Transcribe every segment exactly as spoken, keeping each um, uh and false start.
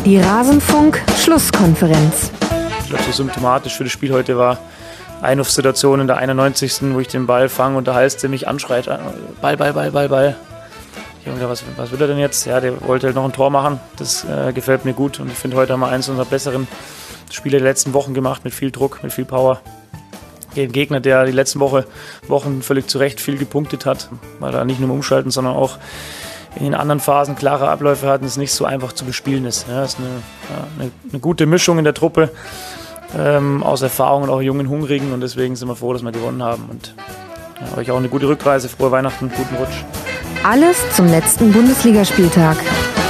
Die Rasenfunk-Schlusskonferenz. Ich glaube, so symptomatisch für das Spiel heute war Einwurfsituation in der einundneunzigsten wo ich den Ball fange und der Halste mich anschreit, Ball, Ball, Ball, Ball, Ball. Ich habe gedacht, was, was will er denn jetzt? Ja, der wollte halt noch ein Tor machen, das äh, gefällt mir gut und ich finde, heute haben wir eins unserer besseren Spiele der letzten Wochen gemacht, mit viel Druck, mit viel Power. Gegen Gegner, der die letzten Woche, Wochen völlig zu Recht viel gepunktet hat, weil er nicht nur im Umschalten, sondern auch in den anderen Phasen klare Abläufe hat und es nicht so einfach zu bespielen ist. Ja, es ist eine, ja, eine, eine gute Mischung in der Truppe, ähm, aus Erfahrung und auch jungen Hungrigen und deswegen sind wir froh, dass wir gewonnen haben. Und ja, euch auch eine gute Rückreise, frohe Weihnachten, guten Rutsch. Alles zum letzten Bundesligaspieltag.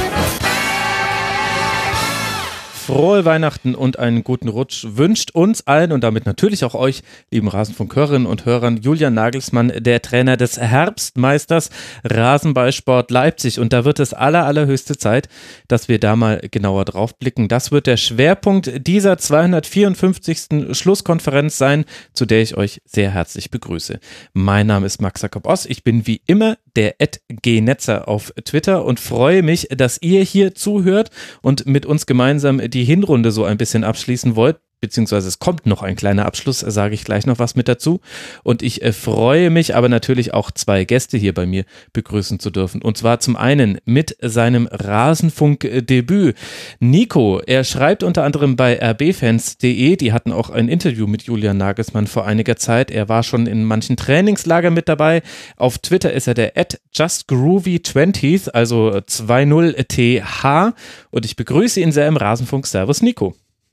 Frohe Weihnachten und einen guten Rutsch wünscht uns allen und damit natürlich auch euch, lieben Rasenfunk-Hörerinnen und Hörern, Julian Nagelsmann, der Trainer des Herbstmeisters Rasenballsport Leipzig. Und da wird es aller, allerhöchste Zeit, dass wir da mal genauer drauf blicken. Das wird der Schwerpunkt dieser zweihundertvierundfünfzigsten Schlusskonferenz sein, zu der ich euch sehr herzlich begrüße. Mein Name ist Max Jakob Oss. Ich bin wie immer der at gnetzer auf Twitter und freue mich, dass ihr hier zuhört und mit uns gemeinsam die die Hinrunde so ein bisschen abschließen wollt, beziehungsweise es kommt noch ein kleiner Abschluss, sage ich gleich noch was mit dazu. Und ich äh, freue mich aber natürlich auch zwei Gäste hier bei mir begrüßen zu dürfen. Und zwar zum einen mit seinem Rasenfunk-Debüt. Nico, er schreibt unter anderem bei r b fans punkt d e, die hatten auch ein Interview mit Julian Nagelsmann vor einiger Zeit. Er war schon in manchen Trainingslagern mit dabei. Auf Twitter ist er der at justgroovy zwanzig, also zwanzig T H. Und ich begrüße ihn sehr im Rasenfunk. Servus, Nico.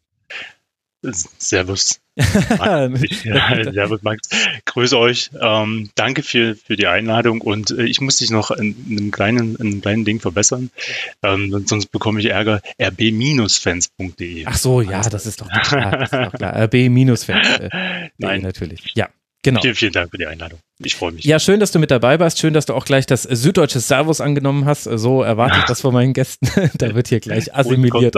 Servus. Max. Ja, servus, Max. Grüße euch. Ähm, danke für, für die Einladung und äh, ich muss dich noch in, in, einem kleinen, in einem kleinen Ding verbessern, ähm, sonst bekomme ich Ärger. r b fans punkt d e. Ach so, ja, das ist doch klar. Das ist doch klar. r b fans punkt d e Nein, natürlich. Ja. Genau. Vielen, vielen Dank für die Einladung. Ich freue mich. Ja, schön, dass du mit dabei warst. Schön, dass du auch gleich das süddeutsche Servus angenommen hast. So erwarte ich das von meinen Gästen. Da wird hier gleich assimiliert.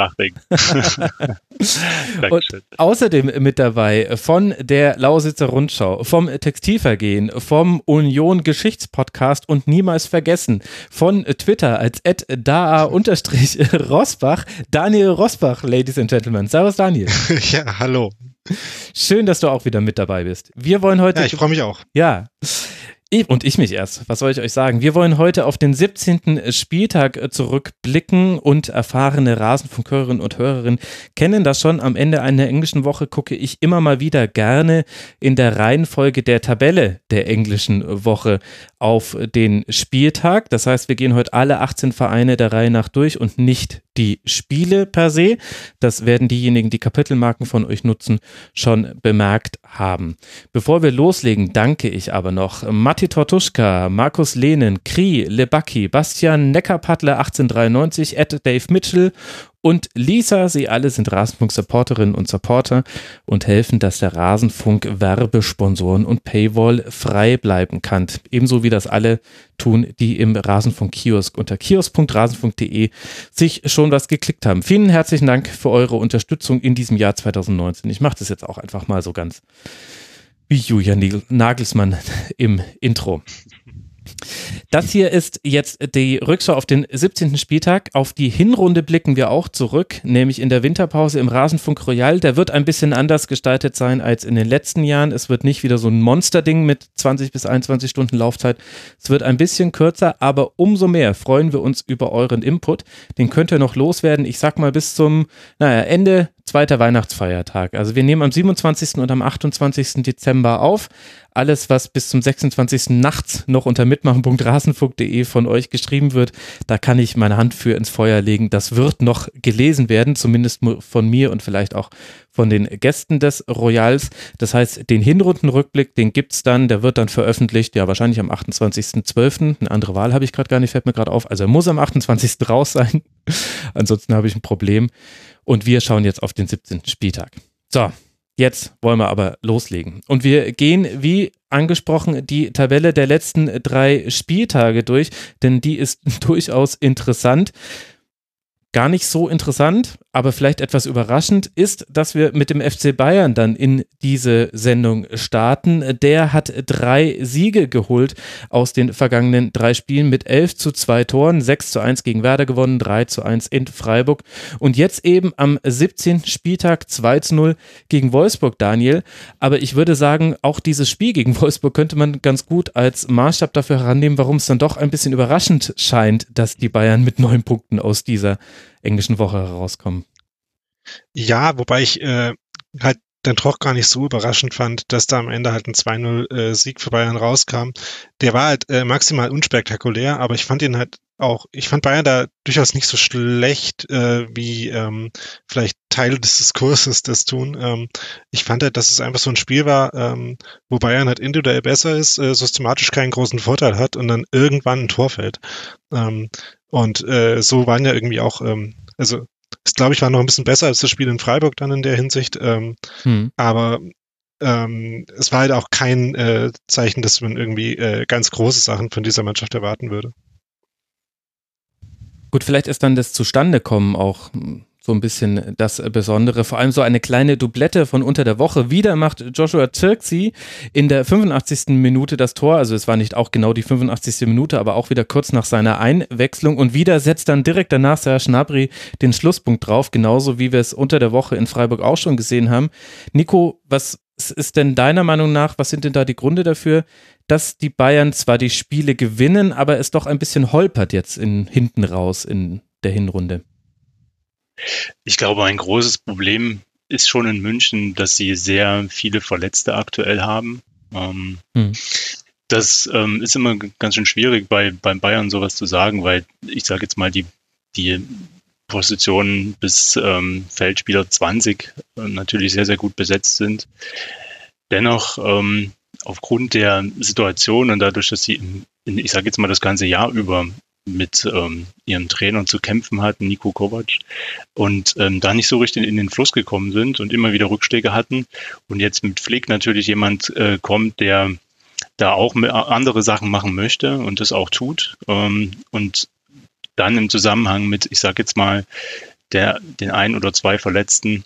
Und außerdem mit dabei von der Lausitzer Rundschau, vom Textilvergehen, vom Union Geschichtspodcast und niemals vergessen, von Twitter als at daa-rosbach, Daniel Rosbach, Ladies and Gentlemen. Servus, Daniel. Ja, hallo. Schön, dass du auch wieder mit dabei bist. Wir wollen heute. Ja, ich freue mich auch. Ja. Ich, und ich mich erst. Was soll ich euch sagen? Wir wollen heute auf den siebzehnten Spieltag zurückblicken und erfahrene Rasenfunkhörerinnen und Hörerinnen kennen das schon. Am Ende einer englischen Woche gucke ich immer mal wieder gerne in der Reihenfolge der Tabelle der englischen Woche auf den Spieltag. Das heißt, wir gehen heute alle achtzehn Vereine der Reihe nach durch und nicht die Spiele per se. Das werden diejenigen, die Kapitelmarken von euch nutzen, schon bemerkt haben. Bevor wir loslegen, danke ich aber noch Matti Tortuschka, Markus Lehnen, Kri, Lebacki, Bastian Neckarpattler achtzehnhundertdreiundneunzig, at Dave Mitchell und Lisa. Sie alle sind Rasenfunk-Supporterinnen und Supporter und helfen, dass der Rasenfunk Werbesponsoren und Paywall frei bleiben kann. Ebenso wie das alle tun, die im Rasenfunk-Kiosk unter kiosk punkt rasenfunk punkt d e sich schon was geklickt haben. Vielen herzlichen Dank für eure Unterstützung in diesem Jahr zweitausendneunzehn. Ich mache das jetzt auch einfach mal so ganz wie Julian Nagelsmann im Intro. Das hier ist jetzt die Rückschau auf den siebzehnten Spieltag. Auf die Hinrunde blicken wir auch zurück, nämlich in der Winterpause im Rasenfunk Royal. Der wird ein bisschen anders gestaltet sein als in den letzten Jahren. Es wird nicht wieder so ein Monsterding mit zwanzig bis einundzwanzig Stunden Laufzeit. Es wird ein bisschen kürzer, aber umso mehr freuen wir uns über euren Input. Den könnt ihr noch loswerden. Ich sag mal bis zum, naja, Ende zweiter Weihnachtsfeiertag. Also wir nehmen am siebenundzwanzigsten und am achtundzwanzigsten Dezember auf. Alles, was bis zum sechsundzwanzigsten nachts noch unter mitmachen punkt rasenfunk punkt d e von euch geschrieben wird, da kann ich meine Hand für ins Feuer legen. Das wird noch gelesen werden, zumindest von mir und vielleicht auch von den Gästen des Royals. Das heißt, den Hinrundenrückblick, den gibt's dann, der wird dann veröffentlicht, ja wahrscheinlich am achtundzwanzigsten zwölften Eine andere Wahl habe ich gerade gar nicht, fällt mir gerade auf. Also er muss am achtundzwanzigsten raus sein. Ansonsten habe ich ein Problem. Und wir schauen jetzt auf den siebzehnten Spieltag. So, jetzt wollen wir aber loslegen. Und wir gehen, wie angesprochen, die Tabelle der letzten drei Spieltage durch, denn die ist durchaus interessant. Gar nicht so interessant, aber vielleicht etwas überraschend ist, dass wir mit dem F C Bayern dann in diese Sendung starten. Der hat drei Siege geholt aus den vergangenen drei Spielen mit elf zu zwei Toren, sechs zu eins gegen Werder gewonnen, drei zu eins in Freiburg und jetzt eben am siebzehnten Spieltag zwei zu null gegen Wolfsburg, Daniel. Aber ich würde sagen, auch dieses Spiel gegen Wolfsburg könnte man ganz gut als Maßstab dafür herannehmen, warum es dann doch ein bisschen überraschend scheint, dass die Bayern mit neun Punkten aus dieser englischen Woche herauskommen. Ja, wobei ich äh, halt dann doch gar nicht so überraschend fand, dass da am Ende halt ein zwei null äh, Sieg für Bayern rauskam. Der war halt äh, maximal unspektakulär, aber ich fand ihn halt auch, ich fand Bayern da durchaus nicht so schlecht, äh, wie ähm, vielleicht Teile des Diskurses das tun. Ähm, ich fand halt, dass es einfach so ein Spiel war, ähm, wo Bayern halt individuell besser ist, äh, systematisch keinen großen Vorteil hat und dann irgendwann ein Tor fällt. Ähm, und äh, so waren ja irgendwie auch, ähm, also es glaube ich war noch ein bisschen besser als das Spiel in Freiburg dann in der Hinsicht, ähm, hm. aber ähm, es war halt auch kein äh, Zeichen, dass man irgendwie äh, ganz große Sachen von dieser Mannschaft erwarten würde. Gut, vielleicht ist dann das Zustandekommen auch so ein bisschen das Besondere. Vor allem so eine kleine Doublette von unter der Woche. Wieder macht Joshua Zirkzee in der fünfundachtzigsten Minute das Tor. Also es war nicht auch genau die fünfundachtzigste Minute, aber auch wieder kurz nach seiner Einwechslung. Und wieder setzt dann direkt danach Serge Gnabry den Schlusspunkt drauf. Genauso wie wir es unter der Woche in Freiburg auch schon gesehen haben. Nico, was ist denn deiner Meinung nach, was sind denn da die Gründe dafür, dass die Bayern zwar die Spiele gewinnen, aber es doch ein bisschen holpert jetzt in, hinten raus in der Hinrunde? Ich glaube, ein großes Problem ist schon in München, dass sie sehr viele Verletzte aktuell haben. Ähm, hm. Das ähm, ist immer ganz schön schwierig, bei, beim Bayern sowas zu sagen, weil ich sage jetzt mal, die, die Positionen bis ähm, Feldspieler zwanzig äh, natürlich sehr, sehr gut besetzt sind. Dennoch, ähm, aufgrund der Situation und dadurch, dass sie, in, ich sage jetzt mal, das ganze Jahr über mit ähm, ihren Trainern zu kämpfen hatten, Niko Kovac, und ähm, da nicht so richtig in den Fluss gekommen sind und immer wieder Rückschläge hatten. Und jetzt mit Flick natürlich jemand äh, kommt, der da auch andere Sachen machen möchte und das auch tut. Ähm, und dann im Zusammenhang mit, ich sage jetzt mal, der den ein oder zwei Verletzten,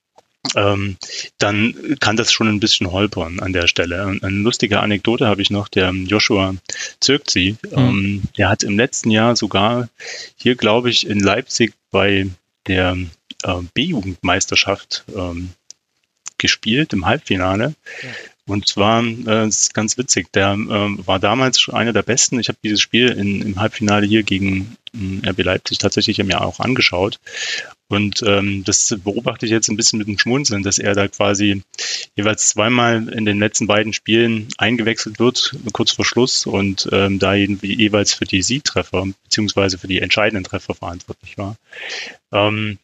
Ähm, dann kann das schon ein bisschen holpern an der Stelle. Und eine lustige Anekdote habe ich noch, der Joshua Zirkzee, mhm. ähm, der hat im letzten Jahr sogar hier, glaube ich, in Leipzig bei der äh, B-Jugendmeisterschaft ähm, gespielt, im Halbfinale. Ja. Und zwar, äh, das ist ganz witzig, der äh, war damals schon einer der Besten. Ich habe dieses Spiel in, im Halbfinale hier gegen äh, R B Leipzig tatsächlich im Jahr auch angeschaut. Und ähm, das beobachte ich jetzt ein bisschen mit dem Schmunzeln, dass er da quasi jeweils zweimal in den letzten beiden Spielen eingewechselt wird, kurz vor Schluss, und ähm, da jeweils für die Siegtreffer beziehungsweise für die entscheidenden Treffer verantwortlich war. Ähm,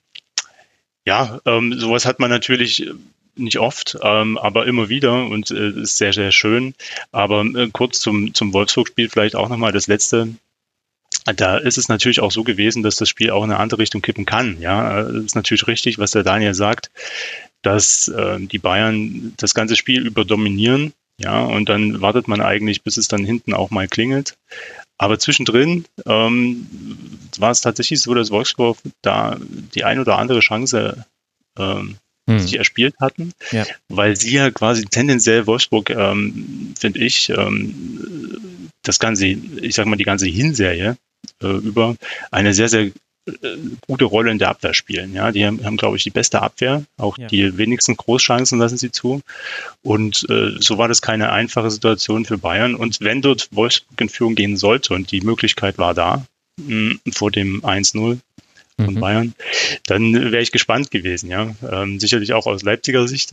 ja, ähm, sowas hat man natürlich nicht oft, ähm, aber immer wieder und äh, ist sehr, sehr schön. Aber äh, kurz zum, zum Wolfsburg-Spiel vielleicht auch nochmal das letzte. Da ist es natürlich auch so gewesen, dass das Spiel auch in eine andere Richtung kippen kann. Ja, das ist natürlich richtig, was der Daniel sagt, dass äh, die Bayern das ganze Spiel über dominieren. Ja, und dann wartet man eigentlich, bis es dann hinten auch mal klingelt. Aber zwischendrin ähm, war es tatsächlich so, dass Wolfsburg da die ein oder andere Chance ähm, hm. sich erspielt hatten, ja. weil sie ja quasi tendenziell Wolfsburg, ähm, finde ich, ähm, das ganze, ich sag mal, die ganze Hinserie äh, über eine sehr, sehr äh, gute Rolle in der Abwehr spielen. Ja, die haben, haben glaube ich, die beste Abwehr, auch ja. die wenigsten Großchancen lassen sie zu. Und äh, so war das keine einfache Situation für Bayern. Und wenn dort Wolfsburg in Führung gehen sollte und die Möglichkeit war da, mh, vor dem eins null von mhm. Bayern, dann wäre ich gespannt gewesen. Ja, ähm, sicherlich auch aus Leipziger Sicht.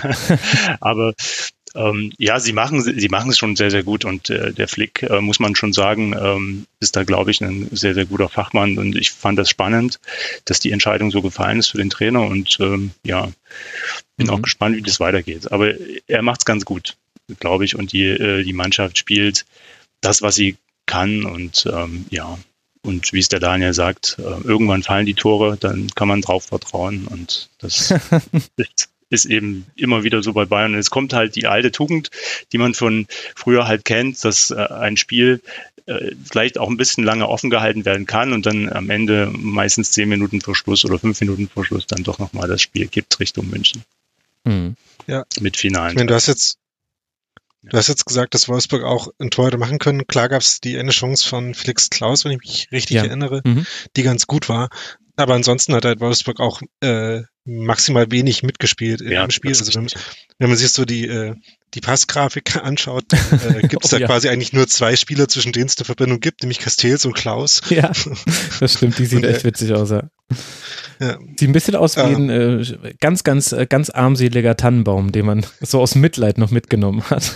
Aber Ähm, ja, sie machen sie machen es schon sehr, sehr gut und äh, der Flick, äh, muss man schon sagen, ähm, ist da, glaube ich, ein sehr, sehr guter Fachmann und ich fand das spannend, dass die Entscheidung so gefallen ist für den Trainer und ähm, ja, bin mhm. auch gespannt, wie das weitergeht. Aber er macht es ganz gut, glaube ich, und die, äh, die Mannschaft spielt das, was sie kann und ähm, ja, und wie es der Daniel sagt, äh, irgendwann fallen die Tore, dann kann man drauf vertrauen und das ist ist eben immer wieder so bei Bayern. Und es kommt halt die alte Tugend, die man von früher halt kennt, dass äh, ein Spiel äh, vielleicht auch ein bisschen lange offen gehalten werden kann und dann am Ende meistens zehn Minuten vor Schluss oder fünf Minuten vor Schluss dann doch nochmal das Spiel gibt Richtung München. Mhm. Ja. Mit Finalen. Ich meine, du hast jetzt Du hast jetzt gesagt, dass Wolfsburg auch ein Tor hätte machen können. Klar gab es die eine Chance von Felix Klaus, wenn ich mich richtig Ja. erinnere, Mhm. die ganz gut war. Aber ansonsten hat halt Wolfsburg auch äh, maximal wenig mitgespielt Ja, im Spiel. das Also wenn, ist wenn man sich so die, äh, die Passgrafik anschaut, äh, gibt es Oh, da ja. quasi eigentlich nur zwei Spieler, zwischen denen es eine Verbindung gibt, nämlich Castells und Klaus. Ja, das stimmt, die sieht Und, äh, echt witzig aus, ja. Ja. Sieht ein bisschen aus wie Ah. ein äh, ganz, ganz, äh, ganz armseliger Tannenbaum, den man so aus Mitleid noch mitgenommen hat.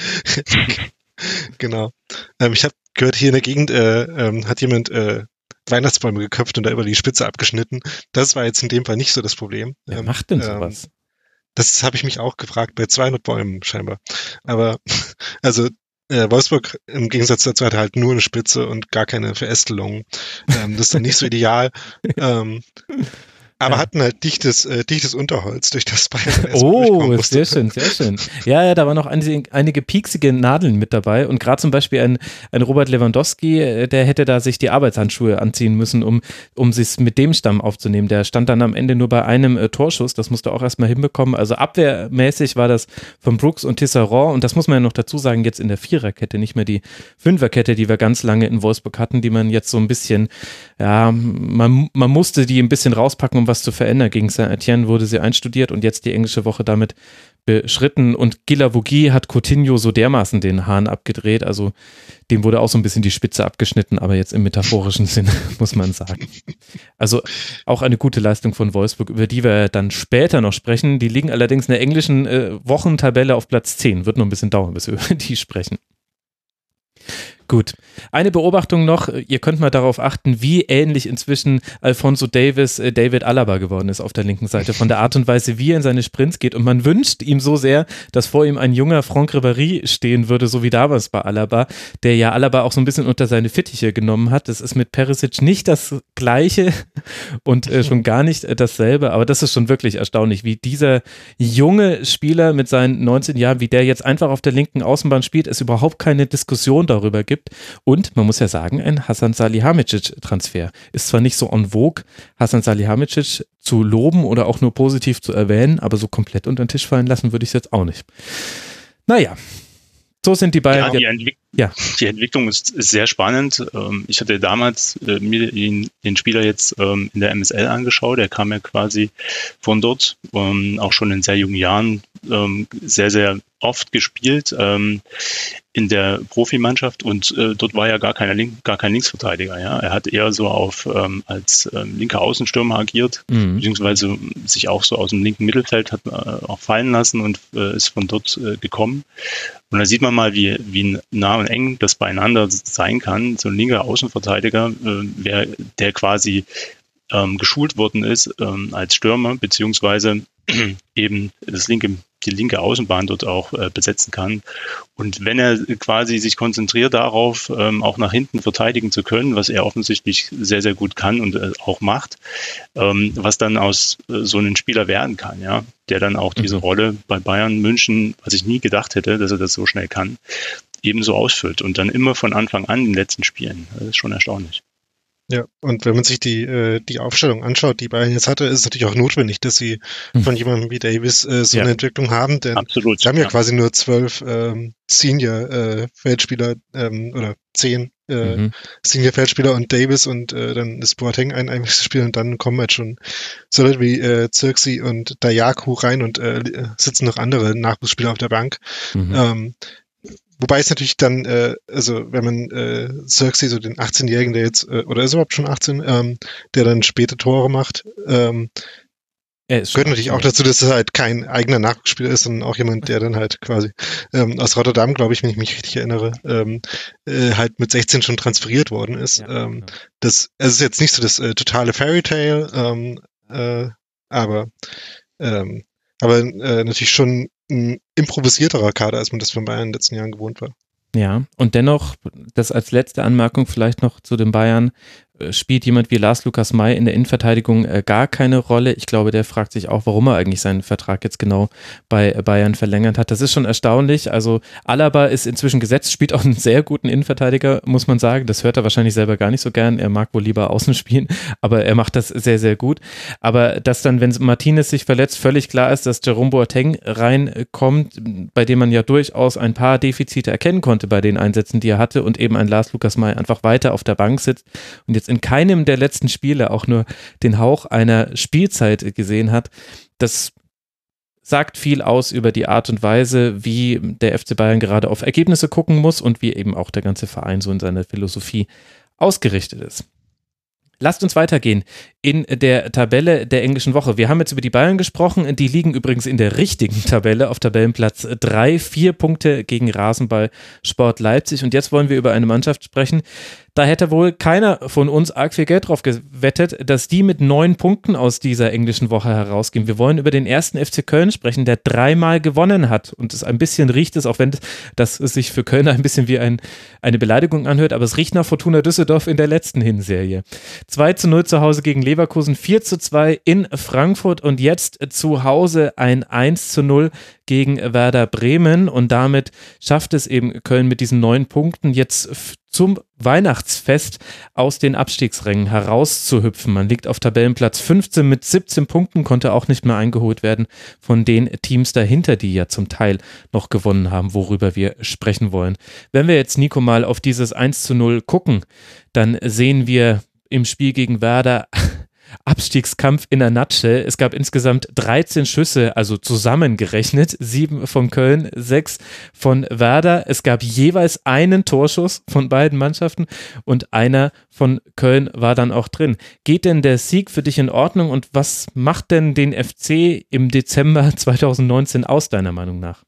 Genau. Ähm, ich habe gehört, hier in der Gegend äh, ähm, hat jemand äh, Weihnachtsbäume geköpft und da über die Spitze abgeschnitten. Das war jetzt in dem Fall nicht so das Problem. Wer Ähm, macht denn ähm, sowas? Das habe ich mich auch gefragt, bei zweihundert Bäumen scheinbar. Aber also äh, Wolfsburg im Gegensatz dazu hat halt nur eine Spitze und gar keine Verästelung. Ähm, das ist dann nicht so ideal. Ähm, aber Ja. hatten halt dichtes, äh, dichtes Unterholz, durch das Bayern erstmal Oh, durchkommen musste. sehr schön, sehr schön. Ja, ja, da waren noch einige, einige pieksige Nadeln mit dabei und gerade zum Beispiel ein, ein Robert Lewandowski, äh, der hätte da sich die Arbeitshandschuhe anziehen müssen, um, um sich mit dem Stamm aufzunehmen. Der stand dann am Ende nur bei einem äh, Torschuss, das musste auch erstmal hinbekommen. Also abwehrmäßig war das von Brooks und Tisserand und das muss man ja noch dazu sagen, jetzt in der Viererkette, nicht mehr die Fünferkette, die wir ganz lange in Wolfsburg hatten, die man jetzt so ein bisschen, ja, man, man musste die ein bisschen rauspacken, um was zu verändern. Gegen Saint-Etienne wurde sie einstudiert und jetzt die englische Woche damit beschritten. Und Guilavogui hat Coutinho so dermaßen den Hahn abgedreht. Also dem wurde auch so ein bisschen die Spitze abgeschnitten, aber jetzt im metaphorischen Sinne, muss man sagen. Also auch eine gute Leistung von Wolfsburg, über die wir dann später noch sprechen. Die liegen allerdings in der englischen äh, Wochentabelle auf Platz zehn. Wird noch ein bisschen dauern, bis wir über die sprechen. Gut. Eine Beobachtung noch, ihr könnt mal darauf achten, wie ähnlich inzwischen Alphonso Davies äh, David Alaba geworden ist auf der linken Seite, von der Art und Weise, wie er in seine Sprints geht und man wünscht ihm so sehr, dass vor ihm ein junger Franck Ribéry stehen würde, so wie damals bei Alaba, der ja Alaba auch so ein bisschen unter seine Fittiche genommen hat. Das ist mit Perisic nicht das Gleiche und äh, schon gar nicht äh, dasselbe, aber das ist schon wirklich erstaunlich, wie dieser junge Spieler mit seinen neunzehn Jahren, wie der jetzt einfach auf der linken Außenbahn spielt, es überhaupt keine Diskussion darüber gibt. Und man muss ja sagen, ein Hasan Salihamidzic-Transfer ist zwar nicht so en vogue, Hasan Salihamidzic zu loben oder auch nur positiv zu erwähnen, aber so komplett unter den Tisch fallen lassen würde ich es jetzt auch nicht. Naja, so sind die beiden. Ja, die, Entwick ja. die Entwicklung ist, ist sehr spannend. Ich hatte damals äh, mir ihn, den Spieler jetzt ähm, in der M S L angeschaut. Er kam ja quasi von dort, ähm, auch schon in sehr jungen Jahren ähm, sehr, sehr oft gespielt ähm, in der Profimannschaft und äh, dort war ja gar, keine Link gar kein Linksverteidiger. Ja? Er hat eher so auf ähm, als ähm, linker Außenstürmer agiert, Mhm. beziehungsweise sich auch so aus dem linken Mittelfeld hat äh, auch fallen lassen und äh, ist von dort äh, gekommen. Und da sieht man mal, wie, wie nah und eng das beieinander sein kann. So ein linker Außenverteidiger, äh, wer, der quasi ähm, geschult worden ist ähm, als Stürmer, beziehungsweise eben das linke, die linke Außenbahn dort auch äh, besetzen kann. Und wenn er quasi sich konzentriert darauf, ähm, auch nach hinten verteidigen zu können, was er offensichtlich sehr, sehr gut kann und äh, auch macht, ähm, was dann aus äh, so einem Spieler werden kann, ja, der dann auch diese Mhm. Rolle bei Bayern München, was ich nie gedacht hätte, dass er das so schnell kann, ebenso ausfüllt und dann immer von Anfang an in den letzten Spielen. Das ist schon erstaunlich. Ja, und wenn man sich die, äh, die Aufstellung anschaut, die Bayern jetzt hatte, ist es natürlich auch notwendig, dass sie Mhm. von jemandem wie Davis äh, so Ja. eine Entwicklung haben, denn Absolut. sie haben ja, ja. quasi nur zwölf ähm, Senior-Feldspieler ähm, oder zehn äh, Mhm. Senior-Feldspieler und Davis und äh, dann ist Boateng ein Einwechselspieler und dann kommen halt schon so Leute wie äh, Zirkzee und Dayaku rein und äh, sitzen noch andere Nachwuchsspieler auf der Bank. Mhm. Ähm, wobei es natürlich dann, äh, also wenn man äh, Zirkzee, so den achtzehnjährigen, der jetzt, äh, oder ist er überhaupt schon achtzehn, ähm, der dann späte Tore macht, ähm, Er ist gehört schon- natürlich auch dazu, dass es halt kein eigener Nachwuchsspieler ist, sondern auch jemand, der dann halt quasi ähm, aus Rotterdam, glaube ich, wenn ich mich richtig erinnere, ähm, äh, halt mit sechzehn schon transferiert worden ist. Ja, ähm, genau. das, es ist jetzt nicht so das äh, totale Fairy Tale, ähm, äh, aber ähm, aber äh, natürlich schon ein improvisierterer Kader, als man das von Bayern in den letzten Jahren gewohnt war. Ja, und dennoch, das als letzte Anmerkung vielleicht noch zu den Bayern, spielt jemand wie Lars Lukas May in der Innenverteidigung äh, gar keine Rolle. Ich glaube, der fragt sich auch, warum er eigentlich seinen Vertrag jetzt genau bei Bayern verlängert hat. Das ist schon erstaunlich. Also Alaba ist inzwischen gesetzt, spielt auch einen sehr guten Innenverteidiger, muss man sagen. Das hört er wahrscheinlich selber gar nicht so gern. Er mag wohl lieber außen spielen, aber er macht das sehr, sehr gut. Aber dass dann, wenn Martinez sich verletzt, völlig klar ist, dass Jerome Boateng reinkommt, bei dem man ja durchaus ein paar Defizite erkennen konnte bei den Einsätzen, die er hatte, und eben ein Lars Lukas May einfach weiter auf der Bank sitzt und jetzt in keinem der letzten Spiele auch nur den Hauch einer Spielzeit gesehen hat, das sagt viel aus über die Art und Weise, wie der F C Bayern gerade auf Ergebnisse gucken muss und wie eben auch der ganze Verein so in seiner Philosophie ausgerichtet ist. Lasst uns weitergehen in der Tabelle der englischen Woche. Wir haben jetzt über die Bayern gesprochen, die liegen übrigens in der richtigen Tabelle auf Tabellenplatz drei, vier Punkte gegen Rasenballsport Leipzig, und jetzt wollen wir über eine Mannschaft sprechen, da hätte wohl keiner von uns arg viel Geld drauf gewettet, dass die mit neun Punkten aus dieser englischen Woche herausgehen. Wir wollen über den ersten F C Köln sprechen, der dreimal gewonnen hat, und es ein bisschen riecht es, auch wenn das sich für Kölner ein bisschen wie ein, eine Beleidigung anhört, aber es riecht nach Fortuna Düsseldorf in der letzten Hinserie. zwei zu null zu Hause gegen Leverkusen, vier zu zwei in Frankfurt und jetzt zu Hause ein eins zu null gegen Werder Bremen, und damit schafft es eben Köln mit diesen neun Punkten jetzt zum Weihnachtsfest aus den Abstiegsrängen herauszuhüpfen. Man liegt auf Tabellenplatz fünfzehn mit siebzehn Punkten, konnte auch nicht mehr eingeholt werden von den Teams dahinter, die ja zum Teil noch gewonnen haben, worüber wir sprechen wollen. Wenn wir jetzt, Nico, mal auf dieses eins zu null gucken, dann sehen wir im Spiel gegen Werder Abstiegskampf in der Nutshell. Es gab insgesamt dreizehn Schüsse, also zusammengerechnet, sieben von Köln, sechs von Werder. Es gab jeweils einen Torschuss von beiden Mannschaften und einer von Köln war dann auch drin. Geht denn der Sieg für dich in Ordnung, und was macht denn den F C im Dezember zwanzig neunzehn aus, deiner Meinung nach?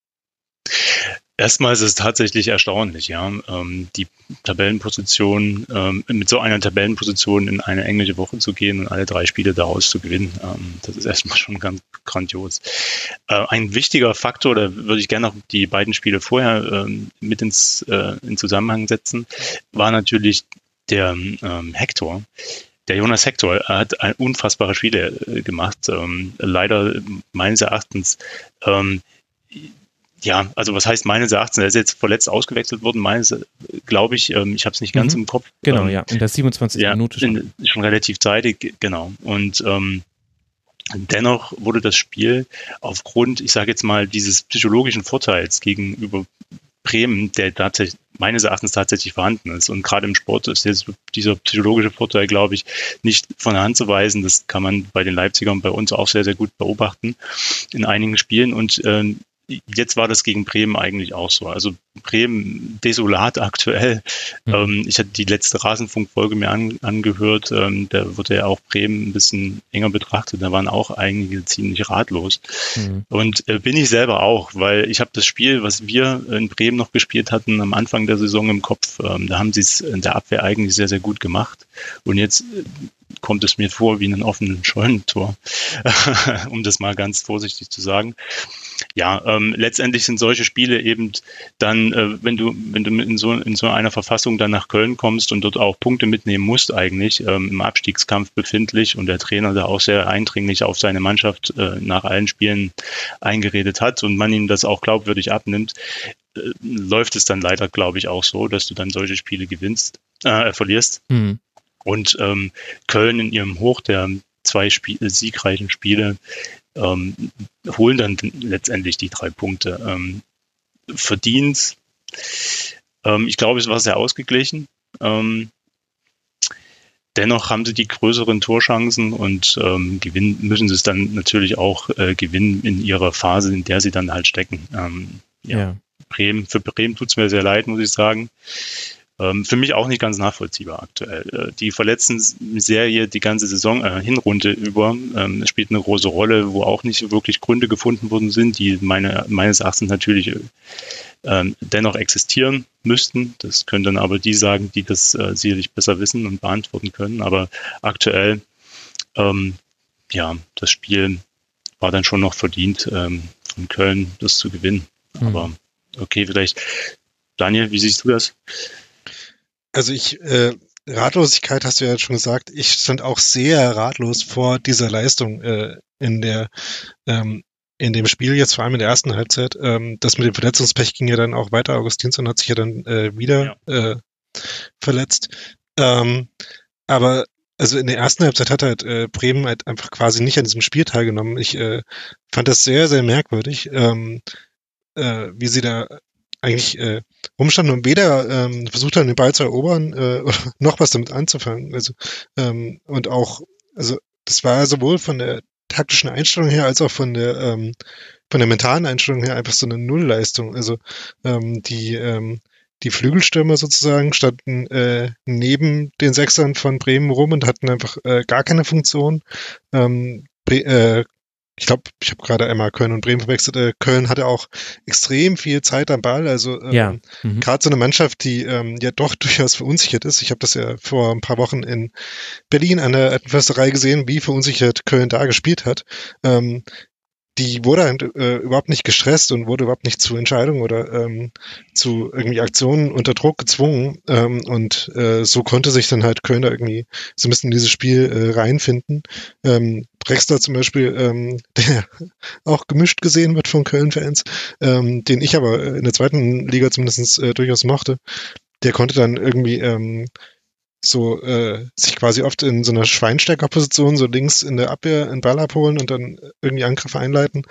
Erstmal ist es tatsächlich erstaunlich, ja, ähm, die Tabellenposition, ähm, mit so einer Tabellenposition in eine englische Woche zu gehen und alle drei Spiele daraus zu gewinnen. Ähm, das ist erstmal schon ganz grandios. Äh, ein wichtiger Faktor, da würde ich gerne noch die beiden Spiele vorher ähm, mit ins äh, in Zusammenhang setzen, war natürlich der ähm, Hector. Der Jonas Hector hat ein unfassbare Spiele äh, gemacht. Ähm, leider meines Erachtens ähm, Ja, also was heißt meines Erachtens? Er ist jetzt verletzt ausgewechselt worden, meines, glaube ich, ähm, ich habe es nicht ganz mhm. im Kopf. Genau, ähm, ja, in der siebenundzwanzigsten ja, Minute schon. In, schon relativ zeitig, genau. Und ähm, dennoch wurde das Spiel aufgrund, ich sage jetzt mal, dieses psychologischen Vorteils gegenüber Bremen, der tatsächlich, meines Erachtens tatsächlich vorhanden ist. Und gerade im Sport ist jetzt dieser psychologische Vorteil, glaube ich, nicht von der Hand zu weisen. Das kann man bei den Leipzigern bei uns auch sehr, sehr gut beobachten in einigen Spielen. Und ähm, jetzt war das gegen Bremen eigentlich auch so. Also Bremen desolat aktuell. Mhm. Ähm, ich hatte die letzte Rasenfunk-Folge mir an, angehört. Ähm, da wurde ja auch Bremen ein bisschen enger betrachtet. Da waren auch einige ziemlich ratlos. Mhm. Und äh, bin ich selber auch, weil ich habe das Spiel, was wir in Bremen noch gespielt hatten, am Anfang der Saison im Kopf. Ähm, da haben sie es in der Abwehr eigentlich sehr, sehr gut gemacht. Und jetzt äh, kommt es mir vor wie ein offenes Scheunentor, um das mal ganz vorsichtig zu sagen. Ja, ähm, letztendlich sind solche Spiele eben dann, äh, wenn du wenn du in so in so einer Verfassung dann nach Köln kommst und dort auch Punkte mitnehmen musst eigentlich, ähm, im Abstiegskampf befindlich, und der Trainer da auch sehr eindringlich auf seine Mannschaft äh, nach allen Spielen eingeredet hat und man ihm das auch glaubwürdig abnimmt, äh, läuft es dann leider, glaube ich, auch so, dass du dann solche Spiele gewinnst, äh, verlierst. Mhm. Und ähm, Köln in ihrem Hoch der zwei Spiel- siegreichen Spiele ähm, holen dann letztendlich die drei Punkte. Ähm, verdient. Ähm, ich glaube, es war sehr ausgeglichen. Ähm, dennoch haben sie die größeren Torchancen und ähm, gewinnen, müssen sie es dann natürlich auch äh, gewinnen in ihrer Phase, in der sie dann halt stecken. Ähm, ja. ja. Bremen, für Bremen tut es mir sehr leid, muss ich sagen. Ähm, für mich auch nicht ganz nachvollziehbar aktuell. Äh, die Verletzten-Serie die ganze Saison, äh, Hinrunde über, ähm, spielt eine große Rolle, wo auch nicht wirklich Gründe gefunden worden sind, die meine, meines Erachtens natürlich äh, dennoch existieren müssten. Das können dann aber die sagen, die das äh, sicherlich besser wissen und beantworten können. Aber aktuell, ähm, ja, das Spiel war dann schon noch verdient, ähm, von Köln das zu gewinnen. Mhm. Aber okay, vielleicht, Daniel, wie siehst du das? Also ich äh, Ratlosigkeit hast du ja jetzt schon gesagt. Ich stand auch sehr ratlos vor dieser Leistung äh, in der ähm, in dem Spiel, jetzt vor allem in der ersten Halbzeit. Ähm, das mit dem Verletzungspech ging ja dann auch weiter. Augustinsson hat sich ja dann äh, wieder ja. äh, verletzt. Ähm, aber also in der ersten Halbzeit hat halt äh, Bremen halt einfach quasi nicht an diesem Spiel teilgenommen. Ich äh, fand das sehr, sehr merkwürdig, ähm, äh, wie sie da eigentlich äh, rumstanden und weder ähm, versucht haben, den Ball zu erobern äh, oder noch was damit anzufangen. Also ähm, und auch, also das war sowohl von der taktischen Einstellung her als auch von der ähm, von der mentalen Einstellung her einfach so eine Nullleistung. Also ähm, die ähm, die Flügelstürmer sozusagen standen äh, neben den Sechsern von Bremen rum und hatten einfach äh, gar keine Funktion. Ähm, Bre- äh, Ich glaube, ich habe gerade einmal Köln und Bremen verwechselt. Äh, Köln hatte auch extrem viel Zeit am Ball. Also ähm, ja. mhm. gerade so eine Mannschaft, die ähm, ja doch durchaus verunsichert ist. Ich habe das ja vor ein paar Wochen in Berlin an der Alten Försterei gesehen, wie verunsichert Köln da gespielt hat. Ähm, die wurde halt, äh, überhaupt nicht gestresst und wurde überhaupt nicht zu Entscheidungen oder ähm, zu irgendwie Aktionen unter Druck gezwungen. Ähm, und äh, so konnte sich dann halt Köln da irgendwie so ein bisschen in dieses Spiel äh, reinfinden. Ähm, Drexler zum Beispiel, ähm, der auch gemischt gesehen wird von Köln-Fans, ähm, den ich aber in der zweiten Liga zumindest äh, durchaus mochte, der konnte dann irgendwie ähm, so äh, sich quasi oft in so einer Schweinsteigerposition so links in der Abwehr einen Ball abholen und dann irgendwie Angriffe einleiten,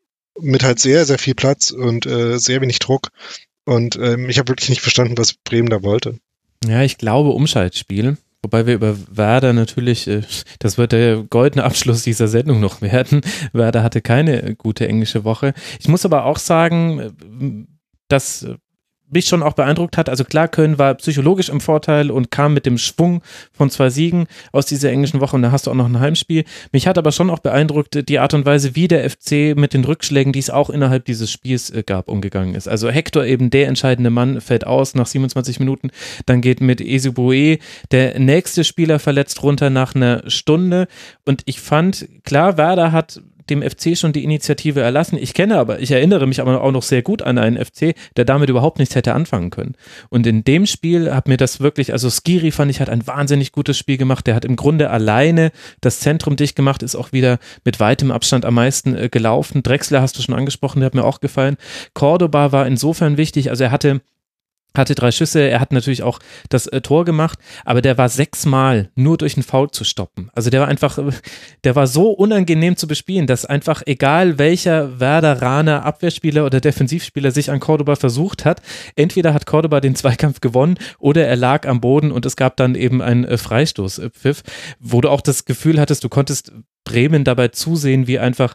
mit halt sehr, sehr viel Platz und äh, sehr wenig Druck. Und ähm, ich habe wirklich nicht verstanden, was Bremen da wollte. Ja, ich glaube Umschaltspiel. Wobei wir über Werder natürlich, das wird der goldene Abschluss dieser Sendung noch werden. Werder hatte keine gute englische Woche. Ich muss aber auch sagen, dass mich schon auch beeindruckt hat. Also klar, Köln war psychologisch im Vorteil und kam mit dem Schwung von zwei Siegen aus dieser englischen Woche und da hast du auch noch ein Heimspiel. Mich hat aber schon auch beeindruckt die Art und Weise, wie der F C mit den Rückschlägen, die es auch innerhalb dieses Spiels gab, umgegangen ist. Also Hector, eben der entscheidende Mann, fällt aus nach siebenundzwanzig Minuten. Dann geht mit Ezebue der nächste Spieler verletzt runter nach einer Stunde und ich fand, klar, Werder hat dem F C schon die Initiative erlassen. Ich kenne aber, ich erinnere mich aber auch noch sehr gut an einen F C, der damit überhaupt nichts hätte anfangen können. Und in dem Spiel hat mir das wirklich, also Skiri fand ich, hat ein wahnsinnig gutes Spiel gemacht. Der hat im Grunde alleine das Zentrum dicht gemacht, ist auch wieder mit weitem Abstand am meisten äh, gelaufen. Drexler hast du schon angesprochen, der hat mir auch gefallen. Cordoba war insofern wichtig, also er hatte hatte drei Schüsse, er hat natürlich auch das äh, Tor gemacht, aber der war sechsmal nur durch einen Foul zu stoppen. Also der war einfach, der war so unangenehm zu bespielen, dass einfach egal welcher Werderaner Abwehrspieler oder Defensivspieler sich an Cordoba versucht hat, entweder hat Cordoba den Zweikampf gewonnen oder er lag am Boden und es gab dann eben einen äh, Freistoßpfiff, wo du auch das Gefühl hattest, du konntest Bremen dabei zusehen, wie einfach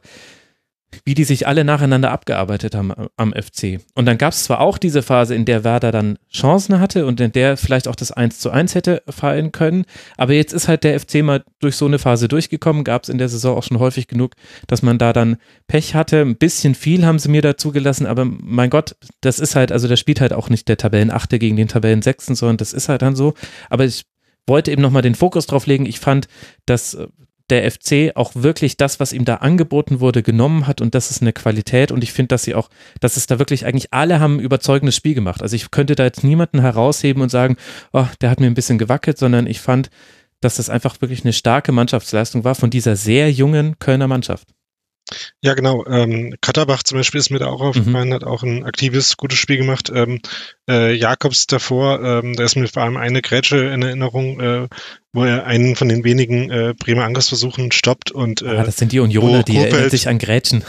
wie die sich alle nacheinander abgearbeitet haben am F C. Und dann gab es zwar auch diese Phase, in der Werder dann Chancen hatte und in der vielleicht auch das eins zu eins hätte fallen können, aber jetzt ist halt der F C mal durch so eine Phase durchgekommen, gab es in der Saison auch schon häufig genug, dass man da dann Pech hatte. Ein bisschen viel haben sie mir da zugelassen, aber mein Gott, das ist halt, also da spielt halt auch nicht der Tabellenachte gegen den Tabellensechsten, sondern das ist halt dann so. Aber ich wollte eben nochmal den Fokus drauf legen. Ich fand, dass der F C auch wirklich das, was ihm da angeboten wurde, genommen hat und das ist eine Qualität und ich finde, dass sie auch, dass es da wirklich eigentlich alle haben ein überzeugendes Spiel gemacht. Also ich könnte da jetzt niemanden herausheben und sagen, oh, der hat mir ein bisschen gewackelt, sondern ich fand, dass das einfach wirklich eine starke Mannschaftsleistung war von dieser sehr jungen Kölner Mannschaft. Ja, genau. Ähm, Katterbach zum Beispiel ist mir da auch aufgefallen, mhm. hat auch ein aktives, gutes Spiel gemacht. Ähm, äh, Jakobs davor, ähm, da ist mir vor allem eine Grätsche in Erinnerung, äh, wo er einen von den wenigen äh, Bremer Angriffsversuchen stoppt und äh, ah, das sind die Unioner, die Kofeld, erinnern sich an Grätschen.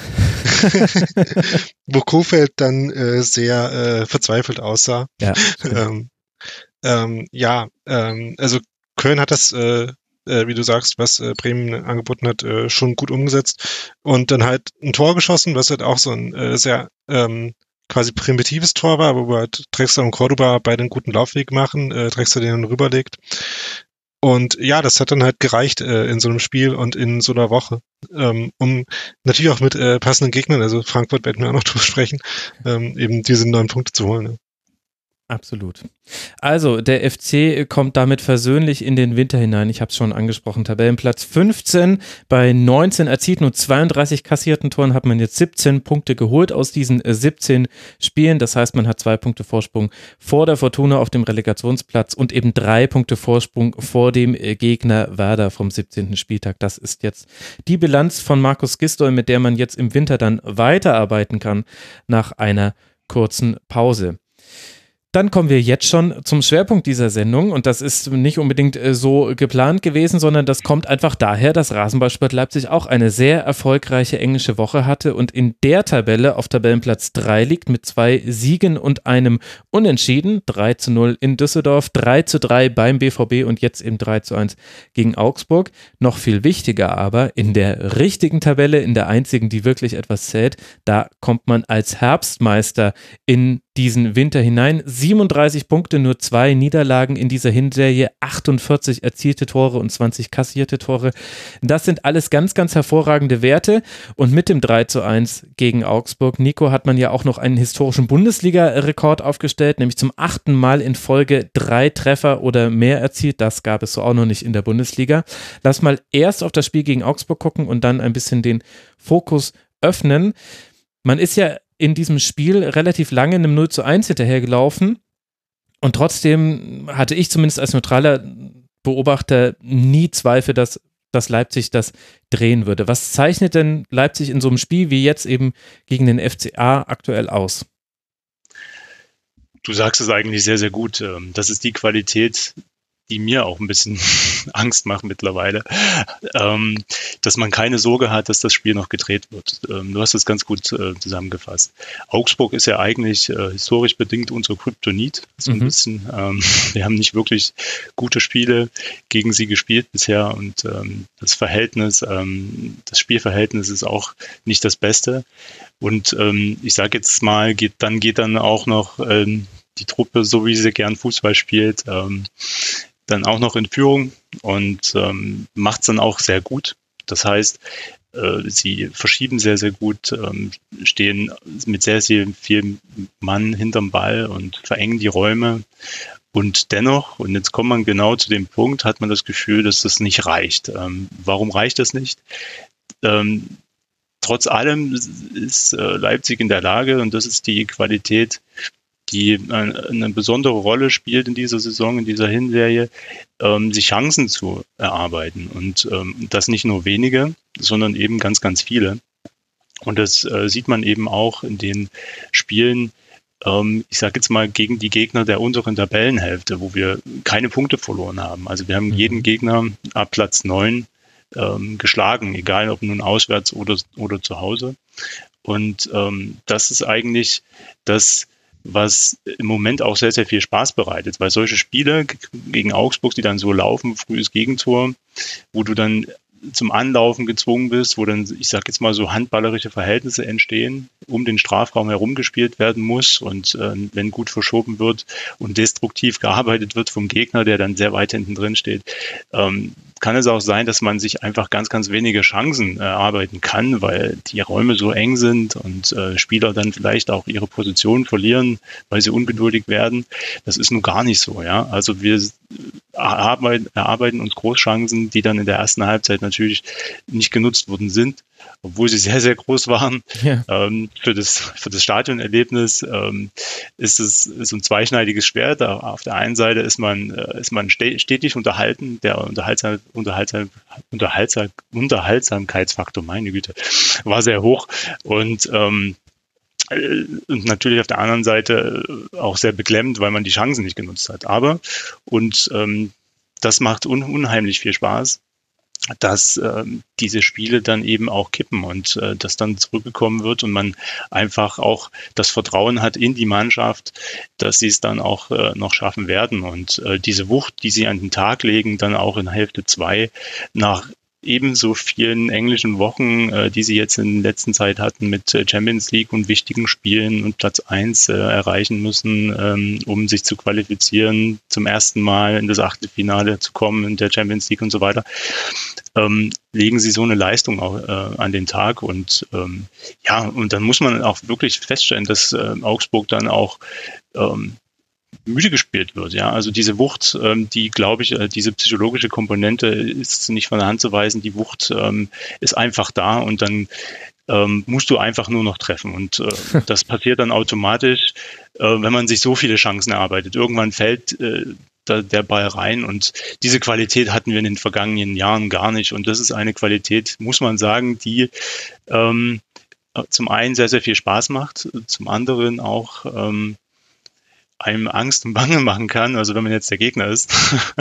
wo Kofeld dann äh, sehr äh, verzweifelt aussah. Ja, ähm, ähm, ja ähm, also Köln hat das äh, wie du sagst, was äh, Bremen angeboten hat, äh, schon gut umgesetzt und dann halt ein Tor geschossen, was halt auch so ein äh, sehr ähm, quasi primitives Tor war, wo halt Drexler und Cordoba beide einen guten Laufweg machen, äh, Drexler den dann rüberlegt und ja, das hat dann halt gereicht äh, in so einem Spiel und in so einer Woche, ähm, um natürlich auch mit äh, passenden Gegnern, also Frankfurt werden wir auch noch drüber sprechen, ähm, eben diese neun Punkte zu holen. Ne? Absolut. Also der F C kommt damit versöhnlich in den Winter hinein. Ich habe es schon angesprochen, Tabellenplatz fünfzehn. Bei neunzehn erzielten und zweiunddreißig kassierten Toren hat man jetzt siebzehn Punkte geholt aus diesen siebzehn Spielen. Das heißt, man hat zwei Punkte Vorsprung vor der Fortuna auf dem Relegationsplatz und eben drei Punkte Vorsprung vor dem Gegner Werder vom siebzehnten Spieltag. Das ist jetzt die Bilanz von Markus Gisdol, mit der man jetzt im Winter dann weiterarbeiten kann nach einer kurzen Pause. Dann kommen wir jetzt schon zum Schwerpunkt dieser Sendung und das ist nicht unbedingt äh, so geplant gewesen, sondern das kommt einfach daher, dass Rasenballsport Leipzig auch eine sehr erfolgreiche englische Woche hatte und in der Tabelle auf Tabellenplatz drei liegt mit zwei Siegen und einem Unentschieden, drei zu null in Düsseldorf, drei zu drei beim B V B und jetzt eben drei zu eins gegen Augsburg. Noch viel wichtiger aber, in der richtigen Tabelle, in der einzigen, die wirklich etwas zählt, da kommt man als Herbstmeister in diesen Winter hinein. siebenunddreißig Punkte, nur zwei Niederlagen in dieser Hinserie, achtundvierzig erzielte Tore und zwanzig kassierte Tore. Das sind alles ganz, ganz hervorragende Werte und mit dem drei zu eins gegen Augsburg, Nico, hat man ja auch noch einen historischen Bundesliga-Rekord aufgestellt, nämlich zum achten Mal in Folge drei Treffer oder mehr erzielt. Das gab es so auch noch nicht in der Bundesliga. Lass mal erst auf das Spiel gegen Augsburg gucken und dann ein bisschen den Fokus öffnen. Man ist ja in diesem Spiel relativ lange einem null zu eins hinterhergelaufen und trotzdem hatte ich zumindest als neutraler Beobachter nie Zweifel, dass, dass Leipzig das drehen würde. Was zeichnet denn Leipzig in so einem Spiel wie jetzt eben gegen den F C A aktuell aus? Du sagst es eigentlich sehr, sehr gut. Das ist die Qualität, die mir auch ein bisschen Angst macht mittlerweile, ähm, dass man keine Sorge hat, dass das Spiel noch gedreht wird. Ähm, du hast es ganz gut äh, zusammengefasst. Augsburg ist ja eigentlich äh, historisch bedingt unser Kryptonit. So ein mhm. bisschen. Ähm, wir haben nicht wirklich gute Spiele gegen sie gespielt bisher und ähm, das Verhältnis, ähm, das Spielverhältnis ist auch nicht das Beste. Und ähm, ich sage jetzt mal, geht, dann geht dann auch noch ähm, die Truppe, so wie sie gern Fußball spielt, ähm, dann auch noch in Führung und ähm, macht es dann auch sehr gut. Das heißt, äh, sie verschieben sehr, sehr gut, ähm, stehen mit sehr, sehr viel Mann hinterm Ball und verengen die Räume. Und dennoch, und jetzt kommt man genau zu dem Punkt, hat man das Gefühl, dass das nicht reicht. Ähm, warum reicht das nicht? Ähm, trotz allem ist äh, Leipzig in der Lage, und das ist die Qualität, die eine besondere Rolle spielt in dieser Saison, in dieser Hinserie, ähm, sich Chancen zu erarbeiten. Und ähm, das nicht nur wenige, sondern eben ganz, ganz viele. Und das äh, sieht man eben auch in den Spielen, ähm, ich sage jetzt mal, gegen die Gegner der unteren Tabellenhälfte, wo wir keine Punkte verloren haben. Also wir haben mhm. jeden Gegner ab Platz neun ähm, geschlagen, egal ob nun auswärts oder, oder zu Hause. Und ähm, das ist eigentlich das, was im Moment auch sehr, sehr viel Spaß bereitet, weil solche Spiele gegen Augsburg, die dann so laufen, frühes Gegentor, wo du dann zum Anlaufen gezwungen bist, wo dann, ich sag jetzt mal, so handballerische Verhältnisse entstehen, um den Strafraum herum gespielt werden muss und äh, wenn gut verschoben wird und destruktiv gearbeitet wird vom Gegner, der dann sehr weit hinten drin steht, ähm, kann es auch sein, dass man sich einfach ganz, ganz wenige Chancen erarbeiten kann, weil die Räume so eng sind und äh, Spieler dann vielleicht auch ihre Position verlieren, weil sie ungeduldig werden. Das ist nun gar nicht so, ja. Also wir erarbeiten, erarbeiten uns Großchancen, die dann in der ersten Halbzeit natürlich nicht genutzt worden sind, obwohl sie sehr, sehr groß waren. Ja. Ähm, für das, für das Stadionerlebnis ähm, ist es so ein zweischneidiges Schwert. Auf der einen Seite ist man, äh, ist man stetig unterhalten, der Unterhaltsam, Unterhaltsam, Unterhaltsam, Unterhaltsamkeitsfaktor, meine Güte, war sehr hoch und ähm, und natürlich auf der anderen Seite auch sehr beklemmend, weil man die Chancen nicht genutzt hat. Aber, und ähm, das macht un- unheimlich viel Spaß, dass ähm, diese Spiele dann eben auch kippen und äh, dass dann zurückgekommen wird und man einfach auch das Vertrauen hat in die Mannschaft, dass sie es dann auch äh, noch schaffen werden. Und äh, diese Wucht, die sie an den Tag legen, dann auch in Hälfte zwei nach ebenso vielen englischen Wochen, äh, die sie jetzt in der letzten Zeit hatten mit äh, Champions League und wichtigen Spielen und Platz eins äh, erreichen müssen, ähm, um sich zu qualifizieren, zum ersten Mal in das Achtelfinale zu kommen in der Champions League und so weiter, ähm, legen sie so eine Leistung auch äh, an den Tag und ähm, ja, und dann muss man auch wirklich feststellen, dass äh, Augsburg dann auch ähm, müde gespielt wird. Ja, also diese Wucht, ähm, die, glaube ich, äh, diese psychologische Komponente ist nicht von der Hand zu weisen. Die Wucht ähm, ist einfach da und dann ähm, musst du einfach nur noch treffen. Und äh, das passiert dann automatisch, äh, wenn man sich so viele Chancen erarbeitet. Irgendwann fällt äh, da, der Ball rein und diese Qualität hatten wir in den vergangenen Jahren gar nicht. Und das ist eine Qualität, muss man sagen, die ähm, zum einen sehr, sehr viel Spaß macht, zum anderen auch ähm, einem Angst und Bange machen kann, also wenn man jetzt der Gegner ist,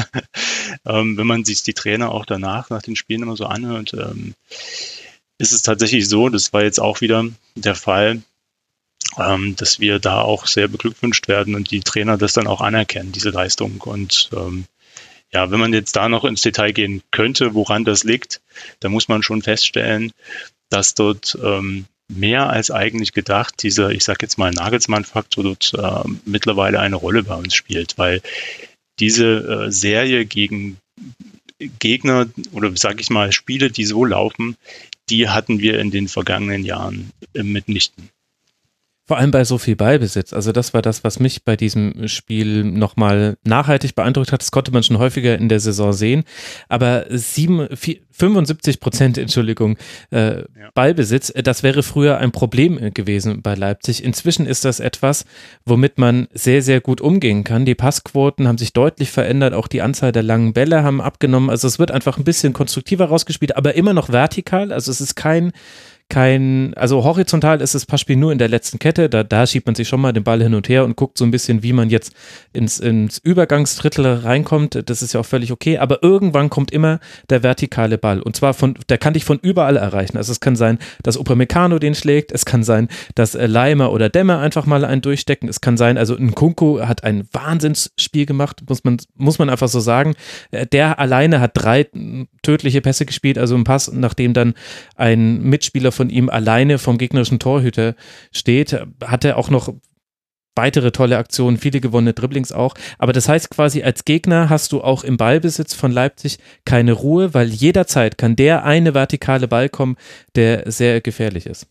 ähm, wenn man sich die Trainer auch danach, nach den Spielen immer so anhört, ähm, ist es tatsächlich so, das war jetzt auch wieder der Fall, ähm, dass wir da auch sehr beglückwünscht werden und die Trainer das dann auch anerkennen, diese Leistung. Und ähm, ja, wenn man jetzt da noch ins Detail gehen könnte, woran das liegt, dann muss man schon feststellen, dass dort ähm, mehr als eigentlich gedacht dieser, ich sage jetzt mal Nagelsmann-Faktor dort äh, mittlerweile eine Rolle bei uns spielt, weil diese äh, Serie gegen Gegner oder sage ich mal Spiele, die so laufen, die hatten wir in den vergangenen Jahren äh, mitnichten. Vor allem bei so viel Ballbesitz. Also das war das, was mich bei diesem Spiel nochmal nachhaltig beeindruckt hat. Das konnte man schon häufiger in der Saison sehen. Aber sieben, vier, fünfundsiebzig Prozent, Entschuldigung, äh, ja. Ballbesitz, das wäre früher ein Problem gewesen bei Leipzig. Inzwischen ist das etwas, womit man sehr, sehr gut umgehen kann. Die Passquoten haben sich deutlich verändert. Auch die Anzahl der langen Bälle haben abgenommen. Also es wird einfach ein bisschen konstruktiver rausgespielt, aber immer noch vertikal. Also es ist kein Kein, also horizontal ist das Passspiel nur in der letzten Kette, da, da schiebt man sich schon mal den Ball hin und her und guckt so ein bisschen, wie man jetzt ins, ins Übergangsdrittel reinkommt, das ist ja auch völlig okay, aber irgendwann kommt immer der vertikale Ball und zwar von, der kann dich von überall erreichen, also es kann sein, dass Upamecano den schlägt, es kann sein, dass Leimer oder Dämmer einfach mal einen durchstecken, es kann sein, also Nkunku hat ein Wahnsinnsspiel gemacht, muss man, muss man einfach so sagen, der alleine hat drei tödliche Pässe gespielt, also ein Pass, nachdem dann ein Mitspieler von ihm alleine vom gegnerischen Torhüter steht, hat er auch noch weitere tolle Aktionen, viele gewonnene Dribblings auch, aber das heißt quasi, als Gegner hast du auch im Ballbesitz von Leipzig keine Ruhe, weil jederzeit kann der eine vertikale Ball kommen, der sehr gefährlich ist.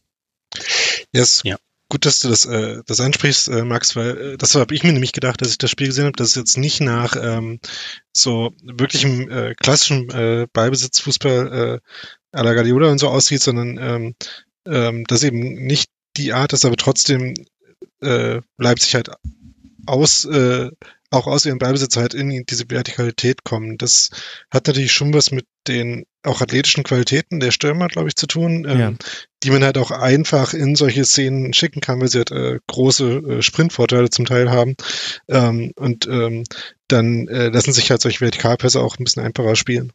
Yes. Ja. Gut, dass du das, äh, das ansprichst, äh, Max, weil äh, das habe ich mir nämlich gedacht, dass ich das Spiel gesehen habe, dass es jetzt nicht nach ähm, so wirklichem äh, klassischen äh, Ballbesitzfußball äh, à la Guardiola und so aussieht, sondern ähm, ähm, dass eben nicht die Art ist, aber trotzdem äh, Leipzig halt aus, äh, auch aus ihrem Ballbesitz halt in diese Vertikalität kommen. Das hat natürlich schon was mit den auch athletischen Qualitäten der Stürmer, glaube ich, zu tun, ähm, ja. die man halt auch einfach in solche Szenen schicken kann, weil sie halt äh, große äh, Sprintvorteile zum Teil haben. Ähm, und ähm, dann äh, lassen sich halt solche Vertikalpässe auch ein bisschen einfacher spielen.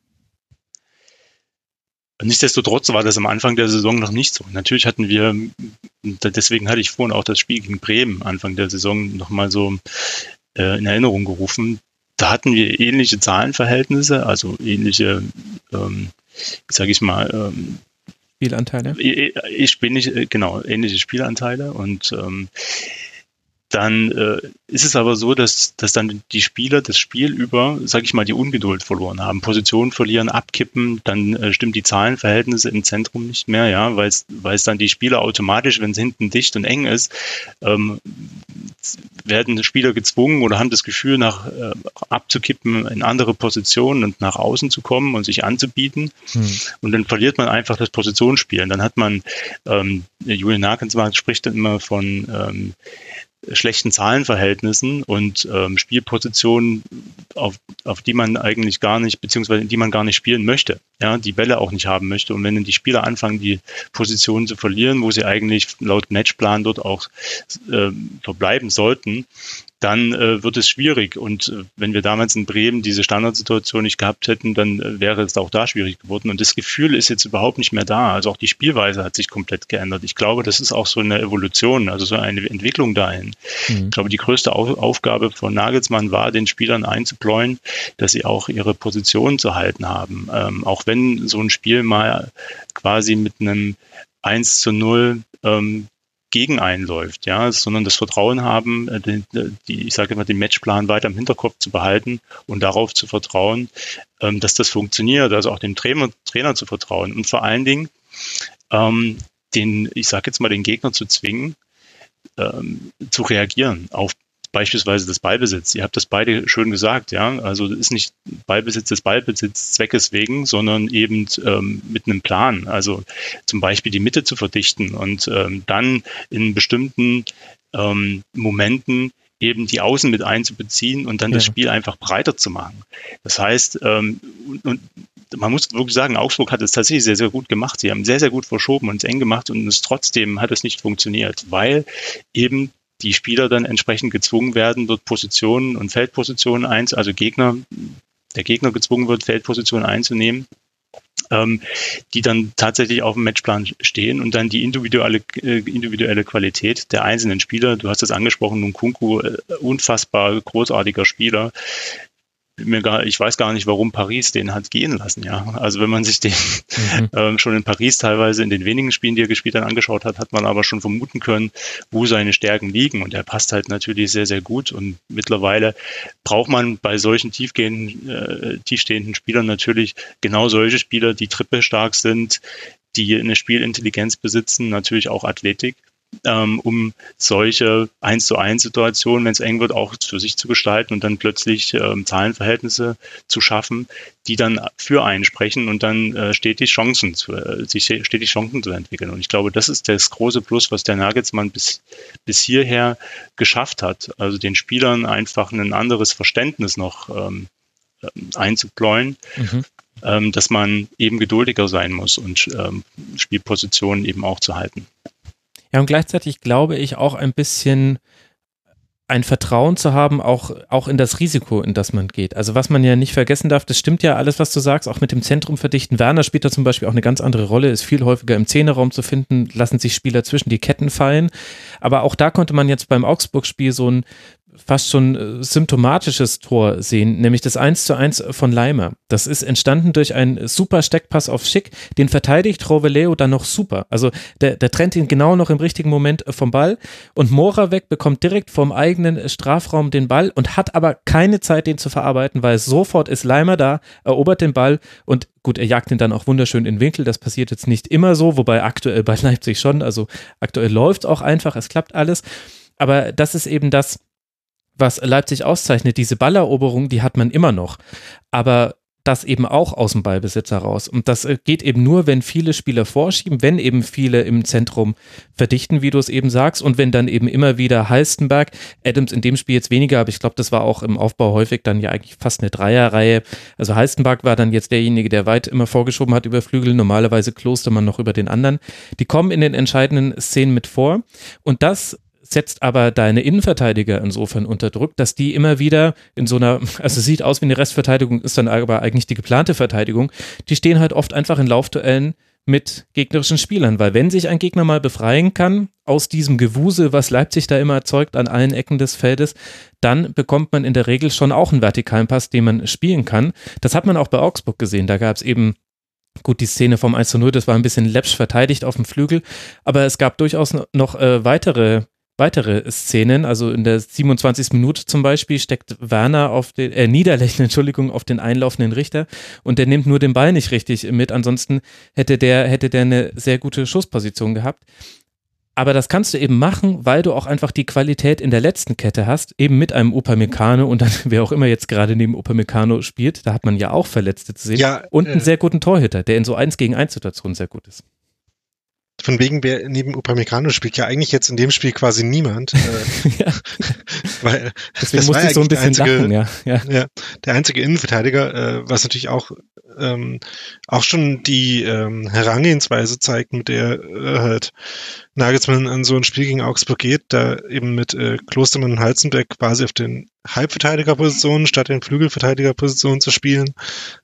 Nichtsdestotrotz war das am Anfang der Saison noch nicht so. Natürlich hatten wir, deswegen hatte ich vorhin auch das Spiel gegen Bremen Anfang der Saison nochmal so äh, in Erinnerung gerufen. Da hatten wir ähnliche Zahlenverhältnisse, also ähnliche, ähm, sage ich mal, ähm, Spielanteile. Ich, ich bin nicht, genau, ähnliche Spielanteile und ähm, dann äh, ist es aber so, dass, dass dann die Spieler das Spiel über, sage ich mal, die Ungeduld verloren haben, Positionen verlieren, abkippen, dann äh, stimmt die Zahlenverhältnisse im Zentrum nicht mehr, ja, weil es weil es dann die Spieler automatisch, wenn es hinten dicht und eng ist, ähm, werden Spieler gezwungen oder haben das Gefühl, nach äh, abzukippen in andere Positionen und nach außen zu kommen und sich anzubieten. Hm. Und dann verliert man einfach das Positionsspiel. Und dann hat man, ähm, Julian Nagelsmann spricht dann immer von ähm, schlechten Zahlenverhältnissen und ähm, Spielpositionen, auf, auf die man eigentlich gar nicht, beziehungsweise in die man gar nicht spielen möchte, ja, die Bälle auch nicht haben möchte. Und wenn dann die Spieler anfangen, die Positionen zu verlieren, wo sie eigentlich laut Matchplan dort auch äh, verbleiben sollten, dann äh, wird es schwierig. Und äh, wenn wir damals in Bremen diese Standardsituation nicht gehabt hätten, dann äh, wäre es auch da schwierig geworden. Und das Gefühl ist jetzt überhaupt nicht mehr da. Also auch die Spielweise hat sich komplett geändert. Ich glaube, das ist auch so eine Evolution, also so eine Entwicklung dahin. Mhm. Ich glaube, die größte Au- Aufgabe von Nagelsmann war, den Spielern einzupläuen, dass sie auch ihre Position zu halten haben. Ähm, auch wenn so ein Spiel mal quasi mit einem eins zu null ähm, gegen einläuft, ja, sondern das Vertrauen haben, die, die, ich sage immer, den Matchplan weiter im Hinterkopf zu behalten und darauf zu vertrauen, ähm, dass das funktioniert, also auch dem Trainer, Trainer zu vertrauen und vor allen Dingen ähm, den, ich sage jetzt mal, den Gegner zu zwingen, ähm, zu reagieren auf beispielsweise das Ballbesitz. Ihr habt das beide schön gesagt, ja. Also das ist nicht Ballbesitz des Ballbesitzzweckes wegen, sondern eben ähm, mit einem Plan. Also zum Beispiel die Mitte zu verdichten und ähm, dann in bestimmten ähm, Momenten eben die Außen mit einzubeziehen und dann ja. das Spiel einfach breiter zu machen. Das heißt, ähm, und, und man muss wirklich sagen, Augsburg hat es tatsächlich sehr, sehr gut gemacht. Sie haben sehr, sehr gut verschoben und es eng gemacht und es trotzdem hat es nicht funktioniert, weil eben die Spieler dann entsprechend gezwungen werden, dort Positionen und Feldpositionen eins, also Gegner, der Gegner gezwungen wird, Feldpositionen einzunehmen, ähm, die dann tatsächlich auf dem Matchplan stehen und dann die individuelle, äh, individuelle Qualität der einzelnen Spieler, du hast es angesprochen, Nkunku, äh, unfassbar großartiger Spieler. Mir gar, ich weiß gar nicht, warum Paris den hat gehen lassen, ja. Also wenn man sich den mhm. ähm, schon in Paris teilweise in den wenigen Spielen, die er gespielt hat, angeschaut hat, hat man aber schon vermuten können, wo seine Stärken liegen. Und er passt halt natürlich sehr, sehr gut. Und mittlerweile braucht man bei solchen tiefgehenden, äh, tiefstehenden Spielern natürlich genau solche Spieler, die trippelstark sind, die eine Spielintelligenz besitzen, natürlich auch Athletik, ähm, um solche eins zu eins Situationen, wenn es eng wird, auch für sich zu gestalten und dann plötzlich ähm, Zahlenverhältnisse zu schaffen, die dann für einen sprechen und dann äh, stetig Chancen zu, äh, sich stetig Chancen zu entwickeln. Und ich glaube, das ist das große Plus, was der Nagelsmann bis, bis hierher geschafft hat. Also den Spielern einfach ein anderes Verständnis noch ähm, einzubläuen, mhm. ähm, dass man eben geduldiger sein muss und ähm, Spielpositionen eben auch zu halten. Ja, und gleichzeitig glaube ich auch ein bisschen ein Vertrauen zu haben, auch, auch in das Risiko, in das man geht. Also was man ja nicht vergessen darf, das stimmt ja alles, was du sagst, auch mit dem Zentrum verdichten. Werner spielt da zum Beispiel auch eine ganz andere Rolle, ist viel häufiger im Zehnerraum zu finden, lassen sich Spieler zwischen die Ketten fallen. Aber auch da konnte man jetzt beim Augsburg-Spiel so ein fast schon äh, symptomatisches Tor sehen, nämlich das eins zu eins von Leimer. Das ist entstanden durch einen super Steckpass auf Schick, den verteidigt Rovelleo dann noch super. Also der, der trennt ihn genau noch im richtigen Moment vom Ball und Moravec bekommt direkt vom eigenen Strafraum den Ball und hat aber keine Zeit, den zu verarbeiten, weil sofort ist Leimer da, erobert den Ball und gut, er jagt ihn dann auch wunderschön in den Winkel. Das passiert jetzt nicht immer so, wobei aktuell bei Leipzig schon, also aktuell läuft es auch einfach, es klappt alles. Aber das ist eben das, was Leipzig auszeichnet, diese Balleroberung, die hat man immer noch, aber das eben auch aus dem Ballbesitz heraus und das geht eben nur, wenn viele Spieler vorschieben, wenn eben viele im Zentrum verdichten, wie du es eben sagst und wenn dann eben immer wieder Halstenberg, Adams in dem Spiel jetzt weniger, aber ich glaube, das war auch im Aufbau häufig dann ja eigentlich fast eine Dreierreihe, also Halstenberg war dann jetzt derjenige, der weit immer vorgeschoben hat über Flügel, normalerweise Klostermann noch über den anderen, die kommen in den entscheidenden Szenen mit vor und das setzt aber deine Innenverteidiger insofern unter Druck, dass die immer wieder in so einer, also sieht aus wie eine Restverteidigung, ist dann aber eigentlich die geplante Verteidigung, die stehen halt oft einfach in Laufduellen mit gegnerischen Spielern, weil wenn sich ein Gegner mal befreien kann aus diesem Gewusel, was Leipzig da immer erzeugt an allen Ecken des Feldes, dann bekommt man in der Regel schon auch einen vertikalen Pass, den man spielen kann. Das hat man auch bei Augsburg gesehen, da gab es eben gut, die Szene vom eins zu null, das war ein bisschen läppsch verteidigt auf dem Flügel, aber es gab durchaus noch äh, weitere weitere Szenen, also in der siebenundzwanzigsten Minute zum Beispiel steckt Werner auf den, äh, Niederlechner, Entschuldigung, auf den einlaufenden Richter und der nimmt nur den Ball nicht richtig mit, ansonsten hätte der, hätte der eine sehr gute Schussposition gehabt. Aber das kannst du eben machen, weil du auch einfach die Qualität in der letzten Kette hast, eben mit einem Upamecano und dann, wer auch immer jetzt gerade neben Upamecano spielt, da hat man ja auch Verletzte zu sehen ja, und einen äh, sehr guten Torhüter, der in so eins gegen eins Situationen sehr gut ist. Von wegen, wer neben Upamecano spielt, ja eigentlich jetzt in dem Spiel quasi niemand. Äh, ja. Weil Deswegen das musste war ich so ein bisschen einzige, lachen, ja. Ja. ja. Der einzige Innenverteidiger, äh, was natürlich auch ähm, auch schon die ähm, Herangehensweise zeigt, mit der äh, halt Nagelsmann an so ein Spiel gegen Augsburg geht, da eben mit äh, Klostermann und Halzenberg quasi auf den Halbverteidigerpositionen statt den Flügelverteidigerpositionen zu spielen.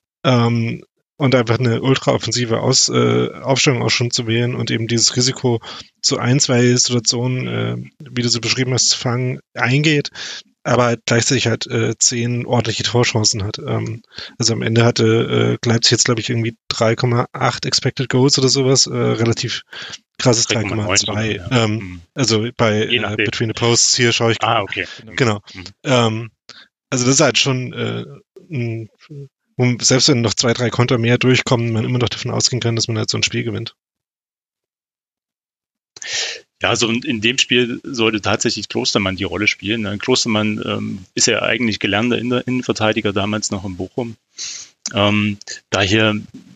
Ähm, und einfach eine ultra-offensive Aus, äh, Aufstellung auch schon zu wählen und eben dieses Risiko zu ein, zwei Situationen, äh, wie du sie beschrieben hast, zu fangen, eingeht, aber halt gleichzeitig halt äh, zehn ordentliche Torchancen hat. Ähm, also am Ende hatte äh, Leipzig jetzt, glaube ich, irgendwie drei Komma acht Expected Goals oder sowas, äh, relativ krasses drei Komma zwei. Ja. Ähm, also bei äh, Between the Posts hier schaue ich. Ah, okay. Genau. Mhm. Ähm, also das ist halt schon äh, ein Und selbst wenn noch zwei, drei Konter mehr durchkommen, man immer noch davon ausgehen kann, dass man halt so ein Spiel gewinnt. Ja, so in dem Spiel sollte tatsächlich Klostermann die Rolle spielen. Klostermann ähm, ist ja eigentlich gelernter Innenverteidiger, damals noch in Bochum. Ähm, daher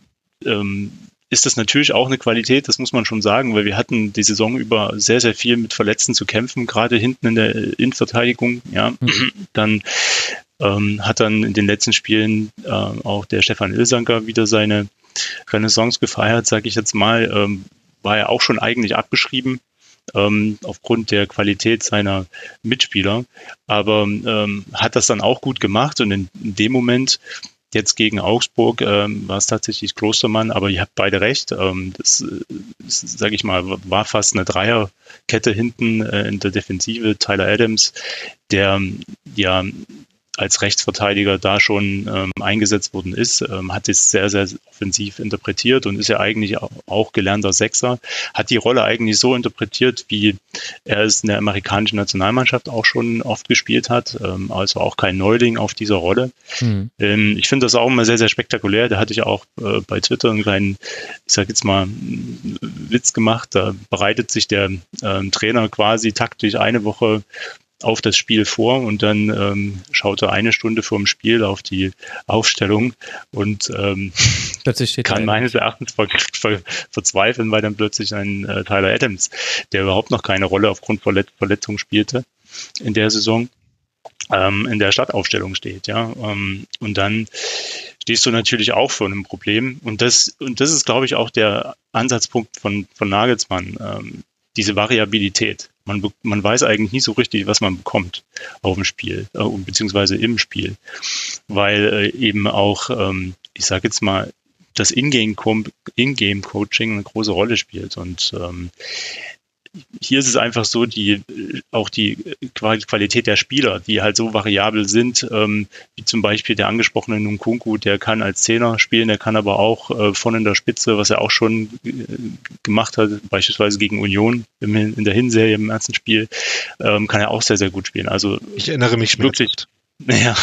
ähm, ist das natürlich auch eine Qualität, das muss man schon sagen, weil wir hatten die Saison über sehr, sehr viel mit Verletzten zu kämpfen, gerade hinten in der Innenverteidigung. Ja, mhm. Dann ähm, hat dann in den letzten Spielen äh, auch der Stefan Ilsanker wieder seine Renaissance gefeiert, sage ich jetzt mal. Ähm, war ja auch schon eigentlich abgeschrieben ähm, aufgrund der Qualität seiner Mitspieler, aber ähm, hat das dann auch gut gemacht und in, in dem Moment jetzt gegen Augsburg ähm, war es tatsächlich Klostermann, aber ihr habt beide recht. Ähm, das, das sage ich mal, war fast eine Dreierkette hinten äh, in der Defensive. Tyler Adams, der ja als Rechtsverteidiger da schon ähm, eingesetzt worden ist, ähm, hat es sehr, sehr offensiv interpretiert und ist ja eigentlich auch, auch gelernter Sechser, hat die Rolle eigentlich so interpretiert, wie er es in der amerikanischen Nationalmannschaft auch schon oft gespielt hat, ähm, also auch kein Neuling auf dieser Rolle. Mhm. Ähm, ich finde das auch immer sehr, sehr spektakulär. Da hatte ich auch äh, bei Twitter einen kleinen, ich sag jetzt mal, Witz gemacht. Da bereitet sich der äh, Trainer quasi taktisch eine Woche auf das Spiel vor und dann ähm, schaut er eine Stunde vor dem Spiel auf die aufstellung und ähm, kann meines Erachtens ver- ver- verzweifeln, weil dann plötzlich ein äh, Tyler Adams, der überhaupt noch keine Rolle aufgrund Verlet- Verletzung spielte in der Saison, ähm, in der Startaufstellung steht. Ja, ähm, und dann stehst du natürlich auch vor einem Problem und das und das ist, glaube ich, auch der Ansatzpunkt von, von Nagelsmann, ähm, diese Variabilität. Man, man weiß eigentlich nie so richtig, was man bekommt auf dem Spiel, äh, beziehungsweise im Spiel, weil äh, eben auch, ähm, ich sage jetzt mal, das Ingame-Coaching eine große Rolle spielt. Und ähm, hier ist es einfach so, die auch die Qualität der Spieler, die halt so variabel sind, ähm, wie zum Beispiel der angesprochene Nkunku, der kann als Zehner spielen, der kann aber auch äh, vorne in der Spitze, was er auch schon äh, gemacht hat, beispielsweise gegen Union im, in der Hinserie im ersten Spiel, ähm, kann er auch sehr, sehr gut spielen. Also ich erinnere mich wirklich. Ja,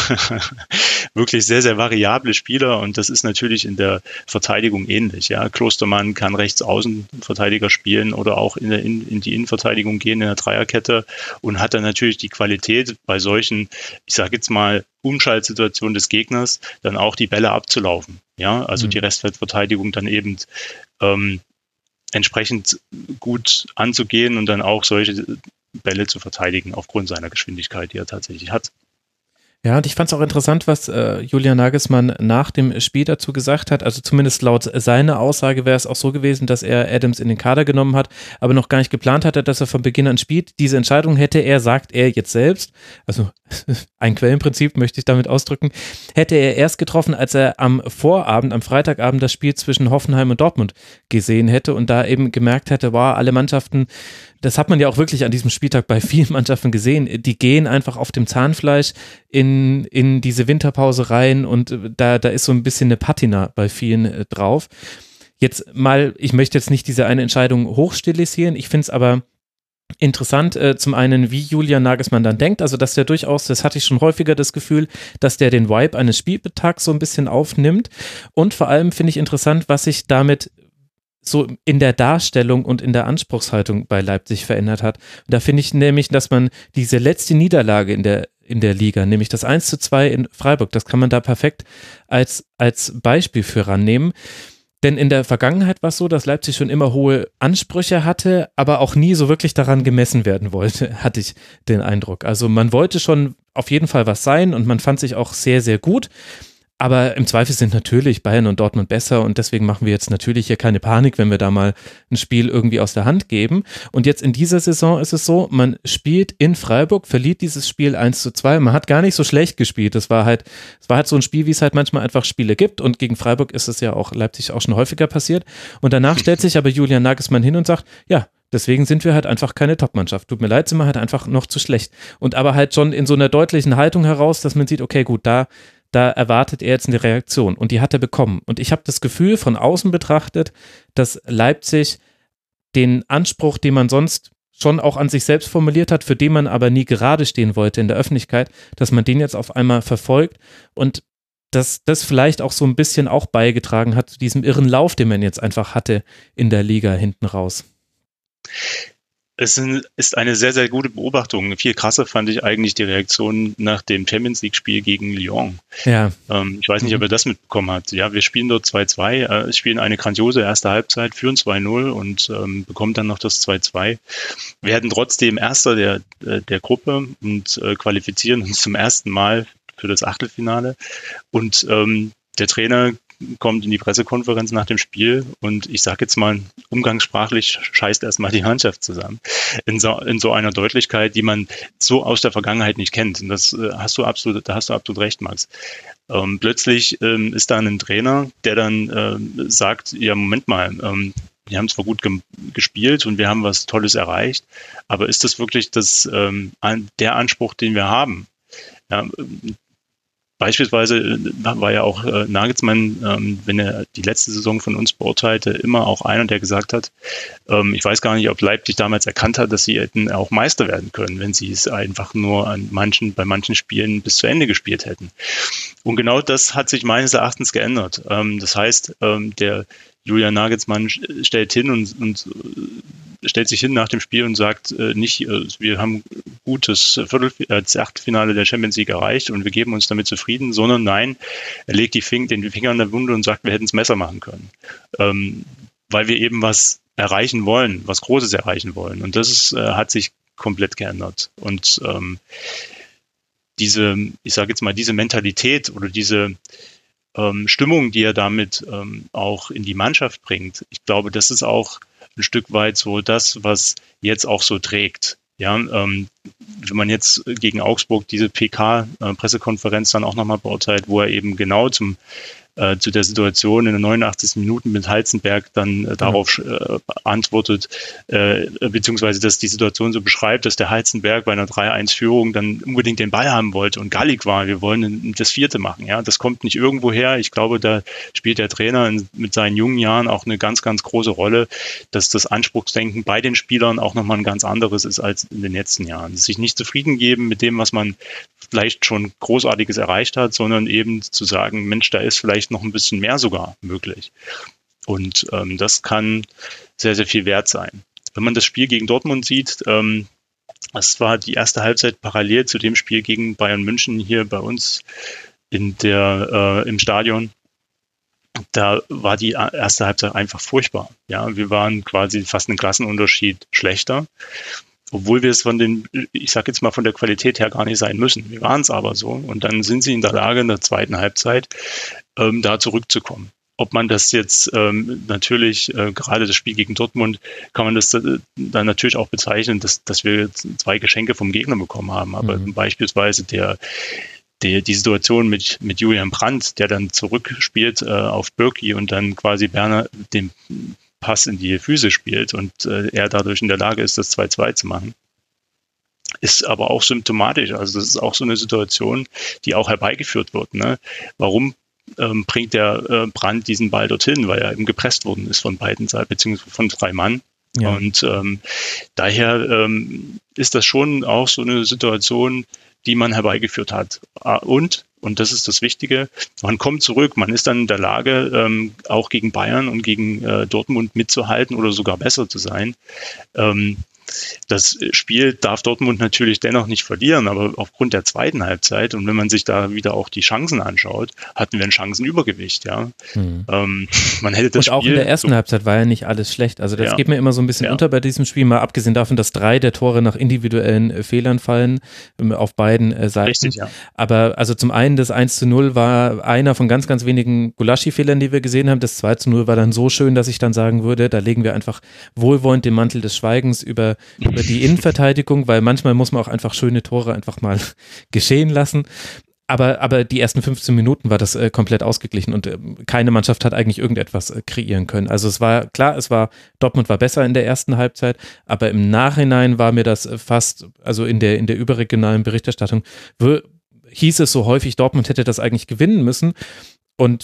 wirklich sehr, sehr variable Spieler und das ist natürlich in der Verteidigung ähnlich. Ja, Klostermann kann rechts Außenverteidiger spielen oder auch in, der in, in die Innenverteidigung gehen in der Dreierkette und hat dann natürlich die Qualität bei solchen, ich sage jetzt mal, Umschaltsituationen des Gegners, dann auch die Bälle abzulaufen. Ja, also mhm. die Restfeldverteidigung dann eben ähm, entsprechend gut anzugehen und dann auch solche Bälle zu verteidigen aufgrund seiner Geschwindigkeit, die er tatsächlich hat. Ja, und ich fand es auch interessant, was äh, Julian Nagelsmann nach dem Spiel dazu gesagt hat. Also zumindest laut seiner Aussage wäre es auch so gewesen, dass er Adams in den Kader genommen hat, aber noch gar nicht geplant hatte, dass er von Beginn an spielt. Diese Entscheidung hätte er, sagt er jetzt selbst, also ein Quellenprinzip möchte ich damit ausdrücken, hätte er erst getroffen, als er am Vorabend, am Freitagabend das Spiel zwischen Hoffenheim und Dortmund gesehen hätte und da eben gemerkt hätte, wow, alle Mannschaften, das hat man ja auch wirklich an diesem Spieltag bei vielen Mannschaften gesehen, die gehen einfach auf dem Zahnfleisch in, in diese Winterpause rein und da, da ist so ein bisschen eine Patina bei vielen äh, drauf. Jetzt mal, ich möchte jetzt nicht diese eine Entscheidung hochstilisieren, ich finde es aber interessant, äh, zum einen, wie Julian Nagelsmann dann denkt, also dass der durchaus, das hatte ich schon häufiger das Gefühl, dass der den Vibe eines Spieltags so ein bisschen aufnimmt und vor allem finde ich interessant, was sich damit so in der Darstellung und in der Anspruchshaltung bei Leipzig verändert hat. Und da finde ich nämlich, dass man diese letzte Niederlage in der, in der Liga, nämlich das eins zu zwei in Freiburg, das kann man da perfekt als, als Beispiel für rannehmen. Denn in der Vergangenheit war es so, dass Leipzig schon immer hohe Ansprüche hatte, aber auch nie so wirklich daran gemessen werden wollte, hatte ich den Eindruck. Also man wollte schon auf jeden Fall was sein und man fand sich auch sehr, sehr gut. Aber im Zweifel sind natürlich Bayern und Dortmund besser und deswegen machen wir jetzt natürlich hier keine Panik, wenn wir da mal ein Spiel irgendwie aus der Hand geben. Und jetzt in dieser Saison ist es so, man spielt in Freiburg, verliert dieses Spiel eins zu zwei. Man hat gar nicht so schlecht gespielt. Es war halt, es war halt so ein Spiel, wie es halt manchmal einfach Spiele gibt und gegen Freiburg ist es ja auch Leipzig auch schon häufiger passiert. Und danach stellt sich aber Julian Nagelsmann hin und sagt, ja, deswegen sind wir halt einfach keine Top-Mannschaft. Tut mir leid, sind wir halt einfach noch zu schlecht. Und aber halt schon in so einer deutlichen Haltung heraus, dass man sieht, okay, gut, da Da erwartet er jetzt eine Reaktion und die hat er bekommen. Und ich habe das Gefühl, von außen betrachtet, dass Leipzig den Anspruch, den man sonst schon auch an sich selbst formuliert hat, für den man aber nie gerade stehen wollte in der Öffentlichkeit, dass man den jetzt auf einmal verfolgt und dass das vielleicht auch so ein bisschen auch beigetragen hat zu diesem irren Lauf, den man jetzt einfach hatte in der Liga hinten raus. Es ist eine sehr, sehr gute Beobachtung. Viel krasser fand ich eigentlich die Reaktion nach dem Champions League-Spiel gegen Lyon. Ja. Ähm, ich weiß nicht, ob er das mitbekommen hat. Ja, wir spielen dort zwei zwei, äh, spielen eine grandiose erste Halbzeit, führen zwei null und ähm, bekommen dann noch das zwei zwei. Wir werden trotzdem Erster der, der Gruppe und äh, qualifizieren uns zum ersten Mal für das Achtelfinale. Und ähm, der Trainer kommt in die Pressekonferenz nach dem Spiel und ich sage jetzt mal umgangssprachlich, scheißt erstmal die Mannschaft zusammen. In so, in so einer Deutlichkeit, die man so aus der Vergangenheit nicht kennt. Und das äh, hast du absolut, da hast du absolut recht, Max. Ähm, plötzlich ähm, ist da ein Trainer, der dann äh, sagt, ja, Moment mal, ähm, wir haben zwar gut ge- gespielt und wir haben was Tolles erreicht, aber ist das wirklich das, ähm, der Anspruch, den wir haben? Ja, Beispielsweise war ja auch äh, Nagelsmann, ähm, wenn er die letzte Saison von uns beurteilte, immer auch einer, der gesagt hat, ähm, ich weiß gar nicht, ob Leipzig damals erkannt hat, dass sie hätten auch Meister werden können, wenn sie es einfach nur an manchen, bei manchen Spielen bis zu Ende gespielt hätten. Und genau das hat sich meines Erachtens geändert. Ähm, das heißt, ähm, der Julian Nagelsmann stellt hin und, und stellt sich hin nach dem Spiel und sagt äh, nicht, äh, wir haben gutes Viertel, äh, das Achtelfinale der Champions League erreicht und wir geben uns damit zufrieden, sondern nein, er legt die Fing- den Finger an der Wunde und sagt, wir hätten es besser machen können. Ähm, weil wir eben was erreichen wollen, was Großes erreichen wollen. Und das ist, äh, hat sich komplett geändert. Und ähm, diese, ich sage jetzt mal, diese Mentalität oder diese ähm, Stimmung, die er damit ähm, auch in die Mannschaft bringt, ich glaube, das ist auch ein Stück weit so das, was jetzt auch so trägt. Ja, ähm, wenn man jetzt gegen Augsburg diese P K-Pressekonferenz dann auch nochmal beurteilt, wo er eben genau zum äh, zu der Situation in den neunundachtzigsten Minuten mit Halzenberg dann äh, darauf äh, antwortet, äh, beziehungsweise dass die Situation so beschreibt, dass der Halzenberg bei einer drei eins Führung dann unbedingt den Ball haben wollte und gallig war, wir wollen das Vierte machen. Ja, das kommt nicht irgendwo her. Ich glaube, da spielt der Trainer in, mit seinen jungen Jahren auch eine ganz, ganz große Rolle, dass das Anspruchsdenken bei den Spielern auch nochmal ein ganz anderes ist als in den letzten Jahren. Sich nicht zufrieden geben mit dem, was man vielleicht schon Großartiges erreicht hat, sondern eben zu sagen, Mensch, da ist vielleicht noch ein bisschen mehr sogar möglich. Und ähm, das kann sehr, sehr viel wert sein. Wenn man das Spiel gegen Dortmund sieht, ähm, das war die erste Halbzeit parallel zu dem Spiel gegen Bayern München hier bei uns in der, äh, im Stadion. Da war die erste Halbzeit einfach furchtbar. Ja, wir waren quasi fast einen Klassenunterschied schlechter. Obwohl wir es von den, ich sag jetzt mal von der Qualität her gar nicht sein müssen. Wir waren es aber so. Und dann sind sie in der Lage, in der zweiten Halbzeit ähm, da zurückzukommen. Ob man das jetzt ähm, natürlich, äh, gerade das Spiel gegen Dortmund, kann man das äh, dann natürlich auch bezeichnen, dass, dass wir zwei Geschenke vom Gegner bekommen haben. Aber mhm. beispielsweise der, der, die Situation mit, mit Julian Brandt, der dann zurückspielt äh, auf Birki und dann quasi Berner den Pass in die Füße spielt und äh, er dadurch in der Lage ist, das zwei zwei zu machen, ist aber auch symptomatisch. Also das ist auch so eine Situation, die auch herbeigeführt wird. Ne? Warum ähm, bringt der äh, Brandt diesen Ball dorthin? Weil er eben gepresst worden ist von beiden Seiten, beziehungsweise von drei Mann. Ja. Und ähm, daher ähm, ist das schon auch so eine Situation, die man herbeigeführt hat. Und Und das ist das Wichtige. Man kommt zurück, man ist dann in der Lage, ähm, auch gegen Bayern und gegen äh, Dortmund mitzuhalten oder sogar besser zu sein. Ähm, das Spiel darf Dortmund natürlich dennoch nicht verlieren, aber aufgrund der zweiten Halbzeit und wenn man sich da wieder auch die Chancen anschaut, hatten wir ein Chancenübergewicht. Ja, hm. ähm, man hätte das und auch Spiel in der ersten so Halbzeit war ja nicht alles schlecht. Also das ja. geht mir immer so ein bisschen ja. unter bei diesem Spiel, mal abgesehen davon, dass drei der Tore nach individuellen äh, Fehlern fallen äh, auf beiden äh, Seiten. Richtig, ja. Aber also zum einen das eins zu null war einer von ganz, ganz wenigen Gulaschi-Fehlern, die wir gesehen haben. Das zwei zu null war dann so schön, dass ich dann sagen würde, da legen wir einfach wohlwollend den Mantel des Schweigens über, über die Innenverteidigung, weil manchmal muss man auch einfach schöne Tore einfach mal geschehen lassen. Aber, aber die ersten fünfzehn Minuten war das äh, komplett ausgeglichen und äh, keine Mannschaft hat eigentlich irgendetwas äh, kreieren können. Also es war, klar, es war, Dortmund war besser in der ersten Halbzeit, aber im Nachhinein war mir das äh, fast, also in der, in der überregionalen Berichterstattung, w- hieß es so häufig, Dortmund hätte das eigentlich gewinnen müssen und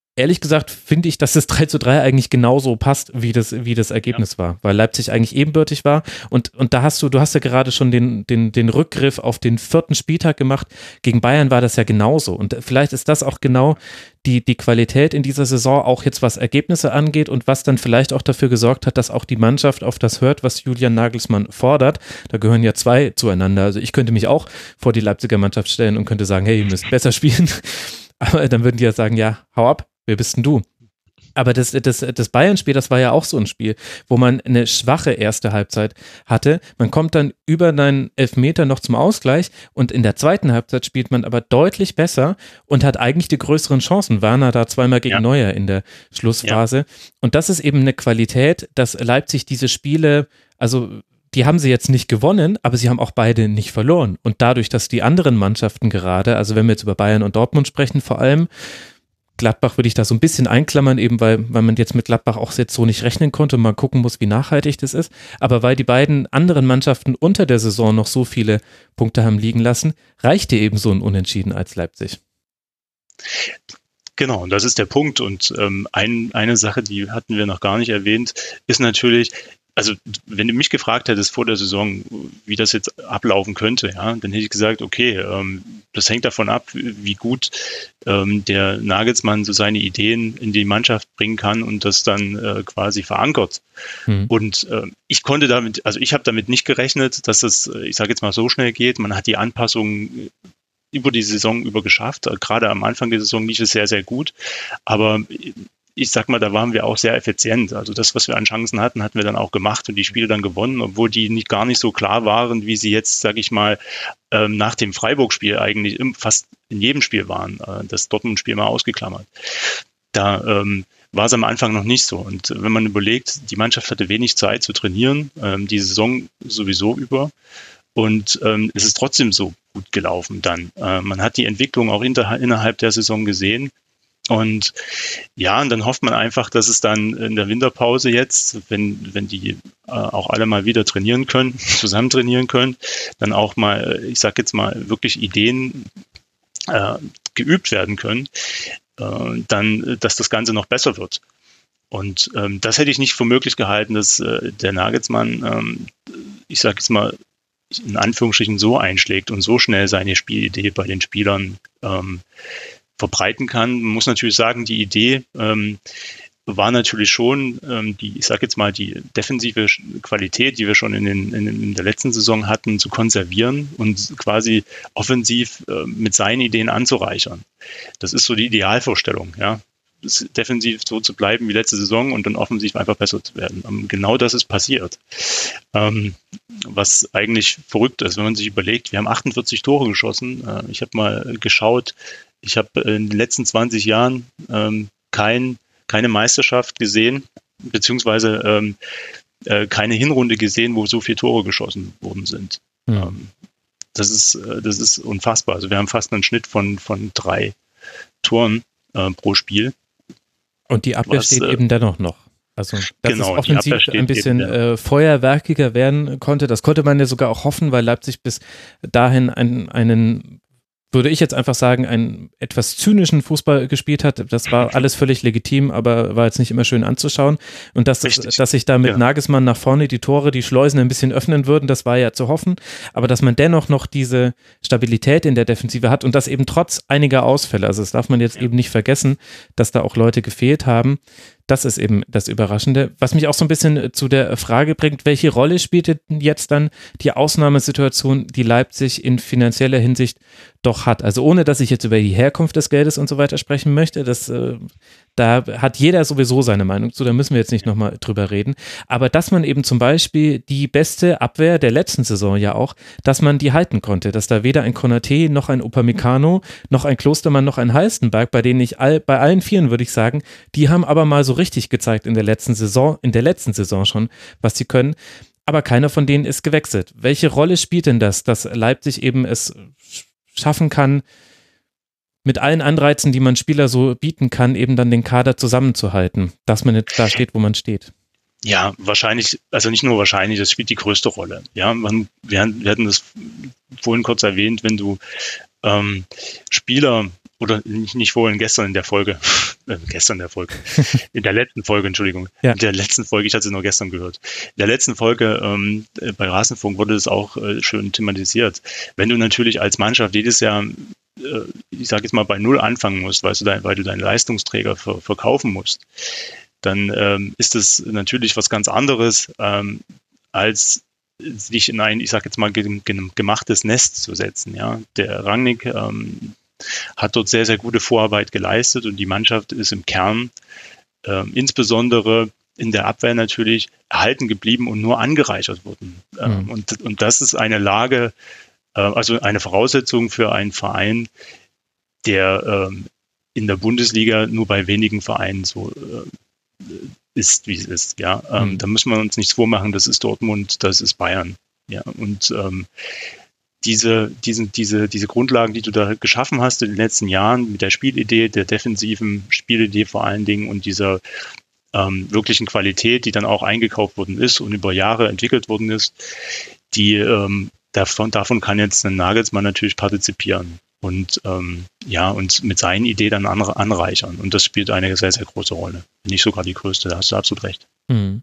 ehrlich gesagt finde ich, dass das drei zu drei eigentlich genauso passt, wie das, wie das Ergebnis ja. war, weil Leipzig eigentlich ebenbürtig war und, und da hast du, du hast ja gerade schon den, den, den Rückgriff auf den vierten Spieltag gemacht, gegen Bayern war das ja genauso und vielleicht ist das auch genau die, die Qualität in dieser Saison, auch jetzt was Ergebnisse angeht und was dann vielleicht auch dafür gesorgt hat, dass auch die Mannschaft auf das hört, was Julian Nagelsmann fordert. Da gehören ja zwei zueinander, also ich könnte mich auch vor die Leipziger Mannschaft stellen und könnte sagen, hey, ihr müsst besser spielen, aber dann würden die ja sagen, ja, hau ab. Wer bist denn du? Aber das, das, das Bayern-Spiel, das war ja auch so ein Spiel, wo man eine schwache erste Halbzeit hatte. Man kommt dann über einen Elfmeter noch zum Ausgleich und in der zweiten Halbzeit spielt man aber deutlich besser und hat eigentlich die größeren Chancen. Werner da zweimal gegen ja. Neuer in der Schlussphase. Ja. Und das ist eben eine Qualität, dass Leipzig diese Spiele, also die haben sie jetzt nicht gewonnen, aber sie haben auch beide nicht verloren. Und dadurch, dass die anderen Mannschaften gerade, also wenn wir jetzt über Bayern und Dortmund sprechen, vor allem Gladbach würde ich da so ein bisschen einklammern, eben weil, weil man jetzt mit Gladbach auch jetzt so nicht rechnen konnte und man gucken muss, wie nachhaltig das ist. Aber weil die beiden anderen Mannschaften unter der Saison noch so viele Punkte haben liegen lassen, reichte eben so ein Unentschieden als Leipzig. Genau, und das ist der Punkt. Und ähm, ein, eine Sache, die hatten wir noch gar nicht erwähnt, ist natürlich, also wenn du mich gefragt hättest vor der Saison, wie das jetzt ablaufen könnte, ja, dann hätte ich gesagt, okay, ähm, das hängt davon ab, wie gut ähm, der Nagelsmann so seine Ideen in die Mannschaft bringen kann und das dann äh, quasi verankert. Mhm. Und äh, ich konnte damit, also ich habe damit nicht gerechnet, dass es, ich sage jetzt mal, so schnell geht. Man hat die Anpassungen über die Saison über geschafft. Gerade am Anfang der Saison lief es sehr, sehr gut. Aber ich sag mal, da waren wir auch sehr effizient. Also das, was wir an Chancen hatten, hatten wir dann auch gemacht und die Spiele dann gewonnen, obwohl die nicht, gar nicht so klar waren, wie sie jetzt, sage ich mal, ähm, nach dem Freiburg-Spiel eigentlich im, fast in jedem Spiel waren. Äh, das Dortmund-Spiel mal ausgeklammert. Da ähm, war es am Anfang noch nicht so. Und wenn man überlegt, die Mannschaft hatte wenig Zeit zu trainieren, ähm, die Saison sowieso über. Und ähm, es ist trotzdem so gut gelaufen dann. Äh, man hat die Entwicklung auch inter, innerhalb der Saison gesehen. Und ja, und dann hofft man einfach, dass es dann in der Winterpause jetzt, wenn, wenn die äh, auch alle mal wieder trainieren können, zusammen trainieren können, dann auch mal, ich sag jetzt mal, wirklich Ideen äh, geübt werden können, äh, dann, dass das Ganze noch besser wird. Und ähm, das hätte ich nicht für möglich gehalten, dass äh, der Nagelsmann, ähm, ich sag jetzt mal, in Anführungsstrichen so einschlägt und so schnell seine Spielidee bei den Spielern ähm, verbreiten kann. Man muss natürlich sagen, die Idee ähm, war natürlich schon ähm, die, ich sage jetzt mal, die defensive Qualität, die wir schon in, den, in, in der letzten Saison hatten, zu konservieren und quasi offensiv äh, mit seinen Ideen anzureichern. Das ist so die Idealvorstellung, ja. Defensiv so zu bleiben wie letzte Saison und dann offensiv einfach besser zu werden. Ähm, genau das ist passiert. Ähm, was eigentlich verrückt ist, wenn man sich überlegt, wir haben achtundvierzig Tore geschossen. Äh, ich habe mal geschaut, ich habe in den letzten zwanzig Jahren ähm, kein, keine Meisterschaft gesehen, beziehungsweise ähm, äh, keine Hinrunde gesehen, wo so viele Tore geschossen worden sind. Mhm. Ähm, das ist, äh, das ist unfassbar. Also wir haben fast einen Schnitt von, von drei Toren äh, pro Spiel. Und die Abwehr was, steht äh, eben dennoch noch. Also, dass genau, es offensiv ein bisschen eben, ja. äh, feuerwerkiger werden konnte, das konnte man ja sogar auch hoffen, weil Leipzig bis dahin ein, einen würde ich jetzt einfach sagen, einen etwas zynischen Fußball gespielt hat. Das war alles völlig legitim, aber war jetzt nicht immer schön anzuschauen. Und dass, das, dass sich da mit ja. Nagelsmann nach vorne die Tore, die Schleusen ein bisschen öffnen würden, das war ja zu hoffen. Aber dass man dennoch noch diese Stabilität in der Defensive hat und das eben trotz einiger Ausfälle, also das darf man jetzt ja. eben nicht vergessen, dass da auch Leute gefehlt haben. Das ist eben das Überraschende, was mich auch so ein bisschen zu der Frage bringt, welche Rolle spielte jetzt dann die Ausnahmesituation, die Leipzig in finanzieller Hinsicht doch hat? Also ohne, dass ich jetzt über die Herkunft des Geldes und so weiter sprechen möchte, das, äh, da hat jeder sowieso seine Meinung zu, da müssen wir jetzt nicht nochmal drüber reden, aber dass man eben zum Beispiel die beste Abwehr der letzten Saison ja auch, dass man die halten konnte, dass da weder ein Konaté noch ein Upamecano noch ein Klostermann noch ein Halstenberg, bei denen ich all, bei allen Vieren würde ich sagen, die haben aber mal so richtig gezeigt in der letzten Saison, in der letzten Saison schon, was sie können, aber keiner von denen ist gewechselt. Welche Rolle spielt denn das, dass Leipzig eben es schaffen kann, mit allen Anreizen, die man Spieler so bieten kann, eben dann den Kader zusammenzuhalten, dass man nicht da steht, wo man steht? Ja, wahrscheinlich, also nicht nur wahrscheinlich, das spielt die größte Rolle. Ja, man, wir, wir hatten das vorhin kurz erwähnt, wenn du ähm, Spieler oder nicht, nicht vorhin, gestern in der Folge, äh, gestern der Folge, in der letzten Folge, Entschuldigung, ja. in der letzten Folge, ich hatte sie nur gestern gehört, in der letzten Folge ähm, bei Rasenfunk wurde es auch äh, schön thematisiert. Wenn du natürlich als Mannschaft jedes Jahr, äh, ich sage jetzt mal, bei Null anfangen musst, weil du, dein, weil du deinen Leistungsträger ver- verkaufen musst, dann ähm, ist es natürlich was ganz anderes, ähm, als sich in ein, ich sage jetzt mal, ge- ge- gemachtes Nest zu setzen. Ja? Der Rangnick ähm, hat dort sehr, sehr gute Vorarbeit geleistet und die Mannschaft ist im Kern, äh, insbesondere in der Abwehr natürlich, erhalten geblieben und nur angereichert worden. Mhm. Ähm, und, und das ist eine Lage, äh, also eine Voraussetzung für einen Verein, der ähm, in der Bundesliga nur bei wenigen Vereinen so äh, ist, wie es ist. Ja? Ähm, mhm. Da müssen wir uns nichts vormachen, das ist Dortmund, das ist Bayern. Ja? Und ähm, Diese, diesen, diese, diese Grundlagen, die du da geschaffen hast in den letzten Jahren mit der Spielidee, der defensiven Spielidee vor allen Dingen und dieser ähm, wirklichen Qualität, die dann auch eingekauft worden ist und über Jahre entwickelt worden ist, die ähm, davon, davon kann jetzt ein Nagelsmann natürlich partizipieren und ähm, ja und mit seinen Ideen dann andere anreichern. Und das spielt eine sehr, sehr große Rolle. Nicht sogar die größte, da hast du absolut recht. Mhm.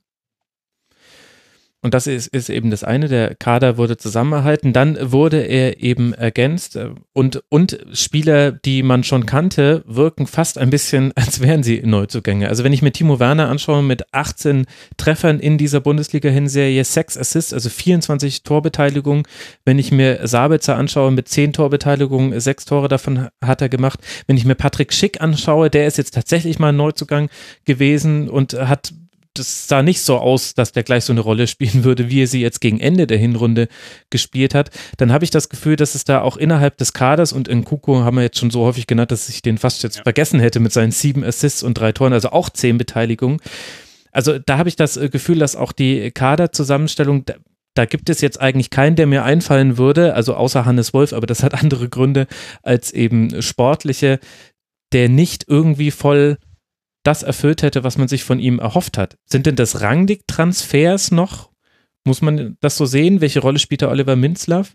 Und das ist, ist eben das eine, der Kader wurde zusammengehalten, dann wurde er eben ergänzt und, und Spieler, die man schon kannte, wirken fast ein bisschen, als wären sie Neuzugänge. Also wenn ich mir Timo Werner anschaue mit achtzehn Treffern in dieser Bundesliga-Hinserie, sechs Assists, also vierundzwanzig Torbeteiligungen. Wenn ich mir Sabitzer anschaue mit zehn Torbeteiligungen, sechs Tore davon hat er gemacht. Wenn ich mir Patrick Schick anschaue, der ist jetzt tatsächlich mal ein Neuzugang gewesen und hat das sah nicht so aus, dass der gleich so eine Rolle spielen würde, wie er sie jetzt gegen Ende der Hinrunde gespielt hat. Dann habe ich das Gefühl, dass es da auch innerhalb des Kaders, und Nkunku haben wir jetzt schon so häufig genannt, dass ich den fast jetzt ja. vergessen hätte mit seinen sieben Assists und drei Toren, also auch zehn Beteiligungen. Also da habe ich das Gefühl, dass auch die Kaderzusammenstellung, da, da gibt es jetzt eigentlich keinen, der mir einfallen würde, also außer Hannes Wolf, aber das hat andere Gründe als eben sportliche, der nicht irgendwie voll das erfüllt hätte, was man sich von ihm erhofft hat. Sind denn das Rangnick-Transfers noch? Muss man das so sehen? Welche Rolle spielt da Oliver Minzlaff?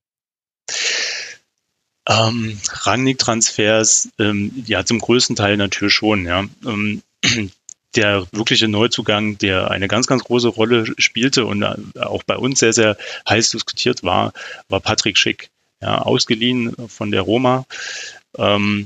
Ähm, Rangnick-Transfers, ähm, ja, zum größten Teil natürlich schon, ja. Ähm, der wirkliche Neuzugang, der eine ganz, ganz große Rolle spielte und auch bei uns sehr, sehr heiß diskutiert war, war Patrick Schick, ja, ausgeliehen von der Roma. Ähm,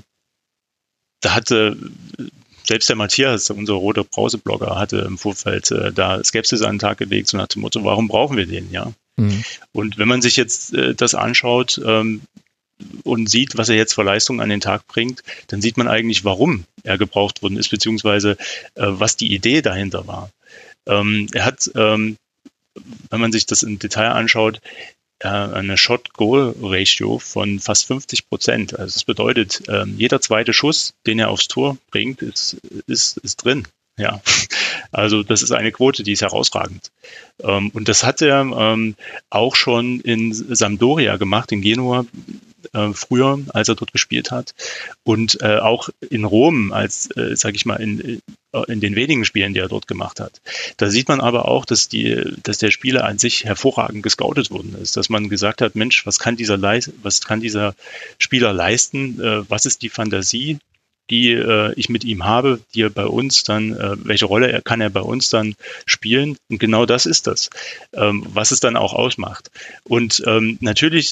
da hatte Selbst der Matthias, unser roter Brause-Blogger, hatte im Vorfeld äh, da Skepsis an den Tag gelegt, so nach dem Motto, warum brauchen wir den, ja? Mhm. Und wenn man sich jetzt äh, das anschaut ähm, und sieht, was er jetzt für Leistungen an den Tag bringt, dann sieht man eigentlich, warum er gebraucht worden ist, beziehungsweise äh, was die Idee dahinter war. Ähm, er hat, ähm, wenn man sich das im Detail anschaut, eine Shot-Goal-Ratio von fast fünfzig Prozent. Also das bedeutet, jeder zweite Schuss, den er aufs Tor bringt, ist, ist, ist drin. Ja, also das ist eine Quote, die ist herausragend. Und das hat er auch schon in Sampdoria gemacht, in Genua, früher, als er dort gespielt hat. Und auch in Rom, als, sage ich mal, in, in den wenigen Spielen, die er dort gemacht hat. Da sieht man aber auch, dass, die, dass der Spieler an sich hervorragend gescoutet worden ist. Dass man gesagt hat, Mensch, was kann dieser, Leis- was kann dieser Spieler leisten? Was ist die Fantasie, die äh, ich mit ihm habe, die er bei uns dann, äh, welche Rolle er, kann er bei uns dann spielen? Und genau das ist das, ähm, was es dann auch ausmacht. Und ähm, natürlich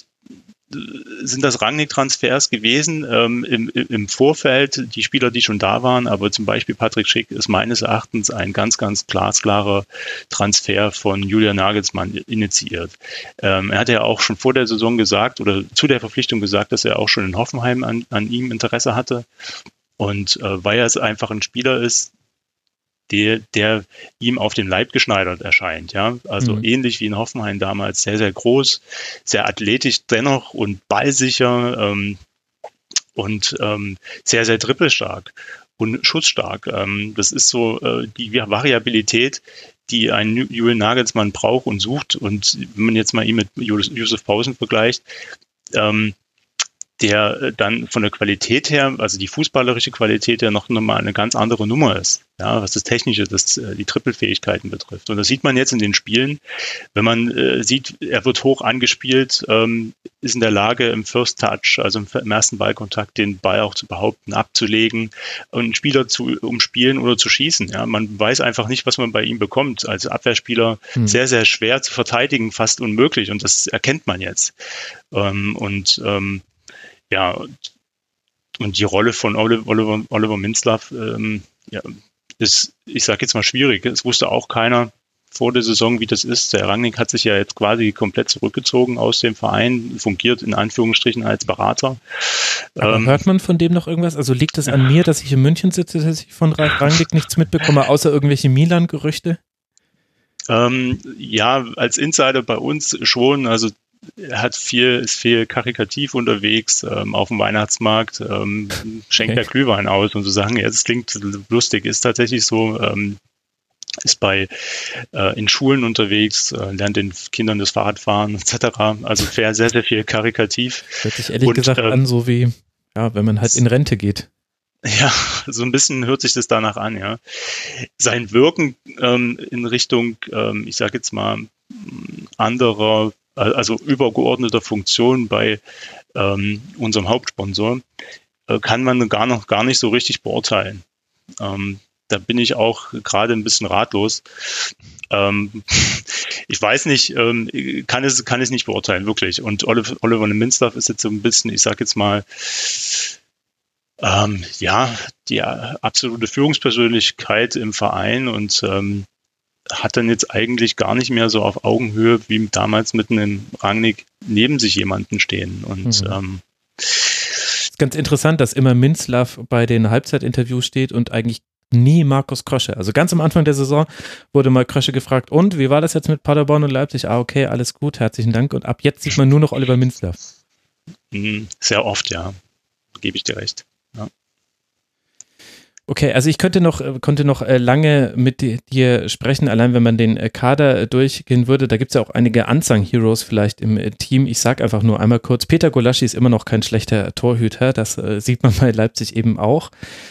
sind das Rangnick-Transfers gewesen ähm, im, im Vorfeld, die Spieler, die schon da waren, aber zum Beispiel Patrick Schick ist meines Erachtens ein ganz, ganz glasklarer Transfer von Julian Nagelsmann initiiert. Ähm, er hatte ja auch schon vor der Saison gesagt oder zu der Verpflichtung gesagt, dass er auch schon in Hoffenheim an, an ihm Interesse hatte. Und äh, weil er einfach ein Spieler ist, der, der ihm auf den Leib geschneidert erscheint, ja, also mhm. ähnlich wie in Hoffenheim damals, sehr, sehr groß, sehr athletisch dennoch und ballsicher ähm, und ähm, sehr, sehr trippelstark und schussstark. Ähm, das ist so äh, die Variabilität, die ein Julian Nagelsmann braucht und sucht. Und wenn man jetzt mal ihn mit Josef Pausen vergleicht, ähm, der dann von der Qualität her, also die fußballerische Qualität her noch mal eine ganz andere Nummer ist, ja, was das Technische, das die Trippelfähigkeiten betrifft. Und das sieht man jetzt in den Spielen, wenn man äh, sieht, er wird hoch angespielt, ähm, ist in der Lage im First Touch, also im, im ersten Ballkontakt, den Ball auch zu behaupten, abzulegen und einen Spieler zu umspielen oder zu schießen. Ja, man weiß einfach nicht, was man bei ihm bekommt. Als Abwehrspieler hm. sehr, sehr schwer zu verteidigen, fast unmöglich. Und das erkennt man jetzt. Ähm, und ähm, Ja, und, und die Rolle von Oliver, Oliver, Oliver Minzlaff ähm, ja, ist, ich sage jetzt mal, schwierig. Es wusste auch keiner vor der Saison, wie das ist. Der Rangnick hat sich ja jetzt quasi komplett zurückgezogen aus dem Verein, fungiert in Anführungsstrichen als Berater. Aber ähm, hört man von dem noch irgendwas? Also liegt es an mir, dass ich in München sitze, dass ich von Ralf Rangnick nichts mitbekomme, außer irgendwelche Milan-Gerüchte? Ähm, ja, als Insider bei uns schon. Also er hat viel, ist viel karikativ unterwegs ähm, auf dem Weihnachtsmarkt, ähm, schenkt okay. der Glühwein aus und so Sachen. Ja, das klingt lustig, ist tatsächlich so. Ähm, ist bei äh, in Schulen unterwegs, äh, lernt den Kindern das Fahrradfahren et cetera. Also sehr, sehr, sehr viel karikativ. Hört sich ehrlich und, gesagt äh, an, so wie, ja, wenn man halt in Rente geht. Ja, so ein bisschen hört sich das danach an, ja. Sein Wirken ähm, in Richtung, ähm, ich sage jetzt mal, anderer, also übergeordneter Funktion bei ähm, unserem Hauptsponsor, äh, kann man gar noch gar nicht so richtig beurteilen. Ähm, da bin ich auch gerade ein bisschen ratlos. Ähm, ich weiß nicht, ähm, kann es kann es nicht beurteilen, wirklich. Und Oliver, Oliver Minzlaff ist jetzt so ein bisschen, ich sage jetzt mal, ähm, ja, die absolute Führungspersönlichkeit im Verein und ähm, hat dann jetzt eigentlich gar nicht mehr so auf Augenhöhe wie damals mit einem Rangnick neben sich jemanden stehen. Und mhm. ähm, ist ganz interessant, dass immer Minzlaff bei den Halbzeitinterviews steht und eigentlich nie Markus Krösche. Also ganz am Anfang der Saison wurde mal Krösche gefragt, und wie war das jetzt mit Paderborn und Leipzig? Ah, okay, alles gut, herzlichen Dank. Und ab jetzt sieht man nur noch Oliver Minzlaff. Sehr oft, ja. Gebe ich dir recht. Ja. Okay, also ich könnte noch, konnte noch lange mit dir sprechen, allein wenn man den Kader durchgehen würde. Da gibt es ja auch einige Unsung Heroes vielleicht im Team. Ich sage einfach nur einmal kurz, Peter Gulaschi ist immer noch kein schlechter Torhüter, das sieht man bei Leipzig eben auch.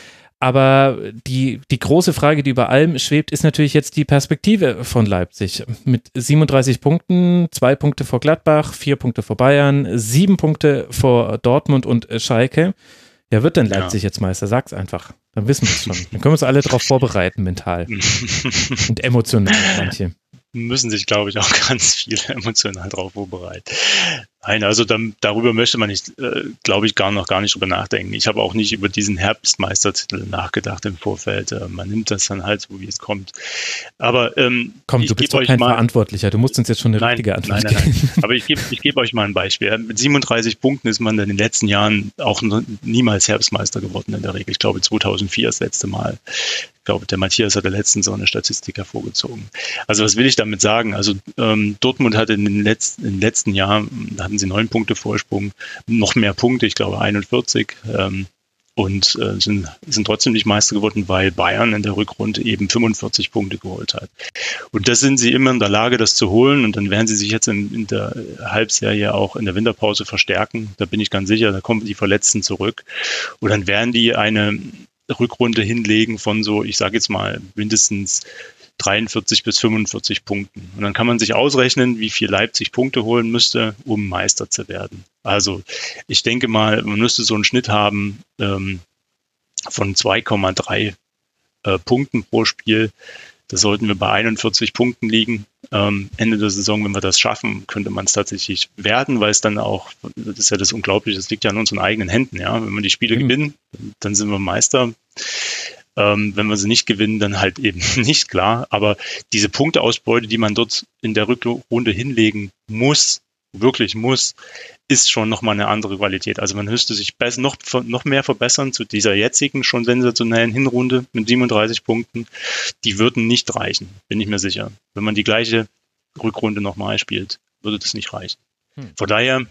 Aber die, die große Frage, die über allem schwebt, ist natürlich jetzt die Perspektive von Leipzig. Mit siebenunddreißig Punkten, zwei Punkte vor Gladbach, vier Punkte vor Bayern, sieben Punkte vor Dortmund und Schalke. Ja, wird denn Leipzig ja. jetzt Meister? Sag's einfach. Dann wissen wir es schon. Dann können wir uns alle darauf vorbereiten, mental. Und emotional, manche. Müssen sich, glaube ich, auch ganz viele emotional darauf vorbereiten. Nein, also dann, darüber möchte man nicht, äh, glaube ich, gar noch gar nicht drüber nachdenken. Ich habe auch nicht über diesen Herbstmeistertitel nachgedacht im Vorfeld. Äh, man nimmt das dann halt so, wie es kommt. Aber ähm, komm, du bist doch kein mal, Verantwortlicher. Du musst uns jetzt schon eine nein, richtige Antwort nein, nein, geben. Nein. Aber ich gebe ich geb euch mal ein Beispiel. Mit siebenunddreißig Punkten ist man in den letzten Jahren auch niemals Herbstmeister geworden in der Regel. Ich glaube, zweitausendvier das letzte Mal. Ich glaube, der Matthias hat der letzten so eine Statistik hervorgezogen. Also was will ich damit sagen? Also ähm, Dortmund hatte in den letzten, in den letzten Jahren, da hatten sie neun Punkte Vorsprung, noch mehr Punkte, ich glaube einundvierzig, ähm, und äh, sind, sind trotzdem nicht Meister geworden, weil Bayern in der Rückrunde eben fünfundvierzig Punkte geholt hat. Und das sind sie immer in der Lage, das zu holen, und dann werden sie sich jetzt in, in der Halbserie auch in der Winterpause verstärken. Da bin ich ganz sicher, da kommen die Verletzten zurück. Und dann werden die eine Rückrunde hinlegen von so, ich sage jetzt mal, mindestens dreiundvierzig bis fünfundvierzig Punkten. Und dann kann man sich ausrechnen, wie viel Leipzig Punkte holen müsste, um Meister zu werden. Also ich denke mal, man müsste so einen Schnitt haben ähm, von zwei Komma drei äh, Punkten pro Spiel. Da sollten wir bei einundvierzig Punkten liegen. Ähm, Ende der Saison, wenn wir das schaffen, könnte man es tatsächlich werden, weil es dann auch, das ist ja das Unglaubliche, das liegt ja an unseren eigenen Händen. Ja? Wenn wir die Spiele mhm. gewinnen, dann sind wir Meister. Ähm, wenn wir sie nicht gewinnen, dann halt eben nicht, klar. Aber diese Punkteausbeute, die man dort in der Rückrunde hinlegen muss, wirklich muss, ist schon nochmal eine andere Qualität. Also man müsste sich besser, noch, noch mehr verbessern zu dieser jetzigen schon sensationellen Hinrunde mit siebenunddreißig Punkten. Die würden nicht reichen, bin ich mir sicher. Wenn man die gleiche Rückrunde nochmal spielt, würde das nicht reichen. Hm. Von daher,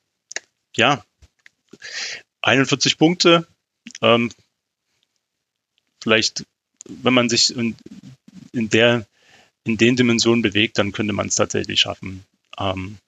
ja, einundvierzig Punkte, ähm, vielleicht, wenn man sich in, in der, in den Dimensionen bewegt, dann könnte man es tatsächlich schaffen. Ähm,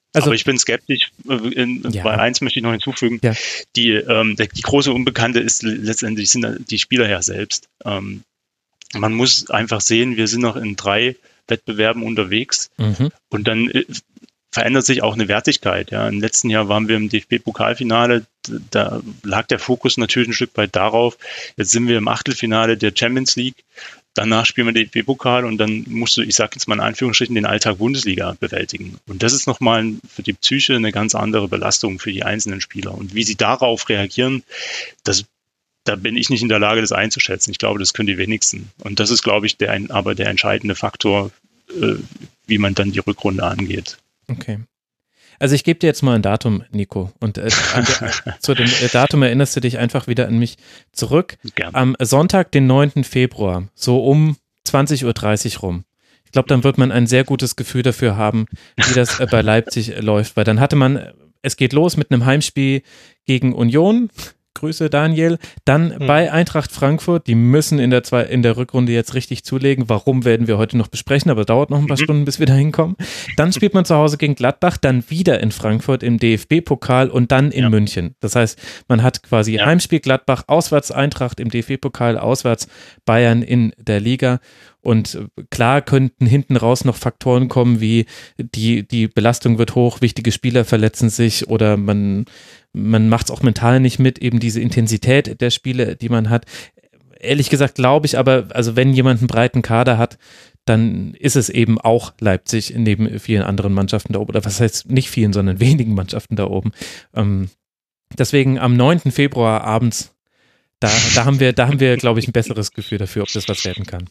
Also, aber ich bin skeptisch. In, ja. Bei eins möchte ich noch hinzufügen. Ja. Die, ähm, die große Unbekannte ist letztendlich sind die Spieler ja selbst. Ähm, man muss einfach sehen, wir sind noch in drei Wettbewerben unterwegs mhm. und dann äh, verändert sich auch eine Wertigkeit. Ja. Im letzten Jahr waren wir im D F B-Pokalfinale, da lag der Fokus natürlich ein Stück weit darauf. Jetzt sind wir im Achtelfinale der Champions League. Danach spielen wir den D F B-Pokal und dann musst du, ich sage jetzt mal in Anführungsstrichen, den Alltag Bundesliga bewältigen. Und das ist nochmal für die Psyche eine ganz andere Belastung für die einzelnen Spieler. Und wie sie darauf reagieren, das, da bin ich nicht in der Lage, das einzuschätzen. Ich glaube, das können die wenigsten. Und das ist, glaube ich, der, aber der entscheidende Faktor, äh, wie man dann die Rückrunde angeht. Okay. Also ich gebe dir jetzt mal ein Datum, Nico, und äh, der, zu dem äh, Datum erinnerst du dich einfach wieder an mich zurück. Gerne. Am Sonntag, den neunten Februar, so um zwanzig Uhr dreißig rum. Ich glaube, dann wird man ein sehr gutes Gefühl dafür haben, wie das äh, bei Leipzig äh, läuft, weil dann hatte man, es geht los mit einem Heimspiel gegen Union. Grüße Daniel, dann mhm. bei Eintracht Frankfurt, die müssen in der, zwei, in der Rückrunde jetzt richtig zulegen, warum werden wir heute noch besprechen, aber dauert noch ein paar mhm. Stunden, bis wir da hinkommen. Dann spielt man zu Hause gegen Gladbach, dann wieder in Frankfurt im D F B-Pokal und dann in ja. München. Das heißt, man hat quasi ja. Heimspiel Gladbach, auswärts Eintracht im D F B-Pokal, auswärts Bayern in der Liga. Und klar könnten hinten raus noch Faktoren kommen, wie die, die Belastung wird hoch, wichtige Spieler verletzen sich oder man, man macht es auch mental nicht mit, eben diese Intensität der Spiele, die man hat. Ehrlich gesagt glaube ich aber, also wenn jemand einen breiten Kader hat, dann ist es eben auch Leipzig neben vielen anderen Mannschaften da oben. Oder was heißt nicht vielen, sondern wenigen Mannschaften da oben. Ähm, deswegen am neunten Februar abends, da, da haben wir, da haben wir, glaube ich, ein besseres Gefühl dafür, ob das was werden kann.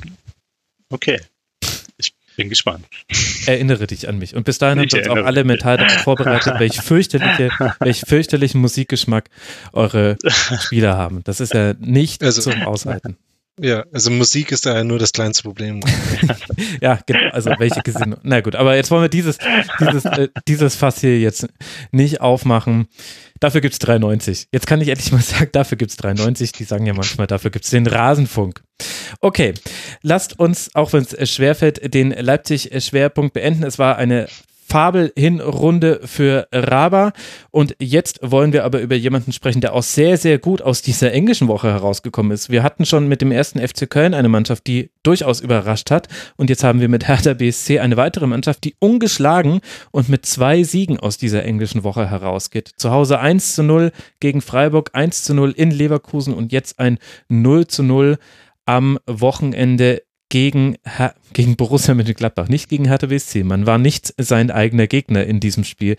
Okay, ich bin gespannt. Erinnere dich an mich. Und bis dahin haben wir uns auch alle mental darauf vorbereitet, welch fürchterliche, welch fürchterlichen Musikgeschmack eure Spieler haben. Das ist ja nicht also, zum Aushalten. Ja, also Musik ist da ja nur das kleinste Problem. Ja, genau, also welche Gesinnung. Na gut, aber jetzt wollen wir dieses, dieses, äh, dieses Fass hier jetzt nicht aufmachen. Dafür gibt's drei neunzig. Jetzt kann ich endlich mal sagen, dafür gibt's drei neunzig. Die sagen ja manchmal, dafür gibt's den Rasenfunk. Okay, lasst uns, auch wenn es schwerfällt, den Leipzig-Schwerpunkt beenden. Es war eine Fabel-Hinrunde für Raba und jetzt wollen wir aber über jemanden sprechen, der auch sehr, sehr gut aus dieser englischen Woche herausgekommen ist. Wir hatten schon mit dem ersten F C Köln eine Mannschaft, die durchaus überrascht hat und jetzt haben wir mit Hertha B S C eine weitere Mannschaft, die ungeschlagen und mit zwei Siegen aus dieser englischen Woche herausgeht. Zu Hause eins zu null gegen Freiburg, eins zu null in Leverkusen und jetzt ein null zu null am Wochenende gegen, gegen Borussia Mönchengladbach, nicht gegen Hertha B S C. Man war nicht sein eigener Gegner in diesem Spiel.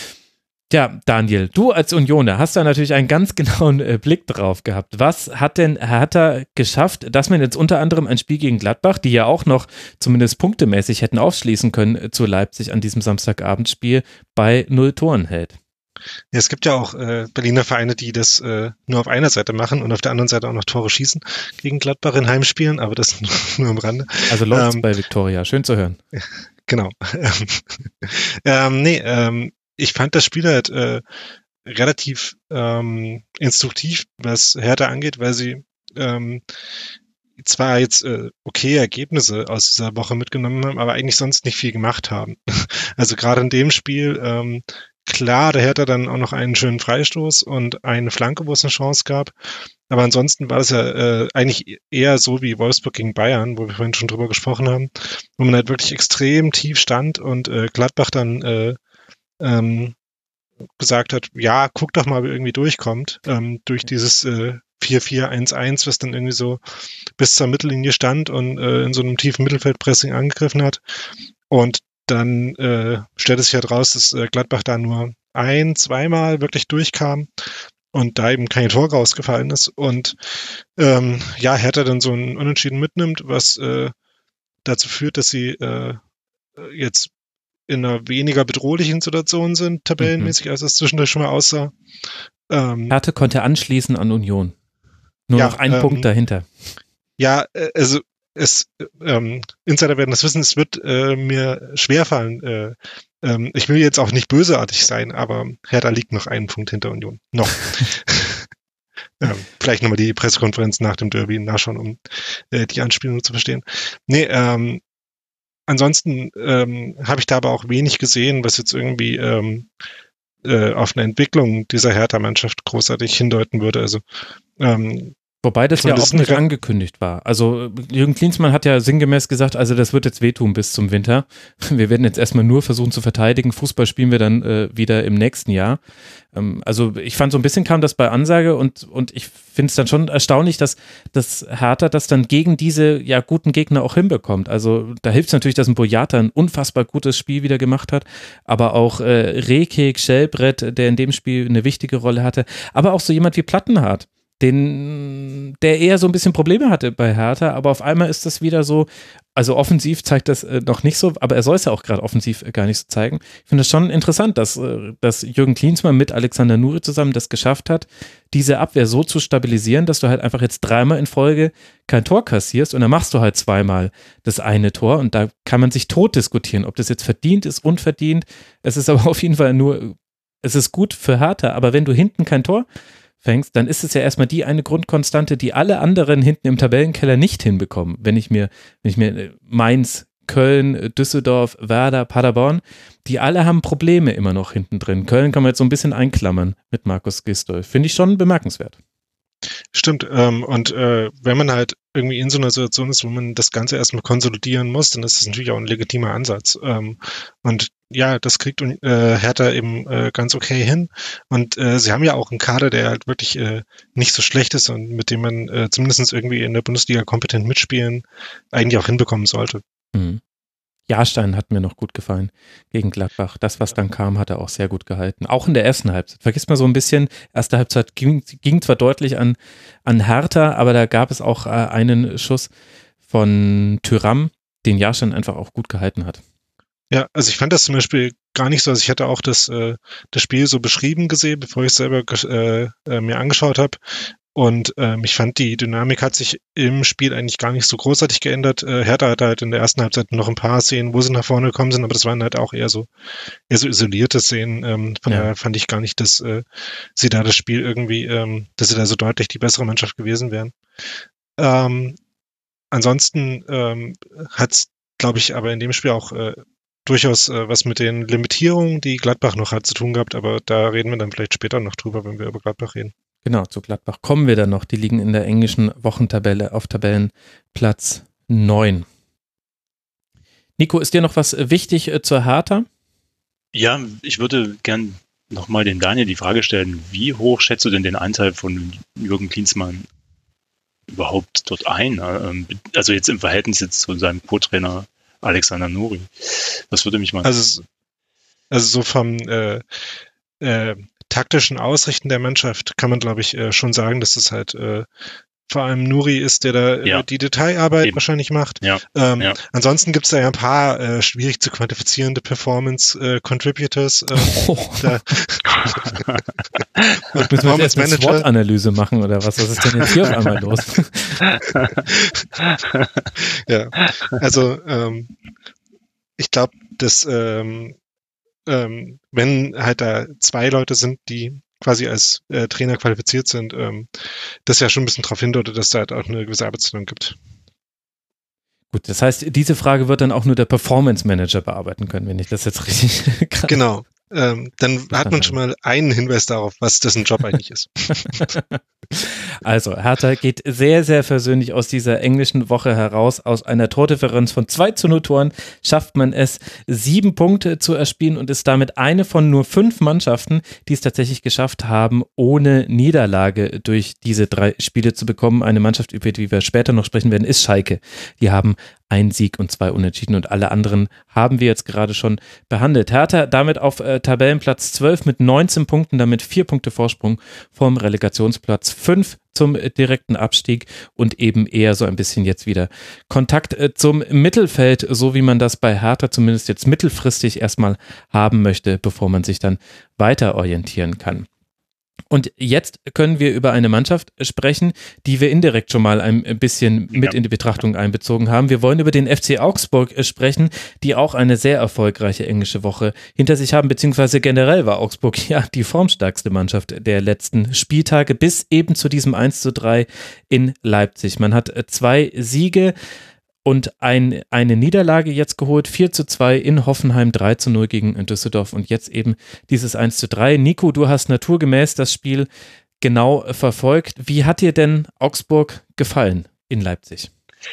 Ja, Daniel, du als Unioner hast da natürlich einen ganz genauen äh, Blick drauf gehabt. Was hat denn Hertha geschafft, dass man jetzt unter anderem ein Spiel gegen Gladbach, die ja auch noch zumindest punktemäßig hätten aufschließen können äh, zu Leipzig an diesem Samstagabendspiel, bei null Toren hält? Ja, es gibt ja auch äh, Berliner Vereine, die das äh, nur auf einer Seite machen und auf der anderen Seite auch noch Tore schießen gegen Gladbach in Heimspielen, aber das nur am Rande. Also läuft's ähm, bei Viktoria, schön zu hören. Genau. ähm, nee, ähm, ich fand das Spiel halt äh, relativ ähm, instruktiv, was Hertha angeht, weil sie ähm, zwar jetzt äh, okay Ergebnisse aus dieser Woche mitgenommen haben, aber eigentlich sonst nicht viel gemacht haben. Also gerade in dem Spiel ähm, klar, der Hertha dann auch noch einen schönen Freistoß und eine Flanke, wo es eine Chance gab. Aber ansonsten war es ja äh, eigentlich eher so wie Wolfsburg gegen Bayern, wo wir vorhin schon drüber gesprochen haben, wo man halt wirklich extrem tief stand und äh, Gladbach dann äh, ähm, gesagt hat, ja, guck doch mal, wie irgendwie durchkommt, ähm, durch dieses äh, vier vier eins eins, was dann irgendwie so bis zur Mittellinie stand und äh, in so einem tiefen Mittelfeldpressing angegriffen hat. Und dann äh, stellt es sich halt raus, dass äh, Gladbach da nur ein-, zweimal wirklich durchkam und da eben kein Tor rausgefallen ist. Und ähm, ja, Hertha dann so ein Unentschieden mitnimmt, was äh, dazu führt, dass sie äh, jetzt in einer weniger bedrohlichen Situation sind, tabellenmäßig, mhm. als es zwischendurch schon mal aussah. Ähm, Hertha konnte anschließen an Union. Nur ja, noch ein ähm, Punkt dahinter. Ja, also es, ähm, Insider werden das wissen, es wird äh, mir schwerfallen. Äh, ähm, ich will jetzt auch nicht bösartig sein, aber Hertha liegt noch einen Punkt hinter Union. Noch. ähm, vielleicht nochmal die Pressekonferenz nach dem Derby nachschauen, um äh, die Anspielung zu verstehen. Nee, ähm, ansonsten ähm, habe ich da aber auch wenig gesehen, was jetzt irgendwie ähm, äh, auf eine Entwicklung dieser Hertha-Mannschaft großartig hindeuten würde. Also ähm, Wobei das ja das auch nicht angekündigt war. Also Jürgen Klinsmann hat ja sinngemäß gesagt, also das wird jetzt wehtun bis zum Winter. Wir werden jetzt erstmal nur versuchen zu verteidigen. Fußball spielen wir dann äh, wieder im nächsten Jahr. Ähm, also ich fand, so ein bisschen kam das bei Ansage und, und ich finde es dann schon erstaunlich, dass, dass Hertha das dann gegen diese ja guten Gegner auch hinbekommt. Also da hilft es natürlich, dass ein Boyata ein unfassbar gutes Spiel wieder gemacht hat, aber auch äh, Rekik, Schellbrett, der in dem Spiel eine wichtige Rolle hatte, aber auch so jemand wie Plattenhardt, den, der eher so ein bisschen Probleme hatte bei Hertha, aber auf einmal ist das wieder so, also offensiv zeigt das äh, noch nicht so, aber er soll es ja auch gerade offensiv äh, gar nicht so zeigen. Ich finde es schon interessant, dass, äh, dass Jürgen Klinsmann mit Alexander Nuri zusammen das geschafft hat, diese Abwehr so zu stabilisieren, dass du halt einfach jetzt dreimal in Folge kein Tor kassierst und dann machst du halt zweimal das eine Tor und da kann man sich tot diskutieren, ob das jetzt verdient ist, unverdient. Es ist aber auf jeden Fall nur, es ist gut für Hertha, aber wenn du hinten kein Tor fängst, dann ist es ja erstmal die eine Grundkonstante, die alle anderen hinten im Tabellenkeller nicht hinbekommen. Wenn ich mir, wenn ich mir Mainz, Köln, Düsseldorf, Werder, Paderborn, die alle haben Probleme immer noch hinten drin. Köln kann man jetzt so ein bisschen einklammern mit Markus Gisdol. Finde ich schon bemerkenswert. Stimmt, ähm, und äh, wenn man halt irgendwie in so einer Situation ist, wo man das Ganze erstmal konsolidieren muss, dann ist das natürlich auch ein legitimer Ansatz. Ähm, und ja, das kriegt äh, Hertha eben äh, ganz okay hin. Und äh, sie haben ja auch einen Kader, der halt wirklich äh, nicht so schlecht ist und mit dem man äh, zumindest irgendwie in der Bundesliga kompetent mitspielen eigentlich auch hinbekommen sollte. Mhm. Jahrstein hat mir noch gut gefallen gegen Gladbach. Das, was dann kam, hat er auch sehr gut gehalten. Auch in der ersten Halbzeit. Vergiss mal so ein bisschen, erste Halbzeit ging, ging zwar deutlich an, an Hertha, aber da gab es auch äh, einen Schuss von Thuram, den Jahrstein einfach auch gut gehalten hat. Ja, also ich fand das zum Beispiel gar nicht so, also ich hatte auch das, äh, das Spiel so beschrieben gesehen, bevor ich es selber äh, äh, mir angeschaut habe. Und ähm, ich fand, die Dynamik hat sich im Spiel eigentlich gar nicht so großartig geändert. Äh, Hertha hatte halt in der ersten Halbzeit noch ein paar Szenen, wo sie nach vorne gekommen sind, aber das waren halt auch eher so eher so isolierte Szenen. Ähm, von Ja. daher fand ich gar nicht, dass äh, sie da das Spiel irgendwie, ähm, dass sie da so deutlich die bessere Mannschaft gewesen wären. Ähm, ansonsten ähm, hat es, glaube ich, aber in dem Spiel auch äh, durchaus äh, was mit den Limitierungen, die Gladbach noch hat, zu tun gehabt, aber da reden wir dann vielleicht später noch drüber, wenn wir über Gladbach reden. Genau, zu Gladbach kommen wir dann noch. Die liegen in der englischen Wochentabelle auf Tabellenplatz neun. Nico, ist dir noch was wichtig äh, zur Hertha? Ja, ich würde gern nochmal dem Daniel die Frage stellen, wie hoch schätzt du denn den Anteil von Jürgen Klinsmann überhaupt dort ein? Also jetzt im Verhältnis jetzt zu seinem Co-Trainer Alexander Nuri. Das würde mich mal... Also, also so vom äh, äh, taktischen Ausrichten der Mannschaft kann man, glaube ich, äh, schon sagen, dass es halt äh, vor allem Nuri ist, der da Ja. äh, die Detailarbeit Eben. wahrscheinlich macht. Ja. Ähm, Ja. Ansonsten gibt es da ja ein paar äh, schwierig zu quantifizierende Performance-Contributors. Äh, Oh. da, Müssen wir jetzt erst eine SWOT-Analyse machen oder was? Was ist denn jetzt hier auf einmal los? Ja, also ähm, ich glaube, dass ähm, ähm, wenn halt da zwei Leute sind, die quasi als äh, Trainer qualifiziert sind, ähm, das ja schon ein bisschen darauf hindeutet, dass da halt auch eine gewisse Arbeitsteilung gibt. Gut, das heißt, diese Frage wird dann auch nur der Performance Manager bearbeiten können, wenn ich das jetzt richtig kann. Genau. Ähm, dann hat man schon mal einen Hinweis darauf, was dessen Job eigentlich ist. Also, Hertha geht sehr, sehr versöhnlich aus dieser englischen Woche heraus. Aus einer Tordifferenz von zwei zu null Toren schafft man es, sieben Punkte zu erspielen und ist damit eine von nur fünf Mannschaften, die es tatsächlich geschafft haben, ohne Niederlage durch diese drei Spiele zu bekommen. Eine Mannschaft, über die wir später noch sprechen werden, ist Schalke. Die haben ein Sieg und zwei Unentschieden und alle anderen haben wir jetzt gerade schon behandelt. Hertha damit auf äh, Tabellenplatz zwölf mit neunzehn Punkten, damit vier Punkte Vorsprung vom Relegationsplatz fünf zum äh, direkten Abstieg und eben eher so ein bisschen jetzt wieder Kontakt äh, zum Mittelfeld, so wie man das bei Hertha zumindest jetzt mittelfristig erstmal haben möchte, bevor man sich dann weiter orientieren kann. Und jetzt können wir über eine Mannschaft sprechen, die wir indirekt schon mal ein bisschen mit in die Betrachtung einbezogen haben. Wir wollen über den F C Augsburg sprechen, die auch eine sehr erfolgreiche englische Woche hinter sich haben, beziehungsweise generell war Augsburg ja die formstärkste Mannschaft der letzten Spieltage bis eben zu diesem eins zu drei in Leipzig. Man hat zwei Siege und ein, eine Niederlage jetzt geholt, vier zu zwei in Hoffenheim, drei zu null gegen Düsseldorf und jetzt eben dieses eins zu drei. Nico, du hast naturgemäß das Spiel genau verfolgt. Wie hat dir denn Augsburg gefallen in Leipzig?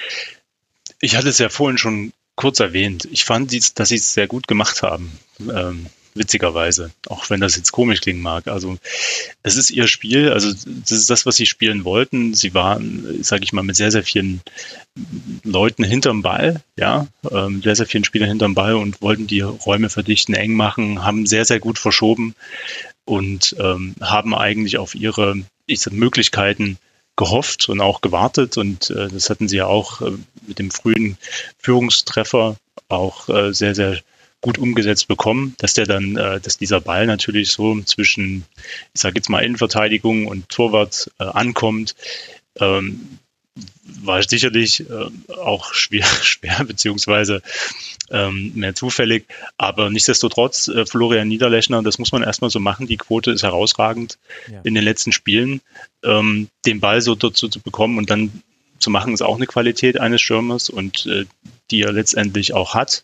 Ich hatte es ja vorhin schon kurz erwähnt. Ich fand, dass sie es sehr gut gemacht haben. Ähm, witzigerweise. Auch wenn das jetzt komisch klingen mag. Also, es ist ihr Spiel. Also, das ist das, was sie spielen wollten. Sie waren, sage ich mal, mit sehr, sehr vielen Leuten hinterm Ball. Ja, ähm, sehr, sehr vielen Spielern hinterm Ball und wollten die Räume verdichten, eng machen, haben sehr, sehr gut verschoben und ähm, haben eigentlich auf ihre ich sag, Möglichkeiten gehofft und auch gewartet und äh, das hatten sie ja auch äh, mit dem frühen Führungstreffer auch äh, sehr, sehr gut umgesetzt bekommen, dass der dann, äh, dass dieser Ball natürlich so zwischen, ich sage jetzt mal Innenverteidigung und Torwart äh, ankommt, ähm, war sicherlich äh, auch schwer, schwer beziehungsweise ähm, mehr zufällig, aber nichtsdestotrotz äh, Florian Niederlechner, das muss man erstmal so machen, die Quote ist herausragend ja. in den letzten Spielen, ähm, den Ball so dazu zu bekommen und dann zu machen, ist auch eine Qualität eines Stürmers und äh, die er letztendlich auch hat.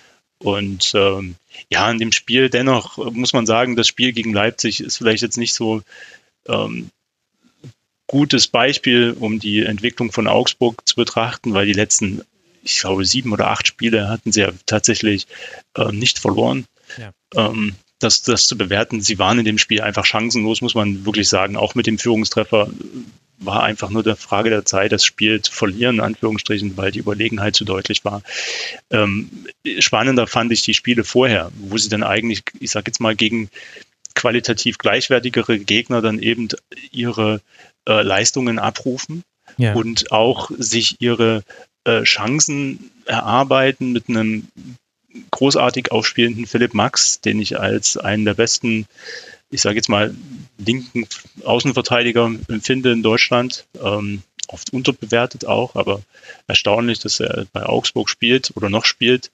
Und ähm, ja, in dem Spiel dennoch muss man sagen, das Spiel gegen Leipzig ist vielleicht jetzt nicht so ähm, gutes Beispiel, um die Entwicklung von Augsburg zu betrachten, weil die letzten, ich glaube, sieben oder acht Spiele hatten sie ja tatsächlich äh, nicht verloren. Ja. Ähm, das, das zu bewerten, sie waren in dem Spiel einfach chancenlos, muss man wirklich sagen. Auch mit dem Führungstreffer war einfach nur der Frage der Zeit, das Spiel zu verlieren, in Anführungsstrichen, weil die Überlegenheit zu deutlich war. Ähm, spannender fand ich die Spiele vorher, wo sie dann eigentlich, ich sag jetzt mal, gegen qualitativ gleichwertigere Gegner dann eben ihre äh, Leistungen abrufen ja. und auch sich ihre äh, Chancen erarbeiten mit einem großartig aufspielenden Philipp Max, den ich als einen der besten, ich sage jetzt mal, linken Außenverteidiger empfinde in Deutschland. Ähm, oft unterbewertet auch, aber erstaunlich, dass er bei Augsburg spielt oder noch spielt.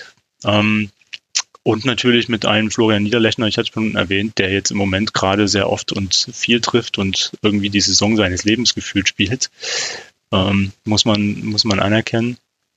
Ähm, und natürlich mit einem Florian Niederlechner, ich hatte es schon erwähnt, der jetzt im Moment gerade sehr oft und viel trifft und irgendwie die Saison seines Lebens gefühlt spielt. Ähm, muss man, muss man anerkennen.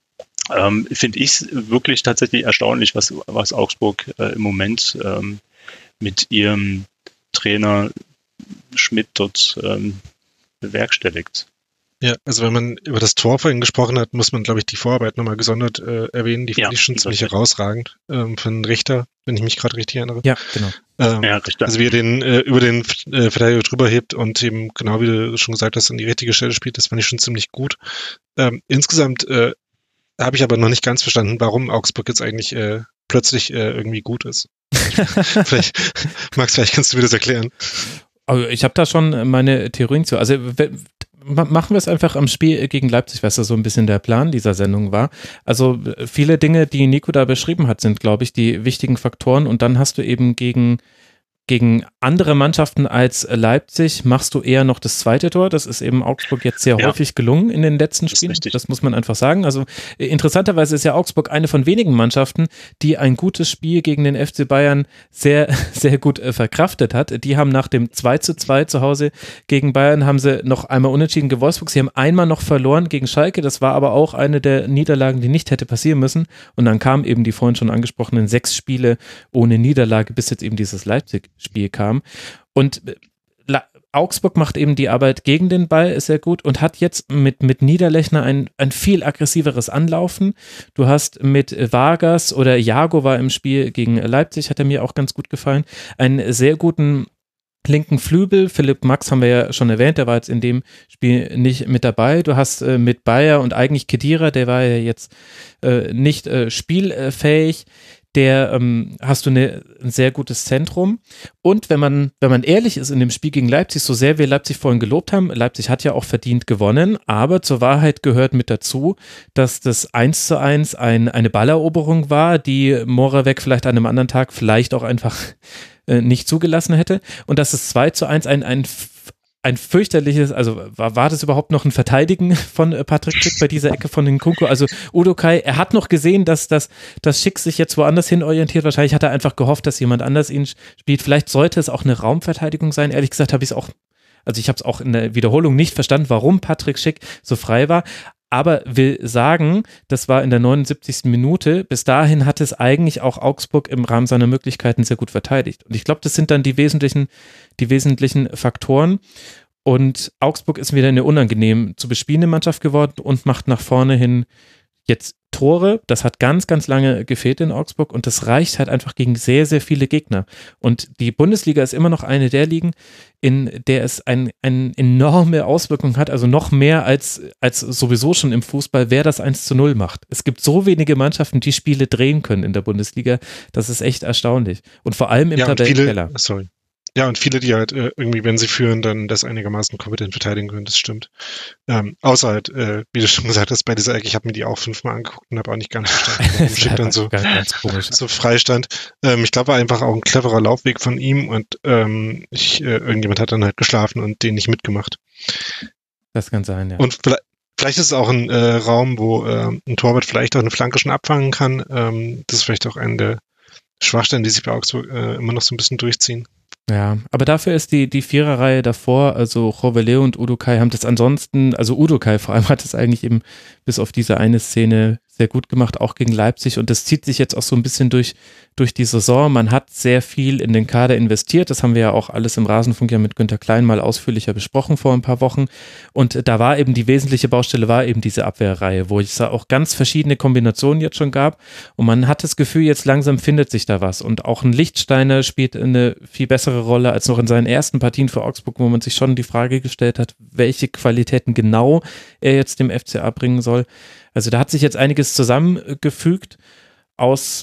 Ähm, finde ich es wirklich tatsächlich erstaunlich, was, was Augsburg äh, im Moment ähm, mit ihrem Trainer Schmidt dort ähm, bewerkstelligt. Ja, also wenn man über das Tor vorhin gesprochen hat, muss man, glaube ich, die Vorarbeit nochmal gesondert äh, erwähnen. Die fand ja, ich schon ziemlich herausragend ähm, von Richter, wenn ich mich gerade richtig erinnere. Ja, genau. Ähm, ja, Richter. Also wie er den äh, über den äh, Verteidiger drüber hebt und eben, genau wie du schon gesagt hast, an die richtige Stelle spielt, das fand ich schon ziemlich gut. Ähm, insgesamt äh, habe ich aber noch nicht ganz verstanden, warum Augsburg jetzt eigentlich äh, plötzlich äh, irgendwie gut ist. vielleicht, Max, vielleicht kannst du mir das erklären. Also ich habe da schon meine Theorien zu. Also machen wir es einfach am Spiel gegen Leipzig, was ja so ein bisschen der Plan dieser Sendung war. Also viele Dinge, die Nico da beschrieben hat, sind, glaube ich, die wichtigen Faktoren und dann hast du eben gegen Gegen andere Mannschaften als Leipzig machst du eher noch das zweite Tor. Das ist eben Augsburg jetzt sehr ja. häufig gelungen in den letzten Spielen. Das, das muss man einfach sagen. Also interessanterweise ist ja Augsburg eine von wenigen Mannschaften, die ein gutes Spiel gegen den F C Bayern sehr, sehr gut äh, verkraftet hat. Die haben nach dem zwei zu zwei zu Hause gegen Bayern haben sie noch einmal unentschieden gegen Wolfsburg. Sie haben einmal noch verloren gegen Schalke. Das war aber auch eine der Niederlagen, die nicht hätte passieren müssen. Und dann kamen eben die vorhin schon angesprochenen sechs Spiele ohne Niederlage, bis jetzt eben dieses Leipzig Spiel kam. Und La- Augsburg macht eben die Arbeit gegen den Ball, ist sehr gut und hat jetzt mit, mit Niederlechner ein, ein viel aggressiveres Anlaufen. Du hast mit Vargas oder Jago war im Spiel gegen Leipzig, hat er mir auch ganz gut gefallen, einen sehr guten linken Flügel. Philipp Max haben wir ja schon erwähnt, der war jetzt in dem Spiel nicht mit dabei. Du hast äh, mit Bayer und eigentlich Khedira, der war ja jetzt äh, nicht äh, spielfähig. Der ähm, hast du eine, ein sehr gutes Zentrum und wenn man, wenn man ehrlich ist in dem Spiel gegen Leipzig, so sehr wir Leipzig vorhin gelobt haben, Leipzig hat ja auch verdient gewonnen, aber zur Wahrheit gehört mit dazu, dass das eins zu eins ein, eine Balleroberung war, die Moravec vielleicht an einem anderen Tag vielleicht auch einfach äh, nicht zugelassen hätte und dass es zwei zu eins ein, ein Ein fürchterliches, also war, war das überhaupt noch ein Verteidigen von Patrick Schick bei dieser Ecke von Nkunku? Also Udokai, er hat noch gesehen, dass das dass Schick sich jetzt woanders hin orientiert. Wahrscheinlich hat er einfach gehofft, dass jemand anders ihn spielt. Vielleicht sollte es auch eine Raumverteidigung sein. Ehrlich gesagt habe ich es auch, also ich habe es auch in der Wiederholung nicht verstanden, warum Patrick Schick so frei war. Aber will sagen, das war in der neunundsiebzigsten Minute. Bis dahin hat es eigentlich auch Augsburg im Rahmen seiner Möglichkeiten sehr gut verteidigt. Und ich glaube, das sind dann die wesentlichen, die wesentlichen Faktoren. Und Augsburg ist wieder eine unangenehm zu bespielende Mannschaft geworden und macht nach vorne hin jetzt Tore. Das hat ganz, ganz lange gefehlt in Augsburg und das reicht halt einfach gegen sehr, sehr viele Gegner. Und die Bundesliga ist immer noch eine der Ligen, in der es ein, eine enorme Auswirkung hat, also noch mehr als, als sowieso schon im Fußball, wer das eins zu null macht. Es gibt so wenige Mannschaften, die Spiele drehen können in der Bundesliga. Das ist echt erstaunlich. Und vor allem im ja, Tabellenkeller. Viele, sorry. Ja, und viele, die halt äh, irgendwie, wenn sie führen, dann das einigermaßen kompetent verteidigen können, das stimmt. Ähm, außer halt, äh, wie du schon gesagt hast, bei dieser Ecke, ich habe mir die auch fünfmal angeguckt und habe auch nicht ganz verstanden, warum Schick dann so, ganz, ganz komisch. so freistand. Ähm, ich glaube, war einfach auch ein cleverer Laufweg von ihm und ähm, ich, äh, irgendjemand hat dann halt geschlafen und den nicht mitgemacht. Das kann sein, ja. Und vielleicht, vielleicht ist es auch ein äh, Raum, wo äh, ein Torwart vielleicht auch eine Flanke schon abfangen kann. Ähm, das ist vielleicht auch eine der Schwachstellen, die sich bei Augsburg äh, immer noch so ein bisschen durchziehen. Ja, aber dafür ist die, die Viererreihe davor, also Joveleo und Udokai haben das ansonsten, also Udokai vor allem hat es eigentlich eben bis auf diese eine Szene sehr gut gemacht, auch gegen Leipzig und das zieht sich jetzt auch so ein bisschen durch, durch die Saison. Man hat sehr viel in den Kader investiert, das haben wir ja auch alles im Rasenfunk ja mit Günter Klein mal ausführlicher besprochen vor ein paar Wochen und da war eben die wesentliche Baustelle, war eben diese Abwehrreihe, wo es auch ganz verschiedene Kombinationen jetzt schon gab und man hat das Gefühl, jetzt langsam findet sich da was und auch ein Lichtsteiner spielt eine viel bessere Rolle als noch in seinen ersten Partien für Augsburg, wo man sich schon die Frage gestellt hat, welche Qualitäten genau er jetzt dem F C A bringen soll. Also da hat sich jetzt einiges zusammengefügt aus,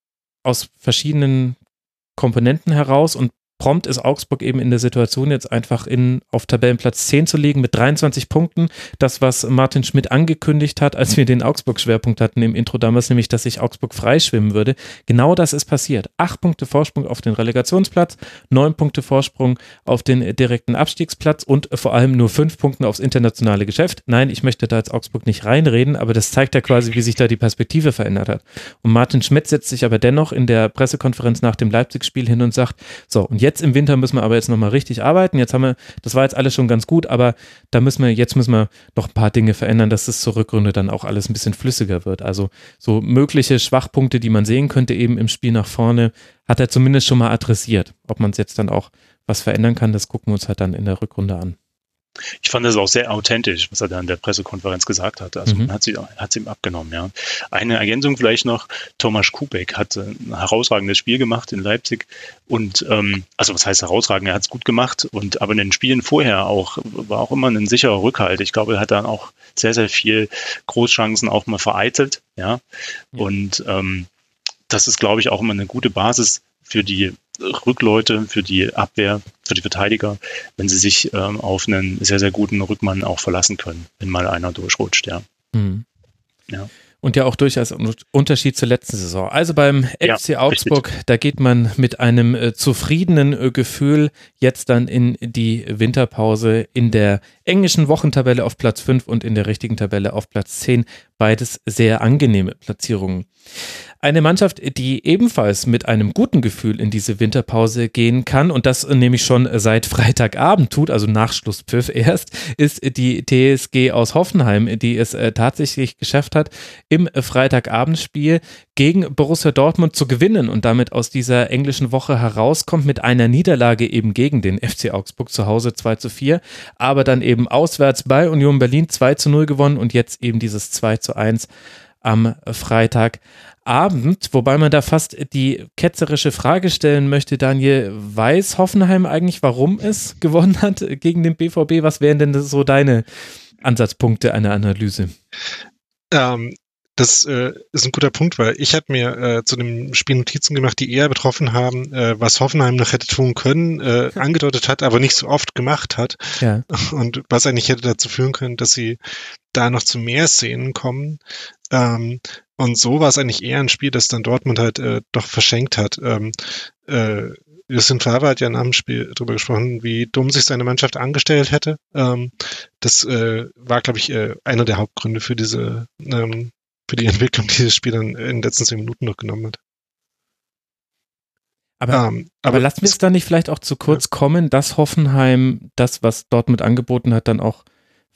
aus verschiedenen Komponenten heraus und prompt ist Augsburg eben in der Situation, jetzt einfach in, auf Tabellenplatz zehn zu liegen mit dreiundzwanzig Punkten. Das, was Martin Schmidt angekündigt hat, als wir den Augsburg-Schwerpunkt hatten im Intro damals, nämlich, dass sich Augsburg freischwimmen würde. Genau das ist passiert. Acht Punkte Vorsprung auf den Relegationsplatz, neun Punkte Vorsprung auf den direkten Abstiegsplatz und vor allem nur fünf Punkte aufs internationale Geschäft. Nein, ich möchte da jetzt Augsburg nicht reinreden, aber das zeigt ja quasi, wie sich da die Perspektive verändert hat. Und Martin Schmidt setzt sich aber dennoch in der Pressekonferenz nach dem Leipzig-Spiel hin und sagt, so, und jetzt Jetzt im Winter müssen wir aber jetzt nochmal richtig arbeiten. Jetzt haben wir, das war jetzt alles schon ganz gut, aber da müssen wir, jetzt müssen wir noch ein paar Dinge verändern, dass es zur Rückrunde dann auch alles ein bisschen flüssiger wird. Also so mögliche Schwachpunkte, die man sehen könnte eben im Spiel nach vorne, hat er zumindest schon mal adressiert. Ob man es jetzt dann auch was verändern kann, das gucken wir uns halt dann in der Rückrunde an. Ich fand das auch sehr authentisch, was er da in der Pressekonferenz gesagt hat. Also Mhm. man hat sie, hat sie ihm abgenommen, ja. Eine Ergänzung vielleicht noch, Tomasz Kubek hat ein herausragendes Spiel gemacht in Leipzig und, ähm, also was heißt herausragend, er hat es gut gemacht und, aber in den Spielen vorher auch, war auch immer ein sicherer Rückhalt. Ich glaube, er hat dann auch sehr, sehr viel Großchancen auch mal vereitelt, ja. Ja. Und, ähm, das ist, glaube ich, auch immer eine gute Basis für die Rückleute, für die Abwehr, für die Verteidiger, wenn sie sich ähm, auf einen sehr, sehr guten Rückmann auch verlassen können, wenn mal einer durchrutscht, ja. Mhm. Ja. Und ja auch durchaus ein Unterschied zur letzten Saison. Also beim F C Ja, Augsburg, richtig. da geht man mit einem äh, zufriedenen äh, Gefühl jetzt dann in die Winterpause in der englischen Wochentabelle auf Platz fünf und in der richtigen Tabelle auf Platz zehn. Beides sehr angenehme Platzierungen. Eine Mannschaft, die ebenfalls mit einem guten Gefühl in diese Winterpause gehen kann und das nämlich schon seit Freitagabend tut, also nach Schlusspfiff erst, ist die T S G aus Hoffenheim, die es äh, tatsächlich geschafft hat, im Freitagabendspiel gegen Borussia Dortmund zu gewinnen und damit aus dieser englischen Woche herauskommt mit einer Niederlage eben gegen den F C Augsburg zu Hause zwei zu vier, aber dann eben auswärts bei Union Berlin zwei zu null gewonnen und jetzt eben dieses zwei zu eins am Freitagabend, wobei man da fast die ketzerische Frage stellen möchte, Daniel, weiß Hoffenheim eigentlich, warum es gewonnen hat gegen den B V B? Was wären denn so deine Ansatzpunkte einer Analyse? Ähm, das äh, ist ein guter Punkt, weil ich habe mir äh, zu dem Spiel Notizen gemacht, die eher betroffen haben, äh, was Hoffenheim noch hätte tun können, äh, angedeutet hat, aber nicht so oft gemacht hat. Ja. Und was eigentlich hätte dazu führen können, dass sie da noch zu mehr Szenen kommen. Ähm, und so war es eigentlich eher ein Spiel, das dann Dortmund halt äh, doch verschenkt hat. Ähm, äh, Justin Favre hat ja nach dem Spiel darüber gesprochen, wie dumm sich seine Mannschaft angestellt hätte. Ähm, das äh, war, glaube ich, äh, einer der Hauptgründe für diese ähm, für die Entwicklung, die das Spiel dann in den letzten zehn Minuten noch genommen hat. Aber, ähm, aber, aber lassen wir es dann nicht vielleicht auch zu kurz ja. kommen, dass Hoffenheim das, was Dortmund angeboten hat, dann auch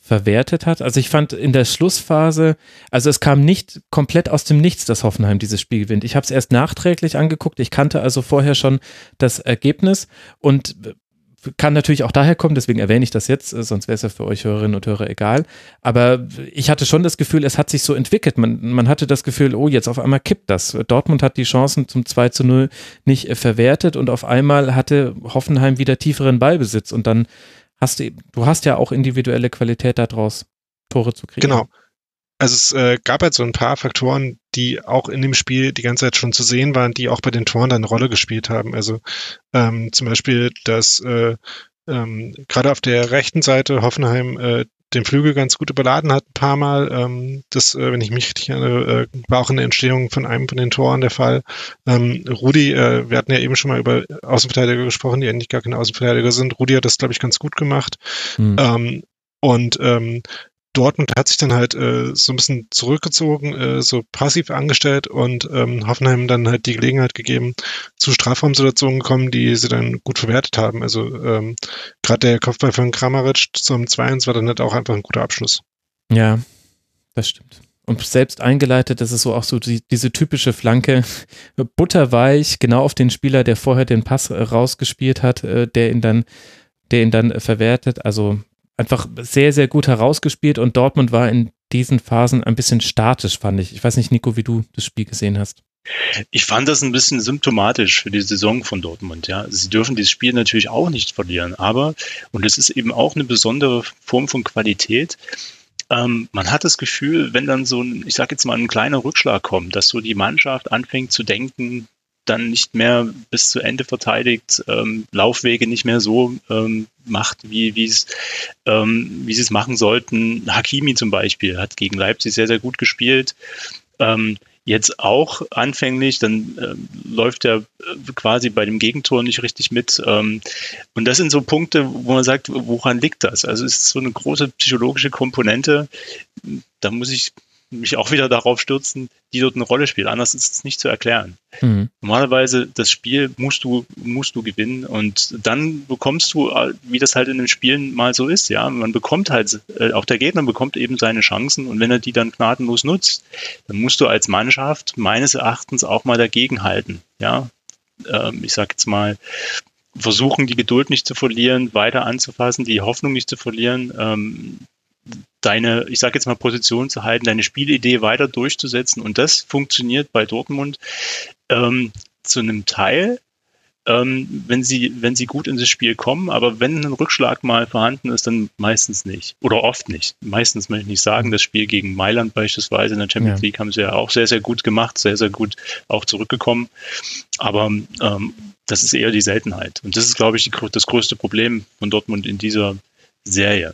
verwertet hat. Also ich fand in der Schlussphase, also es kam nicht komplett aus dem Nichts, dass Hoffenheim dieses Spiel gewinnt. Ich habe es erst nachträglich angeguckt. Ich kannte also vorher schon das Ergebnis und kann natürlich auch daher kommen, deswegen erwähne ich das jetzt, sonst wäre es ja für euch Hörerinnen und Hörer egal. Aber ich hatte schon das Gefühl, es hat sich so entwickelt. Man, man hatte das Gefühl, oh, jetzt auf einmal kippt das. Dortmund hat die Chancen zum zwei zu null nicht verwertet und auf einmal hatte Hoffenheim wieder tieferen Ballbesitz und dann hast du, du hast ja auch individuelle Qualität daraus, Tore zu kriegen. Genau. Also es äh, gab halt so ein paar Faktoren, die auch in dem Spiel die ganze Zeit schon zu sehen waren, die auch bei den Toren dann eine Rolle gespielt haben. Also ähm, zum Beispiel, dass äh, ähm, gerade auf der rechten Seite Hoffenheim äh, den Flügel ganz gut überladen hat ein paar Mal. Ähm, das, äh, wenn ich mich richtig erinnere, äh, war auch in der Entstehung von einem von den Toren der Fall. Ähm, Rudi, äh, wir hatten ja eben schon mal über Außenverteidiger gesprochen, die eigentlich gar keine Außenverteidiger sind. Rudi hat das, glaube ich, ganz gut gemacht. Hm. Ähm, und ähm, Dortmund hat sich dann halt äh, so ein bisschen zurückgezogen, äh, so passiv angestellt und ähm, Hoffenheim dann halt die Gelegenheit gegeben, zu Strafraumsituationen gekommen, die sie dann gut verwertet haben. Also ähm, gerade der Kopfball von Kramaric zum zwei eins war dann halt auch einfach ein guter Abschluss. Ja, das stimmt. Und selbst eingeleitet, das ist so auch so die, diese typische Flanke, butterweich, genau auf den Spieler, der vorher den Pass rausgespielt hat, äh, der ihn dann, der ihn dann verwertet. Also einfach sehr, sehr gut herausgespielt und Dortmund war in diesen Phasen ein bisschen statisch, fand ich. Ich weiß nicht, Nico, wie du das Spiel gesehen hast. Ich fand das ein bisschen symptomatisch für die Saison von Dortmund. Ja, sie dürfen dieses Spiel natürlich auch nicht verlieren, aber, und es ist eben auch eine besondere Form von Qualität, ähm, man hat das Gefühl, wenn dann so ein, ich sag jetzt mal, ein kleiner Rückschlag kommt, dass so die Mannschaft anfängt zu denken, dann nicht mehr bis zu Ende verteidigt, ähm, Laufwege nicht mehr so ähm, macht, wie wie es ähm, wie sie es machen sollten. Hakimi zum Beispiel hat gegen Leipzig sehr, sehr gut gespielt. Ähm, jetzt auch anfänglich, dann ähm, läuft er quasi bei dem Gegentor nicht richtig mit. Ähm, und das sind so Punkte, wo man sagt, woran liegt das? Also es ist so eine große psychologische Komponente. Da muss ich mich auch wieder darauf stürzen, die dort eine Rolle spielt. Anders ist es nicht zu erklären. Mhm. Normalerweise, das Spiel musst du, musst du gewinnen und dann bekommst du, wie das halt in den Spielen mal so ist, ja, man bekommt halt, äh, auch der Gegner bekommt eben seine Chancen und wenn er die dann gnadenlos nutzt, dann musst du als Mannschaft meines Erachtens auch mal dagegenhalten, ja. Ähm, ich sag jetzt mal, versuchen, die Geduld nicht zu verlieren, weiter anzufassen, die Hoffnung nicht zu verlieren, ähm, deine, ich sage jetzt mal, Position zu halten, deine Spielidee weiter durchzusetzen. Und das funktioniert bei Dortmund ähm, zu einem Teil, ähm, wenn sie, wenn sie gut in das Spiel kommen. Aber wenn ein Rückschlag mal vorhanden ist, dann meistens nicht. Oder oft nicht. Meistens möchte ich nicht sagen. Das Spiel gegen Mailand beispielsweise in der Champions League haben sie ja auch sehr, sehr gut gemacht, sehr, sehr gut auch zurückgekommen. Aber ähm, das ist eher die Seltenheit. Und das ist, glaube ich, die, das größte Problem von Dortmund in dieser Serie.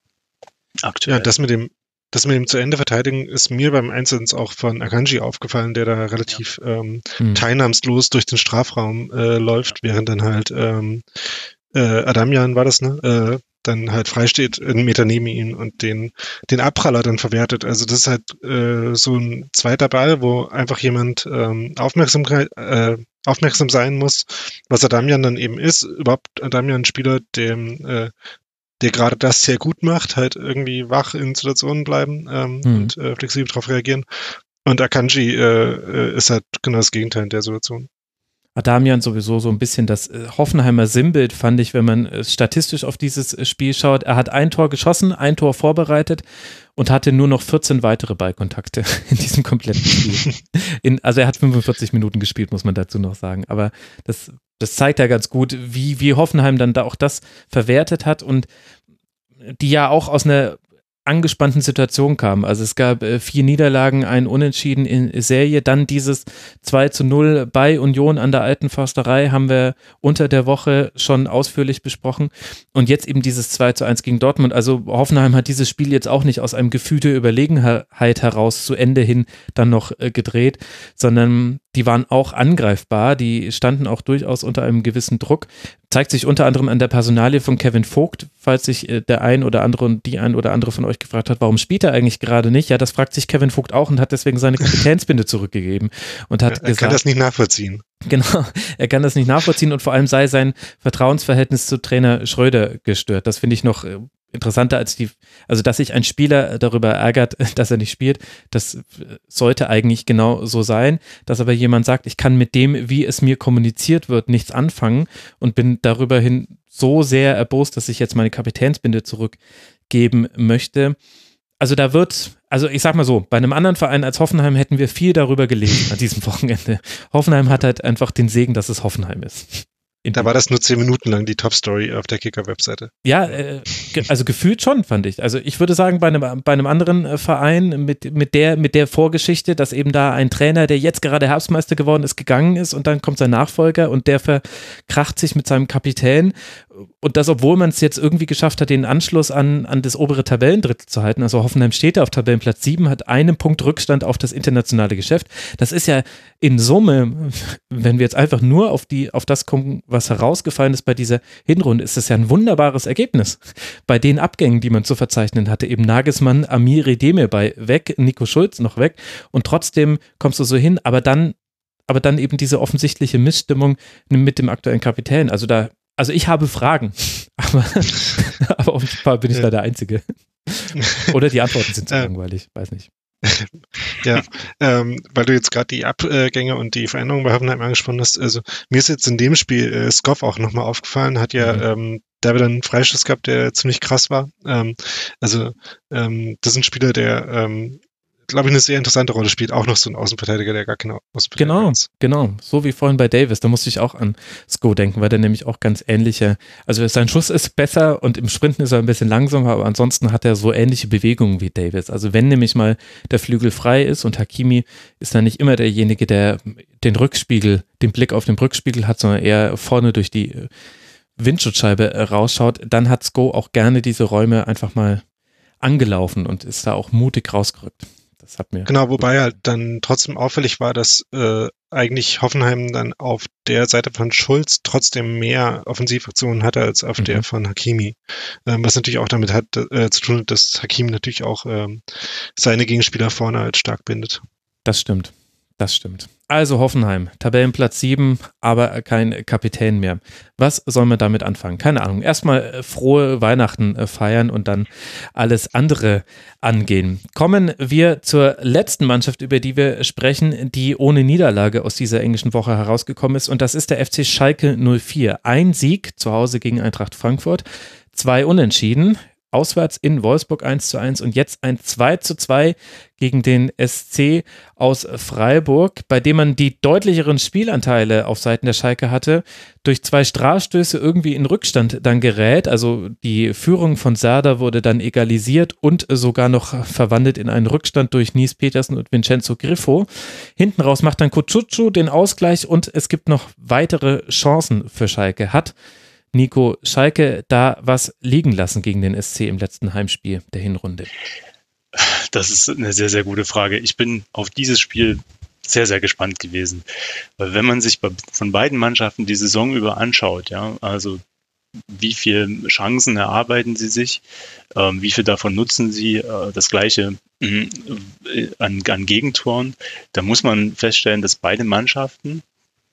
Aktuell. Ja, das mit dem, das mit dem zu Ende verteidigen ist mir beim Einsatz auch von Akanji aufgefallen, der da relativ ja. ähm, hm. teilnahmslos durch den Strafraum äh, läuft, während dann halt ähm, äh, Adamian war das, ne? Äh, dann halt frei steht, einen Meter neben ihm und den den Abpraller dann verwertet. Also das ist halt äh, so ein zweiter Ball, wo einfach jemand ähm, Aufmerksamkeit äh, aufmerksam sein muss, was Adamian dann eben ist. Überhaupt Adamian ein Spieler, dem äh, der gerade das sehr gut macht, halt irgendwie wach in Situationen bleiben ähm, mhm. und äh, flexibel darauf reagieren. Und Akanji äh, ist halt genau das Gegenteil in der Situation. Adamian sowieso so ein bisschen das äh, Hoffenheimer Sinnbild, fand ich, wenn man äh, statistisch auf dieses äh, Spiel schaut. Er hat ein Tor geschossen, ein Tor vorbereitet und hatte nur noch vierzehn weitere Ballkontakte in diesem kompletten Spiel. in, also er hat fünfundvierzig Minuten gespielt, muss man dazu noch sagen. Aber das Das zeigt ja ganz gut, wie, wie Hoffenheim dann da auch das verwertet hat und die ja auch aus einer angespannten Situation kamen. Also es gab äh, vier Niederlagen, ein Unentschieden in Serie, dann dieses zwei zu null bei Union an der Alten Försterei haben wir unter der Woche schon ausführlich besprochen und jetzt eben dieses zwei zu eins gegen Dortmund. Also Hoffenheim hat dieses Spiel jetzt auch nicht aus einem Gefühl der Überlegenheit heraus zu Ende hin dann noch äh, gedreht, sondern die waren auch angreifbar, die standen auch durchaus unter einem gewissen Druck. Zeigt sich unter anderem an der Personalie von Kevin Vogt, falls sich äh, der ein oder andere und die ein oder andere von euch gefragt hat, warum spielt er eigentlich gerade nicht? Ja, das fragt sich Kevin Vogt auch und hat deswegen seine Kapitänsbinde zurückgegeben und hat er gesagt, kann das nicht nachvollziehen. Genau, er kann das nicht nachvollziehen und vor allem sei sein Vertrauensverhältnis zu Trainer Schröder gestört. Das finde ich noch interessanter als die, also dass sich ein Spieler darüber ärgert, dass er nicht spielt, das sollte eigentlich genau so sein, dass aber jemand sagt, ich kann mit dem, wie es mir kommuniziert wird, nichts anfangen und bin darüber hin so sehr erbost, dass ich jetzt meine Kapitänsbinde zurückgeben möchte. Also da wird, also ich sag mal so, bei einem anderen Verein als Hoffenheim hätten wir viel darüber gelesen an diesem Wochenende. Hoffenheim hat halt einfach den Segen, dass es Hoffenheim ist. Da war das nur zehn Minuten lang die Top-Story auf der Kicker-Webseite. Ja, äh, ge- also gefühlt schon, fand ich. Also ich würde sagen, bei einem, bei einem anderen äh, Verein mit, mit, der, mit der Vorgeschichte, dass eben da ein Trainer, der jetzt gerade Herbstmeister geworden ist, gegangen ist und dann kommt sein Nachfolger und der verkracht sich mit seinem Kapitän und das, obwohl man es jetzt irgendwie geschafft hat, den Anschluss an, an das obere Tabellendrittel zu halten. Also Hoffenheim steht da auf Tabellenplatz sieben, hat einen Punkt Rückstand auf das internationale Geschäft. Das ist ja in Summe, wenn wir jetzt einfach nur auf, die, auf das kommen, was herausgefallen ist bei dieser Hinrunde, ist das ja ein wunderbares Ergebnis. Bei den Abgängen, die man zu verzeichnen hatte, eben Nagelsmann, Amiri Demirbay weg, Nico Schulz noch weg und trotzdem kommst du so hin, aber dann, aber dann eben diese offensichtliche Missstimmung mit dem aktuellen Kapitän. Also da, also ich habe Fragen, aber, aber offenbar bin ich ja da der Einzige. Oder die Antworten sind so äh, langweilig, weiß nicht. Ja, ähm, weil du jetzt gerade die Abgänge und die Veränderungen bei Hoffenheim angesprochen hast, also mir ist jetzt in dem Spiel äh, Skoff auch nochmal aufgefallen, hat ja mhm. ähm, da wieder einen Freistoß gehabt, der ziemlich krass war. Ähm, also ähm, das ist ein Spieler, der ähm, glaube ich, eine sehr interessante Rolle spielt. Auch noch so ein Außenverteidiger, der gar kein Außenverteidiger genau, ist. Genau, genau. So wie vorhin bei Davis. Da musste ich auch an Sko denken, weil der nämlich auch ganz ähnliche, also sein Schuss ist besser und im Sprinten ist er ein bisschen langsamer, aber ansonsten hat er so ähnliche Bewegungen wie Davis. Also wenn nämlich mal der Flügel frei ist und Hakimi ist dann nicht immer derjenige, der den Rückspiegel, den Blick auf den Rückspiegel hat, sondern eher vorne durch die Windschutzscheibe rausschaut, dann hat Sko auch gerne diese Räume einfach mal angelaufen und ist da auch mutig rausgerückt. Das hat mir genau, wobei halt dann trotzdem auffällig war, dass äh, eigentlich Hoffenheim dann auf der Seite von Schulz trotzdem mehr Offensivaktionen hatte als auf mhm. der von Hakimi. Ähm, was natürlich auch damit hat äh, zu tun hat, dass Hakimi natürlich auch ähm, seine Gegenspieler vorne halt stark bindet. Das stimmt. Das stimmt. Also Hoffenheim, Tabellenplatz sieben, aber kein Kapitän mehr. Was soll man damit anfangen? Keine Ahnung. Erstmal frohe Weihnachten feiern und dann alles andere angehen. Kommen wir zur letzten Mannschaft, über die wir sprechen, die ohne Niederlage aus dieser englischen Woche herausgekommen ist. Und das ist der F C Schalke null vier. Ein Sieg zu Hause gegen Eintracht Frankfurt, zwei Unentschieden. Auswärts in Wolfsburg eins zu eins und jetzt ein zwei zu zwei gegen den S C aus Freiburg, bei dem man die deutlicheren Spielanteile auf Seiten der Schalke hatte, durch zwei Strafstöße irgendwie in Rückstand dann gerät. Also die Führung von Serdar wurde dann egalisiert und sogar noch verwandelt in einen Rückstand durch Nies Petersen und Vincenzo Griffo. Hinten raus macht dann Kutschutschu den Ausgleich und es gibt noch weitere Chancen für Schalke. Hat Nico Schalke da was liegen lassen gegen den S C im letzten Heimspiel der Hinrunde? Das ist eine sehr, sehr gute Frage. Ich bin auf dieses Spiel sehr, sehr gespannt gewesen. Weil wenn man sich bei, von beiden Mannschaften die Saison über anschaut, ja, also wie viele Chancen erarbeiten sie sich, ähm, wie viel davon nutzen sie, äh, das Gleiche äh, an, an Gegentoren, da muss man feststellen, dass beide Mannschaften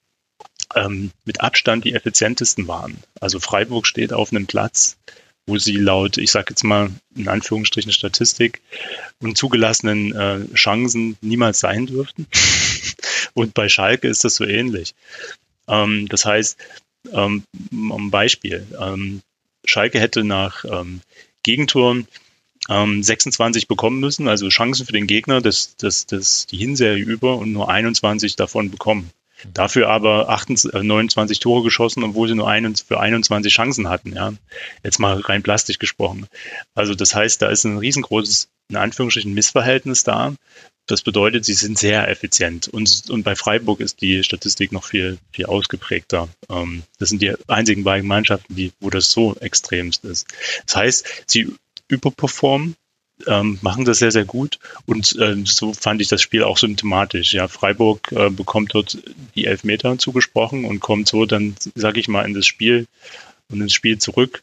Ähm, mit Abstand die effizientesten waren. Also Freiburg steht auf einem Platz, wo sie laut, ich sage jetzt mal in Anführungsstrichen Statistik und zugelassenen äh, Chancen niemals sein dürften. Und bei Schalke ist das so ähnlich. Ähm, das heißt, ähm, ein Beispiel, ähm, Schalke hätte nach ähm, Gegentoren ähm, sechsundzwanzig bekommen müssen, also Chancen für den Gegner, das, das, das die Hinserie über und nur einundzwanzig davon bekommen. Dafür aber achtundzwanzig, neunundzwanzig Tore geschossen, obwohl sie nur für einundzwanzig Chancen hatten. Ja, jetzt mal rein plastisch gesprochen. Also das heißt, da ist ein riesengroßes, in Anführungsstrichen, Missverhältnis da. Das bedeutet, sie sind sehr effizient. Und, und bei Freiburg ist die Statistik noch viel, viel ausgeprägter. Ähm, das sind die einzigen beiden Mannschaften, die, wo das so extremst ist. Das heißt, sie überperformen, Ähm, machen das sehr, sehr gut und ähm, so fand ich das Spiel auch symptomatisch. Ja, Freiburg äh, bekommt dort die Elfmeter zugesprochen und kommt so dann, sag ich mal, in das Spiel und ins Spiel zurück.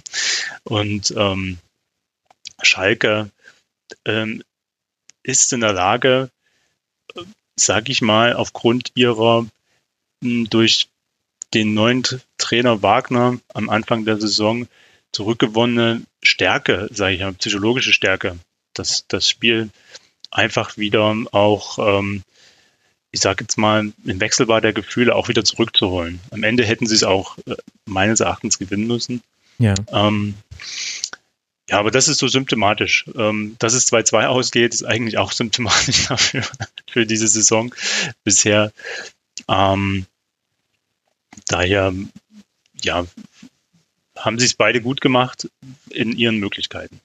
Und ähm, Schalke ähm, ist in der Lage, äh, sag ich mal, aufgrund ihrer mh, durch den neuen Trainer Wagner am Anfang der Saison zurückgewonnene Stärke, sage ich mal, psychologische Stärke, das, das Spiel einfach wieder auch, ähm, ich sage jetzt mal, im Wechselbad der Gefühle auch wieder zurückzuholen. Am Ende hätten sie es auch äh, meines Erachtens gewinnen müssen. Ja. Ähm, ja, aber das ist so symptomatisch. Ähm, dass es zwei zwei ausgeht, ist eigentlich auch symptomatisch dafür, für diese Saison bisher. Ähm, daher, ja, haben sie es beide gut gemacht in ihren Möglichkeiten.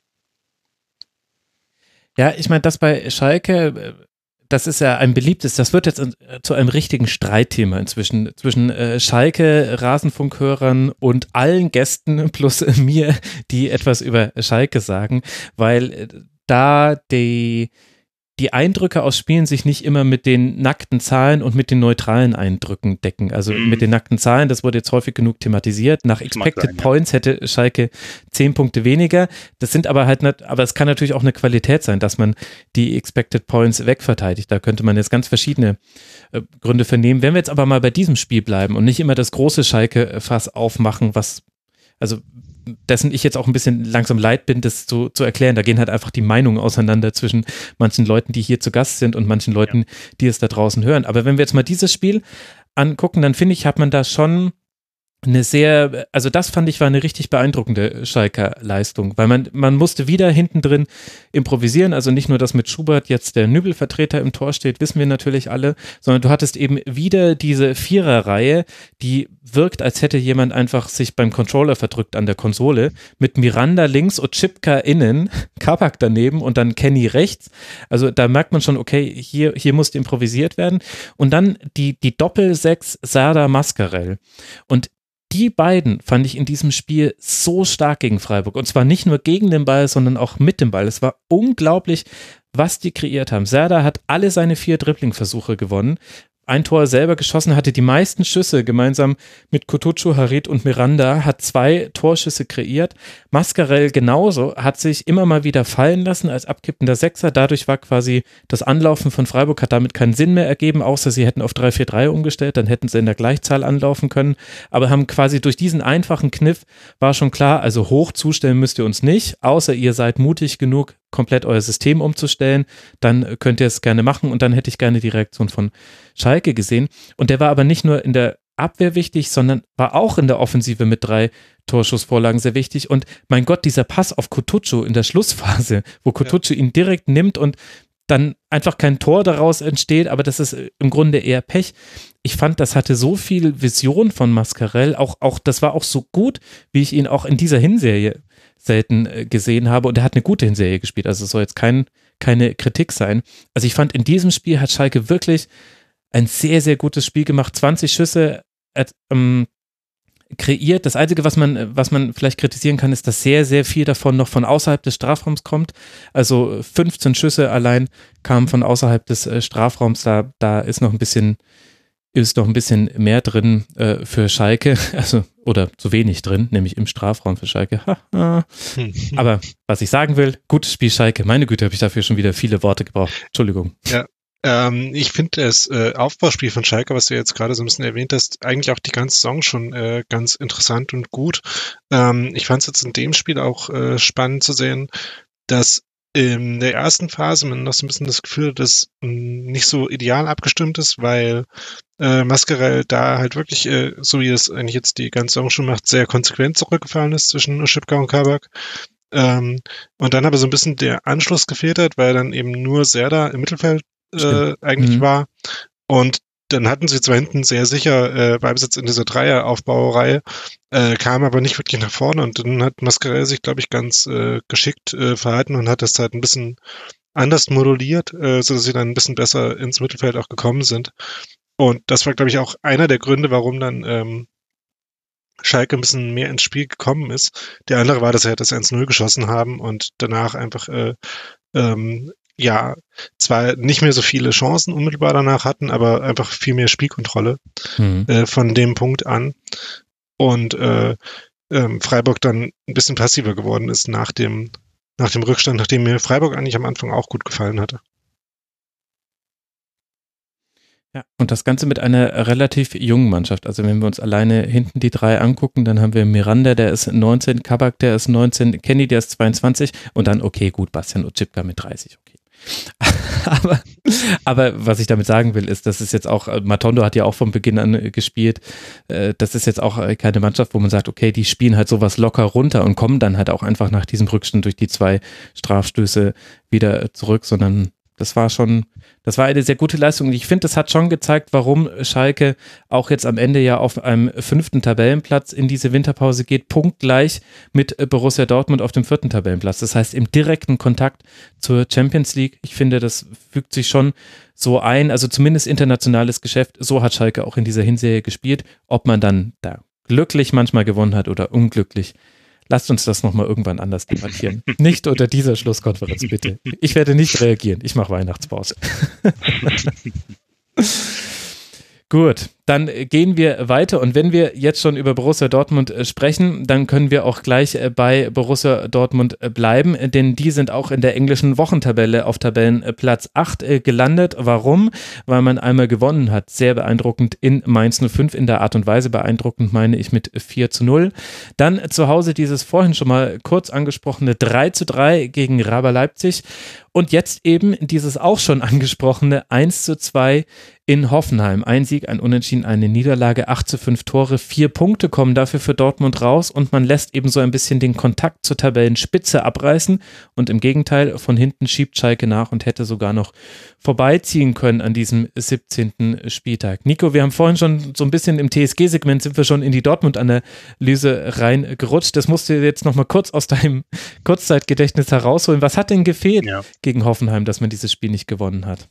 Ja, ich meine, das bei Schalke, das ist ja ein beliebtes, das wird jetzt zu einem richtigen Streitthema inzwischen, zwischen äh, Schalke, Rasenfunkhörern und allen Gästen plus äh, mir, die etwas über Schalke sagen, weil äh, da die die Eindrücke aus Spielen sich nicht immer mit den nackten Zahlen und mit den neutralen Eindrücken decken. Also mhm. mit den nackten Zahlen, das wurde jetzt häufig genug thematisiert. Nach Expected sein, Points ja. hätte Schalke zehn Punkte weniger. Das sind aber halt nicht, aber es kann natürlich auch eine Qualität sein, dass man die Expected Points wegverteidigt. Da könnte man jetzt ganz verschiedene äh, Gründe vernehmen. Wenn wir jetzt aber mal bei diesem Spiel bleiben und nicht immer das große Schalke-Fass aufmachen, was, also dessen ich jetzt auch ein bisschen langsam leid bin, das zu, zu erklären. Da gehen halt einfach die Meinungen auseinander zwischen manchen Leuten, die hier zu Gast sind und manchen Leuten, ja. die es da draußen hören. Aber wenn wir jetzt mal dieses Spiel angucken, dann finde ich, hat man da schon eine sehr, also das fand ich war eine richtig beeindruckende Schalker Leistung, weil man, man musste wieder hinten drin improvisieren, also nicht nur, dass mit Schubert jetzt der Nübel-Vertreter im Tor steht, wissen wir natürlich alle, sondern du hattest eben wieder diese Viererreihe, die wirkt, als hätte jemand einfach sich beim Controller verdrückt an der Konsole, mit Miranda links, Otschipka innen, Kabak daneben und dann Kenny rechts, also da merkt man schon, okay, hier, hier musste improvisiert werden und dann die, die Doppel-Sechs Serdar Mascarell und die beiden fand ich in diesem Spiel so stark gegen Freiburg. Und zwar nicht nur gegen den Ball, sondern auch mit dem Ball. Es war unglaublich, was die kreiert haben. Serdar hat alle seine vier Dribbling-Versuche gewonnen. Ein Tor selber geschossen, hatte die meisten Schüsse gemeinsam mit Kutucu, Harit und Miranda, hat zwei Torschüsse kreiert. Mascarell genauso, hat sich immer mal wieder fallen lassen als abkippender Sechser. Dadurch war quasi das Anlaufen von Freiburg, hat damit keinen Sinn mehr ergeben, außer sie hätten auf drei vier drei umgestellt, dann hätten sie in der Gleichzahl anlaufen können. Aber haben quasi durch diesen einfachen Kniff war schon klar, also hoch zustellen müsst ihr uns nicht, außer ihr seid mutig genug, komplett euer System umzustellen, dann könnt ihr es gerne machen und dann hätte ich gerne die Reaktion von Schalke gesehen. Und der war aber nicht nur in der Abwehr wichtig, sondern war auch in der Offensive mit drei Torschussvorlagen sehr wichtig. Und mein Gott, dieser Pass auf Kutucu in der Schlussphase, wo Kutucu ja. ihn direkt nimmt und dann einfach kein Tor daraus entsteht, aber das ist im Grunde eher Pech. Ich fand, das hatte so viel Vision von Mascarell, auch, auch das war auch so gut, wie ich ihn auch in dieser Hinserie selten gesehen habe und er hat eine gute Hinserie gespielt, also es soll jetzt kein, keine Kritik sein. Also ich fand, in diesem Spiel hat Schalke wirklich ein sehr, sehr gutes Spiel gemacht, zwanzig Schüsse at, ähm, kreiert. Das Einzige, was man, was man vielleicht kritisieren kann, ist, dass sehr, sehr viel davon noch von außerhalb des Strafraums kommt. Also fünfzehn Schüsse allein kamen von außerhalb des äh, Strafraums, da, da ist noch ein bisschen ist noch ein bisschen mehr drin äh, für Schalke, also oder zu wenig drin, nämlich im Strafraum für Schalke. Aber was ich sagen will, gutes Spiel Schalke, meine Güte, habe ich dafür schon wieder viele Worte gebraucht. Entschuldigung. Ja, ähm, ich finde das äh, Aufbauspiel von Schalke, was du jetzt gerade so ein bisschen erwähnt hast, eigentlich auch die ganze Saison schon äh, ganz interessant und gut. Ähm, ich fand es jetzt in dem Spiel auch äh, spannend zu sehen, dass in der ersten Phase man noch so ein bisschen das Gefühl hat, dass mh, nicht so ideal abgestimmt ist, weil äh, Mascarell da halt wirklich, äh, so wie es eigentlich jetzt die ganze Saison schon macht, sehr konsequent zurückgefallen ist zwischen Otschipka und Kabak. Ähm, und dann aber so ein bisschen der Anschluss gefehlt hat, weil dann eben nur Serdar im Mittelfeld äh, eigentlich mhm. war. Und dann hatten sie zwar hinten sehr sicher äh, Ballbesitz in dieser Dreier-Aufbaureihe, äh, kam aber nicht wirklich nach vorne und dann hat Mascarell sich, glaube ich, ganz äh, geschickt äh, verhalten und hat das halt ein bisschen anders moduliert, äh, sodass sie dann ein bisschen besser ins Mittelfeld auch gekommen sind. Und das war, glaube ich, auch einer der Gründe, warum dann ähm, Schalke ein bisschen mehr ins Spiel gekommen ist. Der andere war, dass sie halt das eins null geschossen haben und danach einfach äh, ähm, ja, zwar nicht mehr so viele Chancen unmittelbar danach hatten, aber einfach viel mehr Spielkontrolle mhm. äh, von dem Punkt an. Und äh, ähm, Freiburg dann ein bisschen passiver geworden ist nach dem, nach dem Rückstand, nachdem mir Freiburg eigentlich am Anfang auch gut gefallen hatte. Ja, und das Ganze mit einer relativ jungen Mannschaft. Also wenn wir uns alleine hinten die drei angucken, dann haben wir Miranda, der ist neunzehn, Kabak, der ist neunzehn, Kenny, der ist zweiundzwanzig und dann, okay, gut, Bastian Oczipka mit dreißig, okay. aber, aber was ich damit sagen will, ist, das ist jetzt auch, Matondo hat ja auch von Beginn an gespielt, das ist jetzt auch keine Mannschaft, wo man sagt, okay, die spielen halt sowas locker runter und kommen dann halt auch einfach nach diesem Rückstand durch die zwei Strafstöße wieder zurück, sondern das war schon, das war eine sehr gute Leistung. Und ich finde, das hat schon gezeigt, warum Schalke auch jetzt am Ende ja auf einem fünften Tabellenplatz in diese Winterpause geht, punktgleich mit Borussia Dortmund auf dem vierten Tabellenplatz. Das heißt, im direkten Kontakt zur Champions League. Ich finde, das fügt sich schon so ein, also zumindest internationales Geschäft. So hat Schalke auch in dieser Hinserie gespielt. Ob man dann da glücklich manchmal gewonnen hat oder unglücklich, lasst uns das nochmal irgendwann anders debattieren. Nicht unter dieser Schlusskonferenz, bitte. Ich werde nicht reagieren. Ich mache Weihnachtspause. Gut, dann gehen wir weiter und wenn wir jetzt schon über Borussia Dortmund sprechen, dann können wir auch gleich bei Borussia Dortmund bleiben, denn die sind auch in der englischen Wochentabelle auf Tabellenplatz acht gelandet. Warum? Weil man einmal gewonnen hat, sehr beeindruckend in Mainz null fünf, in der Art und Weise beeindruckend, meine ich, mit vier zu null. Dann zu Hause dieses vorhin schon mal kurz angesprochene drei zu drei gegen R B Leipzig und jetzt eben dieses auch schon angesprochene eins zu zwei in Hoffenheim. Ein Sieg, ein Unentschieden, eine Niederlage, acht zu fünf Tore, vier Punkte kommen dafür für Dortmund raus und man lässt eben so ein bisschen den Kontakt zur Tabellenspitze abreißen und im Gegenteil, von hinten schiebt Schalke nach und hätte sogar noch vorbeiziehen können an diesem siebzehnten Spieltag. Nico, wir haben vorhin schon so ein bisschen im T S G-Segment sind wir schon in die Dortmund-Analyse reingerutscht. Das musst du jetzt nochmal kurz aus deinem Kurzzeitgedächtnis herausholen. Was hat denn gefehlt ja. gegen Hoffenheim, dass man dieses Spiel nicht gewonnen hat?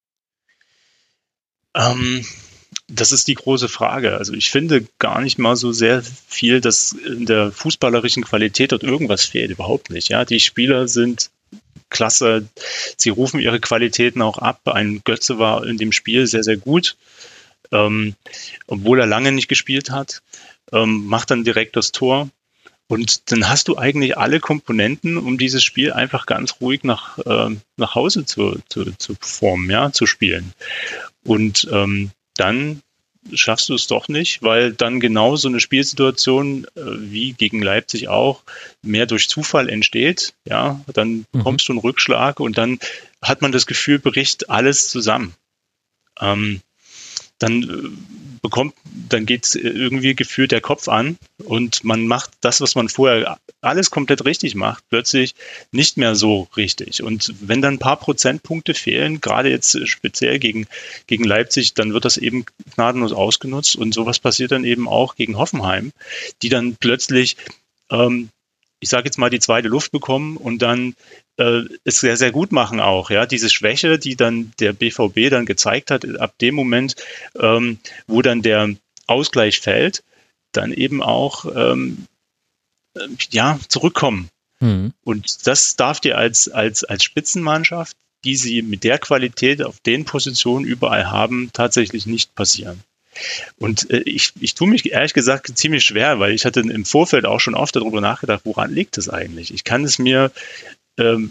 Ähm, das ist die große Frage. Also ich finde gar nicht mal so sehr viel, dass in der fußballerischen Qualität dort irgendwas fehlt. Überhaupt nicht. Ja, die Spieler sind klasse. Sie rufen ihre Qualitäten auch ab. Ein Götze war in dem Spiel sehr, sehr gut. Ähm, obwohl er lange nicht gespielt hat, ähm, macht dann direkt das Tor. Und dann hast du eigentlich alle Komponenten, um dieses Spiel einfach ganz ruhig nach, äh, nach Hause zu, zu, zu performen, ja, zu spielen. Und ähm, dann schaffst du es doch nicht, weil dann genau so eine Spielsituation äh, wie gegen Leipzig auch mehr durch Zufall entsteht. Ja, dann bekommst mhm. du einen Rückschlag und dann hat man das Gefühl, bricht alles zusammen. Ähm, dann äh, bekommt, dann geht irgendwie gefühlt der Kopf an und man macht das, was man vorher alles komplett richtig macht, plötzlich nicht mehr so richtig. Und wenn dann ein paar Prozentpunkte fehlen, gerade jetzt speziell gegen, gegen Leipzig, dann wird das eben gnadenlos ausgenutzt und sowas passiert dann eben auch gegen Hoffenheim, die dann plötzlich, ähm, ich sage jetzt mal, die zweite Luft bekommen und dann äh, es sehr, sehr gut machen auch. Ja, diese Schwäche, die dann der B V B dann gezeigt hat, ab dem Moment, ähm, wo dann der Ausgleich fällt, dann eben auch ähm, äh, ja, zurückkommen. Mhm. Und das darf dir als, als, als Spitzenmannschaft, die sie mit der Qualität auf den Positionen überall haben, tatsächlich nicht passieren. Und äh, ich, ich tue mich ehrlich gesagt ziemlich schwer, weil ich hatte im Vorfeld auch schon oft darüber nachgedacht, woran liegt es eigentlich? Ich kann es mir, ähm,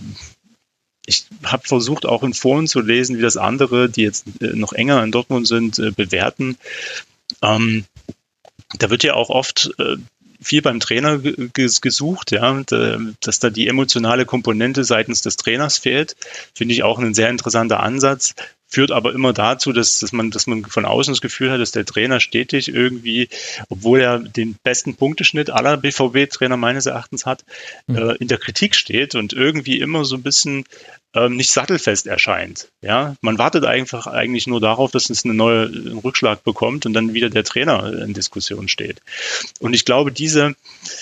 ich habe versucht auch in Foren zu lesen, wie das andere, die jetzt äh, noch enger in Dortmund sind, äh, bewerten. Ähm, da wird ja auch oft äh, viel beim Trainer g- gesucht, ja, dass da die emotionale Komponente seitens des Trainers fehlt, finde ich auch ein sehr interessanter Ansatz. Führt aber immer dazu, dass, dass, man, dass man von außen das Gefühl hat, dass der Trainer stetig irgendwie, obwohl er den besten Punkteschnitt aller B V B-Trainer meines Erachtens hat, mhm. äh, in der Kritik steht und irgendwie immer so ein bisschen ähm, nicht sattelfest erscheint. Ja? Man wartet einfach eigentlich nur darauf, dass es eine neue, einen Rückschlag bekommt und dann wieder der Trainer in Diskussion steht. Und ich glaube, diese,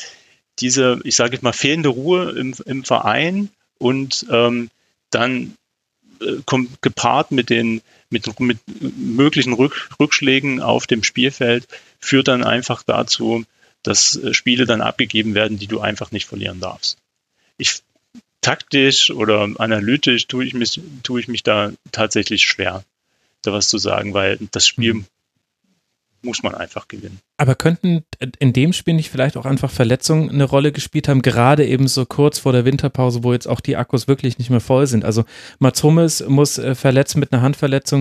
diese ich sage jetzt mal, fehlende Ruhe im, im Verein und ähm, dann kommt gepaart mit den mit, mit möglichen Rück, Rückschlägen auf dem Spielfeld, führt dann einfach dazu, dass Spiele dann abgegeben werden, die du einfach nicht verlieren darfst. Ich taktisch oder analytisch tue ich mich, tue ich mich da tatsächlich schwer, da was zu sagen, weil das Spiel mhm. muss man einfach gewinnen. Aber könnten in dem Spiel nicht vielleicht auch einfach Verletzungen eine Rolle gespielt haben, gerade eben so kurz vor der Winterpause, wo jetzt auch die Akkus wirklich nicht mehr voll sind? Also Mats Hummels muss äh, verletzt mit einer Handverletzung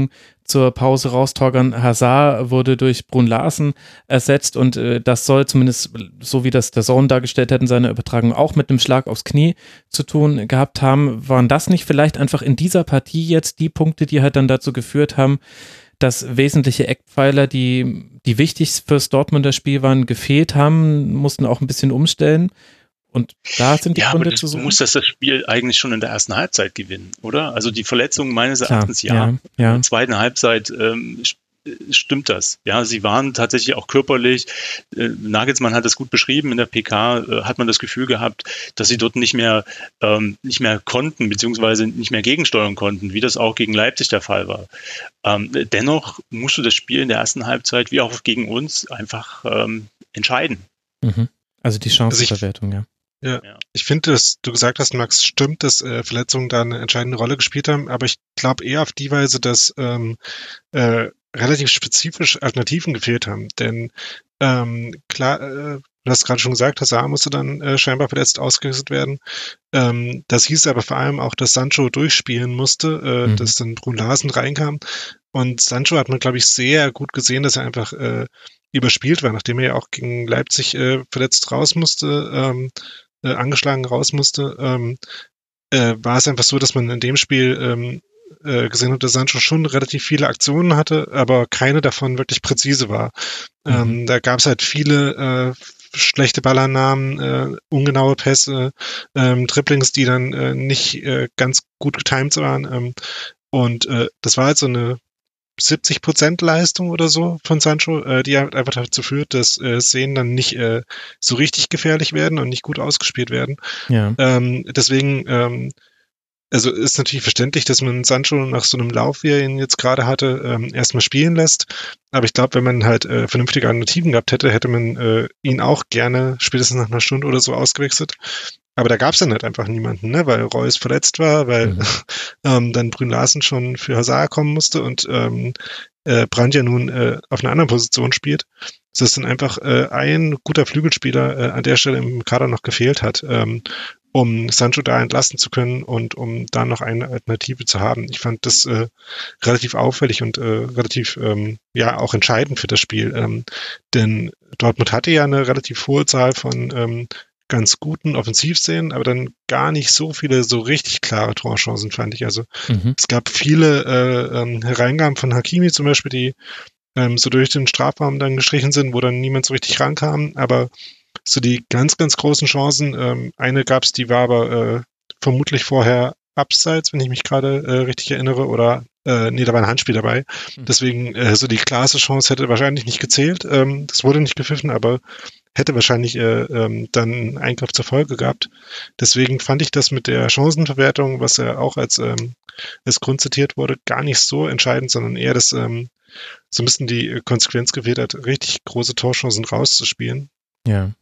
zur Pause raus. Torgan Hazard wurde durch Brun Larsen ersetzt und äh, das soll zumindest, so wie das der Zone dargestellt hat in seiner Übertragung, auch mit einem Schlag aufs Knie zu tun gehabt haben. Waren das nicht vielleicht einfach in dieser Partie jetzt die Punkte, die halt dann dazu geführt haben, dass wesentliche Eckpfeiler, die, die wichtig fürs Dortmunder Spiel waren, gefehlt haben, mussten auch ein bisschen umstellen? Und da sind die ja, Gründe aber zu suchen. Du musst das, das Spiel eigentlich schon in der ersten Halbzeit gewinnen, oder? Also die Verletzungen meines Klar, Erachtens ja. ja, ja. In der zweiten Halbzeit ähm, stimmt das. Ja, sie waren tatsächlich auch körperlich. Äh, Nagelsmann hat das gut beschrieben. In der P K äh, hat man das Gefühl gehabt, dass sie dort nicht mehr, ähm, nicht mehr konnten, beziehungsweise nicht mehr gegensteuern konnten, wie das auch gegen Leipzig der Fall war. Ähm, dennoch musst du das Spiel in der ersten Halbzeit, wie auch gegen uns, einfach ähm, entscheiden. Mhm. Also die Chancenverwertung, also ja. Ja, ja. Ich finde, dass du gesagt hast, Max, stimmt, dass äh, Verletzungen da eine entscheidende Rolle gespielt haben, aber ich glaube eher auf die Weise, dass ähm, äh, relativ spezifisch Alternativen gefehlt haben. Denn ähm, klar, äh, du hast gerade schon gesagt, Hazard musste dann äh, scheinbar verletzt ausgewechselt werden. Ähm, das hieß aber vor allem auch, dass Sancho durchspielen musste, äh, mhm. dass dann Brun Larsen reinkam. Und Sancho hat man, glaube ich, sehr gut gesehen, dass er einfach äh, überspielt war, nachdem er ja auch gegen Leipzig äh, verletzt raus musste, ähm, äh, angeschlagen raus musste, ähm, äh, war es einfach so, dass man in dem Spiel ähm, äh, gesehen hat, dass Sancho schon relativ viele Aktionen hatte, aber keine davon wirklich präzise war. Mhm. Ähm, da gab es halt viele äh, schlechte Ballannahmen, äh, ungenaue Pässe, ähm, Dribblings, die dann äh, nicht äh, ganz gut getimed waren. Ähm, und äh, das war halt so eine siebzig Prozent Leistung oder so von Sancho, äh, die halt einfach dazu führt, dass äh, Szenen dann nicht äh, so richtig gefährlich werden und nicht gut ausgespielt werden. Ja. Ähm, deswegen, ähm, also ist natürlich verständlich, dass man Sancho nach so einem Lauf, wie er ihn jetzt gerade hatte, ähm, erstmal spielen lässt. Aber ich glaube, wenn man halt äh, vernünftige Alternativen gehabt hätte, hätte man äh, ihn auch gerne spätestens nach einer Stunde oder so ausgewechselt. Aber da gab es dann halt einfach niemanden, ne? Weil Reus verletzt war, weil mhm. ähm, dann Brun Larsen schon für Hazard kommen musste und ähm, äh, Brandt ja nun äh, auf einer anderen Position spielt. Dass dann einfach äh, ein guter Flügelspieler äh, an der Stelle im Kader noch gefehlt hat, ähm, um Sancho da entlasten zu können und um da noch eine Alternative zu haben. Ich fand das äh, relativ auffällig und äh, relativ ähm, ja auch entscheidend für das Spiel. Ähm, denn Dortmund hatte ja eine relativ hohe Zahl von ähm, ganz guten Offensivszenen, aber dann gar nicht so viele so richtig klare Torchancen, fand ich. Also mhm. es gab viele äh, ähm, Hereingaben von Hakimi zum Beispiel, die ähm, so durch den Strafraum dann gestrichen sind, wo dann niemand so richtig rankam, aber so die ganz, ganz großen Chancen, ähm, eine gab es, die war aber äh, vermutlich vorher abseits, wenn ich mich gerade äh, richtig erinnere, oder äh, nee, da war ein Handspiel dabei. Mhm. Deswegen äh, so die klarste Chance hätte wahrscheinlich nicht gezählt. Ähm, das wurde nicht gepfiffen, aber hätte wahrscheinlich äh, ähm, dann einen Eingriff zur Folge gehabt. Deswegen fand ich das mit der Chancenverwertung, was ja auch als, ähm, als Grund zitiert wurde, gar nicht so entscheidend, sondern eher, dass ähm, so ein bisschen die Konsequenz gewählt hat, richtig große Torchancen rauszuspielen. Ja.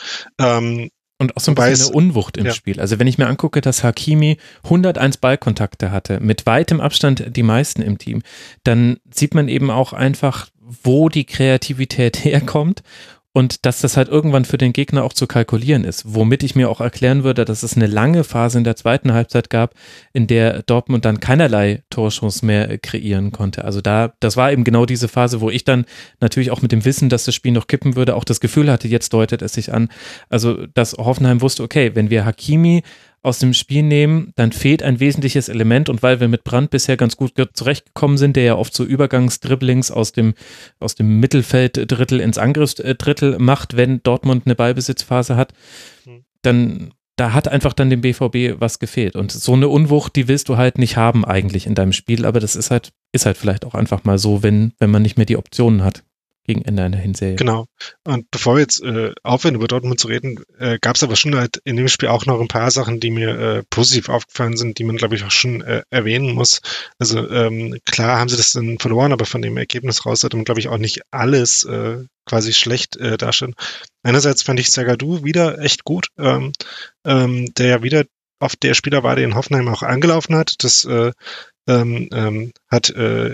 Ähm, Und auch so ein bisschen eine Unwucht im ja. Spiel. Also wenn ich mir angucke, dass Hakimi hunderteins Ballkontakte hatte, mit weitem Abstand die meisten im Team, dann sieht man eben auch einfach, wo die Kreativität herkommt. Und dass das halt irgendwann für den Gegner auch zu kalkulieren ist, womit ich mir auch erklären würde, dass es eine lange Phase in der zweiten Halbzeit gab, in der Dortmund dann keinerlei Torchance mehr kreieren konnte. Also da, das war eben genau diese Phase, wo ich dann natürlich auch mit dem Wissen, dass das Spiel noch kippen würde, auch das Gefühl hatte, jetzt deutet es sich an. Also dass Hoffenheim wusste, okay, wenn wir Hakimi aus dem Spiel nehmen, dann fehlt ein wesentliches Element, und weil wir mit Brandt bisher ganz gut zurechtgekommen sind, der ja oft so Übergangsdribblings aus dem, aus dem Mittelfelddrittel ins Angriffsdrittel macht, wenn Dortmund eine Ballbesitzphase hat, dann da hat einfach dann dem B V B was gefehlt, und so eine Unwucht, die willst du halt nicht haben eigentlich in deinem Spiel, aber das ist halt, ist halt vielleicht auch einfach mal so, wenn, wenn man nicht mehr die Optionen hat gegen Ende einer Hinserie. Genau. Und bevor wir jetzt äh, aufhören, über Dortmund zu reden, äh, gab es aber schon halt in dem Spiel auch noch ein paar Sachen, die mir äh, positiv aufgefallen sind, die man, glaube ich, auch schon äh, erwähnen muss. Also ähm, klar haben sie das dann verloren, aber von dem Ergebnis raus hat man, glaube ich, auch nicht alles äh, quasi schlecht äh, darstellen. Einerseits fand ich Zagadou wieder echt gut, ähm, ähm, der ja wieder oft der Spieler war, der in Hoffenheim auch angelaufen hat. Das äh, ähm, ähm, hat äh,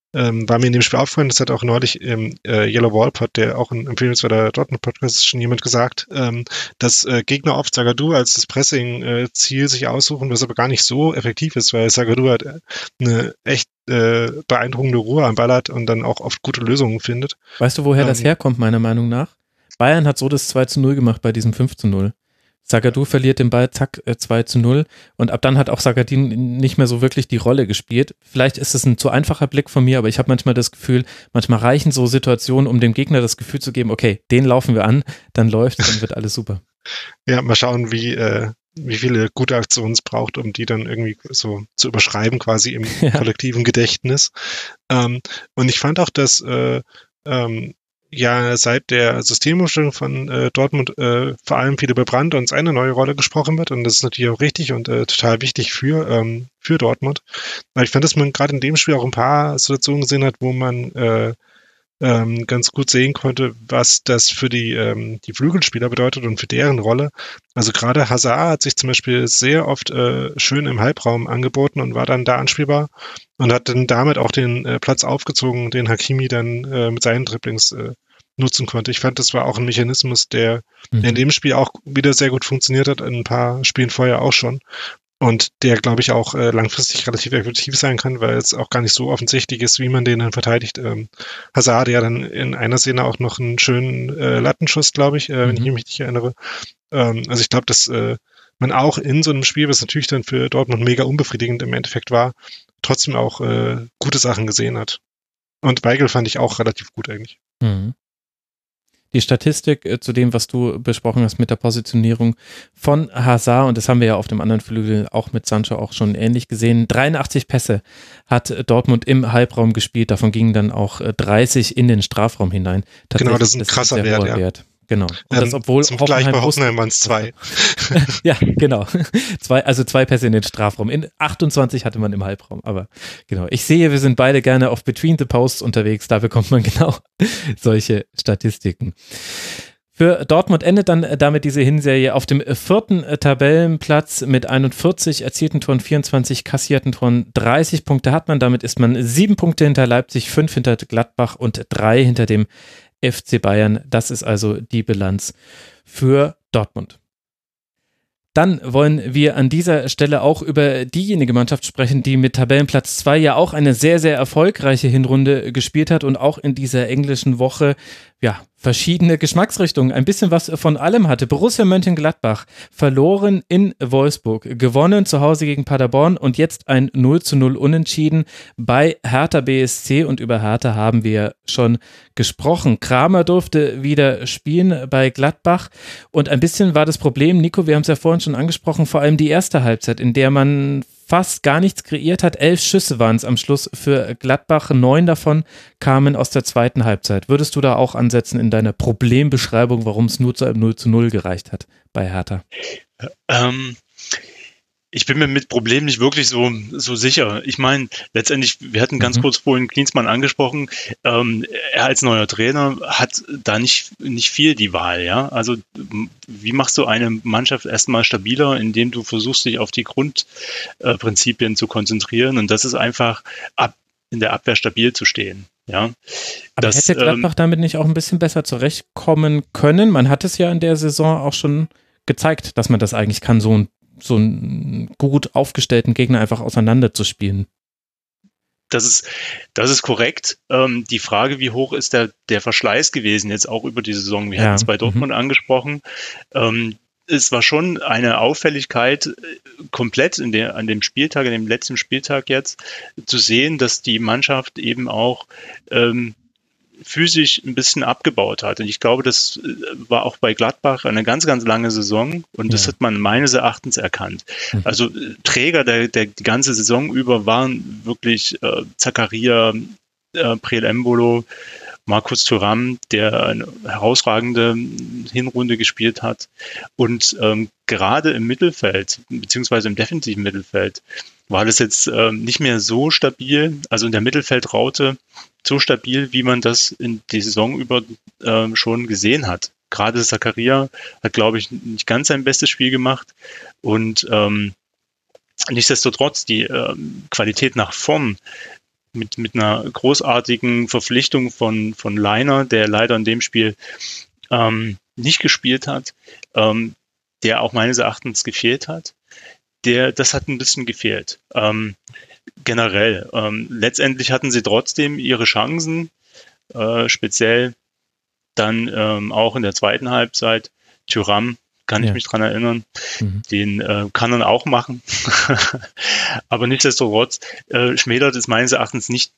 ähm, war mir in dem Spiel aufgefallen, das hat auch neulich im äh, Yellow Wall Pod, der auch ein empfehlenswerter Dortmund-Podcast ist, schon jemand gesagt, ähm, dass äh, Gegner oft Zagadou als das Pressing-Ziel äh, sich aussuchen, was aber gar nicht so effektiv ist, weil Zagadou halt eine echt äh, beeindruckende Ruhe am Ball hat und dann auch oft gute Lösungen findet. Weißt du, woher ähm, das herkommt, meiner Meinung nach? Bayern hat so das zwei zu null gemacht bei diesem fünf zu null. Zagadou verliert den Ball, zack, zwei zu null und ab dann hat auch Zagadou nicht mehr so wirklich die Rolle gespielt. Vielleicht ist es ein zu einfacher Blick von mir, aber ich habe manchmal das Gefühl, manchmal reichen so Situationen, um dem Gegner das Gefühl zu geben, okay, den laufen wir an, dann läuft, dann wird alles super. Ja, mal schauen, wie, äh, wie viele gute Aktionen es braucht, um die dann irgendwie so zu überschreiben, quasi im ja. kollektiven Gedächtnis. Ähm, und ich fand auch, dass äh, ähm, ja seit der Systemumstellung von äh, Dortmund äh, vor allem viel über Brandt und seine neue Rolle gesprochen wird und das ist natürlich auch richtig und äh, total wichtig für ähm, für Dortmund, weil ich fand, dass man gerade in dem Spiel auch ein paar Situationen gesehen hat, wo man äh, ähm, ganz gut sehen konnte, was das für die ähm, die Flügelspieler bedeutet und für deren Rolle. Also gerade Hazard hat sich zum Beispiel sehr oft äh, schön im Halbraum angeboten und war dann da anspielbar und hat dann damit auch den äh, Platz aufgezogen, den Hakimi dann äh, mit seinen Dribblings äh, nutzen konnte. Ich fand, das war auch ein Mechanismus, der mhm. in dem Spiel auch wieder sehr gut funktioniert hat, in ein paar Spielen vorher auch schon. Und der, glaube ich, auch äh, langfristig relativ effektiv sein kann, weil es auch gar nicht so offensichtlich ist, wie man den dann verteidigt. Ähm, Hazard ja dann in einer Szene auch noch einen schönen äh, Lattenschuss, glaube ich, äh, mhm. wenn ich mich nicht erinnere. Ähm, also ich glaube, dass äh, man auch in so einem Spiel, was natürlich dann für Dortmund mega unbefriedigend im Endeffekt war, trotzdem auch äh, gute Sachen gesehen hat. Und Weigl fand ich auch relativ gut eigentlich. Mhm. Die Statistik äh, zu dem, was du besprochen hast mit der Positionierung von Hazard, und das haben wir ja auf dem anderen Flügel auch mit Sancho auch schon ähnlich gesehen, dreiundachtzig Pässe hat Dortmund im Halbraum gespielt, davon gingen dann auch dreißig in den Strafraum hinein. Genau, das ist ein das krasser ist ein Wert, ja. Wert. Genau. Und ähm, das, obwohl zum Vergleich bei Hoffenheim waren es zwei. Ja, genau. Zwei, also zwei Pässe in den Strafraum. In achtundzwanzig hatte man im Halbraum. Aber genau. Ich sehe, wir sind beide gerne auf Between the Posts unterwegs. Da bekommt man genau solche Statistiken. Für Dortmund endet dann damit diese Hinserie auf dem vierten Tabellenplatz mit einundvierzig erzielten Toren, vierundzwanzig kassierten Toren, dreißig Punkte hat man. Damit ist man sieben Punkte hinter Leipzig, fünf hinter Gladbach und drei hinter dem F C Bayern. Das ist also die Bilanz für Dortmund. Dann wollen wir an dieser Stelle auch über diejenige Mannschaft sprechen, die mit Tabellenplatz zwei ja auch eine sehr, sehr erfolgreiche Hinrunde gespielt hat und auch in dieser englischen Woche ja verschiedene Geschmacksrichtungen, ein bisschen was von allem hatte. Borussia Mönchengladbach verloren in Wolfsburg, gewonnen zu Hause gegen Paderborn und jetzt ein null zu null Unentschieden bei Hertha B S C, und über Hertha haben wir schon gesprochen. Kramer durfte wieder spielen bei Gladbach und ein bisschen war das Problem, Nico, wir haben es ja vorhin schon angesprochen, vor allem die erste Halbzeit, in der man fast gar nichts kreiert hat. Elf Schüsse waren es am Schluss für Gladbach, neun davon kamen aus der zweiten Halbzeit. Würdest du da auch ansetzen in deiner Problembeschreibung, warum es nur zu einem null zu null gereicht hat bei Hertha? Ähm, ich bin mir mit Problemen nicht wirklich so, so sicher. Ich meine, letztendlich, wir hatten ganz mhm. kurz vorhin Klinsmann angesprochen, ähm, er als neuer Trainer hat da nicht, nicht viel die Wahl, ja. Also wie machst du eine Mannschaft erstmal stabiler, indem du versuchst, dich auf die Grundprinzipien äh, zu konzentrieren, und das ist einfach ab, in der Abwehr stabil zu stehen. Ja. Aber das, hätte Gladbach ähm, damit nicht auch ein bisschen besser zurechtkommen können? Man hat es ja in der Saison auch schon gezeigt, dass man das eigentlich kann, so ein so einen gut aufgestellten Gegner einfach auseinanderzuspielen. Das ist, das ist korrekt. Ähm, die Frage, wie hoch ist der, der Verschleiß gewesen, jetzt auch über die Saison? Wir ja. hatten es bei Dortmund mhm. angesprochen. Ähm, es war schon eine Auffälligkeit, komplett in der, an dem Spieltag, an dem letzten Spieltag jetzt, zu sehen, dass die Mannschaft eben auch ähm, physisch ein bisschen abgebaut hat. Und ich glaube, das war auch bei Gladbach eine ganz, ganz lange Saison, und das ja. hat man meines Erachtens erkannt. Mhm. Also Träger der, der die ganze Saison über waren wirklich äh, Zakaria, äh, Prel Embolo, Markus Thuram, der eine herausragende Hinrunde gespielt hat. Und ähm, gerade im Mittelfeld, beziehungsweise im defensiven Mittelfeld, war das jetzt ähm, nicht mehr so stabil, also in der Mittelfeldraute so stabil, wie man das in die Saison über ähm, schon gesehen hat. Gerade Zakaria hat, glaube ich, nicht ganz sein bestes Spiel gemacht, und ähm, nichtsdestotrotz die ähm, Qualität nach vorn mit, mit einer großartigen Verpflichtung von, von Leiner, der leider in dem Spiel ähm, nicht gespielt hat, ähm, der auch meines Erachtens gefehlt hat. Der, das hat ein bisschen gefehlt. Ähm, generell. Ähm, letztendlich hatten sie trotzdem ihre Chancen, äh, speziell dann ähm, auch in der zweiten Halbzeit. Thuram, kann ja. ich mich dran erinnern, mhm. den äh, kann er auch machen. Aber nichtsdestotrotz äh, schmälert es meines Erachtens nicht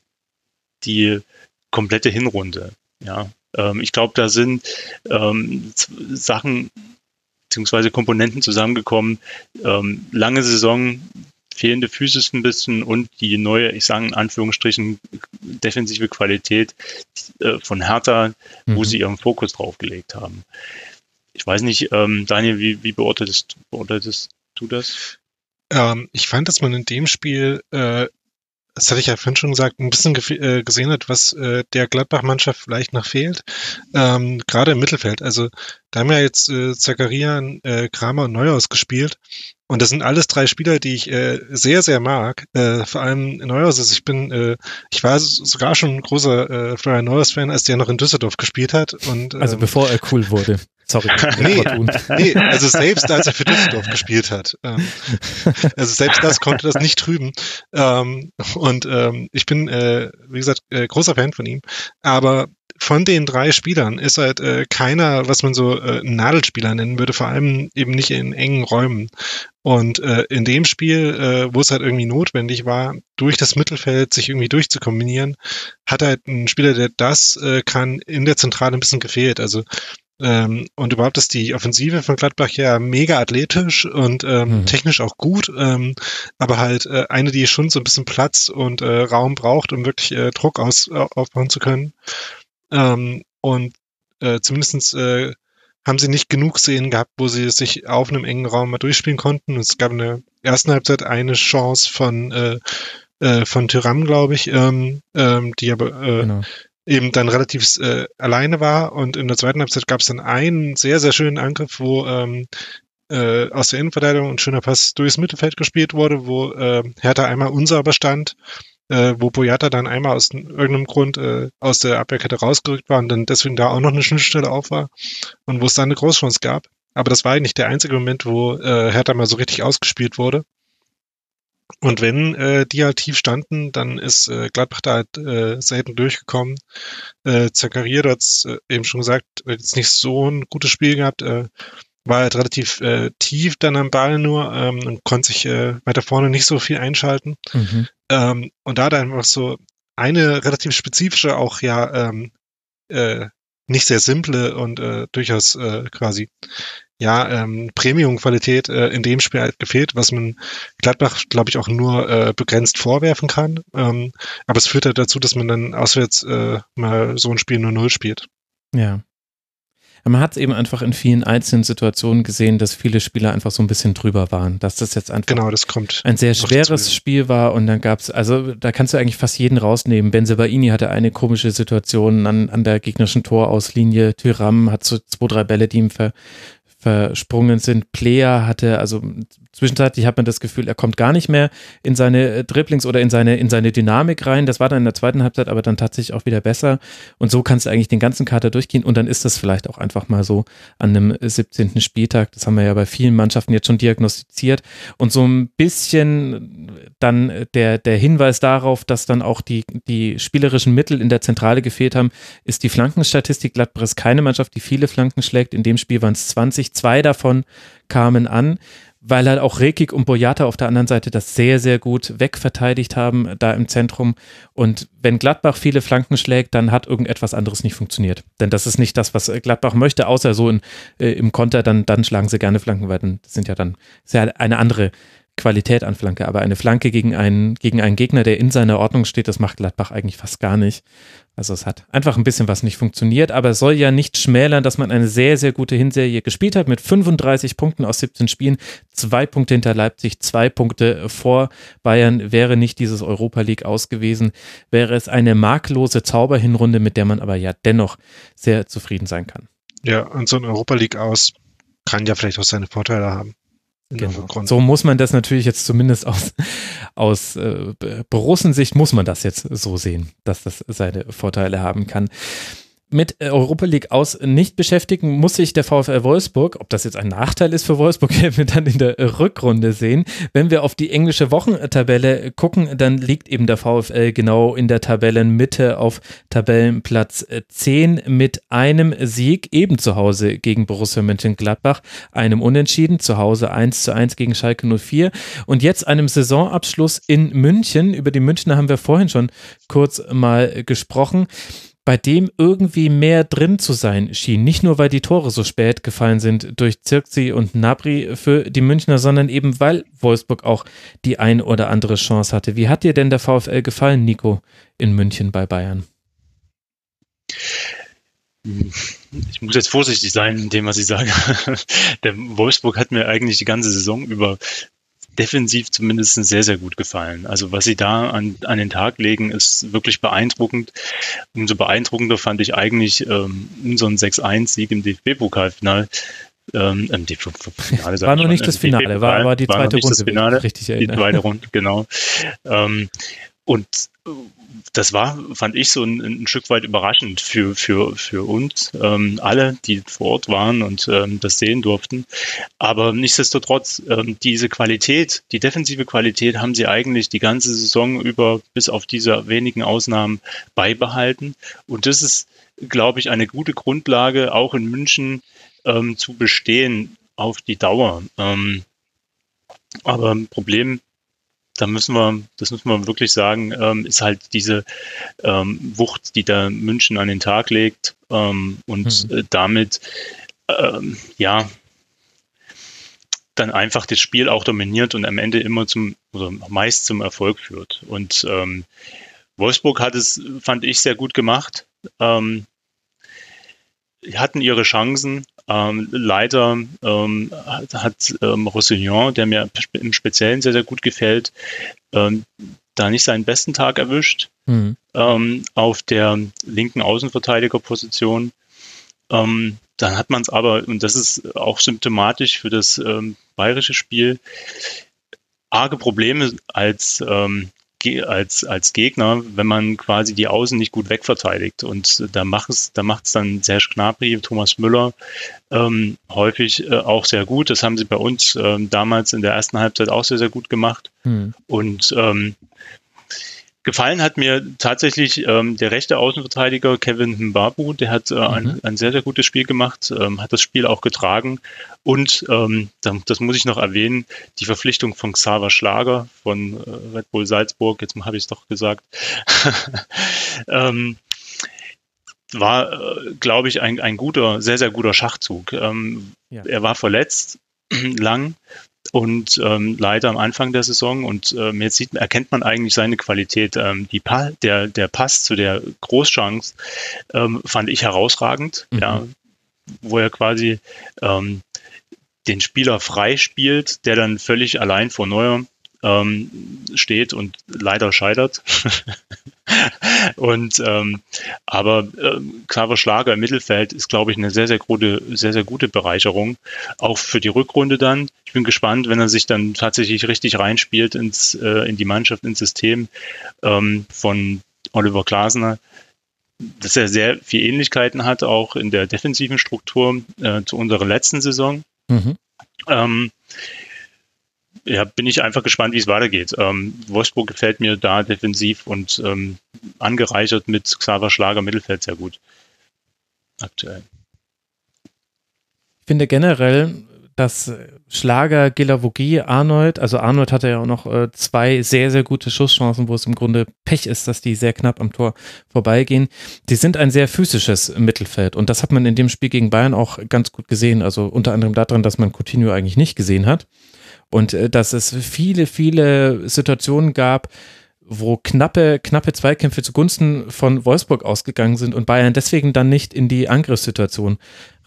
die komplette Hinrunde. Ja, ähm, ich glaube, da sind ähm, Sachen beziehungsweise Komponenten zusammengekommen. Ähm, lange Saison, fehlende Physis ein bisschen und die neue, ich sage in Anführungsstrichen, defensive Qualität äh, von Hertha, mhm. wo sie ihren Fokus drauf gelegt haben. Ich weiß nicht, ähm, Daniel, wie, wie beurteilst, beurteilst du das? Ähm, ich fand, dass man in dem Spiel, äh, das hatte ich ja vorhin schon gesagt, ein bisschen ge- äh, gesehen hat, was äh, der Gladbach-Mannschaft vielleicht noch fehlt, ähm, gerade im Mittelfeld. Also da haben ja jetzt äh, Zacharian, äh, Kramer und Neuhaus gespielt und das sind alles drei Spieler, die ich äh, sehr, sehr mag. Äh, vor allem Neuhaus, also ich bin, äh, ich war sogar schon ein großer äh, Florian Neuhaus-Fan, als der noch in Düsseldorf gespielt hat. Und, ähm, also bevor er cool wurde. Sorry. Nee, nee, also selbst als er für Düsseldorf gespielt hat. Ähm, also selbst das konnte das nicht trüben. Ähm, und ähm, ich bin, äh, wie gesagt, äh, großer Fan von ihm. Aber von den drei Spielern ist halt äh, keiner, was man so äh, Nadelspieler nennen würde, vor allem eben nicht in engen Räumen. Und äh, in dem Spiel, äh, wo es halt irgendwie notwendig war, durch das Mittelfeld sich irgendwie durchzukombinieren, hat halt ein Spieler, der das äh, kann, in der Zentrale ein bisschen gefehlt. Also Ähm, und überhaupt ist die Offensive von Gladbach ja mega athletisch und ähm, mhm. technisch auch gut, ähm, aber halt äh, eine, die schon so ein bisschen Platz und äh, Raum braucht, um wirklich äh, Druck aus, äh, aufbauen zu können. Ähm, und äh, zumindest äh, haben sie nicht genug Szenen gehabt, wo sie sich auf einem engen Raum mal durchspielen konnten. Es gab in der ersten Halbzeit eine Chance von äh, äh, von Thuram, glaube ich, ähm, ähm, die aber äh, genau. eben dann relativ äh, alleine war und in der zweiten Halbzeit gab es dann einen sehr, sehr schönen Angriff, wo ähm, äh, aus der Innenverteidigung ein schöner Pass durchs Mittelfeld gespielt wurde, wo äh, Hertha einmal unsauber stand, äh, wo Boyata dann einmal aus irgendeinem Grund äh, aus der Abwehrkette rausgerückt war und dann deswegen da auch noch eine Schnittstelle auf war und wo es dann eine Großchance gab. Aber das war eigentlich der einzige Moment, wo äh, Hertha mal so richtig ausgespielt wurde. Und wenn äh, die halt tief standen, dann ist äh, Gladbach da halt äh, selten durchgekommen. Äh, Zakaria, du hast äh, eben schon gesagt, jetzt nicht so ein gutes Spiel gehabt, äh, war halt relativ äh, tief dann am Ball nur ähm, und konnte sich äh, weiter vorne nicht so viel einschalten. Mhm. Ähm, und da hat er einfach so eine relativ spezifische, auch ja ähm, äh, nicht sehr simple und äh, durchaus äh, quasi ja, ähm, Premium-Qualität äh, in dem Spiel halt gefehlt, was man Gladbach, glaube ich, auch nur äh, begrenzt vorwerfen kann. Ähm, aber es führt halt dazu, dass man dann auswärts äh, mal so ein Spiel nur null spielt. Ja. Man hat es eben einfach in vielen einzelnen Situationen gesehen, dass viele Spieler einfach so ein bisschen drüber waren, dass das jetzt einfach genau, das kommt ein sehr schweres Spiel war und dann gab es, also da kannst du eigentlich fast jeden rausnehmen. Bensebaini hatte eine komische Situation an, an der gegnerischen Torauslinie, Thuram hat so zwei, drei Bälle, die ihm ver versprungen sind. Player hatte, also zwischenzeitlich hat man das Gefühl, er kommt gar nicht mehr in seine Dribblings oder in seine, in seine Dynamik rein. Das war dann in der zweiten Halbzeit aber dann tatsächlich auch wieder besser. Und so kannst du eigentlich den ganzen Kader durchgehen und dann ist das vielleicht auch einfach mal so an einem siebzehnten Spieltag. Das haben wir ja bei vielen Mannschaften jetzt schon diagnostiziert. Und so ein bisschen dann der, der Hinweis darauf, dass dann auch die, die spielerischen Mittel in der Zentrale gefehlt haben, ist die Flankenstatistik. Gladbach ist keine Mannschaft, die viele Flanken schlägt. In dem Spiel waren es zwanzig. Zwei davon kamen an, weil halt auch Rekik und Boyata auf der anderen Seite das sehr, sehr gut wegverteidigt haben, da im Zentrum. Und wenn Gladbach viele Flanken schlägt, dann hat irgendetwas anderes nicht funktioniert. Denn das ist nicht das, was Gladbach möchte, außer so in, äh, im Konter, dann, dann schlagen sie gerne Flanken, weil dann das sind ja dann ist ja eine andere Qualität an Flanke. Aber eine Flanke gegen einen, gegen einen Gegner, der in seiner Ordnung steht, das macht Gladbach eigentlich fast gar nicht. Also es hat einfach ein bisschen was nicht funktioniert, aber es soll ja nicht schmälern, dass man eine sehr, sehr gute Hinserie gespielt hat mit fünfunddreißig Punkten aus siebzehn Spielen, zwei Punkte hinter Leipzig, zwei Punkte vor Bayern. Wäre nicht dieses Europa League aus gewesen, wäre es eine marklose Zauberhinrunde, mit der man aber ja dennoch sehr zufrieden sein kann. Ja, und so ein Europa League aus kann ja vielleicht auch seine Vorteile haben. Genau. So muss man das natürlich jetzt zumindest aus, aus äh, Borussensicht muss man das jetzt so sehen, dass das seine Vorteile haben kann. Mit Europa League aus nicht beschäftigen muss sich der VfL Wolfsburg, ob das jetzt ein Nachteil ist für Wolfsburg, werden wir dann in der Rückrunde sehen. Wenn wir auf die englische Wochentabelle gucken, dann liegt eben der VfL genau in der Tabellenmitte auf Tabellenplatz zehn mit einem Sieg, eben zu Hause gegen Borussia Mönchengladbach, einem Unentschieden, zu Hause eins zu eins gegen Schalke null vier und jetzt einem Saisonabschluss in München. Über die Münchner haben wir vorhin schon kurz mal gesprochen, bei dem irgendwie mehr drin zu sein schien. Nicht nur, weil die Tore so spät gefallen sind durch Zirkzee und Gnabry für die Münchner, sondern eben, weil Wolfsburg auch die ein oder andere Chance hatte. Wie hat dir denn der VfL gefallen, Nico, in München bei Bayern? Ich muss jetzt vorsichtig sein in dem, was ich sage. Der Wolfsburg hat mir eigentlich die ganze Saison über defensiv zumindest sehr, sehr gut gefallen. Also was sie da an, an den Tag legen, ist wirklich beeindruckend. Umso beeindruckender fand ich eigentlich ähm, unseren sechs eins Sieg im D F B-Pokalfinale. Ähm, im D F B-Finale war noch nicht das Finale, war, war die zweite war noch nicht Runde. Das Finale, richtig erinnern. Die zweite Runde, genau. Ähm, und das war, fand ich, so ein, ein Stück weit überraschend für, für, für uns, ähm, alle, die vor Ort waren und ähm, das sehen durften. Aber nichtsdestotrotz, ähm, diese Qualität, die defensive Qualität haben sie eigentlich die ganze Saison über, bis auf diese wenigen Ausnahmen, beibehalten. Und das ist, glaube ich, eine gute Grundlage, auch in München ähm, zu bestehen auf die Dauer. Ähm, aber ein Problem, da müssen wir, das müssen wir wirklich sagen, ähm, ist halt diese ähm, Wucht, die da München an den Tag legt ähm, und mhm. äh, damit ähm, ja dann einfach das Spiel auch dominiert und am Ende immer zum oder meist zum Erfolg führt. Und ähm, Wolfsburg hat es, fand ich, sehr gut gemacht. Ähm, hatten ihre Chancen. Ähm, leider ähm, hat, hat ähm, Roussillon, der mir im Speziellen sehr, sehr gut gefällt, ähm, da nicht seinen besten Tag erwischt. Mhm. Ähm, auf der linken Außenverteidigerposition. Ähm, dann hat man es aber, und das ist auch symptomatisch für das ähm, bayerische Spiel, arge Probleme als ähm, als als Gegner, wenn man quasi die Außen nicht gut wegverteidigt. Und da macht es da macht es dann Serge Gnabry, Thomas Müller ähm, häufig äh, auch sehr gut. Das haben sie bei uns ähm, damals in der ersten Halbzeit auch sehr, sehr gut gemacht. Hm. Und ähm, gefallen hat mir tatsächlich ähm, der rechte Außenverteidiger Kevin Mbabu, der hat äh, mhm. ein, ein sehr, sehr gutes Spiel gemacht, ähm, hat das Spiel auch getragen und ähm, das muss ich noch erwähnen, die Verpflichtung von Xaver Schlager von äh, Red Bull Salzburg, jetzt habe ich es doch gesagt, ähm, war, äh, glaube ich, ein, ein guter, sehr, sehr guter Schachzug. Ähm, ja. Er war verletzt, lang, und ähm, leider am Anfang der Saison und ähm, jetzt sieht, erkennt man eigentlich seine Qualität. Ähm, die pa- der, der Pass zu der Großchance ähm, fand ich herausragend, mhm. ja, wo er quasi ähm, den Spieler frei spielt, der dann völlig allein vor Neuer ähm, steht und leider scheitert. und ähm, aber ähm, Xaver Schlager im Mittelfeld ist, glaube ich, eine sehr, sehr gute, sehr, sehr gute Bereicherung. Auch für die Rückrunde dann. Ich bin gespannt, wenn er sich dann tatsächlich richtig reinspielt ins, äh, in die Mannschaft, ins System ähm, von Oliver Glasner, dass er sehr viel Ähnlichkeiten hat, auch in der defensiven Struktur äh, zu unserer letzten Saison. Mhm. Ähm, Ja, bin ich einfach gespannt, wie es weitergeht. Ähm, Wolfsburg gefällt mir da defensiv und ähm, angereichert mit Xaver Schlager Mittelfeld sehr gut. Aktuell. Ich finde generell, dass Schlager, Guilavogui, Arnold, also Arnold hatte ja auch noch äh, zwei sehr, sehr gute Schusschancen, wo es im Grunde Pech ist, dass die sehr knapp am Tor vorbeigehen. Die sind ein sehr physisches Mittelfeld und das hat man in dem Spiel gegen Bayern auch ganz gut gesehen. Also unter anderem daran, dass man Coutinho eigentlich nicht gesehen hat. Und äh, dass es viele, viele Situationen gab, wo knappe, knappe Zweikämpfe zugunsten von Wolfsburg ausgegangen sind und Bayern deswegen dann nicht in die Angriffssituation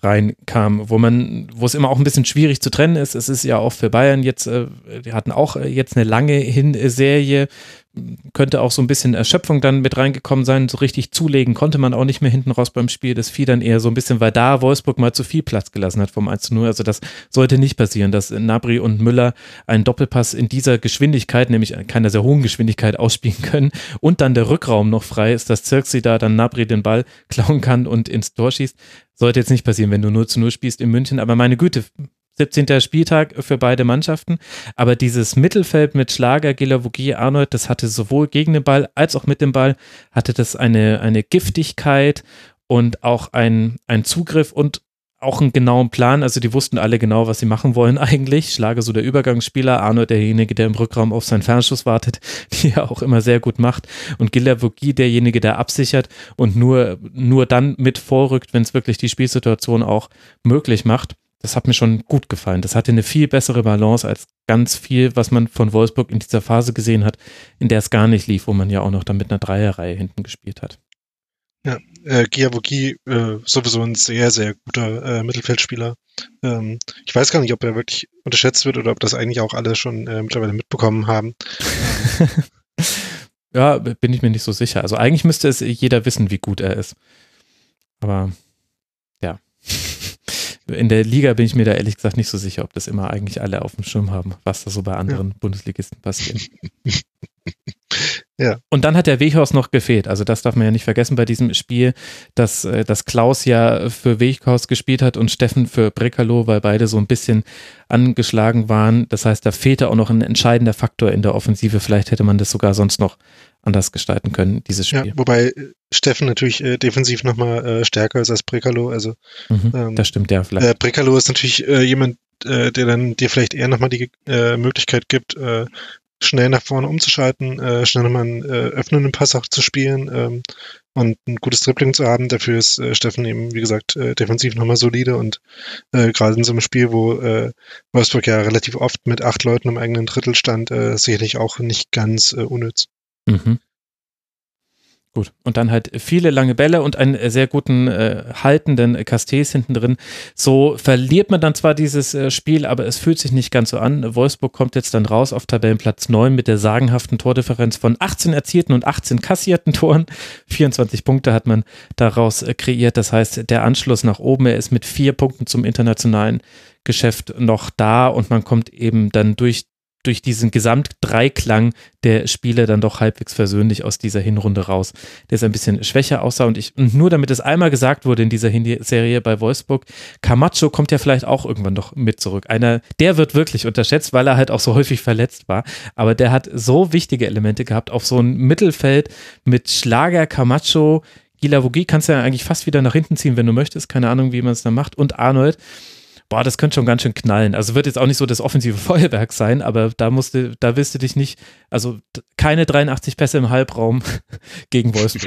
reinkam, wo man, wo es immer auch ein bisschen schwierig zu trennen ist. Es ist ja auch für Bayern jetzt, äh, die hatten auch jetzt eine lange Hinserie, könnte auch so ein bisschen Erschöpfung dann mit reingekommen sein. So richtig zulegen konnte man auch nicht mehr hinten raus beim Spiel. Das fiel dann eher so ein bisschen, weil da Wolfsburg mal zu viel Platz gelassen hat vom eins zu null. Also das sollte nicht passieren, dass Gnabry und Müller einen Doppelpass in dieser Geschwindigkeit, nämlich keiner sehr hohen Geschwindigkeit, ausspielen können und dann der Rückraum noch frei ist, dass Zirkzee da dann Gnabry den Ball klauen kann und ins Tor schießt. Sollte jetzt nicht passieren, wenn du null zu null spielst in München. Aber meine Güte, siebzehnter Spieltag für beide Mannschaften, aber dieses Mittelfeld mit Schlager, Guilavogi, Arnold, das hatte sowohl gegen den Ball als auch mit dem Ball, hatte das eine, eine Giftigkeit und auch ein, ein Zugriff und auch einen genauen Plan, also die wussten alle genau, was sie machen wollen eigentlich. Schlager so der Übergangsspieler, Arnold derjenige, der im Rückraum auf seinen Fernschuss wartet, die er auch immer sehr gut macht und Guilavogi derjenige, der absichert und nur, nur dann mit vorrückt, wenn es wirklich die Spielsituation auch möglich macht. Das hat mir schon gut gefallen. Das hatte eine viel bessere Balance als ganz viel, was man von Wolfsburg in dieser Phase gesehen hat, in der es gar nicht lief, wo man ja auch noch dann mit einer Dreierreihe hinten gespielt hat. Ja, äh, Guilavogi, äh, sowieso ein sehr, sehr guter äh, Mittelfeldspieler. Ähm, ich weiß gar nicht, ob er wirklich unterschätzt wird oder ob das eigentlich auch alle schon äh, mittlerweile mitbekommen haben. Ja, bin ich mir nicht so sicher. Also eigentlich müsste es jeder wissen, wie gut er ist. Aber ja. In der Liga bin ich mir da ehrlich gesagt nicht so sicher, ob das immer eigentlich alle auf dem Schirm haben, was da so bei anderen ja. Bundesligisten passiert. Ja. Und dann hat der Weghorst noch gefehlt. Also das darf man ja nicht vergessen bei diesem Spiel, dass, dass Klaus ja für Weghorst gespielt hat und Steffen für Brekalo, weil beide so ein bisschen angeschlagen waren. Das heißt, da fehlte auch noch ein entscheidender Faktor in der Offensive. Vielleicht hätte man das sogar sonst noch anders gestalten können, dieses Spiel. Ja, wobei Steffen natürlich äh, defensiv nochmal äh, stärker ist als Brekalo. Also, mhm, ähm, das stimmt ja vielleicht. Äh, Brekalo ist natürlich äh, jemand, äh, der dann dir vielleicht eher nochmal die äh, Möglichkeit gibt, äh, schnell nach vorne umzuschalten, äh, schnell nochmal einen äh, öffnenden Pass auch zu spielen ähm, und ein gutes Dribbling zu haben. Dafür ist äh, Steffen eben, wie gesagt, äh, defensiv nochmal solide und äh, gerade in so einem Spiel, wo äh, Wolfsburg ja relativ oft mit acht Leuten im eigenen Drittel stand, äh, sicherlich auch nicht ganz äh, unnütz. Mhm. Gut, und dann halt viele lange Bälle und einen sehr guten äh, haltenden Castells hinten drin. So verliert man dann zwar dieses äh, Spiel, aber es fühlt sich nicht ganz so an. Wolfsburg kommt jetzt dann raus auf Tabellenplatz neun mit der sagenhaften Tordifferenz von achtzehn erzielten und achtzehn kassierten Toren. vierundzwanzig Punkte hat man daraus äh, kreiert. Das heißt, der Anschluss nach oben, er ist mit vier Punkten zum internationalen Geschäft noch da und man kommt eben dann durch durch diesen Gesamtdreiklang der Spiele dann doch halbwegs versöhnlich aus dieser Hinrunde raus, der ist ein bisschen schwächer aussah und ich, und nur damit es einmal gesagt wurde in dieser Serie bei Wolfsburg, Camacho kommt ja vielleicht auch irgendwann noch mit zurück. Einer, der wird wirklich unterschätzt, weil er halt auch so häufig verletzt war, aber der hat so wichtige Elemente gehabt auf so ein Mittelfeld mit Schlager, Camacho, Guilavogi kannst du ja eigentlich fast wieder nach hinten ziehen, wenn du möchtest, keine Ahnung, wie man es dann macht und Arnold. Boah, das könnte schon ganz schön knallen. Also wird jetzt auch nicht so das offensive Feuerwerk sein, aber da musste, da willst du dich nicht, also keine dreiundachtzig Pässe im Halbraum gegen Wolfsburg.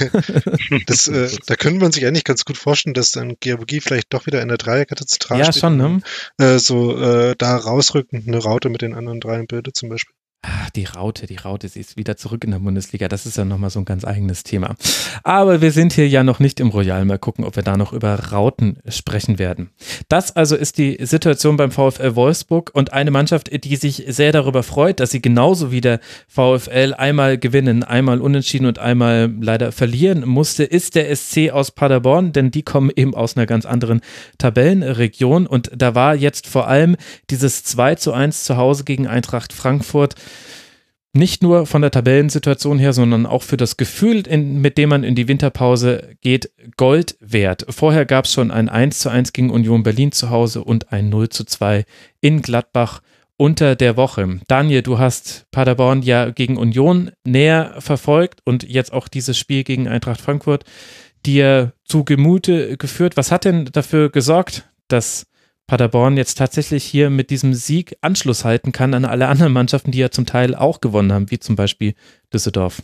das, äh, da könnte man sich eigentlich ganz gut vorstellen, dass dann Guilavogi vielleicht doch wieder in der Dreierkette zentral ja, steht. Ja, schon, ne? Äh, so äh, da rausrückt und eine Raute mit den anderen dreien bildet zum Beispiel. Ach, die Raute, die Raute, sie ist wieder zurück in der Bundesliga. Das ist ja nochmal so ein ganz eigenes Thema. Aber wir sind hier ja noch nicht im Royal. Mal gucken, ob wir da noch über Rauten sprechen werden. Das also ist die Situation beim VfL Wolfsburg und eine Mannschaft, die sich sehr darüber freut, dass sie genauso wie der VfL einmal gewinnen, einmal unentschieden und einmal leider verlieren musste, ist der S C aus Paderborn, denn die kommen eben aus einer ganz anderen Tabellenregion und da war jetzt vor allem dieses zwei zu eins zu Hause gegen Eintracht Frankfurt nicht nur von der Tabellensituation her, sondern auch für das Gefühl, in, mit dem man in die Winterpause geht, Gold wert. Vorher gab es schon ein eins zu eins gegen Union Berlin zu Hause und ein null zu zwei in Gladbach unter der Woche. Daniel, du hast Paderborn ja gegen Union näher verfolgt und jetzt auch dieses Spiel gegen Eintracht Frankfurt dir zu Gemüte geführt. Was hat denn dafür gesorgt, dass Paderborn jetzt tatsächlich hier mit diesem Sieg Anschluss halten kann an alle anderen Mannschaften, die ja zum Teil auch gewonnen haben, wie zum Beispiel Düsseldorf?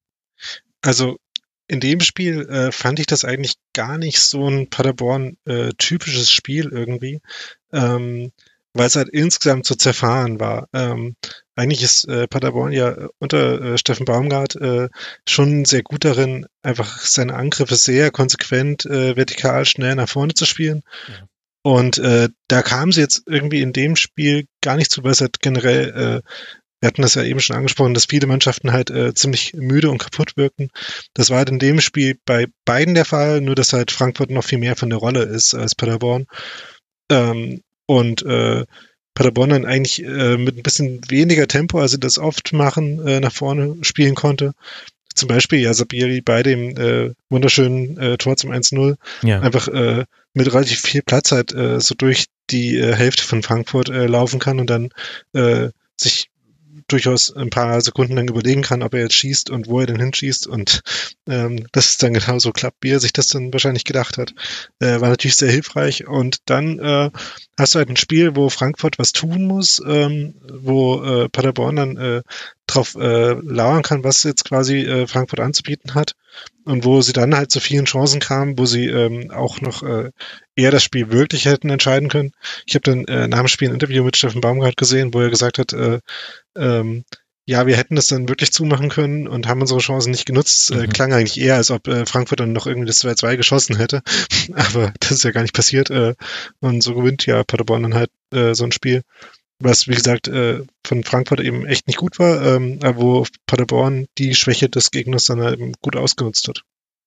Also in dem Spiel äh, fand ich das eigentlich gar nicht so ein Paderborn-typisches äh, Spiel irgendwie, ähm, weil es halt insgesamt so zerfahren war. Ähm, eigentlich ist äh, Paderborn ja unter äh, Steffen Baumgart äh, schon sehr gut darin, einfach seine Angriffe sehr konsequent, äh, vertikal, schnell nach vorne zu spielen. Ja. Und äh, da kam sie jetzt irgendwie in dem Spiel gar nicht zu, weil es halt generell, äh, wir hatten das ja eben schon angesprochen, dass viele Mannschaften halt äh, ziemlich müde und kaputt wirken. Das war halt in dem Spiel bei beiden der Fall, nur dass halt Frankfurt noch viel mehr von der Rolle ist als Paderborn. Ähm, und äh, Paderborn dann eigentlich äh, mit ein bisschen weniger Tempo, als sie das oft machen, äh, nach vorne spielen konnte. Zum Beispiel ja Sabiri bei dem äh, wunderschönen äh, Tor zum eins null ja. einfach äh, mit relativ viel Platz halt äh, so durch die äh, Hälfte von Frankfurt äh, laufen kann und dann äh, sich durchaus ein paar Sekunden lang überlegen kann, ob er jetzt schießt und wo er denn hinschießt und ähm, dass es dann genauso klappt, wie er sich das dann wahrscheinlich gedacht hat. Äh, war natürlich sehr hilfreich und dann äh, hast du halt ein Spiel, wo Frankfurt was tun muss, ähm, wo äh, Paderborn dann äh, drauf äh, lauern kann, was jetzt quasi äh, Frankfurt anzubieten hat und wo sie dann halt zu vielen Chancen kamen, wo sie ähm, auch noch äh, eher das Spiel wirklich hätten entscheiden können. Ich habe dann äh, nach dem Spiel ein Interview mit Steffen Baumgart gesehen, wo er gesagt hat, äh, ähm, ja, wir hätten das dann wirklich zumachen können und haben unsere Chancen nicht genutzt. Mhm. Äh, klang eigentlich eher, als ob äh, Frankfurt dann noch irgendwie das zwei zwei geschossen hätte. Aber das ist ja gar nicht passiert. Äh, und so gewinnt ja Paderborn dann halt äh, so ein Spiel, was, wie gesagt, äh, von Frankfurt eben echt nicht gut war, ähm, aber wo Paderborn die Schwäche des Gegners dann halt eben gut ausgenutzt hat.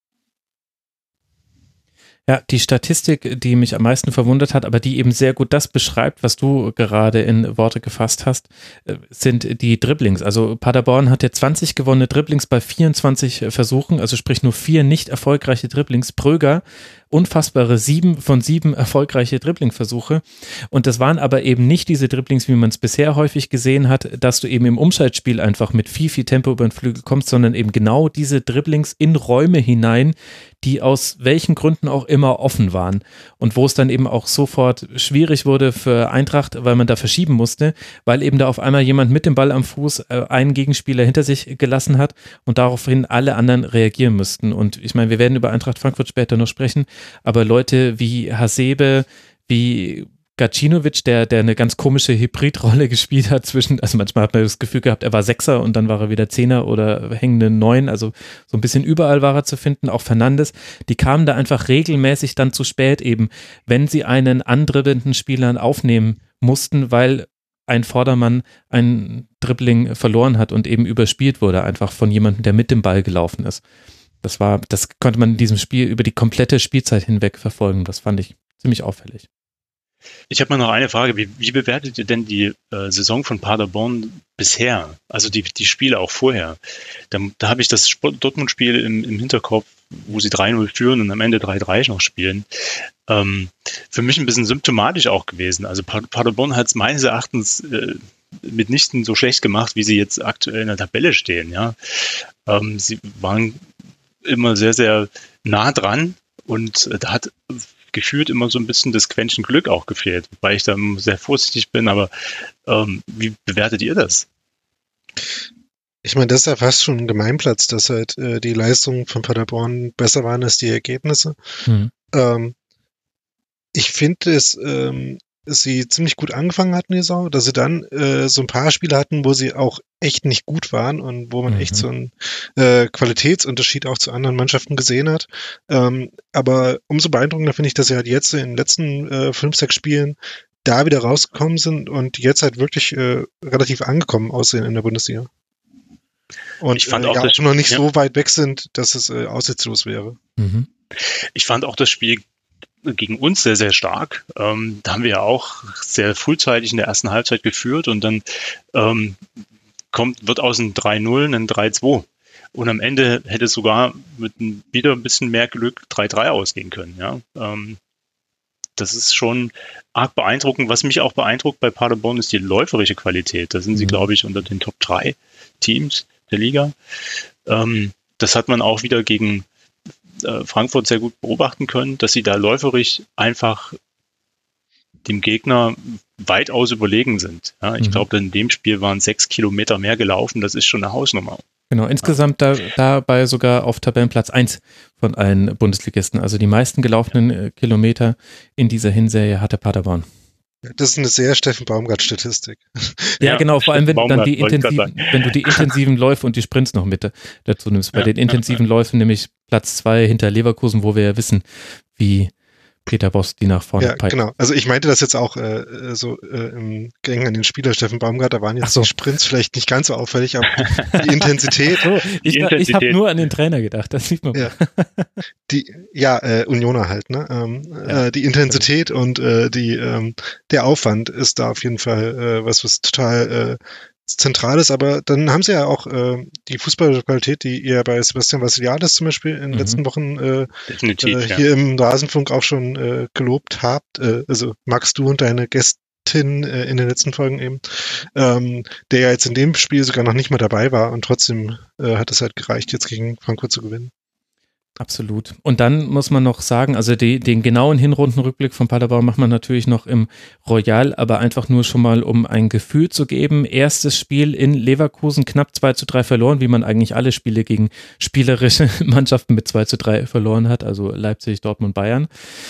Ja, die Statistik, die mich am meisten verwundert hat, aber die eben sehr gut das beschreibt, was du gerade in Worte gefasst hast, sind die Dribblings. Also Paderborn hatte zwanzig gewonnene Dribblings bei vierundzwanzig Versuchen, also sprich nur vier nicht erfolgreiche Dribblings. Pröger unfassbare sieben von sieben erfolgreiche Dribblingversuche. Und das waren aber eben nicht diese Dribblings, wie man es bisher häufig gesehen hat, dass du eben im Umschaltspiel einfach mit viel, viel Tempo über den Flügel kommst, sondern eben genau diese Dribblings in Räume hinein, die aus welchen Gründen auch immer offen waren. Und wo es dann eben auch sofort schwierig wurde für Eintracht, weil man da verschieben musste, weil eben da auf einmal jemand mit dem Ball am Fuß äh, einen Gegenspieler hinter sich gelassen hat und daraufhin alle anderen reagieren müssten. Und ich meine, wir werden über Eintracht Frankfurt später noch sprechen, aber Leute wie Hasebe, wie Gacinovic, der, der eine ganz komische Hybridrolle gespielt hat zwischen, also manchmal hat man das Gefühl gehabt, er war Sechser und dann war er wieder Zehner oder hängende Neun, also so ein bisschen überall war er zu finden, auch Fernandes, die kamen da einfach regelmäßig dann zu spät eben, wenn sie einen andribbelnden Spieler aufnehmen mussten, weil ein Vordermann ein Dribbling verloren hat und eben überspielt wurde, einfach von jemandem, der mit dem Ball gelaufen ist. Das war, das konnte man in diesem Spiel über die komplette Spielzeit hinweg verfolgen. Das fand ich ziemlich auffällig. Ich habe mal noch eine Frage. Wie, wie bewertet ihr denn die äh, Saison von Paderborn bisher? Also die, die Spiele auch vorher. Da, da habe ich das Dortmund-Spiel im, im Hinterkopf, wo sie drei null führen und am Ende drei drei noch spielen. Ähm, für mich ein bisschen symptomatisch auch gewesen. Also Paderborn hat es meines Erachtens äh, mitnichten so schlecht gemacht, wie sie jetzt aktuell in der Tabelle stehen. Ja, ähm, sie waren immer sehr, sehr nah dran und äh, da hat gefühlt immer so ein bisschen das Quäntchen Glück auch gefehlt, wobei ich da sehr vorsichtig bin, aber ähm, wie bewertet ihr das? Ich meine, das ist ja fast schon ein Gemeinplatz, dass halt äh, die Leistungen von Paderborn besser waren als die Ergebnisse. Mhm. Ähm, ich finde es ähm, sie ziemlich gut angefangen hatten, die Saison, dass sie dann äh, so ein paar Spiele hatten, wo sie auch echt nicht gut waren und wo man mhm. echt so einen äh, Qualitätsunterschied auch zu anderen Mannschaften gesehen hat. Ähm, aber umso beeindruckender finde ich, dass sie halt jetzt in den letzten äh, fünf, sechs Spielen da wieder rausgekommen sind und jetzt halt wirklich äh, relativ angekommen aussehen in der Bundesliga. Und ich fand äh, auch, ja, auch noch nicht ja. so weit weg sind, dass es äh, aussichtslos wäre. Mhm. Ich fand auch das Spiel gegen uns sehr, sehr stark. Ähm, da haben wir ja auch sehr frühzeitig in der ersten Halbzeit geführt und dann ähm, kommt, wird aus einem drei null ein drei zwei. Und am Ende hätte es sogar mit ein, wieder ein bisschen mehr Glück drei drei ausgehen können. Ja? Ähm, das ist schon arg beeindruckend. Was mich auch beeindruckt bei Paderborn ist die läuferische Qualität. Da sind sie, glaube ich, unter den Top drei Teams der Liga. Ähm, das hat man auch wieder gegen Frankfurt sehr gut beobachten können, dass sie da läuferisch einfach dem Gegner weitaus überlegen sind. Ja, ich mhm. glaube, in dem Spiel waren sechs Kilometer mehr gelaufen, das ist schon eine Hausnummer. Genau, insgesamt da, dabei sogar auf Tabellenplatz eins von allen Bundesligisten. Also die meisten gelaufenen Kilometer in dieser Hinserie hatte Paderborn. Das ist eine sehr Steffen Baumgart-Statistik. Ja, Ja, genau, vor allem wenn du dann die Baumgart, wollte ich grad intensiven, wenn du die intensiven Läufe und die Sprints noch mit dazu nimmst. Bei Ja, den intensiven Läufen nämlich Platz zwei hinter Leverkusen, wo wir ja wissen, wie Peter Bosz die nach vorne Ja, peilt. genau. Also ich meinte das jetzt auch äh, so äh, im Gang an den Spieler Steffen Baumgart, da waren jetzt Ach so. die Sprints vielleicht nicht ganz so auffällig, aber die Intensität, So, ich Die ich habe Intensität. nur an den Trainer gedacht, das sieht man. Ja. die, ja, äh, Unioner halt, ne? Ähm, Ja. äh, die Intensität und äh, die, ähm, der Aufwand ist da auf jeden Fall äh, was, was total äh, zentral ist, aber dann haben sie ja auch äh, die Fußballqualität, die ihr bei Sebastian Vassiliadis zum Beispiel in den Mhm. letzten Wochen äh, definitiv. äh, ja. hier im Rasenfunk auch schon äh, gelobt habt, äh, also Max, du und deine Gästin äh, in den letzten Folgen eben, ähm, der ja jetzt in dem Spiel sogar noch nicht mal dabei war und trotzdem äh, hat es halt gereicht, jetzt gegen Frankfurt zu gewinnen. Absolut. Und dann muss man noch sagen, also die, den genauen Hinrundenrückblick von Paderborn macht man natürlich noch im Royal, aber einfach nur schon mal, um ein Gefühl zu geben. Erstes Spiel in Leverkusen, knapp zwei zu drei verloren, wie man eigentlich alle Spiele gegen spielerische Mannschaften mit zwei zu drei verloren hat, also Leipzig, Dortmund, Bayern.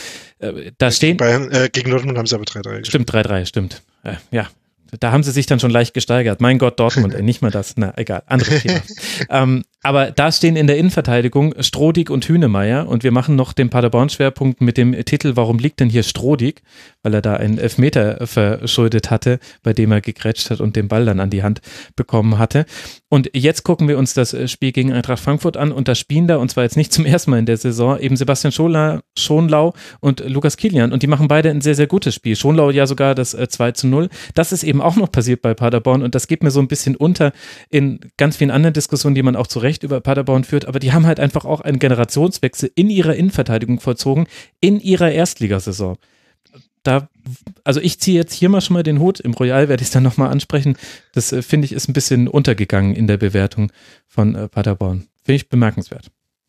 Äh, Da stehen, Bayern, äh, gegen Dortmund haben sie aber drei drei gespielt. stimmt, drei drei, stimmt. Äh, Ja, da haben sie sich dann schon leicht gesteigert. Mein Gott, Dortmund, ey, nicht mal das. Na, egal, anderes Thema. ähm, aber da stehen in der Innenverteidigung Strodig und Hünemeyer und wir machen noch den Paderborn-Schwerpunkt mit dem Titel Warum liegt denn hier Strodig? Weil er da einen Elfmeter verschuldet hatte, bei dem er gegrätscht hat und den Ball dann an die Hand bekommen hatte. Und jetzt gucken wir uns das Spiel gegen Eintracht Frankfurt an und da spielen da, und zwar jetzt nicht zum ersten Mal in der Saison, eben Sebastian Schonlau, Schonlau und Lukas Kilian und die machen beide ein sehr, sehr gutes Spiel. Schonlau ja sogar das äh, zwei zu null. Das ist eben auch noch passiert bei Paderborn und das geht mir so ein bisschen unter in ganz vielen anderen Diskussionen, die man auch zu Recht über Paderborn führt, aber die haben halt einfach auch einen Generationswechsel in ihrer Innenverteidigung vollzogen, in ihrer Erstligasaison. Da, also ich ziehe jetzt hier mal schon mal den Hut, im Royal werde ich es dann nochmal ansprechen, das äh, finde ich ist ein bisschen untergegangen in der Bewertung von äh, Paderborn. Finde ich bemerkenswert.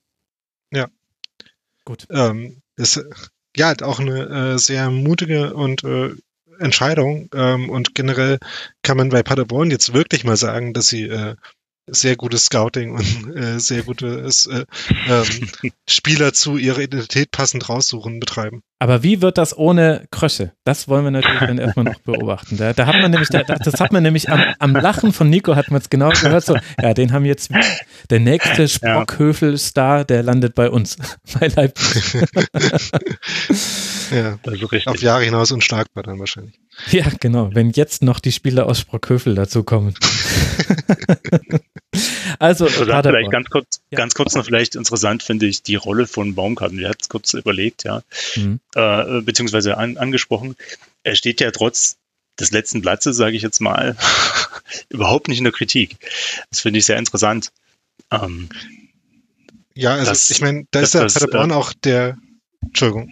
Ja. Gut. Ähm, ist, ja, auch eine äh, sehr mutige und äh, Entscheidung ähm, und generell kann man bei Paderborn jetzt wirklich mal sagen, dass sie äh, sehr gutes Scouting und äh, sehr gutes äh, ähm, Spieler zu ihrer Identität passend raussuchen betreiben. Aber wie wird das ohne Krösche? Das wollen wir natürlich dann erstmal noch beobachten. Da, da hat man nämlich, da, das hat man nämlich am, am Lachen von Nico hat man es genau gehört. So, ja, den haben jetzt der nächste Sprockhöfel-Star, der landet bei uns, bei Leipzig. Ja, Also richtig. auf Jahre hinaus unschlagbar dann wahrscheinlich. Ja, genau. Wenn jetzt noch die Spieler aus Sprockhövel dazu kommen. Also, Also Paderborn. vielleicht ganz kurz, Ja. ganz kurz noch vielleicht interessant finde ich die Rolle von Baumgart. Wir hatten es kurz überlegt, ja, Mhm. äh, beziehungsweise an, angesprochen. Er steht ja trotz des letzten Platzes, sage ich jetzt mal, überhaupt nicht in der Kritik. Das finde ich sehr interessant. Ähm, Ja, also Das- ich meine, da das- ist der das, Paderborn äh, auch der, Entschuldigung,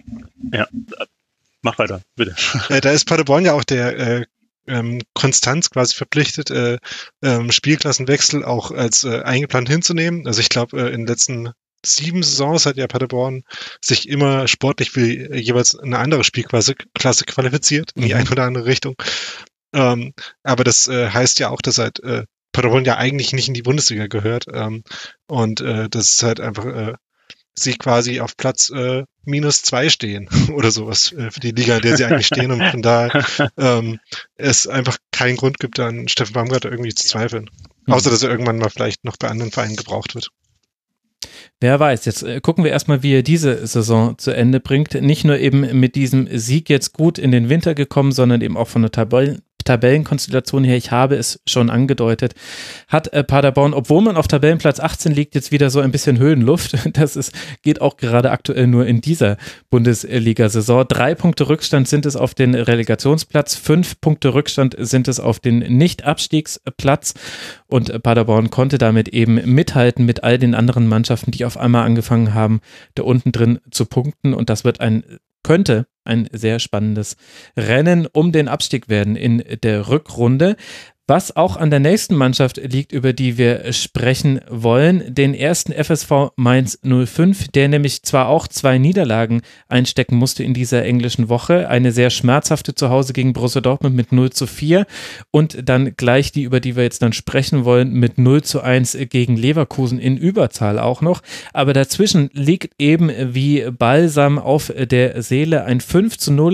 mach weiter, bitte. äh, da ist Paderborn ja auch der äh, ähm, Konstanz quasi verpflichtet, äh, ähm, Spielklassenwechsel auch als äh, eingeplant hinzunehmen. Also ich glaube, äh, in den letzten sieben Saisons hat ja Paderborn sich immer sportlich für äh, jeweils eine andere Spielklasse Klasse qualifiziert, in die Mhm. eine oder andere Richtung. Ähm, aber das äh, heißt ja auch, dass halt äh, Paderborn ja eigentlich nicht in die Bundesliga gehört. Ähm, und äh, das ist halt einfach äh, sie quasi auf Platz äh, minus zwei stehen oder sowas äh, für die Liga, in der sie eigentlich stehen. Und von daher ähm, es einfach keinen Grund gibt, an Steffen Baumgart irgendwie zu zweifeln. Mhm. Außer, dass er irgendwann mal vielleicht noch bei anderen Vereinen gebraucht wird. Wer weiß, jetzt äh, gucken wir erstmal, wie er diese Saison zu Ende bringt. Nicht nur eben mit diesem Sieg jetzt gut in den Winter gekommen, sondern eben auch von der Tabellen Tabellenkonstellation her, ich habe es schon angedeutet, hat äh, Paderborn, obwohl man auf Tabellenplatz achtzehn liegt, jetzt wieder so ein bisschen Höhenluft. Das ist, geht auch gerade aktuell nur in dieser Bundesliga-Saison. Drei Punkte Rückstand sind es auf den Relegationsplatz, fünf Punkte Rückstand sind es auf den Nicht-Abstiegsplatz und äh, Paderborn konnte damit eben mithalten mit all den anderen Mannschaften, die auf einmal angefangen haben, da unten drin zu punkten und das wird ein könnte ein sehr spannendes Rennen um den Abstieg werden in der Rückrunde. Was auch an der nächsten Mannschaft liegt, über die wir sprechen wollen, den ersten F S V Mainz null fünf, der nämlich zwar auch zwei Niederlagen einstecken musste in dieser englischen Woche, eine sehr schmerzhafte zu Hause gegen Borussia Dortmund mit null zu vier und dann gleich die, über die wir jetzt dann sprechen wollen, mit null zu eins gegen Leverkusen in Überzahl auch noch, aber dazwischen liegt eben wie Balsam auf der Seele ein fünf zu null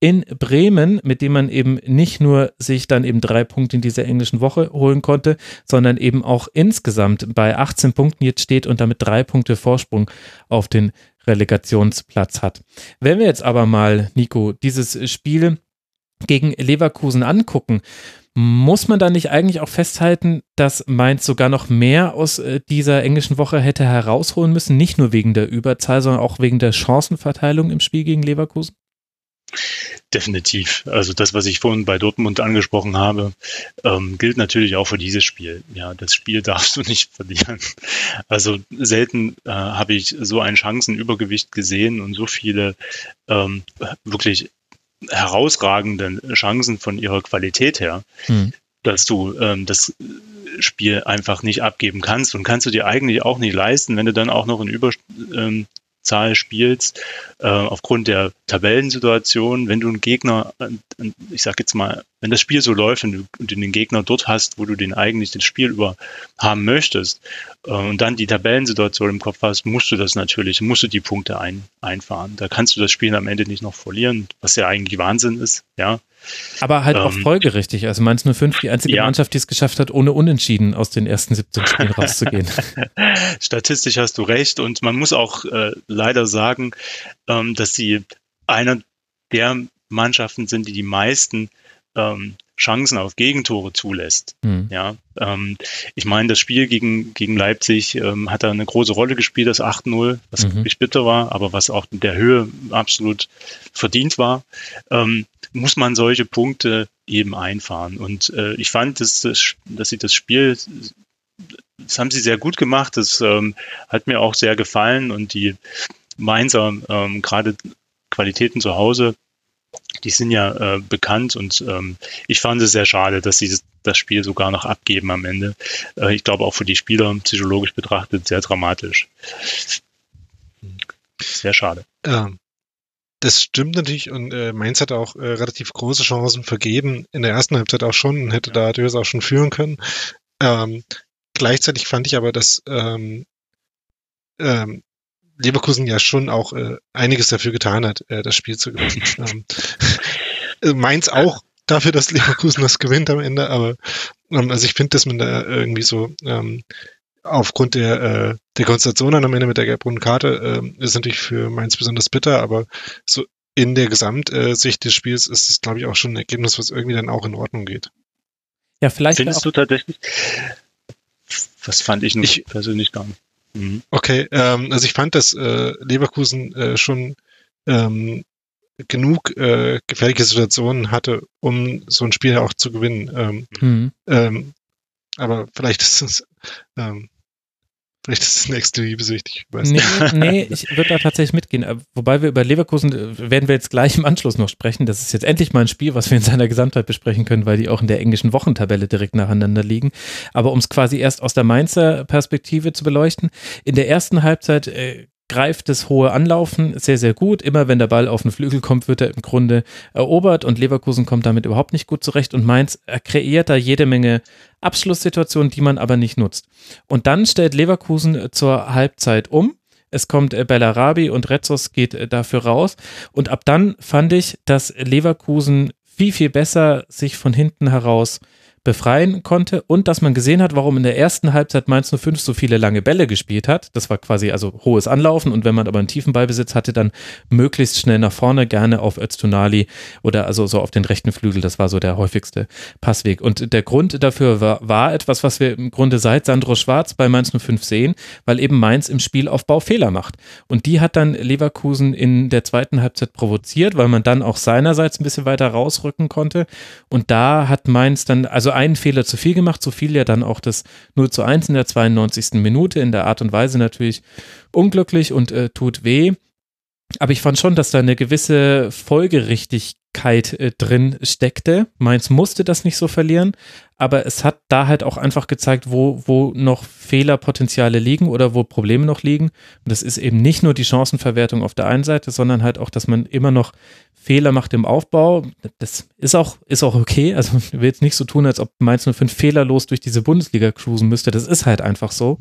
in Bremen, mit dem man eben nicht nur sich dann eben drei Punkte in dieser englischen Woche holen konnte, sondern eben auch insgesamt bei achtzehn Punkten jetzt steht und damit drei Punkte Vorsprung auf den Relegationsplatz hat. Wenn wir jetzt aber mal, Nico, dieses Spiel gegen Leverkusen angucken, muss man da nicht eigentlich auch festhalten, dass Mainz sogar noch mehr aus äh, dieser englischen Woche hätte herausholen müssen, nicht nur wegen der Überzahl, sondern auch wegen der Chancenverteilung im Spiel gegen Leverkusen? Definitiv. Also das, was ich vorhin bei Dortmund angesprochen habe, ähm, gilt natürlich auch für dieses Spiel. Ja, das Spiel darfst du nicht verlieren. Also selten äh, habe ich so ein Chancenübergewicht gesehen und so viele ähm, wirklich herausragenden Chancen von ihrer Qualität her, hm. dass du ähm, das Spiel einfach nicht abgeben kannst und kannst du dir eigentlich auch nicht leisten, wenn du dann auch noch in Überzahl spielst, äh, aufgrund der Tabellensituation, wenn du einen Gegner, äh, ich sag jetzt mal, wenn das Spiel so läuft und du, und du den Gegner dort hast, wo du den eigentlich das Spiel über haben möchtest äh, und dann die Tabellensituation im Kopf hast, musst du das natürlich, musst du die Punkte ein, einfahren. Da kannst du das Spiel am Ende nicht noch verlieren, was ja eigentlich Wahnsinn ist, ja. Aber halt ähm, auch folgerichtig. Also Mainz null fünf, die einzige ja. Mannschaft, die es geschafft hat, ohne Unentschieden aus den ersten siebzehn Spielen rauszugehen. Statistisch hast du recht und man muss auch äh, leider sagen, ähm, dass sie einer der Mannschaften sind, die die meisten ähm, Chancen auf Gegentore zulässt. Mhm. Ja, ähm, ich meine, das Spiel gegen, gegen Leipzig ähm, hat da eine große Rolle gespielt, das acht null, was mhm. wirklich bitter war, aber was auch in der Höhe absolut verdient war. Ähm, muss man solche Punkte eben einfahren. Und äh, ich fand, dass, dass, dass sie das Spiel, das haben sie sehr gut gemacht, das ähm, hat mir auch sehr gefallen und die Mainzer, ähm, gerade Qualitäten zu Hause, die sind ja äh, bekannt und ähm, ich fand es sehr schade, dass sie das, das Spiel sogar noch abgeben am Ende. Äh, ich glaube auch für die Spieler psychologisch betrachtet sehr dramatisch. Sehr schade. Ähm. Das stimmt natürlich und äh, Mainz hat auch äh, relativ große Chancen vergeben, in der ersten Halbzeit auch schon und hätte da durchaus auch schon führen können. Ähm, gleichzeitig fand ich aber, dass ähm, ähm, Leverkusen ja schon auch äh, einiges dafür getan hat, äh, das Spiel zu gewinnen. ähm, äh, Mainz auch dafür, dass Leverkusen das gewinnt am Ende, aber ähm, also ich finde, dass man da irgendwie so ähm, aufgrund der, äh, der Konstellation am Ende mit der gelb-roten Karte äh, ist natürlich für Mainz besonders bitter, aber so in der Gesamtsicht des Spiels ist es, glaube ich, auch schon ein Ergebnis, was irgendwie dann auch in Ordnung geht. Ja, vielleicht. Findest du tatsächlich? Das fand ich, ich persönlich gar nicht. Mhm. Okay, ähm, also ich fand, dass äh, Leverkusen äh, schon ähm, genug äh, gefährliche Situationen hatte, um so ein Spiel auch zu gewinnen. Ähm, mhm. ähm, aber vielleicht ist es ähm, Vielleicht ist es eine extreme Sicht, ich weiß nee, nicht. Nee, ich würde da tatsächlich mitgehen. Wobei wir über Leverkusen, werden wir jetzt gleich im Anschluss noch sprechen. Das ist jetzt endlich mal ein Spiel, was wir in seiner Gesamtheit besprechen können, weil die auch in der englischen Wochentabelle direkt nacheinander liegen. Aber um es quasi erst aus der Mainzer Perspektive zu beleuchten, in der ersten Halbzeit äh, greift das hohe Anlaufen sehr, sehr gut. Immer wenn der Ball auf den Flügel kommt, wird er im Grunde erobert und Leverkusen kommt damit überhaupt nicht gut zurecht und Mainz kreiert da jede Menge Abschlusssituationen, die man aber nicht nutzt. Und dann stellt Leverkusen zur Halbzeit um. Es kommt Bellarabi und Retzos geht dafür raus und ab dann fand ich, dass Leverkusen viel, viel besser sich von hinten heraus befreien konnte und dass man gesehen hat, warum in der ersten Halbzeit Mainz null fünf so viele lange Bälle gespielt hat. Das war quasi also hohes Anlaufen und wenn man aber einen tiefen Ballbesitz hatte, dann möglichst schnell nach vorne, gerne auf Öztunali oder also so auf den rechten Flügel. Das war so der häufigste Passweg. Und der Grund dafür war, war etwas, was wir im Grunde seit Sandro Schwarz bei Mainz null fünf sehen, weil eben Mainz im Spielaufbau Fehler macht. Und die hat dann Leverkusen in der zweiten Halbzeit provoziert, weil man dann auch seinerseits ein bisschen weiter rausrücken konnte. Und da hat Mainz dann, also einen Fehler zu viel gemacht, so fiel ja dann auch das null zu eins in der zweiundneunzigsten Minute, in der Art und Weise natürlich unglücklich und äh, tut weh. Aber ich fand schon, dass da eine gewisse Folgerichtigkeit äh, drin steckte. Mainz musste das nicht so verlieren, aber es hat da halt auch einfach gezeigt, wo, wo noch Fehlerpotenziale liegen oder wo Probleme noch liegen. Und das ist eben nicht nur die Chancenverwertung auf der einen Seite, sondern halt auch, dass man immer noch Fehler macht im Aufbau. Das ist auch, ist auch okay. Also ich will jetzt nicht so tun, als ob Mainz null fünf fehlerlos durch diese Bundesliga cruisen müsste. Das ist halt einfach so.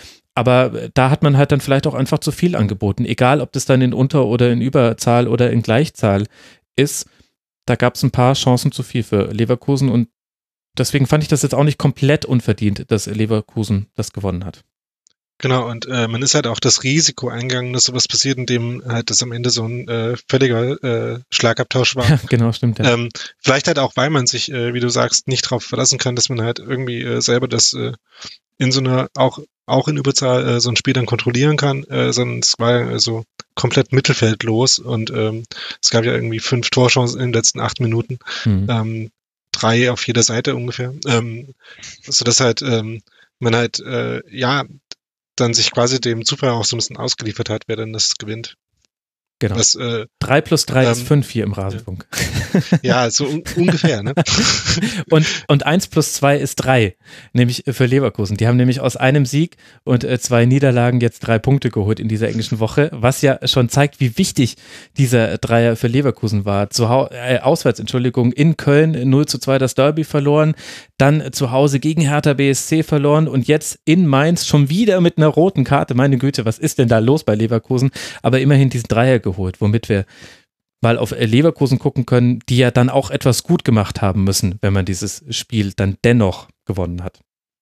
Aber da hat man halt dann vielleicht auch einfach zu viel angeboten. Egal, ob das dann in Unter- oder in Überzahl oder in Gleichzahl ist. da gab es ein paar Chancen zu viel für Leverkusen und deswegen fand ich das jetzt auch nicht komplett unverdient, dass Leverkusen das gewonnen hat. Genau, und äh, man ist halt auch das Risiko eingegangen, dass sowas passiert, indem halt das am Ende so ein äh, völliger äh, Schlagabtausch war. Ja, genau, stimmt. Ja. Ähm, vielleicht halt auch, weil man sich, äh, wie du sagst, nicht darauf verlassen kann, dass man halt irgendwie äh, selber das äh, in so einer, auch auch in Überzahl äh, so ein Spiel dann kontrollieren kann, äh, sondern es war ja so komplett mittelfeldlos und ähm, es gab ja irgendwie fünf Torchancen in den letzten acht Minuten, mhm. ähm, drei auf jeder Seite ungefähr, ähm, so dass halt ähm, man halt, äh, ja, dann sich quasi dem Zufall auch so ein bisschen ausgeliefert hat, wer dann das gewinnt. Genau. Was, äh, drei plus drei ähm, ist fünf hier im Rasenfunk. Ja, so un- ungefähr, ne? und, und eins plus zwei ist drei, nämlich für Leverkusen. Die haben nämlich aus einem Sieg und äh, zwei Niederlagen jetzt drei Punkte geholt in dieser englischen Woche, was ja schon zeigt, wie wichtig dieser Dreier für Leverkusen war. Zu Hau- äh, auswärts, Entschuldigung, in Köln null zu zwei das Derby verloren, dann äh, zu Hause gegen Hertha B S C verloren und jetzt in Mainz schon wieder mit einer roten Karte. Meine Güte, was ist denn da los bei Leverkusen? Aber immerhin diesen Dreier geholt, womit wir mal auf Leverkusen gucken können, die ja dann auch etwas gut gemacht haben müssen, wenn man dieses Spiel dann dennoch gewonnen hat.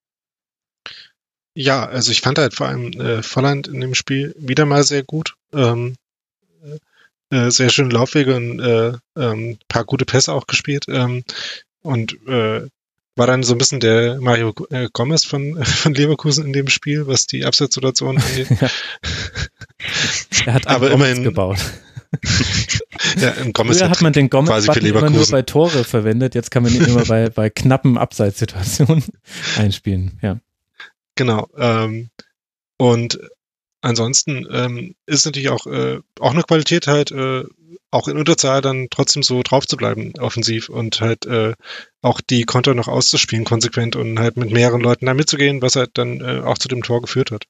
Ja, also ich fand halt vor allem äh, Volland in dem Spiel wieder mal sehr gut. Ähm, äh, sehr schöne Laufwege und äh, ähm, paar gute Pässe auch gespielt. Ähm, und äh, war dann so ein bisschen der Mario äh, Gomez von, von Leverkusen in dem Spiel, was die Abseitssituation angeht. Ja. Er hat aber immerhin gebaut. Ja, Gomez Früher hat man den Gomez immer nur bei Tore Tore verwendet, jetzt kann man ihn immer bei, bei knappen Abseitssituationen einspielen. Ja. Genau. Ähm, und ansonsten ähm, ist natürlich auch, äh, auch eine Qualität halt, äh, auch in Unterzahl dann trotzdem so drauf zu bleiben, offensiv und halt äh, auch die Konter noch auszuspielen konsequent und halt mit mehreren Leuten da mitzugehen, was halt dann äh, auch zu dem Tor geführt hat.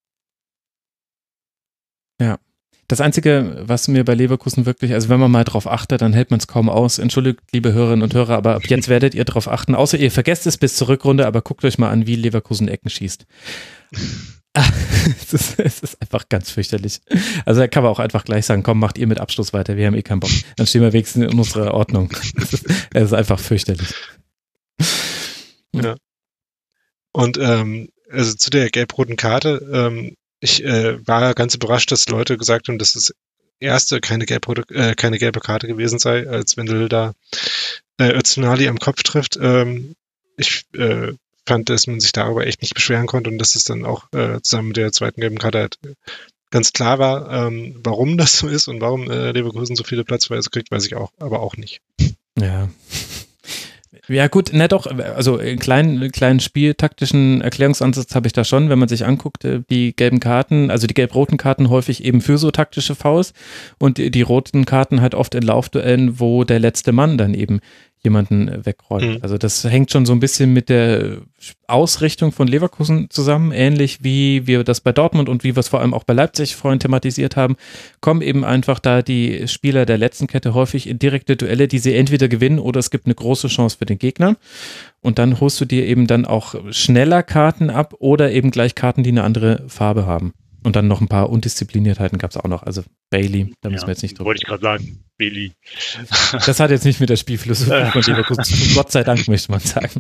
Ja. Das Einzige, was mir bei Leverkusen wirklich, also wenn man mal drauf achtet, dann hält man es kaum aus. Entschuldigt, liebe Hörerinnen und Hörer, aber ab jetzt werdet ihr drauf achten, außer ihr vergesst es bis zur Rückrunde, aber guckt euch mal an, wie Leverkusen Ecken schießt. es, ist, es ist einfach ganz fürchterlich. Also da kann man auch einfach gleich sagen, komm, macht ihr mit Abschluss weiter, wir haben eh keinen Bock. Dann stehen wir wenigstens in unserer Ordnung. Es ist, es ist einfach fürchterlich. Ja. Und ähm, also zu der gelb-roten Karte, ähm, ich äh, war ganz überrascht, dass Leute gesagt haben, dass das erste keine gelbe, äh, keine gelbe Karte gewesen sei, als Wendel da äh, Öztunali am Kopf trifft. Ähm, ich äh, fand, dass man sich darüber echt nicht beschweren konnte und dass es dann auch äh, zusammen mit der zweiten gelben Karte halt ganz klar war, ähm, warum das so ist und warum äh, Leverkusen so viele Platzverweise kriegt, weiß ich auch, aber auch nicht. Ja. Ja gut, ne doch, also einen kleinen, kleinen spieltaktischen Erklärungsansatz habe ich da schon, wenn man sich anguckt, die gelben Karten, also die gelb-roten Karten häufig eben für so taktische Fouls und die, die roten Karten halt oft in Laufduellen, wo der letzte Mann dann eben jemanden wegräumt. Mhm. Also das hängt schon so ein bisschen mit der Ausrichtung von Leverkusen zusammen, ähnlich wie wir das bei Dortmund und wie wir es vor allem auch bei Leipzig vorhin thematisiert haben, kommen eben einfach da die Spieler der letzten Kette häufig in direkte Duelle, die sie entweder gewinnen oder es gibt eine große Chance für den Gegner und dann holst du dir eben dann auch schneller Karten ab oder eben gleich Karten, die eine andere Farbe haben. Und dann noch ein paar Undiszipliniertheiten gab es auch noch. Also Bailey, da müssen ja, wir jetzt nicht drüber. Wollte ich gerade sagen, Bailey. Das hat jetzt nicht mit der Spielphilosophie von Leverkusen zu tun. Gott sei Dank, möchte man sagen.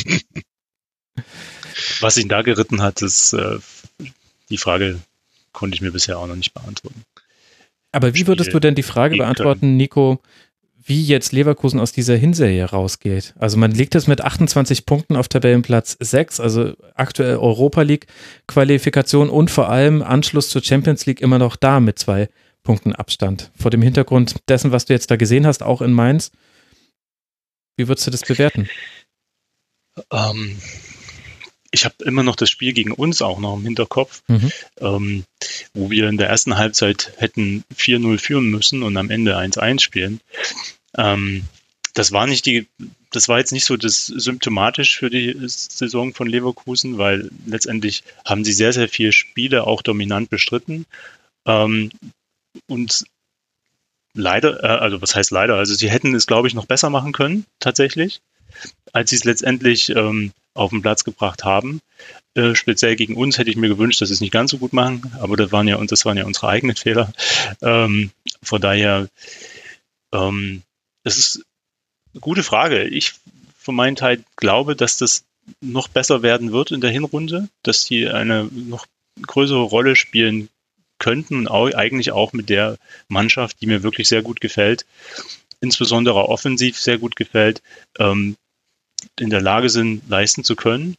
Was ihn da geritten hat, ist äh, die Frage, konnte ich mir bisher auch noch nicht beantworten. Aber wie würdest du denn die Frage beantworten, Nico, wie jetzt Leverkusen aus dieser Hinserie rausgeht? Also man liegt jetzt mit achtundzwanzig Punkten auf Tabellenplatz sechs, also aktuell Europa League Qualifikation und vor allem Anschluss zur Champions League immer noch da mit zwei Punkten Abstand. Vor dem Hintergrund dessen, was du jetzt da gesehen hast, auch in Mainz, wie würdest du das bewerten? Ähm, ich habe immer noch das Spiel gegen uns auch noch im Hinterkopf, mhm. ähm, wo wir in der ersten Halbzeit hätten vier null führen müssen und am Ende eins eins spielen. Ähm, das war nicht die, das war jetzt nicht so das symptomatisch für die Saison von Leverkusen, weil letztendlich haben sie sehr, sehr viele Spiele auch dominant bestritten. Ähm, und leider, äh, also was heißt leider, also sie hätten es, glaube ich, noch besser machen können, tatsächlich, als sie es letztendlich ähm, auf den Platz gebracht haben. Äh, speziell gegen uns hätte ich mir gewünscht, dass sie es nicht ganz so gut machen, aber das waren ja, und das waren ja unsere eigenen Fehler. Ähm, von daher, ähm, es ist gute Frage. Ich von meinem Teil glaube, dass das noch besser werden wird in der Hinrunde, dass die eine noch größere Rolle spielen könnten, auch, eigentlich auch mit der Mannschaft, die mir wirklich sehr gut gefällt, insbesondere offensiv sehr gut gefällt, ähm, in der Lage sind, leisten zu können.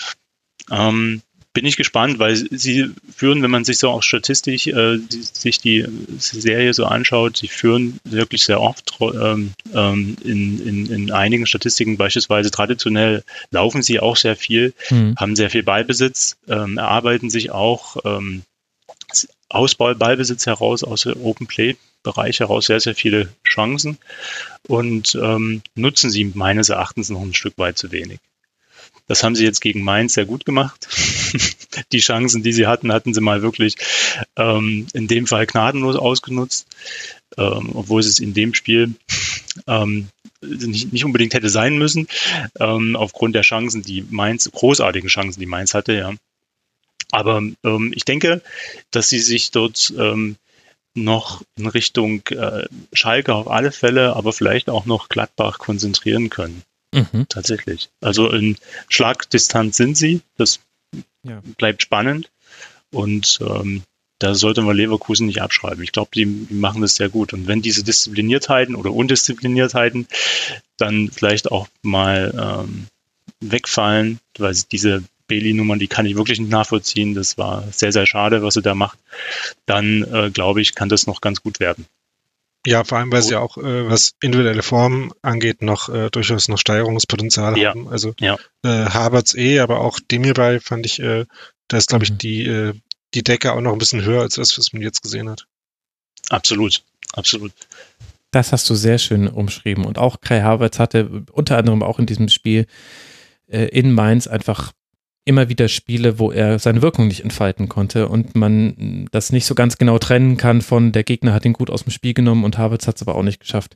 Ähm, bin ich gespannt, weil sie führen, wenn man sich so auch statistisch äh, die, sich die Serie so anschaut, sie führen wirklich sehr oft ähm, in, in, in einigen Statistiken, beispielsweise traditionell laufen sie auch sehr viel, mhm. haben sehr viel Ballbesitz, ähm, erarbeiten sich auch ähm, aus Ballbesitz heraus, aus dem Open-Play-Bereich heraus sehr, sehr viele Chancen und ähm, nutzen sie meines Erachtens noch ein Stück weit zu wenig. Das haben sie jetzt gegen Mainz sehr gut gemacht. Die Chancen, die sie hatten, hatten sie mal wirklich ähm, in dem Fall gnadenlos ausgenutzt, ähm, obwohl es in dem Spiel ähm, nicht, nicht unbedingt hätte sein müssen, ähm, aufgrund der Chancen, die Mainz, großartigen Chancen, die Mainz hatte, ja. Aber ähm, ich denke, dass sie sich dort ähm, noch in Richtung äh, Schalke auf alle Fälle, aber vielleicht auch noch Gladbach konzentrieren können. Mhm. Tatsächlich. Also in Schlagdistanz sind sie, das ja. bleibt spannend und ähm, da sollte man Leverkusen nicht abschreiben. Ich glaube, die, die machen das sehr gut und wenn diese Diszipliniertheiten oder Undiszipliniertheiten dann vielleicht auch mal ähm, wegfallen, weil diese Bailey-Nummern, die kann ich wirklich nicht nachvollziehen, das war sehr, sehr schade, was er da macht, dann äh, glaube ich, kann das noch ganz gut werden. Ja, vor allem, weil sie auch, äh, was individuelle Formen angeht, noch äh, durchaus noch Steigerungspotenzial ja. haben. Also ja. äh, Havertz eh, aber auch Demirbay fand ich, äh, da ist, glaube ich, die, äh, die Decke auch noch ein bisschen höher als das, was man jetzt gesehen hat. Absolut, absolut. Das hast du sehr schön umschrieben. Und auch Kai Havertz hatte unter anderem auch in diesem Spiel äh, in Mainz einfach immer wieder Spiele, wo er seine Wirkung nicht entfalten konnte und man das nicht so ganz genau trennen kann von der Gegner hat ihn gut aus dem Spiel genommen und Havertz hat es aber auch nicht geschafft,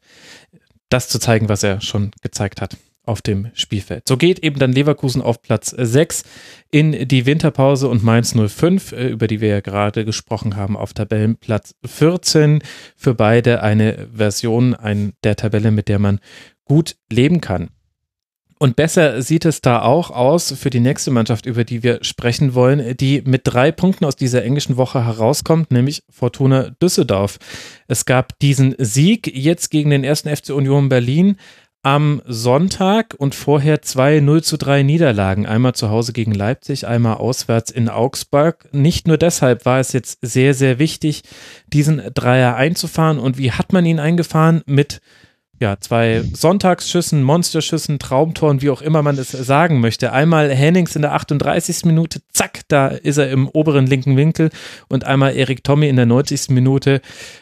das zu zeigen, was er schon gezeigt hat auf dem Spielfeld. So geht eben dann Leverkusen auf Platz sechs in die Winterpause und Mainz null fünf, über die wir ja gerade gesprochen haben, auf Tabellenplatz vierzehn. Für beide eine Version ein, der Tabelle, mit der man gut leben kann. Und besser sieht es da auch aus für die nächste Mannschaft, über die wir sprechen wollen, die mit drei Punkten aus dieser englischen Woche herauskommt, nämlich Fortuna Düsseldorf. Es gab diesen Sieg jetzt gegen den ersten F C Union Berlin am Sonntag und vorher zwei null zu drei Niederlagen. Einmal zu Hause gegen Leipzig, einmal auswärts in Augsburg. Nicht nur deshalb war es jetzt sehr, sehr wichtig, diesen Dreier einzufahren. Und wie hat man ihn eingefahren? Mit Ja, zwei Sonntagsschüssen, Monsterschüssen, Traumtoren, wie auch immer man es sagen möchte. Einmal Hennings in der achtunddreißigsten Minute, zack, da ist er im oberen linken Winkel und einmal Erik Tommy in der neunzigsten Minute,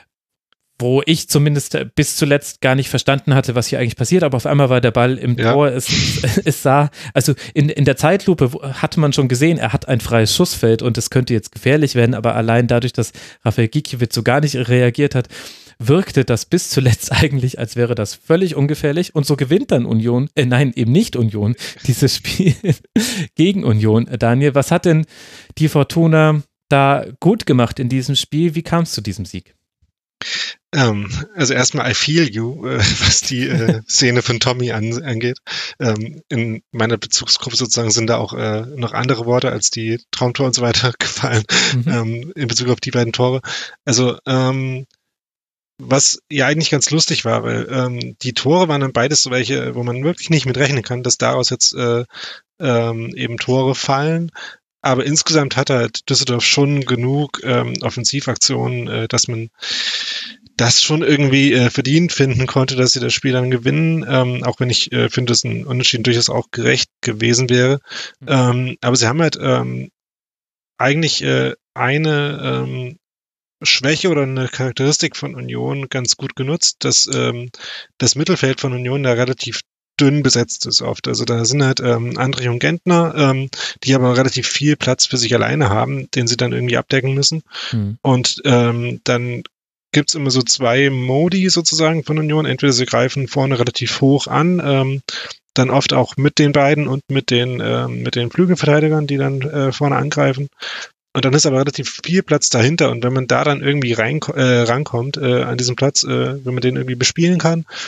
wo ich zumindest bis zuletzt gar nicht verstanden hatte, was hier eigentlich passiert, aber auf einmal war der Ball im ja. Tor, es, es sah, also in, in der Zeitlupe hatte man schon gesehen, er hat ein freies Schussfeld und es könnte jetzt gefährlich werden, aber allein dadurch, dass Rafael Gikiewicz so gar nicht reagiert hat, wirkte das bis zuletzt eigentlich, als wäre das völlig ungefährlich und so gewinnt dann Union, äh nein, eben nicht Union, dieses Spiel gegen Union. Daniel, was hat denn die Fortuna da gut gemacht in diesem Spiel? Wie kam es zu diesem Sieg? Ähm, also erstmal I feel you, äh, was die äh, Szene von Tommy an, angeht. Ähm, in meiner Bezugsgruppe sozusagen sind da auch äh, noch andere Worte als die Traumtor und so weiter gefallen, mhm. ähm, in Bezug auf die beiden Tore. Also ähm, was ja eigentlich ganz lustig war, weil ähm, die Tore waren dann beides so welche, wo man wirklich nicht mit rechnen kann, dass daraus jetzt äh, ähm, eben Tore fallen. Aber insgesamt hat halt Düsseldorf schon genug ähm, Offensivaktionen, äh, dass man das schon irgendwie äh, verdient finden konnte, dass sie das Spiel dann gewinnen, ähm, auch wenn ich äh, finde, dass ein Unentschieden durchaus auch gerecht gewesen wäre. Mhm. Ähm, aber sie haben halt ähm, eigentlich äh, eine ähm, Schwäche oder eine Charakteristik von Union ganz gut genutzt, dass ähm, das Mittelfeld von Union da relativ dünn besetzt ist oft. Also da sind halt ähm, Andrich und Gentner, ähm, die aber relativ viel Platz für sich alleine haben, den sie dann irgendwie abdecken müssen. Mhm. Und ähm, dann gibt's immer so zwei Modi sozusagen von Union. Entweder sie greifen vorne relativ hoch an, ähm, dann oft auch mit den beiden und mit den ähm, mit den Flügelverteidigern, die dann äh, vorne angreifen. Und dann ist aber relativ viel Platz dahinter. Und wenn man da dann irgendwie rein, äh, rankommt äh, an diesem Platz, äh, wenn man den irgendwie bespielen kann,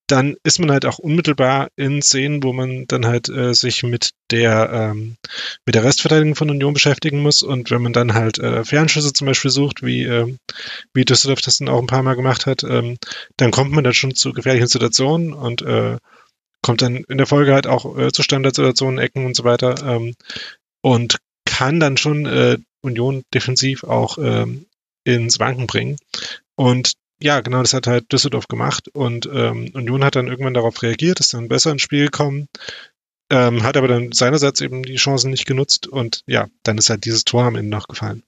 dann ist man halt auch unmittelbar in Szenen, wo man dann halt äh, sich mit der ähm, mit der Restverteidigung von Union beschäftigen muss. Und wenn man dann halt äh, Fernschüsse zum Beispiel sucht, wie äh, wie Düsseldorf das dann auch ein paar Mal gemacht hat, ähm, dann kommt man dann schon zu gefährlichen Situationen und äh, kommt dann in der Folge halt auch äh, zu Standardsituationen, Ecken und so weiter ähm, und kann dann schon äh, Union defensiv auch ähm, ins Wanken bringen. Und ja, genau, das hat halt Düsseldorf gemacht und ähm, Union hat dann irgendwann darauf reagiert, ist dann besser ins Spiel gekommen, ähm, hat aber dann seinerseits eben die Chancen nicht genutzt und ja, dann ist halt dieses Tor am Ende noch gefallen.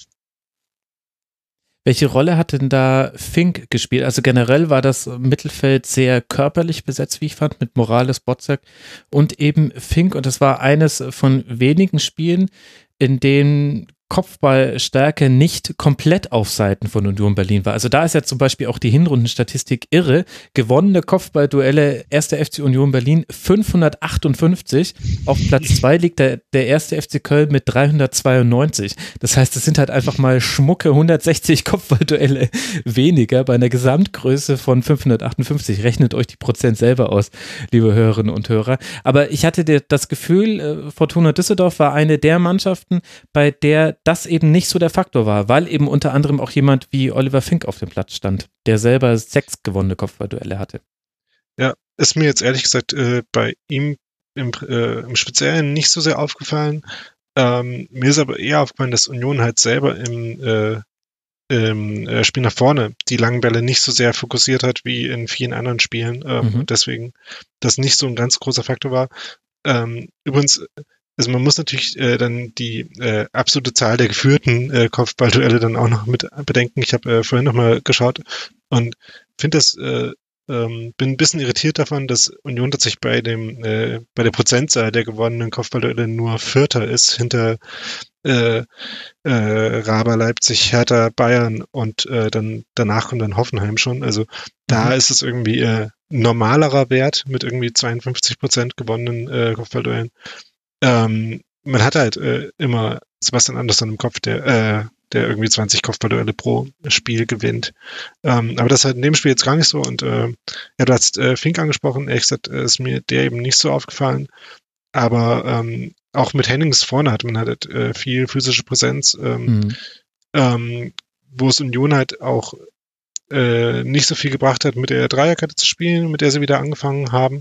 Welche Rolle hat denn da Fink gespielt? Also generell war das Mittelfeld sehr körperlich besetzt, wie ich fand, mit Morales, Botzek und eben Fink und das war eines von wenigen Spielen, in denen Kopfballstärke nicht komplett auf Seiten von Union Berlin war. Also da ist ja zum Beispiel auch die Hinrundenstatistik irre. Gewonnene Kopfballduelle erster F C Union Berlin fünfhundertachtundfünfzig. Auf Platz zwei liegt der, der erste F C Köln mit dreihundertzweiundneunzig. Das heißt, es sind halt einfach mal schmucke hundertsechzig Kopfballduelle weniger bei einer Gesamtgröße von fünfhundertachtundfünfzig. Rechnet euch die Prozent selber aus, liebe Hörerinnen und Hörer. Aber ich hatte das Gefühl, Fortuna Düsseldorf war eine der Mannschaften, bei der das eben nicht so der Faktor war, weil eben unter anderem auch jemand wie Oliver Fink auf dem Platz stand, der selber sechs gewonnene Kopfballduelle hatte. Ja, ist mir jetzt ehrlich gesagt äh, bei ihm im, äh, im Speziellen nicht so sehr aufgefallen. Ähm, mir ist aber eher aufgefallen, dass Union halt selber im, äh, im äh, Spiel nach vorne die langen Bälle nicht so sehr fokussiert hat wie in vielen anderen Spielen. Ähm, Mhm. Deswegen das nicht so ein ganz großer Faktor war. Ähm, übrigens, also man muss natürlich äh, dann die äh, absolute Zahl der geführten äh, Kopfballduelle dann auch noch mit bedenken. Ich habe äh, vorhin nochmal geschaut und finde das, äh, ähm, bin ein bisschen irritiert davon, dass Union tatsächlich bei dem äh, bei der Prozentzahl der gewonnenen Kopfballduelle nur Vierter ist, hinter äh, äh, Raber, Leipzig, Hertha, Bayern und äh, dann danach kommt dann Hoffenheim schon. Also da Mhm. ist es irgendwie äh, normalerer Wert mit irgendwie zweiundfünfzig Prozent gewonnenen äh, Kopfballduellen. Ähm, man hat halt äh, immer Sebastian Andersson im Kopf, der, äh, der irgendwie zwanzig Kopfballduelle pro Spiel gewinnt. Ähm, aber das ist halt in dem Spiel jetzt gar nicht so. Und äh, ja, du hast äh, Fink angesprochen, ehrlich gesagt äh, ist mir der eben nicht so aufgefallen. Aber ähm, auch mit Hennings vorne hat man halt äh, viel physische Präsenz, ähm, Mhm. ähm, wo es Union halt auch äh, nicht so viel gebracht hat, mit der Dreierkette zu spielen, mit der sie wieder angefangen haben.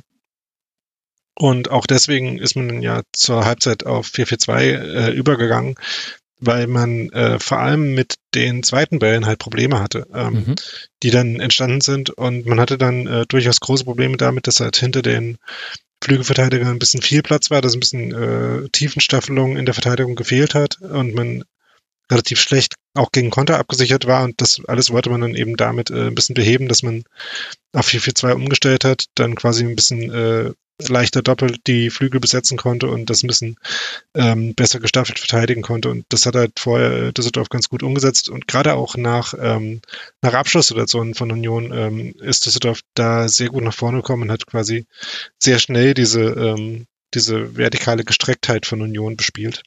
Und auch deswegen ist man dann ja zur Halbzeit auf vier vier zwei äh, übergegangen, weil man äh, vor allem mit den zweiten Bällen halt Probleme hatte, ähm, Mhm. die dann entstanden sind. Und man hatte dann äh, durchaus große Probleme damit, dass halt hinter den Flügelverteidigern ein bisschen viel Platz war, dass ein bisschen äh, Tiefenstaffelung in der Verteidigung gefehlt hat und man relativ schlecht auch gegen Konter abgesichert war. Und das alles wollte man dann eben damit äh, ein bisschen beheben, dass man auf vier vier zwei umgestellt hat, dann quasi ein bisschen äh, leichter doppelt die Flügel besetzen konnte und das ein bisschen ähm, besser gestaffelt verteidigen konnte. Und das hat halt vorher äh, Düsseldorf ganz gut umgesetzt. Und gerade auch nach, ähm, nach Abschlusssituationen von Union ähm, ist Düsseldorf da sehr gut nach vorne gekommen und hat quasi sehr schnell diese, ähm, diese vertikale Gestrecktheit von Union bespielt.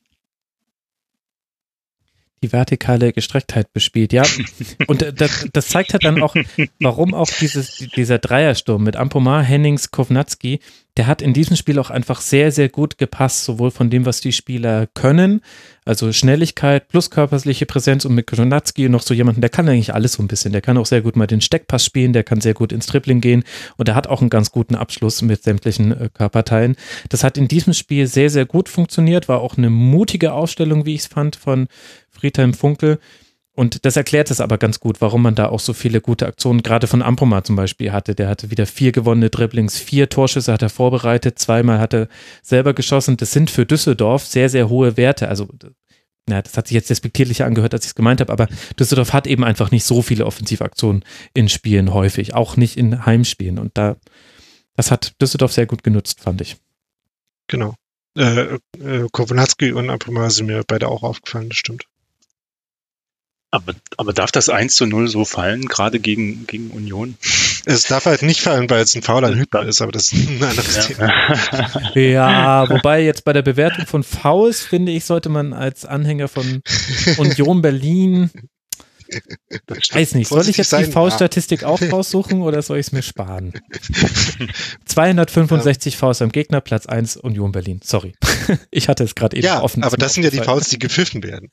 Die vertikale Gestrecktheit bespielt, ja. Und äh, das, das zeigt halt dann auch, warum auch dieses, dieser Dreiersturm mit Ampomar, Hennings, Kovnatski, der hat in diesem Spiel auch einfach sehr, sehr gut gepasst, sowohl von dem, was die Spieler können, also Schnelligkeit plus körperliche Präsenz und mit Kovnatski noch so jemanden, der kann eigentlich alles so ein bisschen, der kann auch sehr gut mal den Steckpass spielen, der kann sehr gut ins Dribbling gehen und der hat auch einen ganz guten Abschluss mit sämtlichen äh, Körperteilen. Das hat in diesem Spiel sehr, sehr gut funktioniert, war auch eine mutige Aufstellung, wie ich es fand, von Friedhelm Funkel. Und das erklärt es aber ganz gut, warum man da auch so viele gute Aktionen, gerade von Ampomar zum Beispiel hatte. Der hatte wieder vier gewonnene Dribblings, vier Torschüsse hat er vorbereitet, zweimal hat er selber geschossen. Das sind für Düsseldorf sehr, sehr hohe Werte. Also, na, das hat sich jetzt despektierlicher angehört, als ich es gemeint habe, aber Düsseldorf hat eben einfach nicht so viele Offensivaktionen in Spielen häufig, auch nicht in Heimspielen. Und da, das hat Düsseldorf sehr gut genutzt, fand ich. Genau. Äh, äh, Kovnatski und Ampomar sind mir beide auch aufgefallen, das stimmt. Aber, aber darf das eins zu null so fallen, gerade gegen, gegen Union? Es darf halt nicht fallen, weil es ein Foul an Hübner ist, aber das ist ein anderes Thema. Ja, wobei jetzt bei der Bewertung von Fouls, finde ich, sollte man als Anhänger von Union Berlin Ich weiß nicht, soll ich jetzt die V-Statistik auch raussuchen oder soll ich es mir sparen? zweihundertfünfundsechzig ja. Fouls am Gegner, Platz eins Union Berlin. Sorry, ich hatte es gerade eben ja, offen. Aber das sind ja die Fouls, die gepfiffen werden.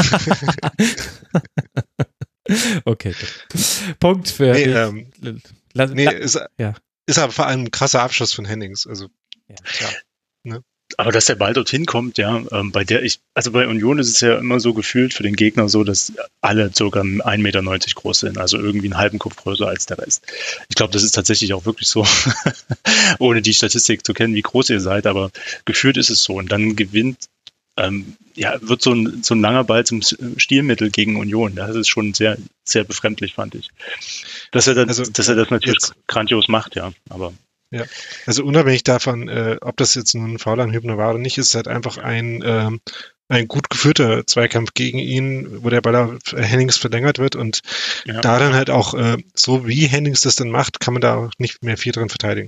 Okay, Punkt für... Nee, ähm, la, nee la, ist, ja. ist aber vor allem ein krasser Abschluss von Hennings. Also, ja. ja ne? Aber dass der Ball dorthin kommt, ja, ähm, bei der ich, also bei Union ist es ja immer so gefühlt für den Gegner so, dass alle circa ein Meter neunzig groß sind, also irgendwie einen halben Kopf größer als der Rest. Ich glaube, das ist tatsächlich auch wirklich so, ohne die Statistik zu kennen, wie groß ihr seid, aber gefühlt ist es so. Und dann gewinnt, ähm, ja, wird so ein, so ein langer Ball zum Stilmittel gegen Union. Das ist schon sehr, sehr befremdlich, fand ich. Dass er, dann, also, dass er das natürlich jetzt grandios macht, ja, aber... Ja, also unabhängig davon, äh, ob das jetzt nun ein Foul an Hübner war oder nicht, ist halt einfach ein, ähm, ein gut geführter Zweikampf gegen ihn, wo der Ball auf Hennings verlängert wird und ja. da dann halt auch, äh, so wie Hennings das dann macht, kann man da auch nicht mehr viel dran verteidigen.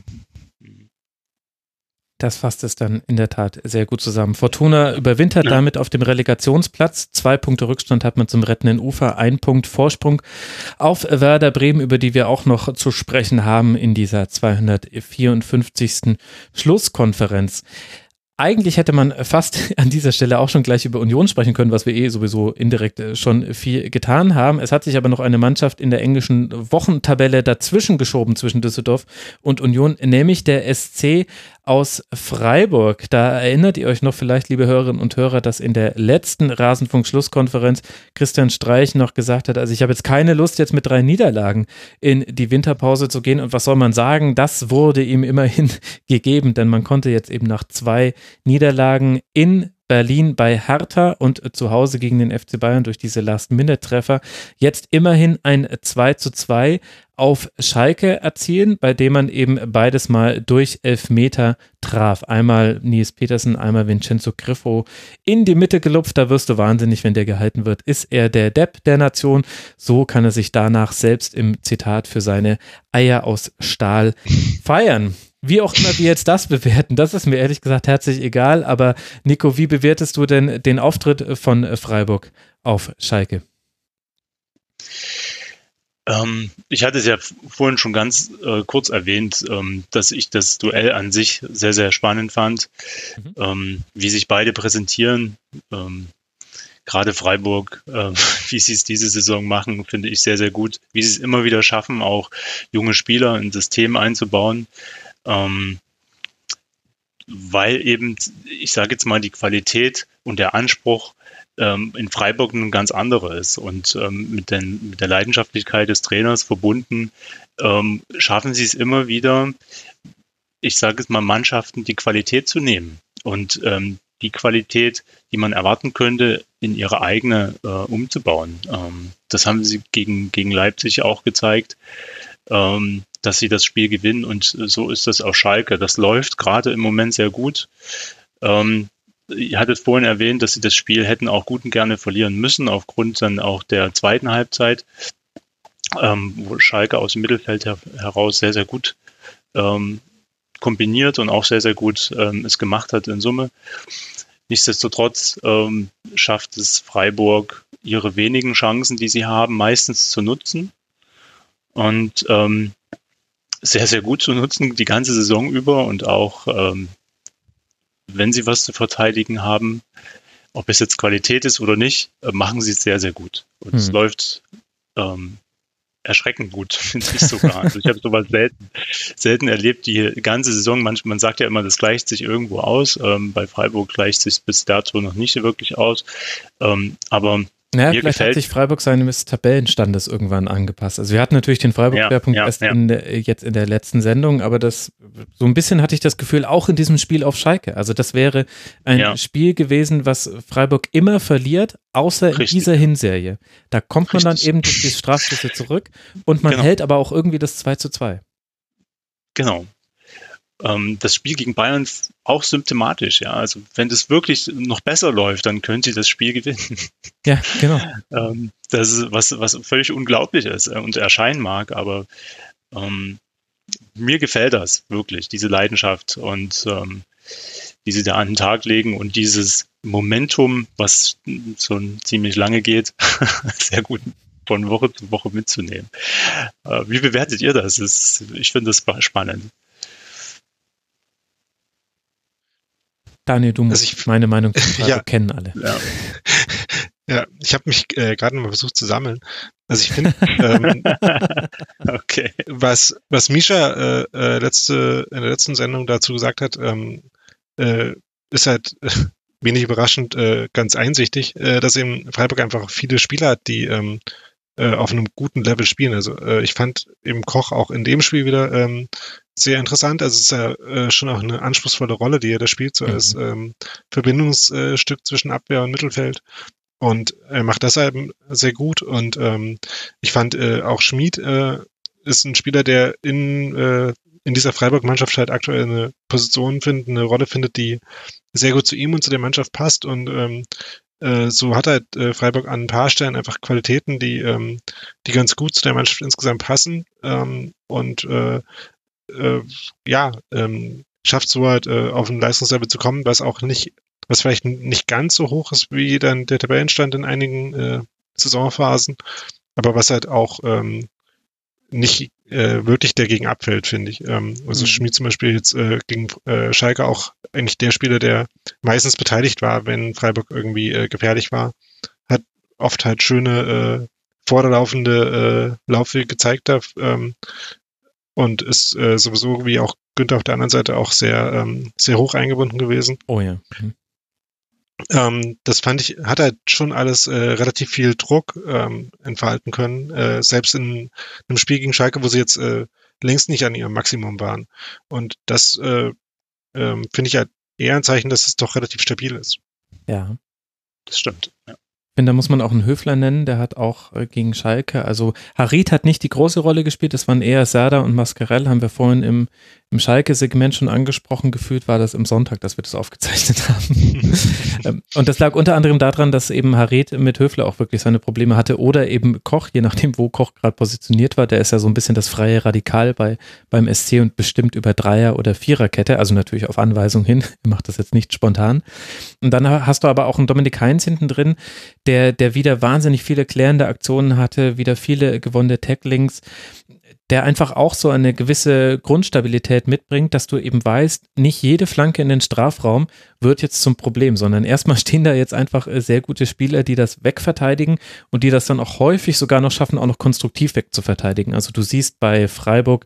Das fasst es dann in der Tat sehr gut zusammen. Fortuna überwintert ja. damit auf dem Relegationsplatz. Zwei Punkte Rückstand hat man zum rettenden Ufer. Ein Punkt Vorsprung auf Werder Bremen, über die wir auch noch zu sprechen haben in dieser zweihundertvierundfünfzigsten Schlusskonferenz. Eigentlich hätte man fast an dieser Stelle auch schon gleich über Union sprechen können, was wir eh sowieso indirekt schon viel getan haben. Es hat sich aber noch eine Mannschaft in der englischen Wochentabelle dazwischen geschoben zwischen Düsseldorf und Union, nämlich der S C aus Freiburg. Da erinnert ihr euch noch vielleicht, liebe Hörerinnen und Hörer, dass in der letzten Rasenfunk-Schlusskonferenz Christian Streich noch gesagt hat, also ich habe jetzt keine Lust, jetzt mit drei Niederlagen in die Winterpause zu gehen. Und was soll man sagen? Das wurde ihm immerhin gegeben, denn man konnte jetzt eben nach zwei Niederlagen in Berlin bei Hertha und zu Hause gegen den F C Bayern durch diese Last-Minute-Treffer jetzt immerhin ein zwei zu zwei auf Schalke erzielen, bei dem man eben beides mal durch Elfmeter traf. Einmal Nils Petersen, einmal Vincenzo Griffo in die Mitte gelupft. Da wirst du wahnsinnig, wenn der gehalten wird. Ist er der Depp der Nation? So kann er sich danach selbst im Zitat für seine Eier aus Stahl feiern. Wie auch immer wir jetzt das bewerten, das ist mir ehrlich gesagt herzlich egal. Aber Nico, wie bewertest du denn den Auftritt von Freiburg auf Schalke? Ähm, ich hatte es ja vorhin schon ganz äh, kurz erwähnt, ähm, dass ich das Duell an sich sehr, sehr spannend fand, mhm. ähm, wie sich beide präsentieren. Ähm, gerade Freiburg, äh, wie sie es diese Saison machen, finde ich sehr, sehr gut. Wie sie es immer wieder schaffen, auch junge Spieler in System einzubauen. Ähm, weil eben, ich sage jetzt mal, die Qualität und der Anspruch ähm, in Freiburg ein ganz anderer ist und ähm, mit, den, mit der Leidenschaftlichkeit des Trainers verbunden, ähm, schaffen sie es immer wieder, ich sage jetzt mal, Mannschaften die Qualität zu nehmen und ähm, die Qualität, die man erwarten könnte, in ihre eigene äh, umzubauen. Ähm, das haben sie gegen, gegen Leipzig auch gezeigt, ähm, dass sie das Spiel gewinnen und so ist das auf Schalke. Das läuft gerade im Moment sehr gut. Ähm, ihr hattet vorhin erwähnt, dass sie das Spiel hätten auch gut und gerne verlieren müssen, aufgrund dann auch der zweiten Halbzeit, ähm, wo Schalke aus dem Mittelfeld her- heraus sehr, sehr gut ähm, kombiniert und auch sehr, sehr gut ähm, es gemacht hat in Summe. Nichtsdestotrotz ähm, schafft es Freiburg, ihre wenigen Chancen, die sie haben, meistens zu nutzen und ähm, sehr, sehr gut zu nutzen, die ganze Saison über und auch, ähm, wenn sie was zu verteidigen haben, ob es jetzt Qualität ist oder nicht, äh, machen sie es sehr, sehr gut. Und hm. es läuft ähm, erschreckend gut, finde ich sogar. Also ich habe sowas selten, selten erlebt, die ganze Saison. Man, man sagt ja immer, das gleicht sich irgendwo aus. Ähm, bei Freiburg gleicht sich bis dato noch nicht wirklich aus. Ähm, aber naja, mir vielleicht gefällt, hat sich Freiburg seines Tabellenstandes irgendwann angepasst. Also wir hatten natürlich den Freiburg-Schwerpunkt ja, ja, erst ja. in der, jetzt in der letzten Sendung, aber das so ein bisschen hatte ich das Gefühl, auch in diesem Spiel auf Schalke. Also das wäre ein ja. Spiel gewesen, was Freiburg immer verliert, außer Richtig. in dieser Hinserie. Da kommt man Richtig. dann eben durch die Strafschüsse zurück und man genau. hält aber auch irgendwie das zwei zu zwei. Genau. Ähm, das Spiel gegen Bayern auch symptomatisch, ja. Also wenn das wirklich noch besser läuft, dann können sie das Spiel gewinnen. Ja, genau. ähm, das ist was, was völlig unglaublich ist und erscheinen mag, aber ähm, mir gefällt das wirklich, diese Leidenschaft und ähm, die sie da an den Tag legen und dieses Momentum, was so ziemlich lange geht, sehr gut, von Woche zu Woche mitzunehmen. Äh, wie bewertet ihr das? das ist, ich finde das spannend. Daniel, du musst also ich, meine Meinung also ja, kennen alle. Ja, ja ich habe mich äh, gerade mal versucht zu sammeln. Also ich finde, ähm, okay. was, was Misha äh, äh, letzte, in der letzten Sendung dazu gesagt hat, ähm, äh, ist halt äh, wenig überraschend äh, ganz einsichtig, äh, dass eben Freiburg einfach viele Spieler hat, die ähm, äh, auf einem guten Level spielen. Also äh, ich fand eben Koch auch in dem Spiel wieder ähm, sehr interessant. Also es ist ja äh, schon auch eine anspruchsvolle Rolle, die er da spielt, so mhm. als ähm, Verbindungsstück zwischen Abwehr und Mittelfeld. Und er macht das eben sehr gut. Und ähm, ich fand äh, auch Schmid äh, ist ein Spieler, der in äh, in dieser Freiburg-Mannschaft halt aktuell eine Position findet, eine Rolle findet, die sehr gut zu ihm und zu der Mannschaft passt. Und ähm, äh, so hat halt äh, Freiburg an ein paar Stellen einfach Qualitäten, die ähm, die ganz gut zu der Mannschaft insgesamt passen. Ähm, und äh, äh, ja, ähm, schafft so halt äh, auf ein Leistungslevel zu kommen, was auch nicht, was vielleicht nicht ganz so hoch ist wie dann der Tabellenstand in einigen äh, Saisonphasen, aber was halt auch ähm, nicht äh, wirklich dagegen abfällt, finde ich. Ähm, also mhm. Schmid zum Beispiel jetzt äh, gegen äh, Schalke auch eigentlich der Spieler, der meistens beteiligt war, wenn Freiburg irgendwie äh, gefährlich war, hat oft halt schöne äh, vorderlaufende äh, Laufwege gezeigt hat ähm, und ist äh, sowieso wie auch Günther auf der anderen Seite auch sehr ähm, sehr hoch eingebunden gewesen. Oh ja. Mhm. Ähm, das fand ich, hat halt schon alles äh, relativ viel Druck ähm, entfalten können, äh, selbst in einem Spiel gegen Schalke, wo sie jetzt äh, längst nicht an ihrem Maximum waren. Und das äh, äh, finde ich halt eher ein Zeichen, dass es doch relativ stabil ist. Ja. Das stimmt, ja. Ich finde, da muss man auch einen Höfler nennen, der hat auch äh, gegen Schalke, also Harit hat nicht die große Rolle gespielt, das waren eher Serdar und Mascarell, haben wir vorhin im, im Schalke-Segment schon angesprochen, gefühlt war das im Sonntag, dass wir das aufgezeichnet haben. Und das lag unter anderem daran, dass eben Harit mit Höfler auch wirklich seine Probleme hatte oder eben Koch, je nachdem, wo Koch gerade positioniert war, der ist ja so ein bisschen das freie Radikal bei, beim S C und bestimmt über Dreier- oder Viererkette, also natürlich auf Anweisung hin, er macht das jetzt nicht spontan. Und dann hast du aber auch einen Dominik Heinz hinten drin, der, der wieder wahnsinnig viele klärende Aktionen hatte, wieder viele gewonnene Tacklings, der einfach auch so eine gewisse Grundstabilität mitbringt, dass du eben weißt, nicht jede Flanke in den Strafraum wird jetzt zum Problem, sondern erstmal stehen da jetzt einfach sehr gute Spieler, die das wegverteidigen und die das dann auch häufig sogar noch schaffen, auch noch konstruktiv wegzuverteidigen. Also du siehst bei Freiburg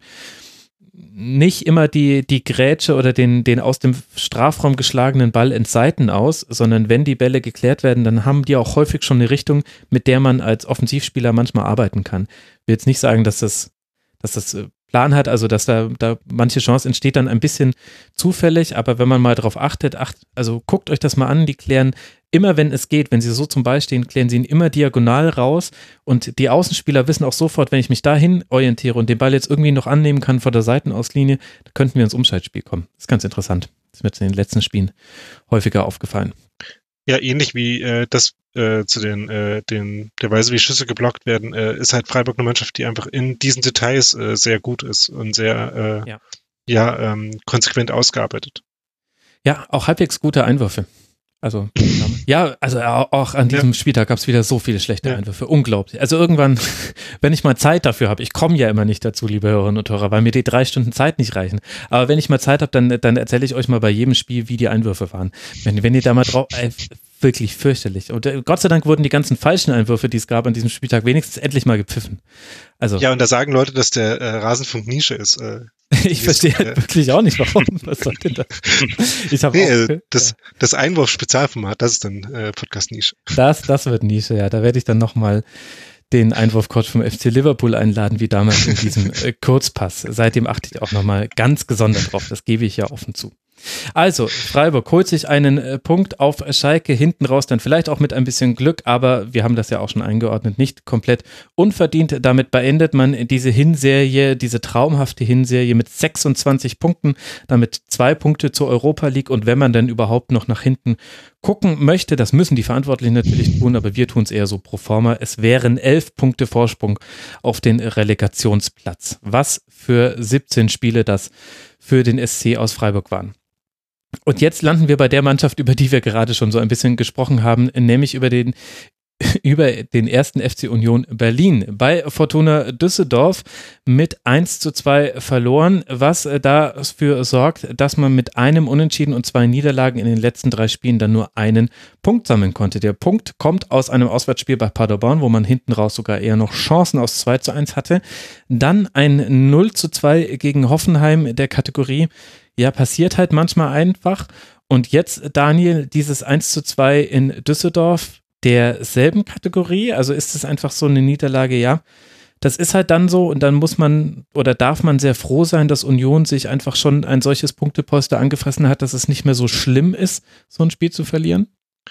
nicht immer die, die Grätsche oder den, den aus dem Strafraum geschlagenen Ball ins Seiten aus, sondern wenn die Bälle geklärt werden, dann haben die auch häufig schon eine Richtung, mit der man als Offensivspieler manchmal arbeiten kann. Ich will jetzt nicht sagen, dass das, dass das Plan hat, also dass da, da manche Chance entsteht dann ein bisschen zufällig, aber wenn man mal drauf achtet, acht, also guckt euch das mal an, die klären immer, wenn es geht, wenn sie so zum Ball stehen, klären sie ihn immer diagonal raus und die Außenspieler wissen auch sofort, wenn ich mich dahin orientiere und den Ball jetzt irgendwie noch annehmen kann vor der Seitenauslinie, dann könnten wir ins Umschaltspiel kommen. Das ist ganz interessant. Das ist mir in den letzten Spielen häufiger aufgefallen. Ja, ähnlich wie äh, das äh, zu den, äh, den der Weise, wie Schüsse geblockt werden, äh, ist halt Freiburg eine Mannschaft, die einfach in diesen Details äh, sehr gut ist und sehr äh, ja, ja ähm, konsequent ausgearbeitet. Ja, auch halbwegs gute Einwürfe. Also, ja, also auch an diesem ja. Spieltag gab es wieder so viele schlechte ja. Einwürfe. Unglaublich. Also irgendwann, wenn ich mal Zeit dafür habe, ich komme ja immer nicht dazu, liebe Hörerinnen und Hörer, weil mir die drei Stunden Zeit nicht reichen. Aber wenn ich mal Zeit habe, dann, dann erzähle ich euch mal bei jedem Spiel, wie die Einwürfe waren. Wenn, wenn ihr da mal drauf, äh, wirklich fürchterlich. Und äh, Gott sei Dank wurden die ganzen falschen Einwürfe, die es gab an diesem Spieltag, wenigstens endlich mal gepfiffen. Also. Ja, und da sagen Leute, dass der äh, Rasenfunk Nische ist. Äh. Ich verstehe halt wirklich auch nicht, warum. Was soll denn das? Ich hab nee, auch, äh, das, ja. das Einwurf-Spezialformat, das ist dann äh, Podcast-Nische. Das, das wird Nische, ja. Da werde ich dann nochmal den Einwurfcoach vom F C Liverpool einladen, wie damals in diesem äh, Kurzpass. Seitdem achte ich auch nochmal ganz gesondert drauf. Das gebe ich ja offen zu. Also, Freiburg holt sich einen äh, Punkt auf Schalke, hinten raus dann vielleicht auch mit ein bisschen Glück, aber wir haben das ja auch schon eingeordnet, nicht komplett unverdient. Damit beendet man diese Hinserie, diese traumhafte Hinserie mit sechsundzwanzig Punkten, damit zwei Punkte zur Europa League und wenn man dann überhaupt noch nach hinten gucken möchte, das müssen die Verantwortlichen natürlich tun, aber wir tun es eher so pro forma, es wären elf Punkte Vorsprung auf den Relegationsplatz. Was für siebzehn Spiele das für den S C aus Freiburg waren. Und jetzt landen wir bei der Mannschaft, über die wir gerade schon so ein bisschen gesprochen haben, nämlich über den über den ersten F C Union Berlin. Bei Fortuna Düsseldorf mit eins zu zwei verloren, was dafür sorgt, dass man mit einem Unentschieden und zwei Niederlagen in den letzten drei Spielen dann nur einen Punkt sammeln konnte. Der Punkt kommt aus einem Auswärtsspiel bei Paderborn, wo man hinten raus sogar eher noch Chancen aus zwei zu eins hatte. Dann ein null zu zwei gegen Hoffenheim der Kategorie, ja, passiert halt manchmal einfach. Und jetzt, Daniel, dieses eins zu zwei in Düsseldorf, derselben Kategorie, also ist es einfach so eine Niederlage, ja, das ist halt dann so und dann muss man oder darf man sehr froh sein, dass Union sich einfach schon ein solches Punktepolster angefressen hat, dass es nicht mehr so schlimm ist, so ein Spiel zu verlieren?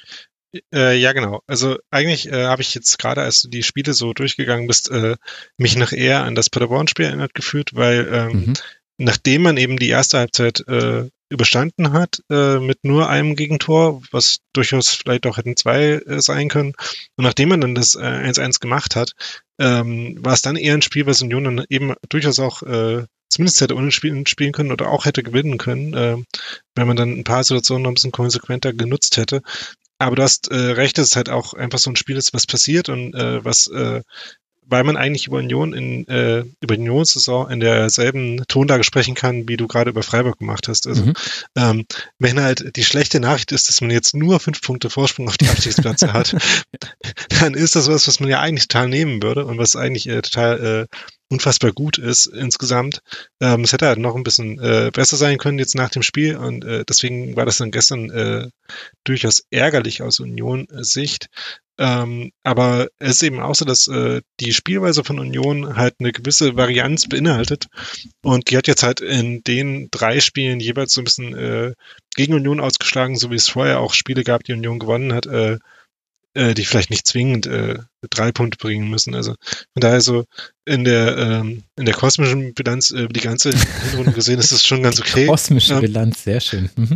Äh, ja, genau. Also eigentlich äh, habe ich jetzt gerade, als du die Spiele so durchgegangen bist, äh, mich noch eher an das Paderborn-Spiel erinnert gefühlt, weil ähm, mhm. nachdem man eben die erste Halbzeit äh, überstanden hat äh, mit nur einem Gegentor, was durchaus vielleicht auch hätten zwei äh, sein können. Und nachdem man dann das äh, eins eins gemacht hat, ähm, war es dann eher ein Spiel, was Union dann eben durchaus auch äh, zumindest hätte unentschieden spielen können oder auch hätte gewinnen können, äh, wenn man dann ein paar Situationen noch ein bisschen konsequenter genutzt hätte. Aber du hast äh, recht, dass es halt auch einfach so ein Spiel ist, was passiert und äh, was äh, weil man eigentlich über Union in äh, über die Unionssaison in derselben Tonlage sprechen kann, wie du gerade über Freiburg gemacht hast. Also mhm. ähm, wenn halt die schlechte Nachricht ist, dass man jetzt nur fünf Punkte Vorsprung auf die Abstiegsplätze hat, dann ist das was, was man ja eigentlich total nehmen würde und was eigentlich äh, total äh, unfassbar gut ist insgesamt. Ähm, es hätte halt noch ein bisschen äh, besser sein können jetzt nach dem Spiel und äh, deswegen war das dann gestern äh, durchaus ärgerlich aus Union-Sicht. Ähm, aber es ist eben auch so, dass äh, die Spielweise von Union halt eine gewisse Varianz beinhaltet und die hat jetzt halt in den drei Spielen jeweils so ein bisschen äh, gegen Union ausgeschlagen, so wie es vorher auch Spiele gab, die Union gewonnen hat, äh, äh, die vielleicht nicht zwingend äh, drei Punkte bringen müssen. Also von daher so in der ähm, in der kosmischen Bilanz äh, die ganze Hinrunde gesehen ist das schon ganz okay. Kosmische ähm, Bilanz, sehr schön. Mhm.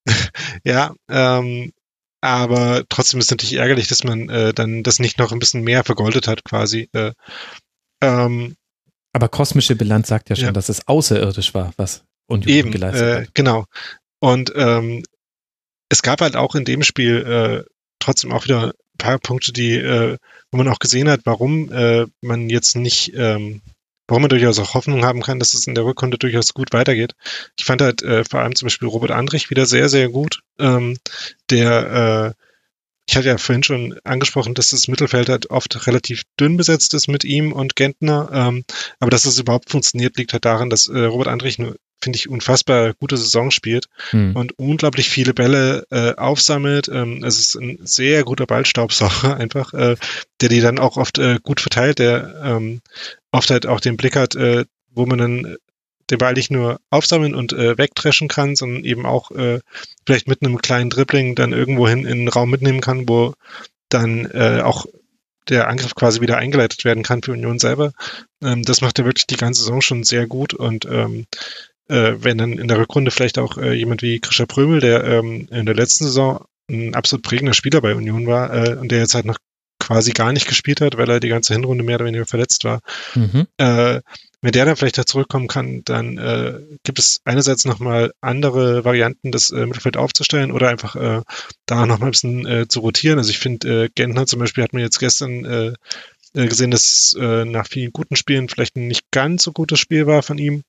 Ja, ähm, aber trotzdem ist es natürlich ärgerlich, dass man äh, dann das nicht noch ein bisschen mehr vergoldet hat quasi. Äh, ähm, aber kosmische Bilanz sagt ja schon, ja. dass es außerirdisch war, was Union eben, geleistet äh, hat. Genau. Und ähm, es gab halt auch in dem Spiel äh, trotzdem auch wieder ein paar Punkte, die, äh, wo man auch gesehen hat, warum äh, man jetzt nicht, ähm, warum man durchaus auch Hoffnung haben kann, dass es in der Rückrunde durchaus gut weitergeht. Ich fand halt äh, vor allem zum Beispiel Robert Andrich wieder sehr, sehr gut, ähm, der, äh, ich hatte ja vorhin schon angesprochen, dass das Mittelfeld halt oft relativ dünn besetzt ist mit ihm und Gentner, ähm, aber dass es überhaupt funktioniert, liegt halt daran, dass äh, Robert Andrich eine, finde ich, unfassbar gute Saison spielt hm. und unglaublich viele Bälle äh, aufsammelt. Ähm, es ist ein sehr guter Ballstaubsauger einfach, äh, der die dann auch oft äh, gut verteilt, der ähm, oft halt auch den Blick hat, äh, wo man dann den Ball nicht nur aufsammeln und äh, wegdreschen kann, sondern eben auch äh, vielleicht mit einem kleinen Dribbling dann irgendwohin in den Raum mitnehmen kann, wo dann äh, auch der Angriff quasi wieder eingeleitet werden kann für Union selber. Ähm, das macht er wirklich die ganze Saison schon sehr gut und ähm, äh, wenn dann in der Rückrunde vielleicht auch äh, jemand wie Krischer Prömel, der ähm, in der letzten Saison ein absolut prägender Spieler bei Union war äh, und der jetzt halt noch quasi gar nicht gespielt hat, weil er die ganze Hinrunde mehr oder weniger verletzt war. Mhm. Äh, wenn der dann vielleicht da zurückkommen kann, dann äh, gibt es einerseits nochmal andere Varianten, das äh, Mittelfeld aufzustellen oder einfach äh, da nochmal ein bisschen äh, zu rotieren. Also ich finde, äh, Gentner zum Beispiel hat mir jetzt gestern äh, gesehen, dass äh, nach vielen guten Spielen vielleicht ein nicht ganz so gutes Spiel war von ihm.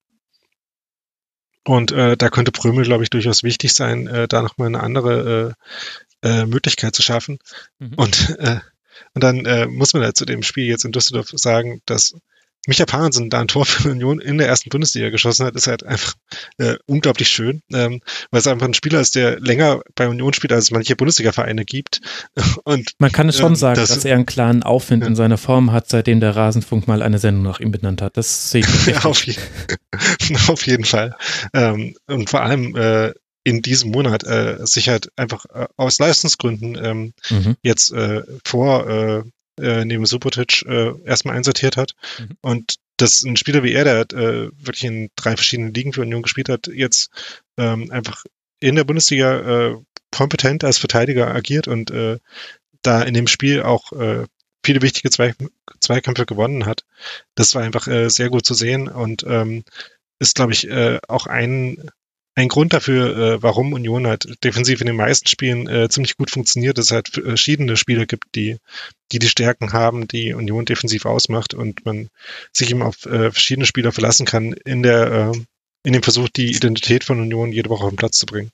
Und äh, da könnte Prömel, glaube ich, durchaus wichtig sein, äh, da nochmal eine andere äh, äh, Möglichkeit zu schaffen. Mhm. Und äh, Und dann äh, muss man halt zu dem Spiel jetzt in Düsseldorf sagen, dass Micha Parensen da ein Tor für Union in der ersten Bundesliga geschossen hat, ist halt einfach äh, unglaublich schön, ähm, weil es einfach ein Spieler ist, der länger bei Union spielt, als es manche Bundesliga-Vereine gibt. Und man kann es schon ähm, sagen, das, dass er einen klaren Aufwind ja. in seiner Form hat, seitdem der Rasenfunk mal eine Sendung nach ihm benannt hat. Das sehe ich ja, auf, je- auf jeden Fall. Ähm, und vor allem äh, in diesem Monat äh, sich halt einfach äh, aus Leistungsgründen ähm, mhm. jetzt äh, vor äh, äh, neben Subotic äh, erstmal einsortiert hat. Mhm. Und dass ein Spieler wie er, der hat, äh, wirklich in drei verschiedenen Ligen für Union gespielt hat, jetzt ähm, einfach in der Bundesliga äh, kompetent als Verteidiger agiert und äh, da in dem Spiel auch äh, viele wichtige Zwei- Zweikämpfe gewonnen hat. Das war einfach äh, sehr gut zu sehen und ähm, ist, glaube ich, äh, auch ein ein Grund dafür, äh, warum Union halt defensiv in den meisten Spielen äh, ziemlich gut funktioniert, dass es halt verschiedene Spieler gibt, die, die die Stärken haben, die Union defensiv ausmacht und man sich eben auf äh, verschiedene Spieler verlassen kann in der, äh, in dem Versuch, die Identität von Union jede Woche auf den Platz zu bringen.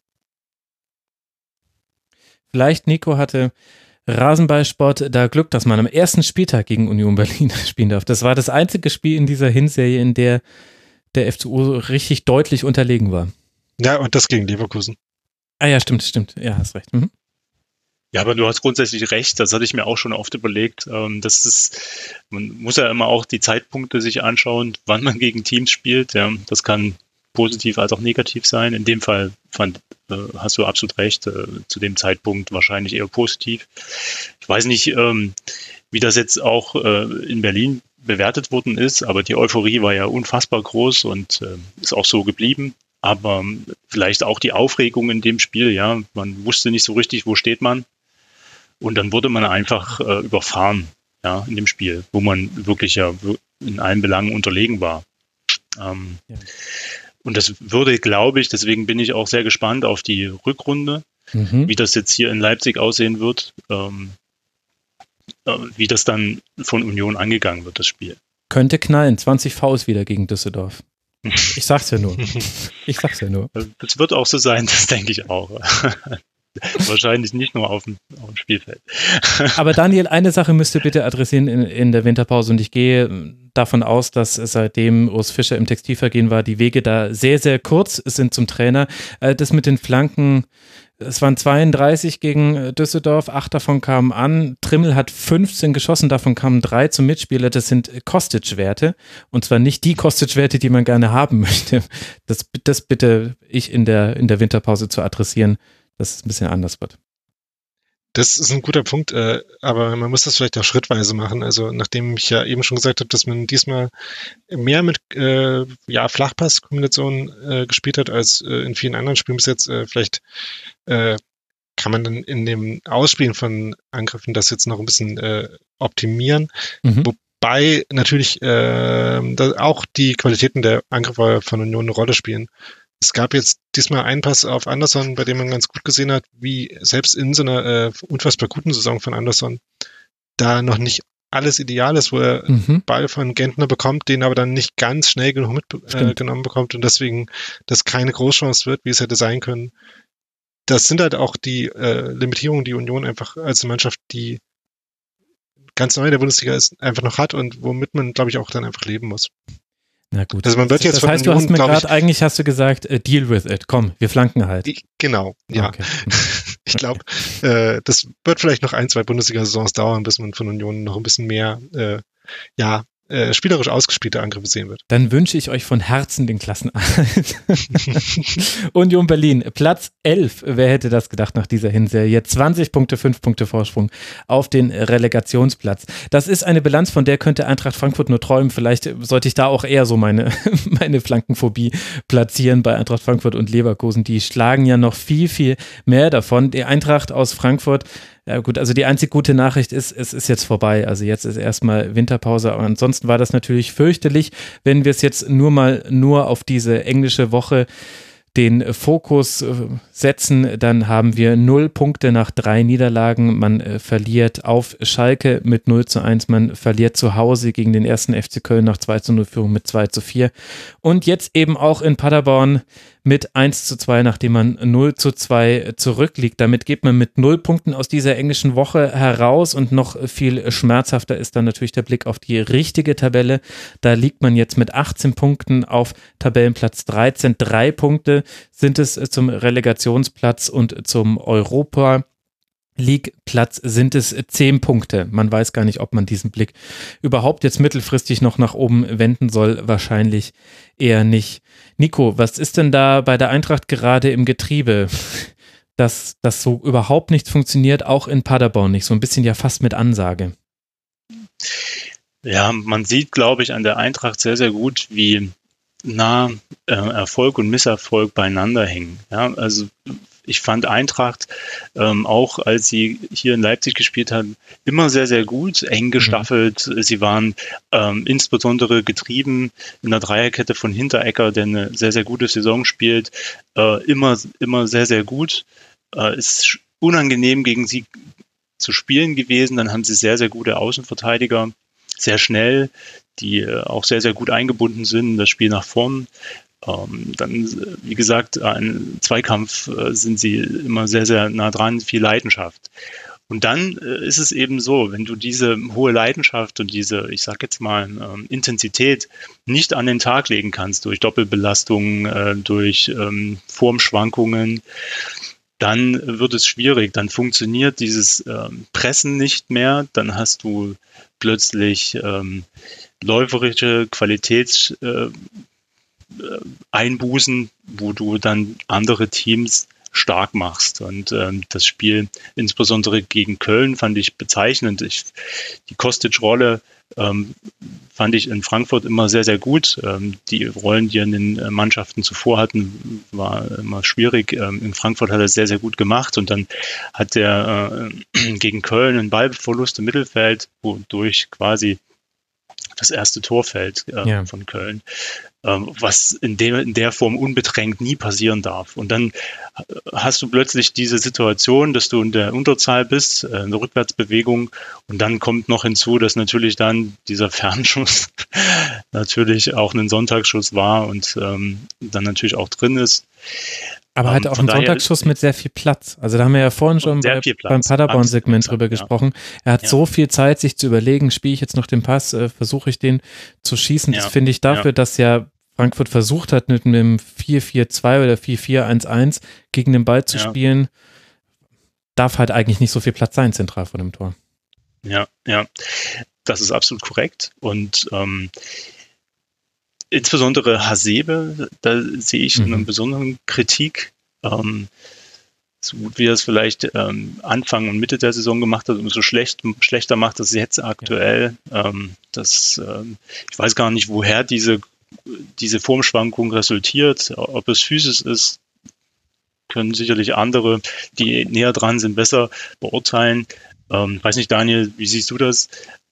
Vielleicht, Nico, hatte Rasenballsport da Glück, dass man am ersten Spieltag gegen Union Berlin spielen darf. Das war das einzige Spiel in dieser Hinserie, in der der F C U richtig deutlich unterlegen war. Ja, und das gegen Leverkusen. Ah ja, stimmt, stimmt. Ja, hast recht. Mhm. Ja, aber du hast grundsätzlich recht, das hatte ich mir auch schon oft überlegt. Das ist, man muss ja immer auch die Zeitpunkte sich anschauen, wann man gegen Teams spielt. Ja, das kann positiv als auch negativ sein. In dem Fall fand, äh, hast du absolut recht, äh, zu dem Zeitpunkt wahrscheinlich eher positiv. Ich weiß nicht, ähm, wie das jetzt auch äh, in Berlin bewertet worden ist, aber die Euphorie war ja unfassbar groß und äh, ist auch so geblieben. Aber vielleicht auch die Aufregung in dem Spiel, ja, man wusste nicht so richtig, wo steht man. Und dann wurde man einfach äh, überfahren, ja, in dem Spiel, wo man wirklich ja in allen Belangen unterlegen war. Ähm, ja. Und das würde, glaube ich, deswegen bin ich auch sehr gespannt auf die Rückrunde, mhm. wie das jetzt hier in Leipzig aussehen wird, ähm, äh, wie das dann von Union angegangen wird, das Spiel. Könnte knallen, zwanzig Fouls wieder gegen Düsseldorf. Ich sag's ja nur. Ich sag's ja nur. Das wird auch so sein, das denke ich auch. Wahrscheinlich nicht nur auf dem, auf dem Spielfeld. Aber Daniel, eine Sache müsst ihr bitte adressieren in, in der Winterpause und ich gehe davon aus, dass seitdem Urs Fischer im Textilvergehen war, die Wege da sehr, sehr kurz sind zum Trainer. Das mit den Flanken, es waren zweiunddreißig gegen Düsseldorf, acht davon kamen an. Trimmel hat fünfzehn geschossen, davon kamen drei zum Mitspieler. Das sind Kostic-Werte und zwar nicht die Kostic-Werte, die man gerne haben möchte. Das, das bitte ich in der, in der Winterpause zu adressieren, dass es ein bisschen anders wird. Das ist ein guter Punkt, äh, aber man muss das vielleicht auch schrittweise machen. Also nachdem ich ja eben schon gesagt habe, dass man diesmal mehr mit äh, ja, Flachpass-Kombinationen äh, gespielt hat als äh, in vielen anderen Spielen bis jetzt, äh, vielleicht äh, kann man dann in dem Ausspielen von Angriffen das jetzt noch ein bisschen äh, optimieren. Mhm. Wobei natürlich äh, da auch die Qualitäten der Angriffe von Union eine Rolle spielen. Es gab jetzt diesmal einen Pass auf Anderson, bei dem man ganz gut gesehen hat, wie selbst in so einer äh, unfassbar guten Saison von Anderson da noch nicht alles ideal ist, wo er mhm. Ball von Gentner bekommt, den aber dann nicht ganz schnell genug mitgenommen äh, bekommt und deswegen das keine Großchance wird, wie es hätte sein können. Das sind halt auch die äh, Limitierungen, die Union einfach als eine Mannschaft, die ganz neu in der Bundesliga ist, einfach noch hat und womit man, glaube ich, auch dann einfach leben muss. Na gut. Also man wird jetzt das heißt, Union, du hast mir gerade, eigentlich hast du gesagt, uh, deal with it, komm, wir flanken halt. Ich, genau, ja. Okay. Ich glaube, äh, das wird vielleicht noch ein, zwei Bundesliga-Saisons dauern, bis man von Union noch ein bisschen mehr, äh, ja, äh, spielerisch ausgespielte Angriffe sehen wird. Dann wünsche ich euch von Herzen den Klassenerhalt. Union Berlin, Platz elf. Wer hätte das gedacht nach dieser Hinserie? zwanzig Punkte, fünf Punkte Vorsprung auf den Relegationsplatz. Das ist eine Bilanz, von der könnte Eintracht Frankfurt nur träumen. Vielleicht sollte ich da auch eher so meine, meine Flankenphobie platzieren bei Eintracht Frankfurt und Leverkusen. Die schlagen ja noch viel, viel mehr davon. Die Eintracht aus Frankfurt, ja gut, also die einzig gute Nachricht ist, es ist jetzt vorbei. Also jetzt ist erstmal Winterpause. Aber ansonsten war das natürlich fürchterlich, wenn wir es jetzt nur mal nur auf diese englische Woche den Fokus setzen, dann haben wir null Punkte nach drei Niederlagen. Man äh, verliert auf Schalke mit null zu eins, man verliert zu Hause gegen den ersten F C Köln nach zwei zu null Führung mit zwei zu vier und jetzt eben auch in Paderborn mit eins zu zwei, nachdem man null zu zwei zurückliegt. Damit geht man mit null Punkten aus dieser englischen Woche heraus und noch viel schmerzhafter ist dann natürlich der Blick auf die richtige Tabelle. Da liegt man jetzt mit achtzehn Punkten auf Tabellenplatz dreizehn. Drei Punkte sind es zum Relegationsplatz und zum Europa League-Platz sind es zehn Punkte. Man weiß gar nicht, ob man diesen Blick überhaupt jetzt mittelfristig noch nach oben wenden soll. Wahrscheinlich eher nicht. Nico, was ist denn da bei der Eintracht gerade im Getriebe, dass das so überhaupt nichts funktioniert, auch in Paderborn nicht? So ein bisschen ja fast mit Ansage. Ja, man sieht, glaube ich, an der Eintracht sehr, sehr gut, wie nah äh, Erfolg und Misserfolg beieinander hängen. Ja, also ich fand Eintracht ähm, auch, als sie hier in Leipzig gespielt haben, immer sehr, sehr gut, eng gestaffelt. Mhm. Sie waren ähm, insbesondere getrieben in der Dreierkette von Hinteregger, der eine sehr, sehr gute Saison spielt, äh, immer, immer sehr, sehr gut. Äh, ist unangenehm gegen sie zu spielen gewesen. Dann haben sie sehr, sehr gute Außenverteidiger, sehr schnell, die äh, auch sehr, sehr gut eingebunden sind in das Spiel nach vorn. Ähm, dann, wie gesagt, ein Zweikampf äh, sind sie immer sehr, sehr nah dran, viel Leidenschaft. Und dann äh, ist es eben so, wenn du diese hohe Leidenschaft und diese, ich sag jetzt mal, ähm, Intensität nicht an den Tag legen kannst durch Doppelbelastung, äh, durch ähm, Formschwankungen, dann wird es schwierig, dann funktioniert dieses ähm, Pressen nicht mehr, dann hast du plötzlich ähm, läuferische Qualitätseinbußen, äh, wo du dann andere Teams stark machst. Und ähm, das Spiel, insbesondere gegen Köln, fand ich bezeichnend. Ich, die Kostic-Rolle ähm, fand ich in Frankfurt immer sehr, sehr gut. Ähm, die Rollen, die er in den Mannschaften zuvor hatten, war immer schwierig. Ähm, in Frankfurt hat er es sehr, sehr gut gemacht. Und dann hat er äh, gegen Köln einen Ballverlust im Mittelfeld, wodurch quasi das erste Tor fällt äh, ja. von Köln, ähm, was in, dem, in der Form unbedrängt nie passieren darf. Und dann hast du plötzlich diese Situation, dass du in der Unterzahl bist, äh, in der Rückwärtsbewegung, und dann kommt noch hinzu, dass natürlich dann dieser Fernschuss natürlich auch ein Sonntagsschuss war und ähm, dann natürlich auch drin ist. Aber um, halt auch ein Sonntagsschuss mit sehr viel Platz. Also da haben wir ja vorhin schon bei, beim Paderborn-Segment drüber ja. gesprochen. Er hat ja. so viel Zeit, sich zu überlegen, spiele ich jetzt noch den Pass, äh, versuche ich den zu schießen. Ja. Das finde ich dafür, ja. dass ja Frankfurt versucht hat, mit einem vier vier zwei oder vier vier eins eins gegen den Ball zu ja. spielen, darf halt eigentlich nicht so viel Platz sein, zentral vor dem Tor. Ja, ja, das ist absolut korrekt. Und ähm, insbesondere Hasebe, da sehe ich mhm. eine besondere Kritik, ähm, so gut wie er es vielleicht ähm, Anfang und Mitte der Saison gemacht hat, umso schlecht, schlechter macht das jetzt aktuell. Ja. Ähm, das, ähm, ich weiß gar nicht, woher diese, diese Formschwankung resultiert, ob es Physis ist, können sicherlich andere, die näher dran sind, besser beurteilen. Ähm, weiß nicht, Daniel, wie siehst du das?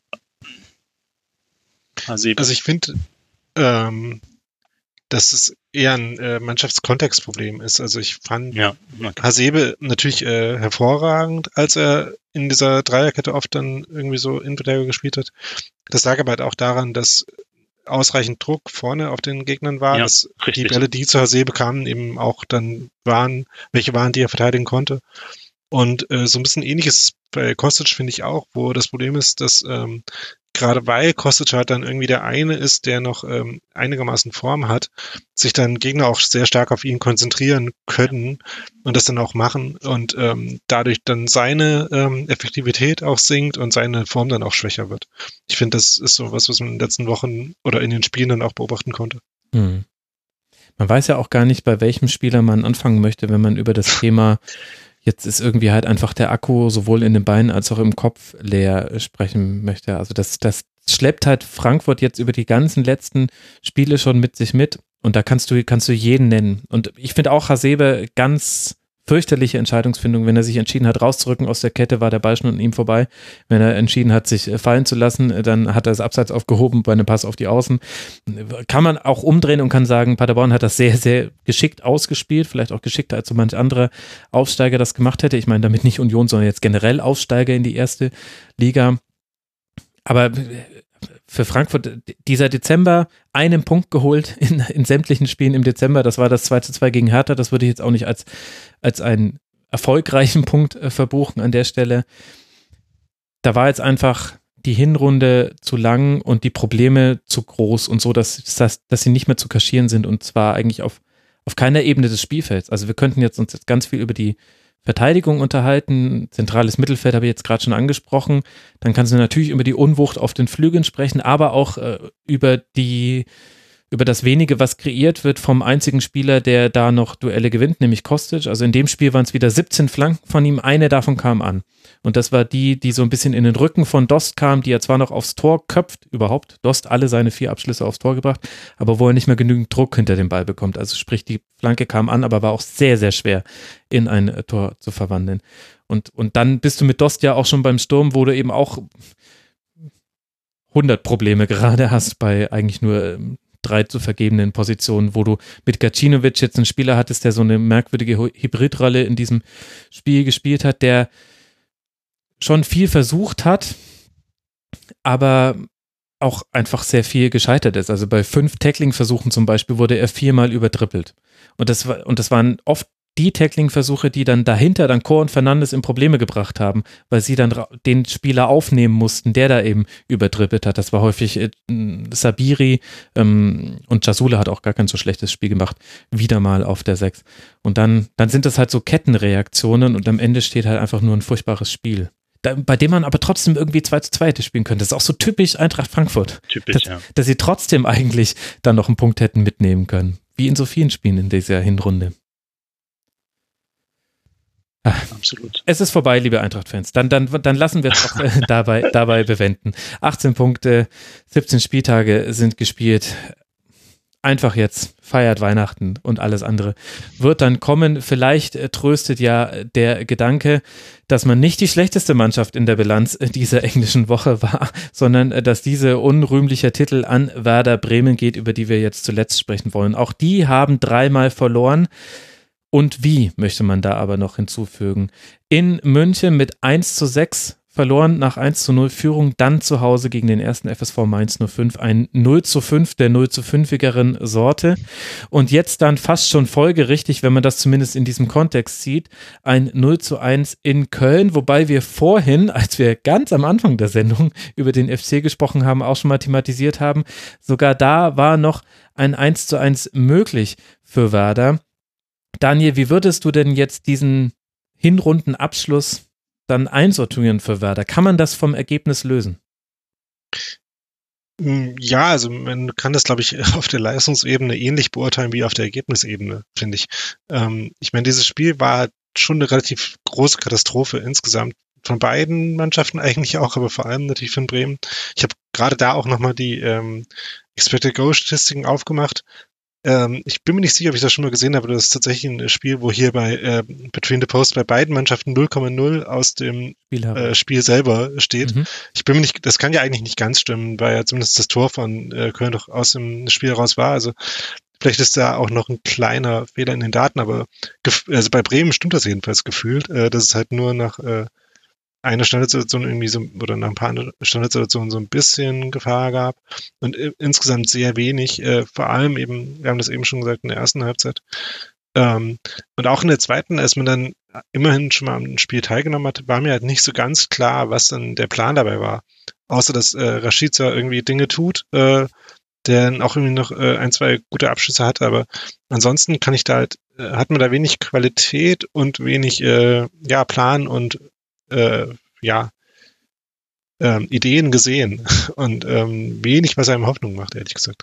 Hasebe. Also ich finde, Ähm, dass es eher ein äh, Mannschaftskontextproblem ist. Also ich fand ja, okay. Hasebe natürlich äh, hervorragend, als er in dieser Dreierkette oft dann irgendwie so Innenverteidiger gespielt hat. Das lag aber halt auch daran, dass ausreichend Druck vorne auf den Gegnern war, ja, dass richtig. Die Bälle, die zu Hasebe kamen, eben auch dann waren, welche waren, die er verteidigen konnte. Und äh, so ein bisschen ähnliches bei Kostic finde ich auch, wo das Problem ist, dass ähm, gerade weil Kostic halt dann irgendwie der eine ist, der noch ähm, einigermaßen Form hat, sich dann Gegner auch sehr stark auf ihn konzentrieren können und das dann auch machen und ähm, dadurch dann seine ähm, Effektivität auch sinkt und seine Form dann auch schwächer wird. Ich finde, das ist so was, was man in den letzten Wochen oder in den Spielen dann auch beobachten konnte. Hm. Man weiß ja auch gar nicht, bei welchem Spieler man anfangen möchte, wenn man über das Thema jetzt ist irgendwie halt einfach der Akku sowohl in den Beinen als auch im Kopf leer sprechen möchte. Also das, das schleppt halt Frankfurt jetzt über die ganzen letzten Spiele schon mit sich mit und da kannst du, kannst du jeden nennen. Und ich finde auch Hasebe ganz fürchterliche Entscheidungsfindung, wenn er sich entschieden hat, rauszurücken aus der Kette, war der Ball schon an ihm vorbei. Wenn er entschieden hat, sich fallen zu lassen, dann hat er das Abseits aufgehoben bei einem Pass auf die Außen. Kann man auch umdrehen und kann sagen, Paderborn hat das sehr, sehr geschickt ausgespielt, vielleicht auch geschickter als so manch anderer Aufsteiger das gemacht hätte. Ich meine damit nicht Union, sondern jetzt generell Aufsteiger in die erste Liga. Aber für Frankfurt dieser Dezember einen Punkt geholt in, in sämtlichen Spielen im Dezember. Das war das zwei zu zwei gegen Hertha. Das würde ich jetzt auch nicht als, als einen erfolgreichen Punkt äh, verbuchen an der Stelle. Da war jetzt einfach die Hinrunde zu lang und die Probleme zu groß und so, dass, dass, dass sie nicht mehr zu kaschieren sind und zwar eigentlich auf, auf keiner Ebene des Spielfelds. Also wir könnten jetzt uns jetzt ganz viel über die Verteidigung unterhalten, zentrales Mittelfeld habe ich jetzt gerade schon angesprochen, dann kannst du natürlich über die Unwucht auf den Flügeln sprechen, aber auch äh, über die über das wenige, was kreiert wird vom einzigen Spieler, der da noch Duelle gewinnt, nämlich Kostic. Also in dem Spiel waren es wieder siebzehn Flanken von ihm, eine davon kam an. Und das war die, die so ein bisschen in den Rücken von Dost kam, die er zwar noch aufs Tor köpft, überhaupt, Dost alle seine vier Abschlüsse aufs Tor gebracht, aber wo er nicht mehr genügend Druck hinter den Ball bekommt. Also sprich, die Flanke kam an, aber war auch sehr, sehr schwer in ein Tor zu verwandeln. Und, und dann bist du mit Dost ja auch schon beim Sturm, wo du eben auch hundert Probleme gerade hast bei eigentlich nur drei zu vergebenen Positionen, wo du mit Gacinovic jetzt einen Spieler hattest, der so eine merkwürdige Hybridrolle in diesem Spiel gespielt hat, der schon viel versucht hat, aber auch einfach sehr viel gescheitert ist. Also bei fünf Tackling-Versuchen zum Beispiel wurde er viermal übertrippelt. Und das war, und das waren oft die Tackling-Versuche, die dann dahinter dann Chor und Fernandes in Probleme gebracht haben, weil sie dann den Spieler aufnehmen mussten, der da eben übertrippelt hat. Das war häufig äh, Sabiri ähm, und Jasula hat auch gar kein so schlechtes Spiel gemacht, wieder mal auf der sechs. Und dann, dann sind das halt so Kettenreaktionen und am Ende steht halt einfach nur ein furchtbares Spiel. Da, bei dem man aber trotzdem irgendwie zwei zu zwei spielen könnte. Das ist auch so typisch Eintracht Frankfurt. Typisch, dass, ja. Dass sie trotzdem eigentlich dann noch einen Punkt hätten mitnehmen können. Wie in so vielen Spielen in dieser Hinrunde. Ach, absolut. Es ist vorbei, liebe Eintracht-Fans. Dann, dann, dann lassen wir es auch äh, dabei, dabei bewenden. achtzehn Punkte, siebzehn Spieltage sind gespielt. Einfach jetzt, feiert Weihnachten und alles andere wird dann kommen. Vielleicht äh, tröstet ja der Gedanke, dass man nicht die schlechteste Mannschaft in der Bilanz dieser englischen Woche war, sondern äh, dass diese unrühmliche Titel an Werder Bremen geht, über die wir jetzt zuletzt sprechen wollen. Auch die haben dreimal verloren. Und wie, möchte man da aber noch hinzufügen. In München mit eins zu sechs verloren, nach eins zu null Führung, dann zu Hause gegen den ersten F S V Mainz null fünf, ein null zu fünf der null zu fünfigeren Sorte. Und jetzt dann fast schon folgerichtig, wenn man das zumindest in diesem Kontext sieht, ein null zu eins in Köln, wobei wir vorhin, als wir ganz am Anfang der Sendung über den F C gesprochen haben, auch schon mal thematisiert haben, sogar da war noch ein eins zu eins möglich für Werder. Daniel, wie würdest du denn jetzt diesen Hinrundenabschluss dann einsortieren für Werder? Kann man das vom Ergebnis lösen? Ja, also man kann das, glaube ich, auf der Leistungsebene ähnlich beurteilen wie auf der Ergebnisebene, finde ich. Ähm, ich meine, dieses Spiel war schon eine relativ große Katastrophe insgesamt. Von beiden Mannschaften eigentlich auch, aber vor allem natürlich von Bremen. Ich habe gerade da auch nochmal die ähm, Expected Goal Statistiken aufgemacht. Ähm, ich bin mir nicht sicher, ob ich das schon mal gesehen habe, aber das ist tatsächlich ein Spiel, wo hier bei äh, Between the Post bei beiden Mannschaften null Komma null aus dem äh, Spiel selber steht. Mhm. Ich bin mir nicht, das kann ja eigentlich nicht ganz stimmen, weil ja zumindest das Tor von äh, Köln doch aus dem Spiel raus war. Also vielleicht ist da auch noch ein kleiner Fehler in den Daten, aber gef- also bei Bremen stimmt das jedenfalls gefühlt, äh, dass es halt nur nach äh, einer Standardsituation irgendwie so, oder nach ein paar Standardsituationen so ein bisschen Gefahr gab und äh, insgesamt sehr wenig, äh, vor allem eben, wir haben das eben schon gesagt, in der ersten Halbzeit. Ähm, und auch in der zweiten, als man dann immerhin schon mal am Spiel teilgenommen hat, war mir halt nicht so ganz klar, was dann der Plan dabei war. Außer, dass äh, Rashica irgendwie Dinge tut, äh, der dann auch irgendwie noch äh, ein, zwei gute Abschlüsse hatte, aber ansonsten kann ich da halt, äh, hat man da wenig Qualität und wenig äh, ja, Plan und Äh, ja, ähm, Ideen gesehen und ähm, wenig, was einem Hoffnung macht, ehrlich gesagt.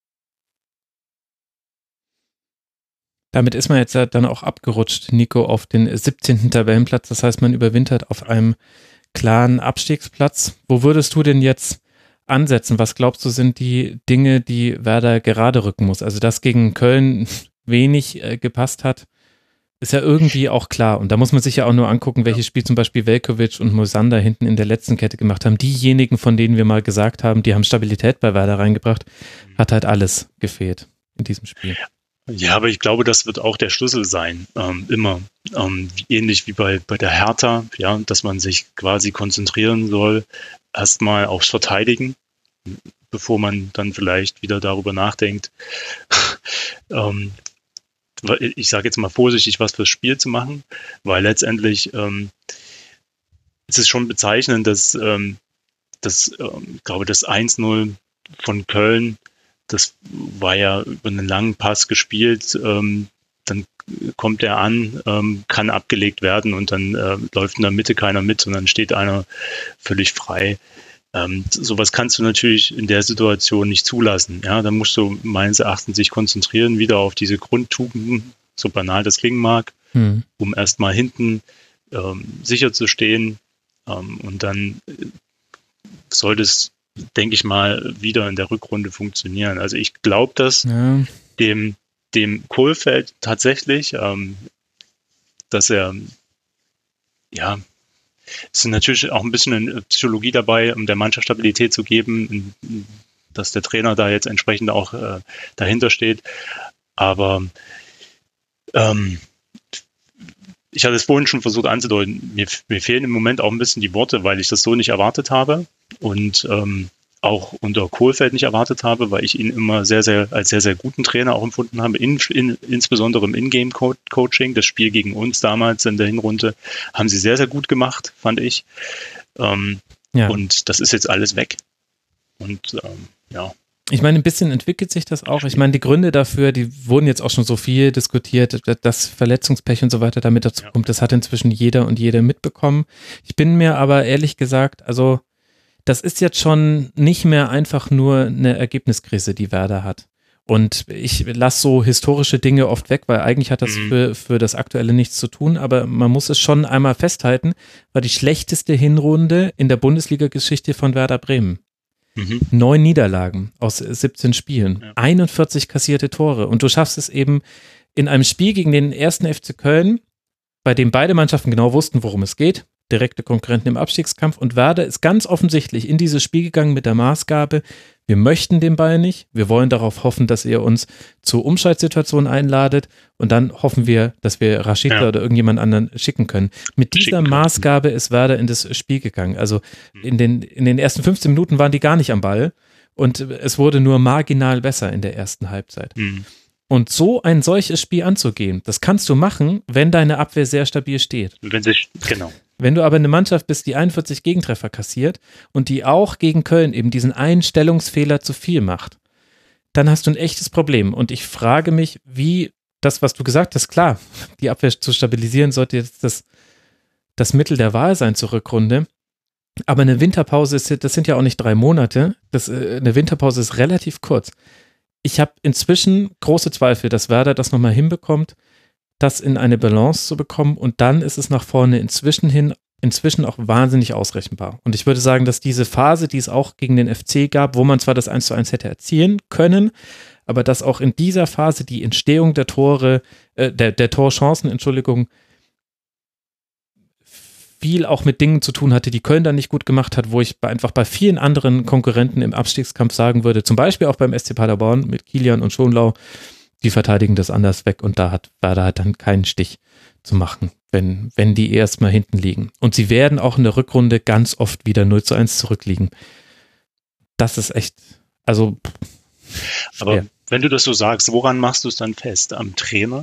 Damit ist man jetzt ja dann auch abgerutscht, Nico, auf den siebzehnten Tabellenplatz. Das heißt, man überwintert auf einem klaren Abstiegsplatz. Wo würdest du denn jetzt ansetzen? Was glaubst du, sind die Dinge, die Werder gerade rücken muss? Also, dass gegen Köln wenig äh, gepasst hat, ist ja irgendwie auch klar. Und da muss man sich ja auch nur angucken, welches Spiel zum Beispiel Veljkovic und Moisander hinten in der letzten Kette gemacht haben. Diejenigen, von denen wir mal gesagt haben, die haben Stabilität bei Werder reingebracht, hat halt alles gefehlt in diesem Spiel. Ja, aber ich glaube, das wird auch der Schlüssel sein, ähm, immer. Ähm, ähnlich wie bei, bei der Hertha, ja, dass man sich quasi konzentrieren soll, erstmal aufs Verteidigen, bevor man dann vielleicht wieder darüber nachdenkt, ähm, ich sage jetzt mal vorsichtig, was fürs Spiel zu machen, weil letztendlich ähm, ist es schon bezeichnend, dass ähm, das, ähm, ich glaube, das eins null von Köln, das war ja über einen langen Pass gespielt, ähm, dann kommt er an, ähm, kann abgelegt werden und dann äh, läuft in der Mitte keiner mit und dann steht einer völlig frei. Ähm, sowas kannst du natürlich in der Situation nicht zulassen. Ja, da musst du meines Erachtens sich konzentrieren, wieder auf diese Grundtugenden, so banal das klingen mag, hm. um erstmal hinten ähm, sicher zu stehen. Ähm, und dann sollte es, denke ich mal, wieder in der Rückrunde funktionieren. Also ich glaube, dass ja. dem, dem Kohlfeld tatsächlich, ähm, dass er, ja, es ist natürlich auch ein bisschen eine Psychologie dabei, um der Mannschaft Stabilität zu geben, dass der Trainer da jetzt entsprechend auch äh, dahinter steht. Aber ähm, ich hatte es vorhin schon versucht anzudeuten, mir, mir fehlen im Moment auch ein bisschen die Worte, weil ich das so nicht erwartet habe und ähm, auch unter Kohlfeld nicht erwartet habe, weil ich ihn immer sehr, sehr als sehr, sehr guten Trainer auch empfunden habe, in, in, insbesondere im Ingame-Coaching. Das Spiel gegen uns damals in der Hinrunde haben sie sehr, sehr gut gemacht, fand ich. Ähm, ja. Und das ist jetzt alles weg. Und ähm, ja. Ich meine, ein bisschen entwickelt sich das auch. Ich meine, die Gründe dafür, die wurden jetzt auch schon so viel diskutiert, dass Verletzungspech und so weiter damit dazu ja. kommt. Das hat inzwischen jeder und jede mitbekommen. Ich bin mir aber ehrlich gesagt, also das ist jetzt schon nicht mehr einfach nur eine Ergebniskrise, die Werder hat. Und ich lasse so historische Dinge oft weg, weil eigentlich hat das mhm. für, für das Aktuelle nichts zu tun, aber man muss es schon einmal festhalten, war die schlechteste Hinrunde in der Bundesliga-Geschichte von Werder Bremen. Mhm. Neun Niederlagen aus siebzehn Spielen, ja. einundvierzig kassierte Tore und du schaffst es eben in einem Spiel gegen den ersten F C Köln, bei dem beide Mannschaften genau wussten, worum es geht, direkte Konkurrenten im Abstiegskampf und Werder ist ganz offensichtlich in dieses Spiel gegangen mit der Maßgabe, wir möchten den Ball nicht, wir wollen darauf hoffen, dass ihr uns zur Umschaltsituation einladet und dann hoffen wir, dass wir Rashica ja. oder irgendjemand anderen schicken können. Mit dieser schicken Maßgabe ist Werder in das Spiel gegangen. Also in den, in den ersten fünfzehn Minuten waren die gar nicht am Ball und es wurde nur marginal besser in der ersten Halbzeit. Mhm. Und so ein solches Spiel anzugehen, das kannst du machen, wenn deine Abwehr sehr stabil steht. Wenn sich, genau. Wenn du aber eine Mannschaft bist, die einundvierzig Gegentreffer kassiert und die auch gegen Köln eben diesen einen Stellungsfehler zu viel macht, dann hast du ein echtes Problem. Und ich frage mich, wie das, was du gesagt hast, klar, die Abwehr zu stabilisieren sollte jetzt das, das Mittel der Wahl sein zur Rückrunde. Aber eine Winterpause, ist, das sind ja auch nicht drei Monate, das, eine Winterpause ist relativ kurz. Ich habe inzwischen große Zweifel, dass Werder das nochmal hinbekommt, das in eine Balance zu bekommen und dann ist es nach vorne inzwischen hin, inzwischen auch wahnsinnig ausrechenbar. Und ich würde sagen, dass diese Phase, die es auch gegen den F C gab, wo man zwar das eins zu eins hätte erzielen können, aber dass auch in dieser Phase die Entstehung der Tore, äh, der, der Torchancen, Entschuldigung, viel auch mit Dingen zu tun hatte, die Köln dann nicht gut gemacht hat, wo ich bei, einfach bei vielen anderen Konkurrenten im Abstiegskampf sagen würde, zum Beispiel auch beim S C Paderborn mit Kilian und Schonlau, die verteidigen das anders weg und da hat Werder halt dann keinen Stich zu machen, wenn, wenn die erstmal hinten liegen. Und sie werden auch in der Rückrunde ganz oft wieder null zu eins zurückliegen. Das ist echt, also schwer. Aber wenn du das so sagst, woran machst du es dann fest? Am Trainer?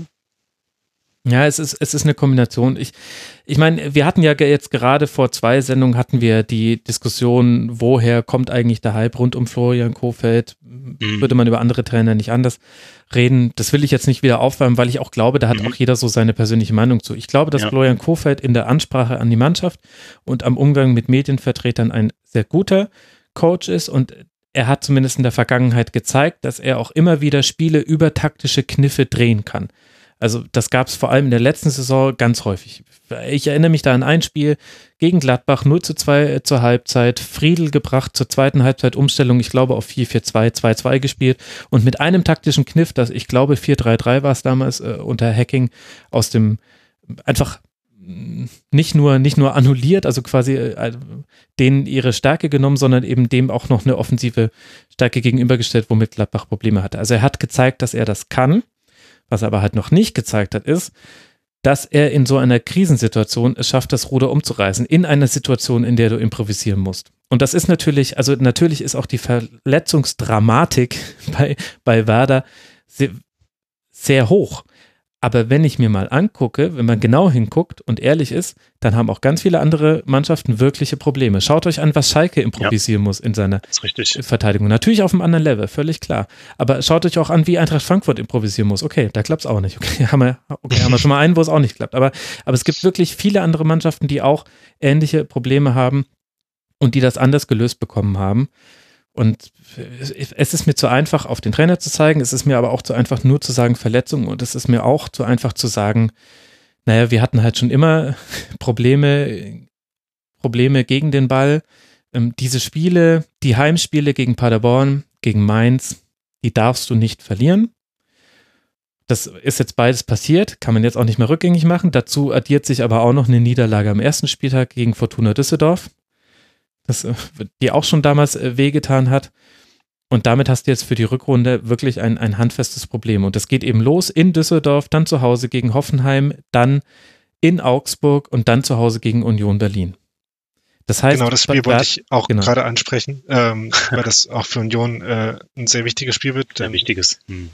Ja, es ist, es ist eine Kombination. Ich, ich meine, wir hatten ja jetzt gerade vor zwei Sendungen hatten wir die Diskussion, woher kommt eigentlich der Hype rund um Florian Kohfeldt? Mhm. Würde man über andere Trainer nicht anders reden? Das will ich jetzt nicht wieder aufwärmen, weil ich auch glaube, da hat mhm. auch jeder so seine persönliche Meinung zu. Ich glaube, dass ja. Florian Kohfeldt in der Ansprache an die Mannschaft und am Umgang mit Medienvertretern ein sehr guter Coach ist und er hat zumindest in der Vergangenheit gezeigt, dass er auch immer wieder Spiele über taktische Kniffe drehen kann. Also das gab es vor allem in der letzten Saison ganz häufig. Ich erinnere mich da an ein Spiel gegen Gladbach, null zu zwei zur Halbzeit, Friedl gebracht zur zweiten Halbzeit Umstellung, ich glaube auf vier vier zwei, zwei zwei gespielt und mit einem taktischen Kniff, das ich glaube vier drei drei war es damals äh, unter Hacking, aus dem einfach nicht nur, nicht nur annulliert, also quasi äh, denen ihre Stärke genommen, sondern eben dem auch noch eine offensive Stärke gegenübergestellt, womit Gladbach Probleme hatte. Also er hat gezeigt, dass er das kann. Was er aber halt noch nicht gezeigt hat, ist, dass er in so einer Krisensituation es schafft, das Ruder umzureißen, in einer Situation, in der du improvisieren musst. Und das ist natürlich, also natürlich ist auch die Verletzungsdramatik bei, bei Werder sehr, sehr hoch. Aber wenn ich mir mal angucke, wenn man genau hinguckt und ehrlich ist, dann haben auch ganz viele andere Mannschaften wirkliche Probleme. Schaut euch an, was Schalke improvisieren ja, muss in seiner Verteidigung. Natürlich auf einem anderen Level, völlig klar. Aber schaut euch auch an, wie Eintracht Frankfurt improvisieren muss. Okay, da klappt es auch nicht. Okay, haben wir, okay, haben wir schon mal einen, wo es auch nicht klappt. Aber, aber es gibt wirklich viele andere Mannschaften, die auch ähnliche Probleme haben. und die das anders gelöst bekommen haben. Und es ist mir zu einfach, auf den Trainer zu zeigen, es ist mir aber auch zu einfach, nur zu sagen Verletzung, und es ist mir auch zu einfach zu sagen, naja, wir hatten halt schon immer Probleme, Probleme gegen den Ball. Ähm, diese Spiele, die Heimspiele gegen Paderborn, gegen Mainz, die darfst du nicht verlieren. Das ist jetzt beides passiert, kann man jetzt auch nicht mehr rückgängig machen. Dazu addiert sich aber auch noch eine Niederlage am ersten Spieltag gegen Fortuna Düsseldorf, das die auch schon damals wehgetan hat. Und damit hast du jetzt für die Rückrunde wirklich ein, ein handfestes Problem. Und das geht eben los in Düsseldorf, dann zu Hause gegen Hoffenheim, dann in Augsburg und dann zu Hause gegen Union Berlin. Das heißt, genau, das Spiel wollte ich auch genau. gerade ansprechen, ähm, weil das auch für Union äh, ein sehr wichtiges Spiel wird. Sehr wichtiges. Hm.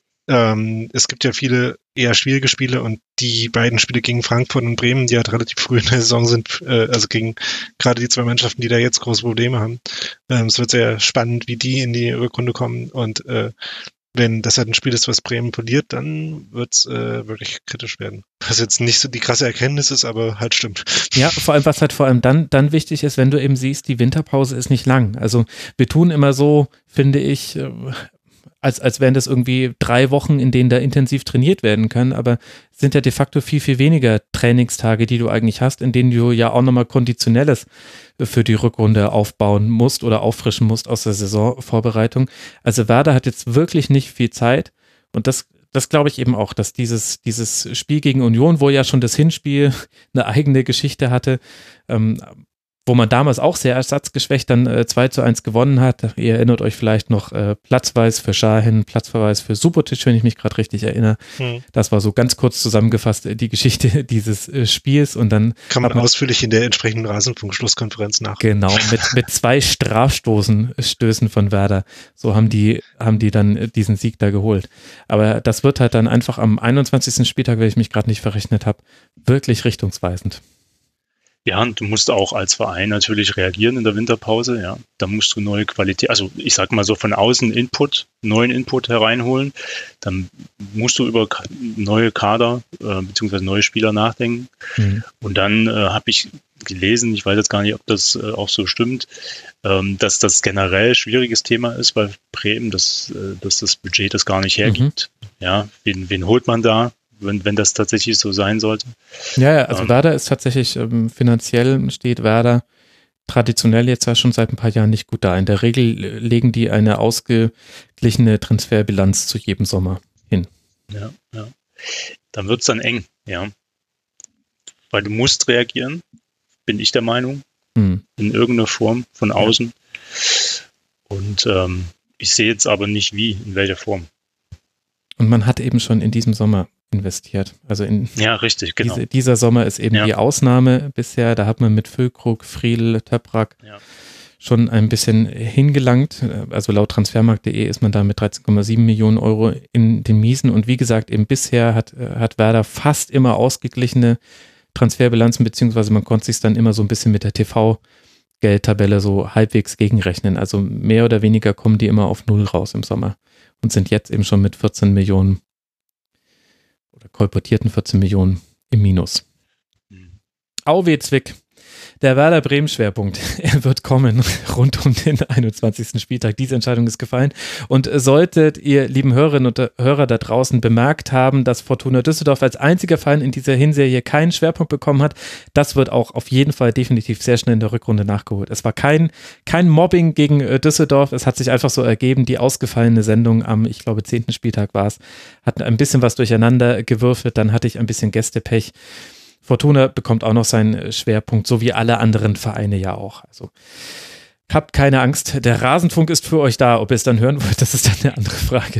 Ähm, es gibt ja viele eher schwierige Spiele, und die beiden Spiele gegen Frankfurt und Bremen, die halt relativ früh in der Saison sind, äh, also gegen gerade die zwei Mannschaften, die da jetzt große Probleme haben. Ähm, es wird sehr spannend, wie die in die Rückrunde kommen, und äh, wenn das halt ein Spiel ist, was Bremen verliert, dann wird es äh, wirklich kritisch werden. Was jetzt nicht so die krasse Erkenntnis ist, aber halt stimmt. Ja, vor allem, was halt vor allem dann, dann wichtig ist, wenn du eben siehst, die Winterpause ist nicht lang. Also wir tun immer so, finde ich, äh, als, als wären das irgendwie drei Wochen, in denen da intensiv trainiert werden kann, aber es sind ja de facto viel, viel weniger Trainingstage, die du eigentlich hast, in denen du ja auch nochmal Konditionelles für die Rückrunde aufbauen musst oder auffrischen musst aus der Saisonvorbereitung. Also Werder hat jetzt wirklich nicht viel Zeit, und das, das glaube ich eben auch, dass dieses, dieses Spiel gegen Union, wo ja schon das Hinspiel eine eigene Geschichte hatte, ähm, wo man damals auch sehr ersatzgeschwächt dann äh, zwei zu eins gewonnen hat. Ihr erinnert euch vielleicht noch äh, Platzverweis für Schahin, Platzverweis für Subotic, wenn ich mich gerade richtig erinnere. Hm. Das war so ganz kurz zusammengefasst äh, die Geschichte dieses äh, Spiels, und dann kann man, man ausführlich in der entsprechenden Rasenfunk-Schlusskonferenz nach. Genau, mit, mit zwei Strafstoßen Stößen von Werder. So haben die, haben die dann diesen Sieg da geholt. Aber das wird halt dann einfach am einundzwanzigsten Spieltag, wenn ich mich gerade nicht verrechnet habe, wirklich richtungsweisend. Ja, und du musst auch als Verein natürlich reagieren in der Winterpause, ja. Da musst du neue Qualität, also ich sag mal so von außen Input, neuen Input hereinholen. Dann musst du über neue Kader äh, beziehungsweise neue Spieler nachdenken. Mhm. Und dann äh, habe ich gelesen, ich weiß jetzt gar nicht, ob das äh, auch so stimmt, ähm, dass das generell schwieriges Thema ist bei Bremen, dass, äh, dass das Budget das gar nicht hergibt. Mhm. Ja, wen, wen holt man da? Wenn, wenn das tatsächlich so sein sollte. Ja, ja, also ähm, Werder ist tatsächlich, ähm, finanziell steht Werder traditionell jetzt ja schon seit ein paar Jahren nicht gut da. In der Regel legen die eine ausgeglichene Transferbilanz zu jedem Sommer hin. Ja, ja. Dann wird es dann eng, ja. Weil du musst reagieren, bin ich der Meinung, hm. in irgendeiner Form von außen. Ja. Und ähm, ich sehe jetzt aber nicht wie, in welcher Form. Und man hat eben schon in diesem Sommer investiert. Also in ja, richtig, genau. Diese, dieser Sommer ist eben ja. die Ausnahme bisher. Da hat man mit Füllkrug, Friedl, Töprak ja. schon ein bisschen hingelangt. Also laut transfermarkt punkt de ist man da mit dreizehn Komma sieben Millionen Euro in den Miesen. Und wie gesagt, eben bisher hat, hat Werder fast immer ausgeglichene Transferbilanzen, beziehungsweise man konnte sich dann immer so ein bisschen mit der T V-Geldtabelle so halbwegs gegenrechnen. Also mehr oder weniger kommen die immer auf Null raus im Sommer und sind jetzt eben schon mit vierzehn Millionen oder kolportierten vierzehn Millionen im Minus. Mhm. Auweh Zwick. Der Werder Bremen Schwerpunkt, er wird kommen rund um den einundzwanzigsten Spieltag. Diese Entscheidung ist gefallen. Und solltet ihr, lieben Hörerinnen und Hörer da draußen, bemerkt haben, dass Fortuna Düsseldorf als einziger Verein in dieser Hinserie keinen Schwerpunkt bekommen hat, das wird auch auf jeden Fall definitiv sehr schnell in der Rückrunde nachgeholt. Es war kein, kein Mobbing gegen Düsseldorf, es hat sich einfach so ergeben, die ausgefallene Sendung am, ich glaube, zehnten Spieltag war es, hat ein bisschen was durcheinander gewürfelt, dann hatte ich ein bisschen Gästepech. Fortuna bekommt auch noch seinen Schwerpunkt, so wie alle anderen Vereine ja auch. Also habt keine Angst, der Rasenfunk ist für euch da. Ob ihr es dann hören wollt, das ist dann eine andere Frage.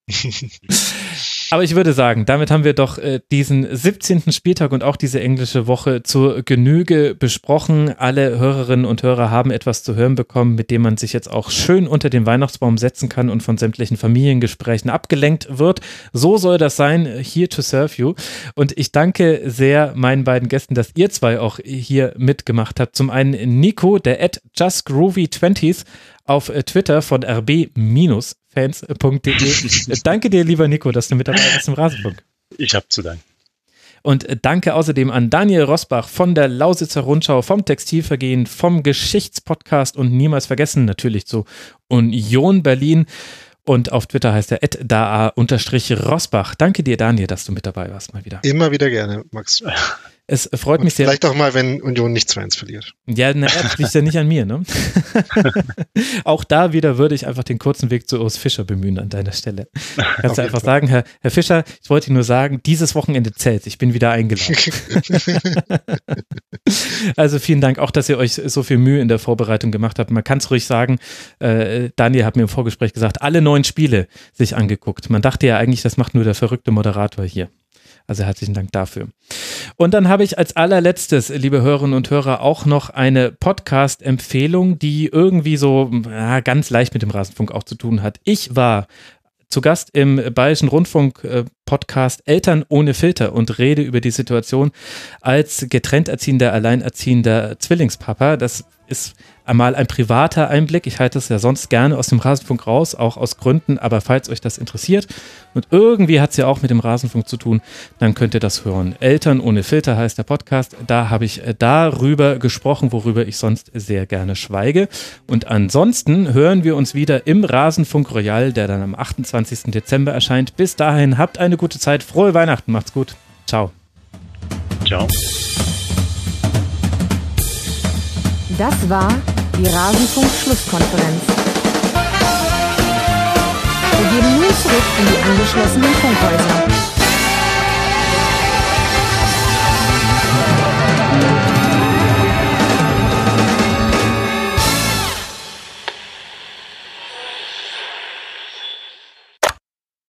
Aber ich würde sagen, damit haben wir doch äh, diesen siebzehnten Spieltag und auch diese englische Woche zur Genüge besprochen. Alle Hörerinnen und Hörer haben etwas zu hören bekommen, mit dem man sich jetzt auch schön unter den Weihnachtsbaum setzen kann und von sämtlichen Familiengesprächen abgelenkt wird. So soll das sein, here to serve you. Und ich danke sehr meinen beiden Gästen, dass ihr zwei auch hier mitgemacht habt. Zum einen Nico, der at justgroovy zwanzig auf Twitter von r b Fans punkt de. Danke dir, lieber Nico, dass du mit dabei bist im Rasenfunk. Ich habe zu danken. Und danke außerdem an Daniel Rosbach von der Lausitzer Rundschau, vom Textilvergehen, vom Geschichtspodcast und niemals vergessen natürlich zu Union Berlin. Und auf Twitter heißt er at daa-rosbach. Danke dir, Daniel, dass du mit dabei warst mal wieder. Immer wieder gerne, Max. Es freut Und mich sehr. Vielleicht auch mal, wenn Union nicht zwei eins verliert. Ja, naja, das liegt ja nicht an mir, ne? Auch da wieder würde ich einfach den kurzen Weg zu Urs Fischer bemühen an deiner Stelle. Kannst du einfach sagen, Herr, Herr Fischer, ich wollte nur sagen, dieses Wochenende zählt. Ich bin wieder eingeladen. Also vielen Dank auch, dass ihr euch so viel Mühe in der Vorbereitung gemacht habt. Man kann es ruhig sagen, äh, Daniel hat mir im Vorgespräch gesagt, alle neun Spiele sich angeguckt. Man dachte ja eigentlich, das macht nur der verrückte Moderator hier. Also herzlichen Dank dafür. Und dann habe ich als allerletztes, liebe Hörerinnen und Hörer, auch noch eine Podcast-Empfehlung, die irgendwie so ja, ganz leicht mit dem Rasenfunk auch zu tun hat. Ich war zu Gast im Bayerischen Rundfunk-Podcast Eltern ohne Filter und rede über die Situation als getrennt erziehender, alleinerziehender Zwillingspapa. Das ist einmal ein privater Einblick. Ich halte es ja sonst gerne aus dem Rasenfunk raus, auch aus Gründen, aber falls euch das interessiert und irgendwie hat es ja auch mit dem Rasenfunk zu tun, dann könnt ihr das hören. Eltern ohne Filter heißt der Podcast. Da habe ich darüber gesprochen, worüber ich sonst sehr gerne schweige. Und ansonsten hören wir uns wieder im Rasenfunk Royal, der dann am achtundzwanzigsten Dezember erscheint. Bis dahin, habt eine gute Zeit. Frohe Weihnachten. Macht's gut. Ciao. Ciao. Das war die Rasenfunk-Schlusskonferenz. Wir gehen nun zurück in die angeschlossenen Funkhäuser.